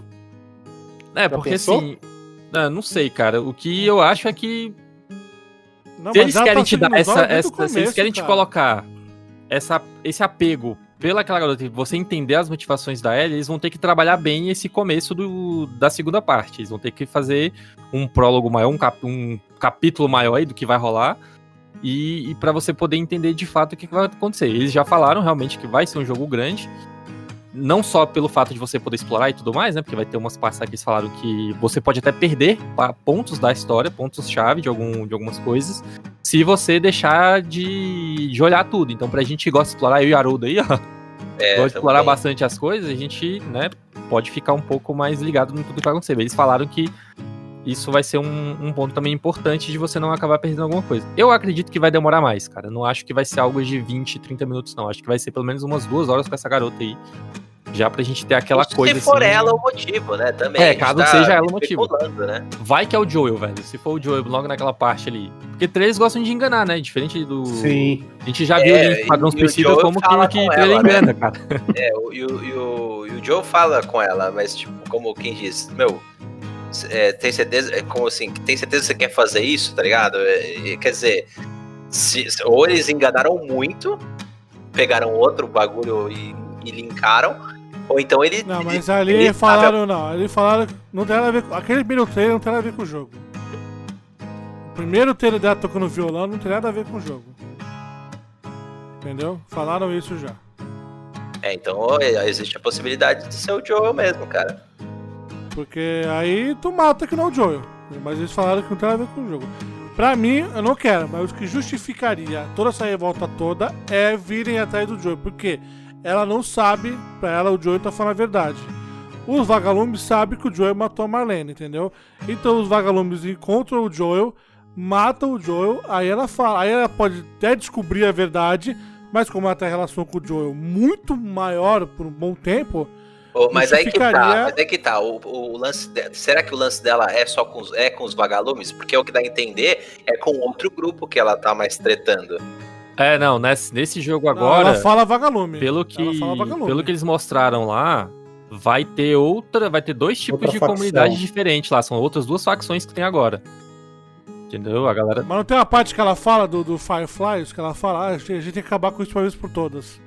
É, Já porque pensou? assim. Não, não sei, cara. O que eu acho é que. Não, se mas eles ela querem tá te dar seguindo os essa. olhos desde essa o se eles começo, querem te cara. colocar essa, esse apego pela aquela garota, você entender as motivações da Ellie, eles vão ter que trabalhar bem esse começo do, da segunda parte. Eles vão ter que fazer um prólogo maior, um, cap, um capítulo maior aí do que vai rolar. E, e para você poder entender de fato o que, que vai acontecer. Eles já falaram realmente que vai ser um jogo grande. Não só pelo fato de você poder explorar e tudo mais, né? Porque vai ter umas partes aqui que eles falaram que você pode até perder pontos da história, pontos-chave de, algum, de algumas coisas, se você deixar de, de olhar tudo. Então, pra gente que gosta de explorar, eu e Haroldo aí, ó, É, gosta de explorar também. bastante as coisas, a gente, né, pode ficar um pouco mais ligado no tudo que vai acontecer. Eles falaram que isso vai ser um, um ponto também importante de você não acabar perdendo alguma coisa. Eu acredito que vai demorar mais, cara. Não acho que vai ser algo de vinte, trinta minutos, não. Acho que vai ser pelo menos umas duas horas com essa garota aí. Já pra gente ter aquela Se coisa for assim... ela o motivo, né? Também. É, a gente caso tá seja ela o motivo. especulando, né? Vai que é o Joel, velho. Se for o Joel logo naquela parte ali. Porque três gostam de enganar, né? Diferente do... Sim. A gente já viu É, ali em Padrão e o Suicida Joel como fala que, que com ele ela, engana, né? cara. É, o- e o, e, o, e o Joe fala com ela, mas tipo, como quem diz, meu, é, tem certeza, é como assim, tem certeza que você quer fazer isso, tá ligado? É, é, quer dizer, se- se- ou eles enganaram muito, pegaram outro bagulho e, e linkaram, ou então ele... Não, mas ele- ali ele falaram, não, ali falaram que não tem nada a ver com... Aquele primeiro trailer não tem nada a ver com o jogo. O primeiro trailer dela tocando violão não tem nada a ver com o jogo. Entendeu? Falaram isso já. É, então é, existe a possibilidade de ser o Joel mesmo, cara. Porque aí tu mata que não é o Joel. Mas eles falaram que não tem nada a ver com o jogo. Pra mim, eu não quero, mas o que justificaria toda essa revolta toda é virem atrás do Joel. Porque ela não sabe, pra ela o Joel tá falando a verdade. Os vagalumes sabem que o Joel matou a Marlene, entendeu? Então os vagalumes encontram o Joel, matam o Joel, aí ela fala, aí ela pode até descobrir a verdade, mas como ela tem relação com o Joel muito maior por um bom tempo, Ô, mas aí que tá, justificaria- mas aí que tá. O, o lance de- será que o lance dela é só com os, é com os vagalumes? Porque é o que dá a entender é com outro grupo que ela tá mais tretando. É, não, nesse, nesse jogo Não, agora... ela fala vagalume. Pelo Ela que, fala vagalume. pelo que eles mostraram lá, vai ter outra, vai ter dois tipos Outra de facção. comunidade diferentes lá. São outras duas facções que tem agora. Entendeu? A galera. Mas não tem uma parte que ela fala do, do Fireflies, que ela fala, ah, a gente a gente tem que acabar com isso de uma vez por todas.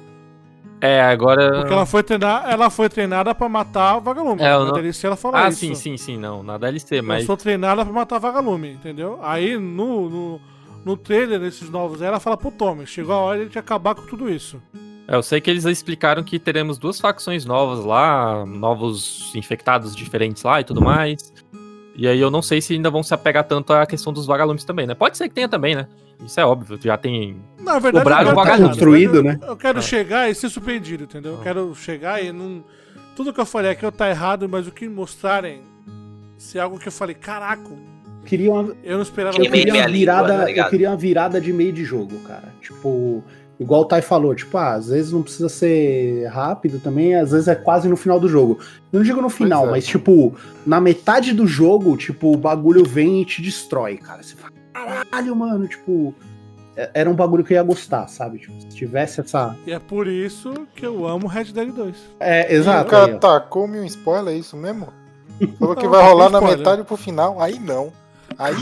É, agora. Porque ela foi treinar, ela foi treinada pra matar vagalume. É, eu Na não- D L C ela fala ah, isso. sim, sim, sim, não. Na D L C, mas. Eu sou treinada pra matar vagalume, entendeu? Aí no, no, no trailer desses novos, aí ela fala pro Tommy, chegou a hora de acabar com tudo isso. É, eu sei que eles explicaram que teremos duas facções novas lá, novos infectados diferentes lá e tudo mais. E aí eu não sei se ainda vão se apegar tanto à questão dos vagalumes também, né? Pode ser que tenha também, né? Isso é óbvio, já tem. Na verdade, Cobraram eu quero, vagalume. construído, eu, né? Eu quero Ah. chegar e ser surpreendido, entendeu? Eu quero chegar e não... Tudo que eu falei aqui eu tá errado, mas o que me mostrarem se é algo que eu falei, caraca, Queria uma, eu não esperava eu queria minha uma língua, virada, tá ligado? eu queria uma virada de meio de jogo, cara. Tipo, igual o Tai falou, tipo, ah, às vezes não precisa ser rápido também, às vezes é quase no final do jogo. Eu não digo no final, é. mas tipo, na metade do jogo, tipo, o bagulho vem e te destrói, cara. Você fala, caralho, mano, tipo, é- era um bagulho que eu ia gostar, sabe? Tipo, se tivesse essa... E é por isso que eu amo Red Dead dois. É, O exato. cara aí, ó. tacou-me um spoiler, é isso mesmo? Falou que Não, vai não rolar tem na spoiler. metade pro final. Aí não. Aí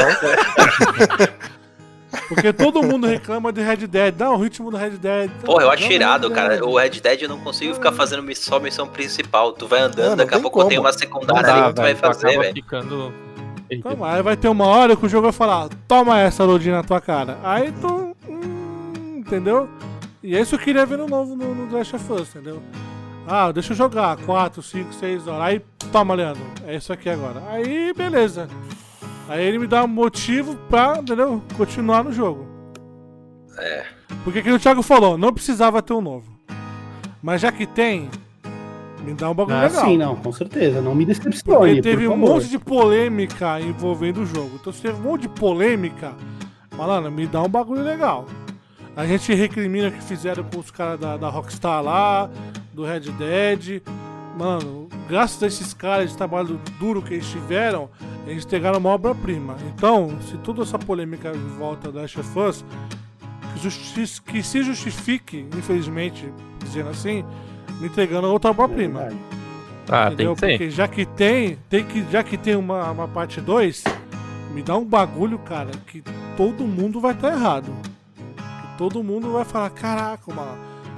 não. Porque todo mundo reclama de Red Dead. Não, o ritmo do Red Dead. Porra, eu acho Não, irado, Red cara. Dead. O Red Dead eu não consigo ficar fazendo miss- só missão principal. Tu vai andando, Não, não daqui a tem pouco como. tem uma Não secundária dá, ali que tu vai velho, tu fazer, acaba velho. ficando. Então, aí vai ter uma hora que o jogo vai falar, toma essa rodinha na tua cara. Aí tu. hum, entendeu? E é isso que eu queria ver no novo no, no The Last of Us, entendeu? Ah, deixa eu jogar quatro, cinco, seis horas. Aí, toma, Leandro. É isso aqui agora. Aí, beleza. Aí ele me dá um motivo pra, entendeu? Continuar no jogo. É. Porque que o Thiago falou, não precisava ter um novo. Mas já que tem, me dá um bagulho Ah, legal. sim, não, com certeza. Não me decepcione, Porque teve por um favor. monte de polêmica envolvendo o jogo. Então se teve um monte de polêmica, falando, me dá um bagulho legal. A gente recrimina o que fizeram com os caras da, da Rockstar lá, do Red Dead. Mano, graças a esses caras de trabalho duro que eles tiveram, eles pegaram uma obra-prima. Então, se toda essa polêmica em volta da Last of Us, que, justi- que se justifique, infelizmente, dizendo assim, me entregando outra obra-prima. Ah, tem Entendeu? que ser. Porque já que tem, tem que, já que tem uma, uma parte dois, me dá um bagulho, cara, que todo mundo vai estar errado. Que todo mundo vai falar, caraca, mano,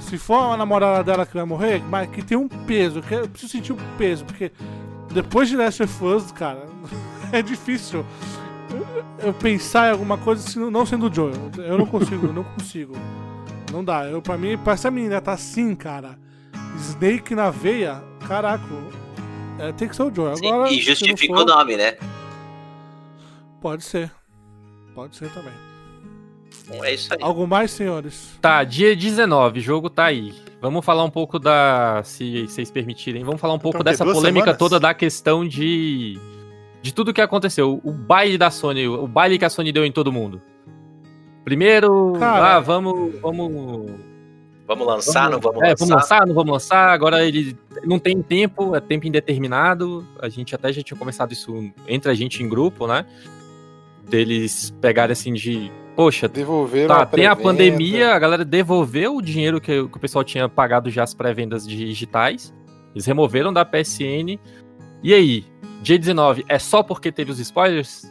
Se for a namorada dela que vai morrer, mas que tem um peso, que eu preciso sentir o peso, porque depois de Last of Us, cara, é difícil eu pensar em alguma coisa não sendo o Joel. Eu não consigo, eu não consigo. Não dá. Eu, pra mim, pra essa menina tá assim, cara, Snake na veia, caraca, é, tem que ser o Joel. Agora, Sim, e justifica for, o nome, né? Pode ser. Pode ser também. É isso aí. Algo mais, senhores? Tá, dia dezenove, o jogo tá aí. Vamos falar um pouco da... Se vocês permitirem, vamos falar um pouco Então, dessa duas polêmica semanas? toda da questão de... De tudo que aconteceu. O baile da Sony, o baile que a Sony deu em todo mundo. Primeiro, Cara, ah, vamos... Vamos, vamos lançar, vamos, não vamos é, lançar? vamos lançar, não vamos lançar. Agora ele não tem tempo, é tempo indeterminado. A gente até já tinha conversado isso entre a gente em grupo, né? Deles pegarem assim de... Poxa, Devolveram tá, a tem a pré-venda. pandemia, a galera devolveu o dinheiro que, que o pessoal tinha pagado já as pré-vendas digitais. Eles removeram da P S N. E aí, dia dezenove, é só porque teve os spoilers?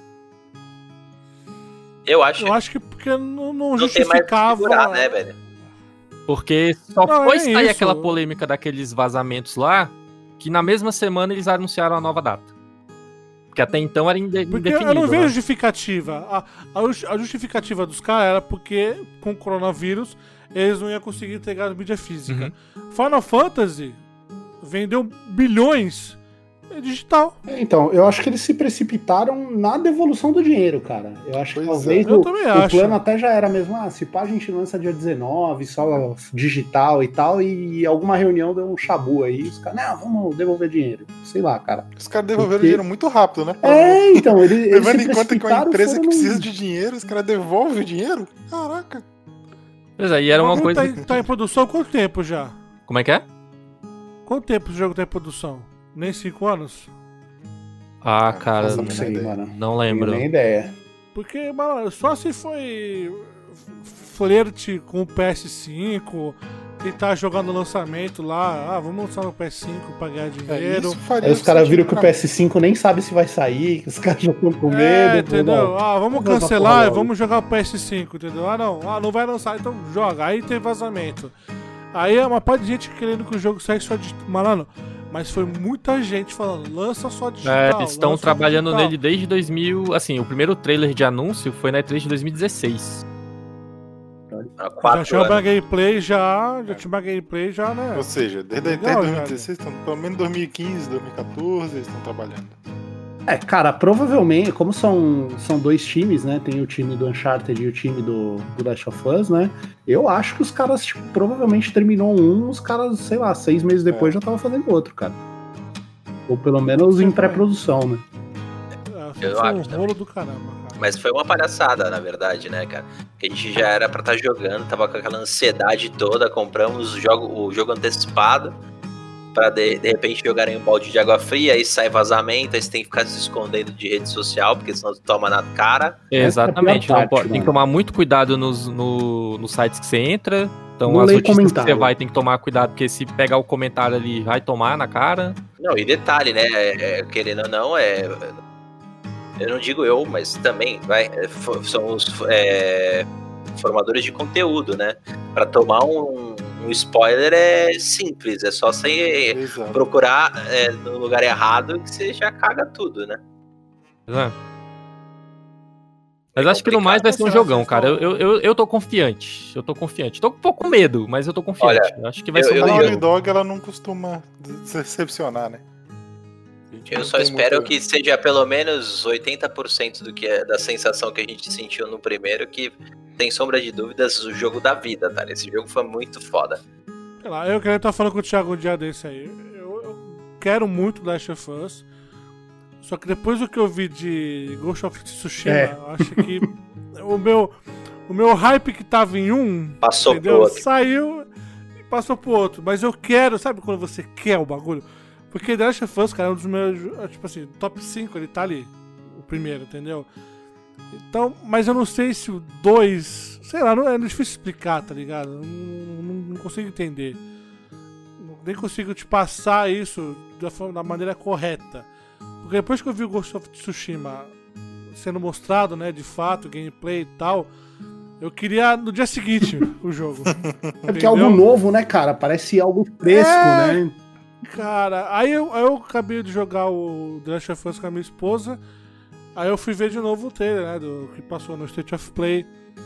Eu acho. Eu acho que porque não, não, Não tem mais o que justificava. segurar, né, velho? Porque só Não, foi é sair isso. aquela polêmica daqueles vazamentos lá, que na mesma semana eles anunciaram a nova data. Porque até então era inde Porque indefinido. eu não vejo né? justificativa. A, a, a justificativa dos caras era porque, com o coronavírus, eles não iam conseguir entregar a mídia física. Uhum. Final Fantasy vendeu bilhões digital. Então, eu acho que eles se precipitaram na devolução do dinheiro, cara. Eu acho que Pois talvez é. Eu o, também o acho. plano até já era mesmo, ah, se pá, a gente lança dia dezenove, só digital e tal, e alguma reunião deu um chabu aí, os caras, não, vamos devolver dinheiro. Sei lá, cara. Os caras devolveram Porque- dinheiro muito rápido, né? É, então, eles, eles Levando se em conta que é uma precipitaram, empresa que foram precisa num- de dinheiro, os caras devolvem o dinheiro? Caraca. Pois é, e era O uma bagulho coisa... Tá, em- tá em produção há quanto tempo já? Como é que é? Quanto tempo o jogo tá em produção? Nem cinco anos? Ah, cara, Não sei, mano. não Não lembro. tenho nem ideia. Porque, mano, só se foi flerte com o P S cinco, tentar jogar no lançamento lá, ah, vamos lançar no P S cinco pra ganhar dinheiro. isso faria Aí os caras sentido viram que o pra P S cinco nem sabe se vai sair, que os caras já estão com medo. É, então, entendeu? não. Ah, vamos Vamos essa cancelar porra e logo. vamos jogar o P S cinco, entendeu? Ah, não, ah, não vai lançar, então joga. Aí tem vazamento. Aí é uma parte de gente querendo que o jogo saia só digital. Mano, mas foi muita gente falando, lança só digital. É, eles estão lança trabalhando digital. nele desde dois mil... Assim, o primeiro trailer de anúncio foi na E três de dois mil e dezesseis. Há Já quatro tinha uma anos. gameplay já, já tinha uma gameplay já, né? Ou seja, desde Legal, até dois mil e velho. dezesseis, tão, pelo menos dois mil e quinze, dois mil e quatorze, eles estão trabalhando. É, cara, provavelmente, como são, são dois times, né? Tem o time do Uncharted e o time do, do Last of Us, né? Eu acho que os caras, tipo, provavelmente terminou um, os caras, sei lá, seis meses depois É. já estavam fazendo outro, cara. Ou pelo menos em pré-produção, né? É, Eu foi acho um também. rolo do caramba, cara. Mas foi uma palhaçada, na verdade, né, cara? Porque a gente já era pra estar jogando, tava com aquela ansiedade toda, compramos o jogo, o jogo antecipado, pra de, de repente jogarem um balde de água fria, aí sai vazamento, aí você tem que ficar se escondendo de rede social, porque senão tu toma na cara. Exatamente, Essa é a pior não pode- parte, tem que mano. tomar muito cuidado nos, no, nos sites que você entra. Então Não as leia notícias que você comentário. vai tem que tomar cuidado, porque se pegar o comentário ali, vai tomar na cara. Não, e detalhe, né? é, é, querendo ou não, é. Eu não digo eu, mas também, vai. é, fo- são os é, formadores de conteúdo, né? Pra tomar um, um spoiler é simples, é só você Exato. procurar é, no lugar errado que você já caga tudo, né? É. Mas acho que no mais vai ser um Será jogão, que cara. Eu, eu, eu, eu tô confiante. Eu tô confiante. Tô um pouco com medo, mas eu tô confiante. Olha, Eu acho que vai eu- ser um A eu- bom Naughty jogo. Dog, ela não costuma decepcionar, né? A gente Eu não só tem espero muito- que seja pelo menos oitenta por cento do que é, da sensação que a gente sentiu no primeiro, que, sem sombra de dúvidas, o jogo da vida, tá? Esse jogo foi muito foda. Sei lá, eu queria estar falando com o Thiago um dia desse aí. Eu, eu quero muito Last of Us. Só que depois do que eu vi de Ghost of Tsushima, É. eu acho que o meu, o meu hype que tava em um, Passou entendeu? pro outro. Saiu e passou pro outro. Mas eu quero, sabe quando você quer o bagulho? Porque The Last of Us, cara, é um dos meus, tipo assim, top cinco, ele tá ali. O primeiro, entendeu? Então, mas eu não sei se o dois, sei lá, não, é difícil explicar, tá ligado? Não, não, não consigo entender. Nem consigo te passar isso da, forma- da maneira correta. Porque depois que eu vi o Ghost of Tsushima sendo mostrado, né, de fato, gameplay e tal, Eu queria no dia seguinte o jogo. É porque é algo novo, né, cara? Parece algo fresco, É. né? Cara, aí eu, aí eu acabei de jogar o The Last of Us com a minha esposa. Aí eu fui ver de novo o trailer, né? Do que passou no State of Play.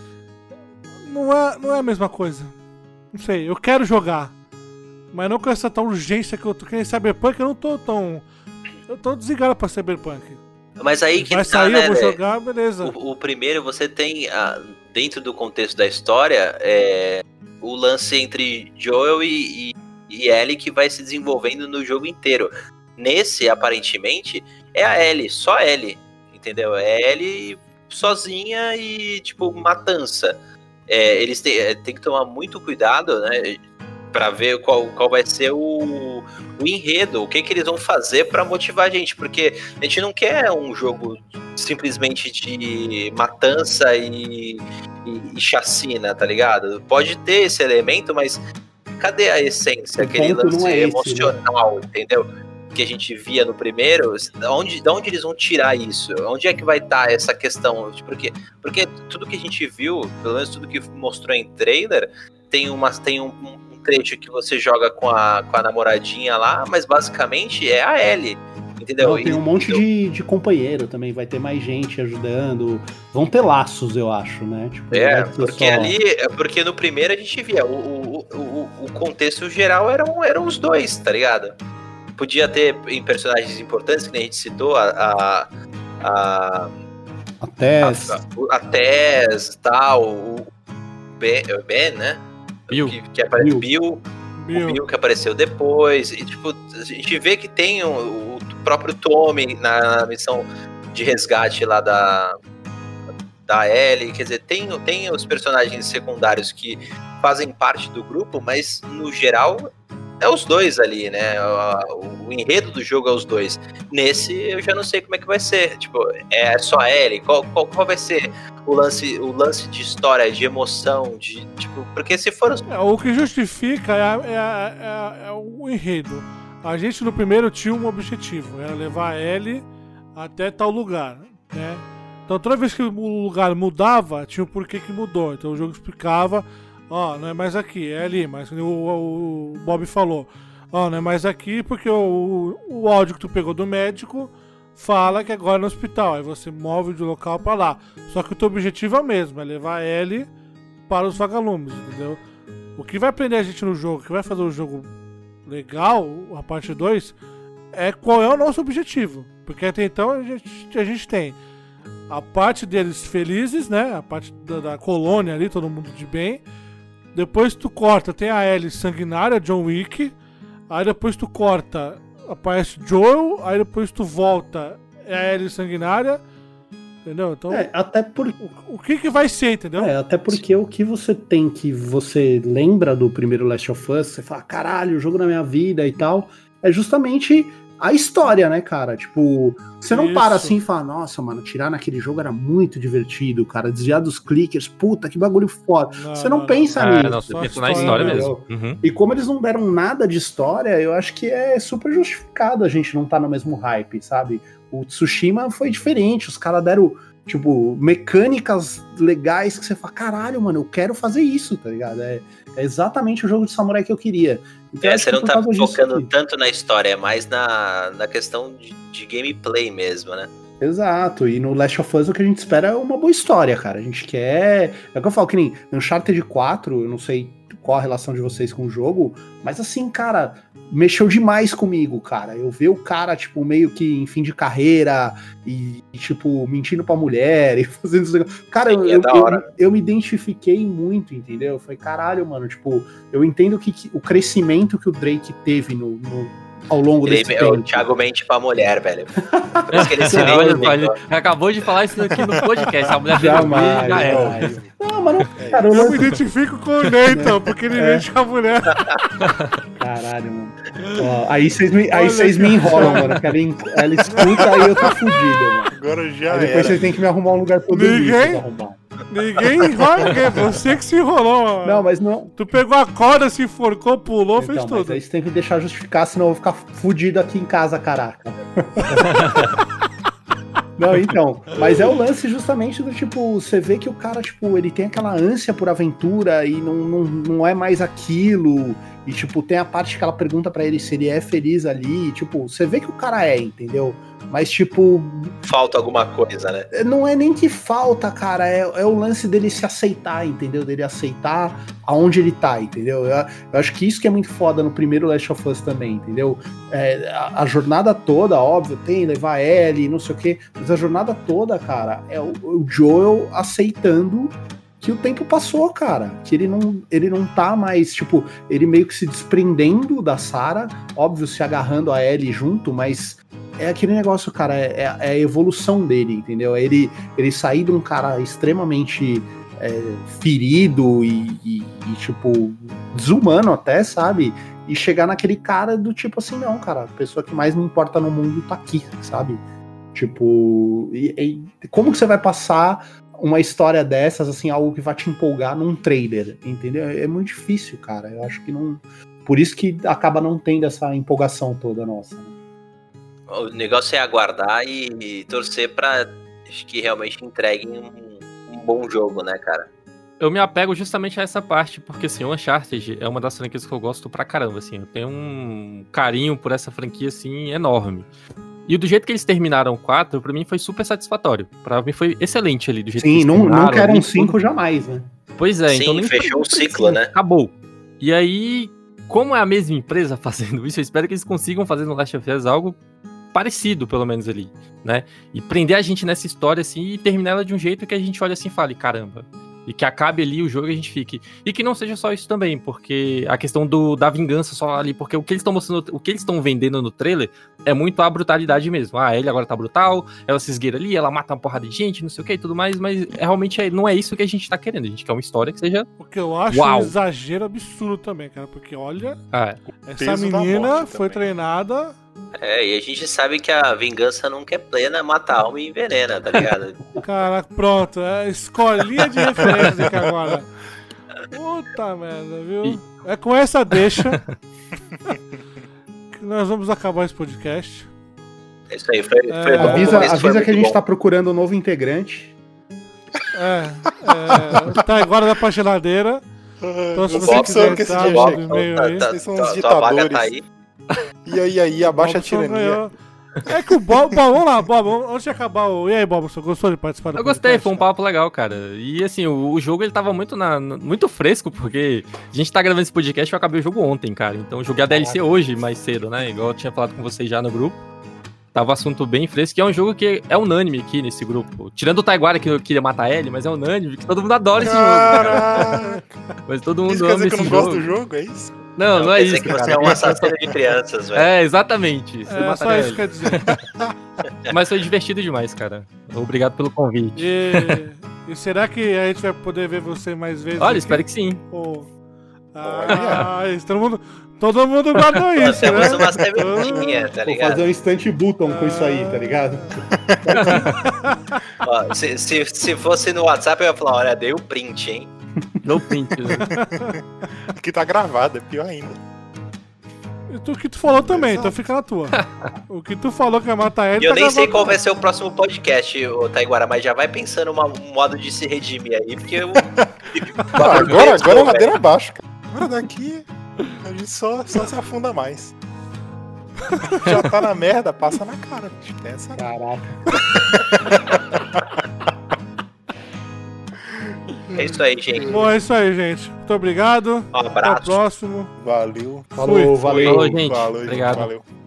Não é, não é a mesma coisa. Não sei, eu quero jogar. Mas não com essa tal urgência que eu tô. Que nem Cyberpunk, eu não tô tão. Eu tô desligado pra Cyberpunk. Mas aí que Vai tá, sair, né, eu vou velho? jogar, beleza. O, o primeiro, você tem, ah, dentro do contexto da história, é, o lance entre Joel e, e, e Ellie que vai se desenvolvendo no jogo inteiro. Nesse, aparentemente, é a Ellie, só Ellie, entendeu? É Ellie sozinha e, tipo, matança. É, eles têm, é, têm que tomar muito cuidado, né? Pra ver qual, qual vai ser o, o enredo, o que, que eles vão fazer pra motivar a gente, porque a gente não quer um jogo simplesmente de matança e, e, e chacina, tá ligado? Pode ter esse elemento, mas cadê a essência, O aquele ponto não lance é esse, emocional, entendeu? Que a gente via no primeiro, onde, de onde eles vão tirar isso? Onde é que vai estar essa questão? Porque, porque tudo que a gente viu, pelo menos tudo que mostrou em trailer, tem, uma, tem um, um trecho que você joga com a, com a namoradinha lá, mas basicamente é a Ellie, entendeu? Não, tem um E- monte de, de companheiro também, vai ter mais gente ajudando. Vão ter laços, eu acho, né? Tipo, não É, vai ser porque só- ali, é porque no primeiro a gente via, o, o, o, o contexto geral eram, eram os dois, tá ligado? Podia ter em personagens importantes, que nem a gente citou, a... a, a A Tess. A, a, a Tess, tal, o Ben, o Ben, né? Bill. Que, que apare... Bill. Bill. Bill. O Bill que apareceu depois. E, tipo, a gente vê que tem o, o próprio Tommy na, na missão de resgate lá da, da Ellie. Quer dizer, tem, tem os personagens secundários que fazem parte do grupo, mas no geral é os dois ali, né? O, o enredo do jogo é os dois. Nesse eu já não sei como é que vai ser. Tipo, é só a Ellie? Qual, qual, qual vai ser o lance, o lance de história, de emoção, de tipo, porque se for os... É, o que justifica é, a- é a- é a- é o enredo. A gente no primeiro tinha um objetivo, era levar a Ellie até tal lugar, né? Então toda vez que o lugar mudava, tinha o porquê que mudou. Então o jogo explicava, ó, não é mais aqui, é ali, mas o, o, o Bob falou, ó, não é mais aqui porque o, o áudio que tu pegou do médico fala que agora é no hospital, aí você move de local pra lá. Só que o teu objetivo é o mesmo, é levar a Ellie para os vagalumes, entendeu? O que vai prender a gente no jogo, o que vai fazer o jogo legal, a parte dois, é qual é o nosso objetivo. Porque até então a gente, a gente tem a parte deles felizes, né? A parte da, da colônia ali, todo mundo de bem. Depois tu corta, tem a Ellie sanguinária, John Wick. Aí depois tu corta, aparece Joel. Aí depois tu volta, é a Ellie sanguinária. Entendeu? Então, É, até por... o, o que que vai ser, entendeu? É, até porque o que você tem que você lembra do primeiro Last of Us, você fala, caralho, o jogo da minha vida e tal, é justamente a história, né, cara? Tipo, você não Isso. para assim e fala, nossa, mano, tirar naquele jogo era muito divertido, cara, desviar dos clickers, puta, que bagulho foda. Não, você não, não, pensa não. nisso. É, não, você Só pensa na história entendeu? mesmo. Uhum. E como eles não deram nada de história, eu acho que é super justificado a gente não tá no mesmo hype, sabe? O Tsushima foi diferente, os caras deram, tipo, mecânicas legais que você fala, caralho, mano, eu quero fazer isso, tá ligado? É, é exatamente o jogo de samurai que eu queria. Então, É, acho você que não por tá causa disso focando aqui. tanto na história, é mais na, na questão de, de gameplay mesmo, né? Exato, e no Last of Us o que a gente espera é uma boa história, cara. A gente quer. É o que eu falo, que nem Uncharted quatro, eu não sei qual a relação de vocês com o jogo, mas assim, cara, mexeu demais comigo, cara. Eu ver o cara, tipo, meio que em fim de carreira e, e, tipo, mentindo pra mulher e fazendo isso. Cara, eu, Sim, é eu, da eu, hora. eu me identifiquei muito, entendeu? Foi caralho, mano, tipo, eu entendo que, que o crescimento que o Drake teve no, no- ao longo Ele, desse é tempo. o Thiago mente pra mulher, velho. Por isso que ele se Olha, identificou. ele acabou de falar isso aqui no podcast. A mulher dele Jamais, já era. jamais. Não, mas não, cara, eu Eu não... me identifico com o Nathan, porque ele É. mente com a mulher. Caralho, mano. Ó, aí vocês me, aí Olha vocês que me enrolam, foda. mano. Que ela, en- ela escuta aí eu tô fudido, mano. Agora já Aí depois era. vocês têm que me arrumar um lugar pra eu dormir. Ninguém? pra arrumar. Ninguém enrola ninguém, você que se enrolou, mano. Não, mas não. Tu pegou a corda, se enforcou, pulou, fez Então, mas tudo. aí você tem que deixar justificar, senão eu vou ficar fudido aqui em casa, caraca. Não, então, mas é o lance justamente do tipo, você vê que o cara, tipo, ele tem aquela ânsia por aventura e não, não, não é mais aquilo, e tipo, tem a parte que ela pergunta pra ele se ele é feliz ali, e, tipo, você vê que o cara é, entendeu? Mas tipo... Falta alguma coisa, né? Não é nem que falta, cara, é, é o lance dele se aceitar, entendeu? Dele aceitar aonde ele tá, entendeu? Eu, eu acho que isso que é muito foda no primeiro Last of Us também, entendeu? É, a, a jornada toda, óbvio, tem levar a Ellie, não sei o quê, mas a jornada toda, cara, é o, o Joel aceitando que o tempo passou, cara, que ele não, ele não tá mais, tipo, ele meio que se desprendendo da Sarah, óbvio, se agarrando a Ellie junto, mas é aquele negócio, cara, é, é a evolução dele, entendeu? É ele, ele sair de um cara extremamente é, ferido e, e, e, tipo, desumano até, sabe? E chegar naquele cara do tipo assim, não, cara, a pessoa que mais me importa no mundo tá aqui, sabe? Tipo, e, e como que você vai passar uma história dessas, assim, algo que vai te empolgar num trailer, entendeu? É muito difícil, cara. Eu acho que não... Por isso que acaba não tendo essa empolgação toda nossa, né? O negócio é aguardar e, e torcer pra que realmente entreguem um, um bom jogo, né, cara? Eu me apego justamente a essa parte, porque assim, o Uncharted é uma das franquias que eu gosto pra caramba, assim, eu tenho um carinho por essa franquia, assim, enorme. E do jeito que eles terminaram o quatro, pra mim foi super satisfatório. Pra mim foi excelente ali, do jeito Sim, que eles não, terminaram. nunca era um ali, cinco tudo. jamais, né? Pois é, Sim, então nem fechou o ciclo, assim, né? Acabou. E aí, como é a mesma empresa fazendo isso, eu espero que eles consigam fazer no Last of Us algo parecido, pelo menos ali, né? E prender a gente nessa história, assim, e terminar ela de um jeito que a gente olha assim e fale, caramba. E que acabe ali o jogo e a gente fique. E que não seja só isso também, porque a questão do, da vingança só ali, porque o que eles estão mostrando, o que eles estão vendendo no trailer é muito a brutalidade mesmo. Ah, ele agora tá brutal, ela se esgueira ali, ela mata uma porrada de gente, não sei o que e tudo mais, mas realmente é, não é isso que a gente tá querendo. A gente quer uma história que seja. O que eu acho Uau. um exagero absurdo também, cara, porque olha, ah, é. essa menina foi treinada. É, e a gente sabe que a vingança nunca é plena, mata a alma e envenena, tá ligado? Caraca, pronto, é escolinha de referência aqui agora. Puta merda, viu? É com essa deixa que nós vamos acabar esse podcast. É isso aí, foi, foi é, bom. Avisa, avisa foi que a gente bom. tá procurando um novo integrante. É, é tá agora dá pra geladeira. Então, se você quiser entrar no e-mail aí, vocês são os ditadores. Tá aí. E aí, aí, abaixa a tirania. Ganhou. É que o Bob, Bob, vamos lá, Bob, antes de acabar o... E aí, Bob, você gostou de participar do Eu gostei, podcast? foi um papo legal, cara. E assim, o, o jogo ele tava muito, na, muito fresco, porque a gente tá gravando esse podcast e eu acabei o jogo ontem, cara. Então eu joguei a D L C hoje, mais cedo, né? Igual eu tinha falado com vocês já no grupo. Tava um assunto bem fresco, e é um jogo que é unânime aqui nesse grupo. Tirando o Taiguara, que eu queria matar ele, mas é unânime, que todo mundo adora esse Caraca. jogo, cara. Mas todo mundo isso ama quer dizer esse que eu não jogo. gosto do jogo, é isso? Não, não, não é isso, que cara. você é um assassino de crianças, velho. É, exatamente. Você É, só isso que quer dizer. Mas foi divertido demais, cara. Obrigado pelo convite. E, e será que a gente vai poder ver você mais vezes? Olha, aqui? espero que sim. Oh. Ah, isso, todo mundo, todo mundo guardou isso, Temos né? uma sementinha, tá Vou ligado? fazer um instant button com isso aí, tá ligado? Ó, se, se, se fosse no WhatsApp, eu ia falar, olha, dei o print, hein? No print. Aqui tá gravado, é pior ainda. E tu, o que tu falou também, então fica na tua. O que tu falou que ia matar ele, E eu tá nem sei gravado. qual vai ser o próximo podcast, ô Taiguara, mas já vai pensando uma- um modo de se redimir aí, porque eu... Ah, agora, agora é ladeira abaixo, cara. Agora daqui a gente só, só se afunda mais. Já tá na merda, passa na cara, bicho. Pensa. Caraca. É isso aí, gente. Bom, é isso aí, gente. Muito obrigado. Um abraço. Até o próximo. Valeu. Falou, Fui. valeu. Falou, gente. Valeu, Obrigado. Valeu.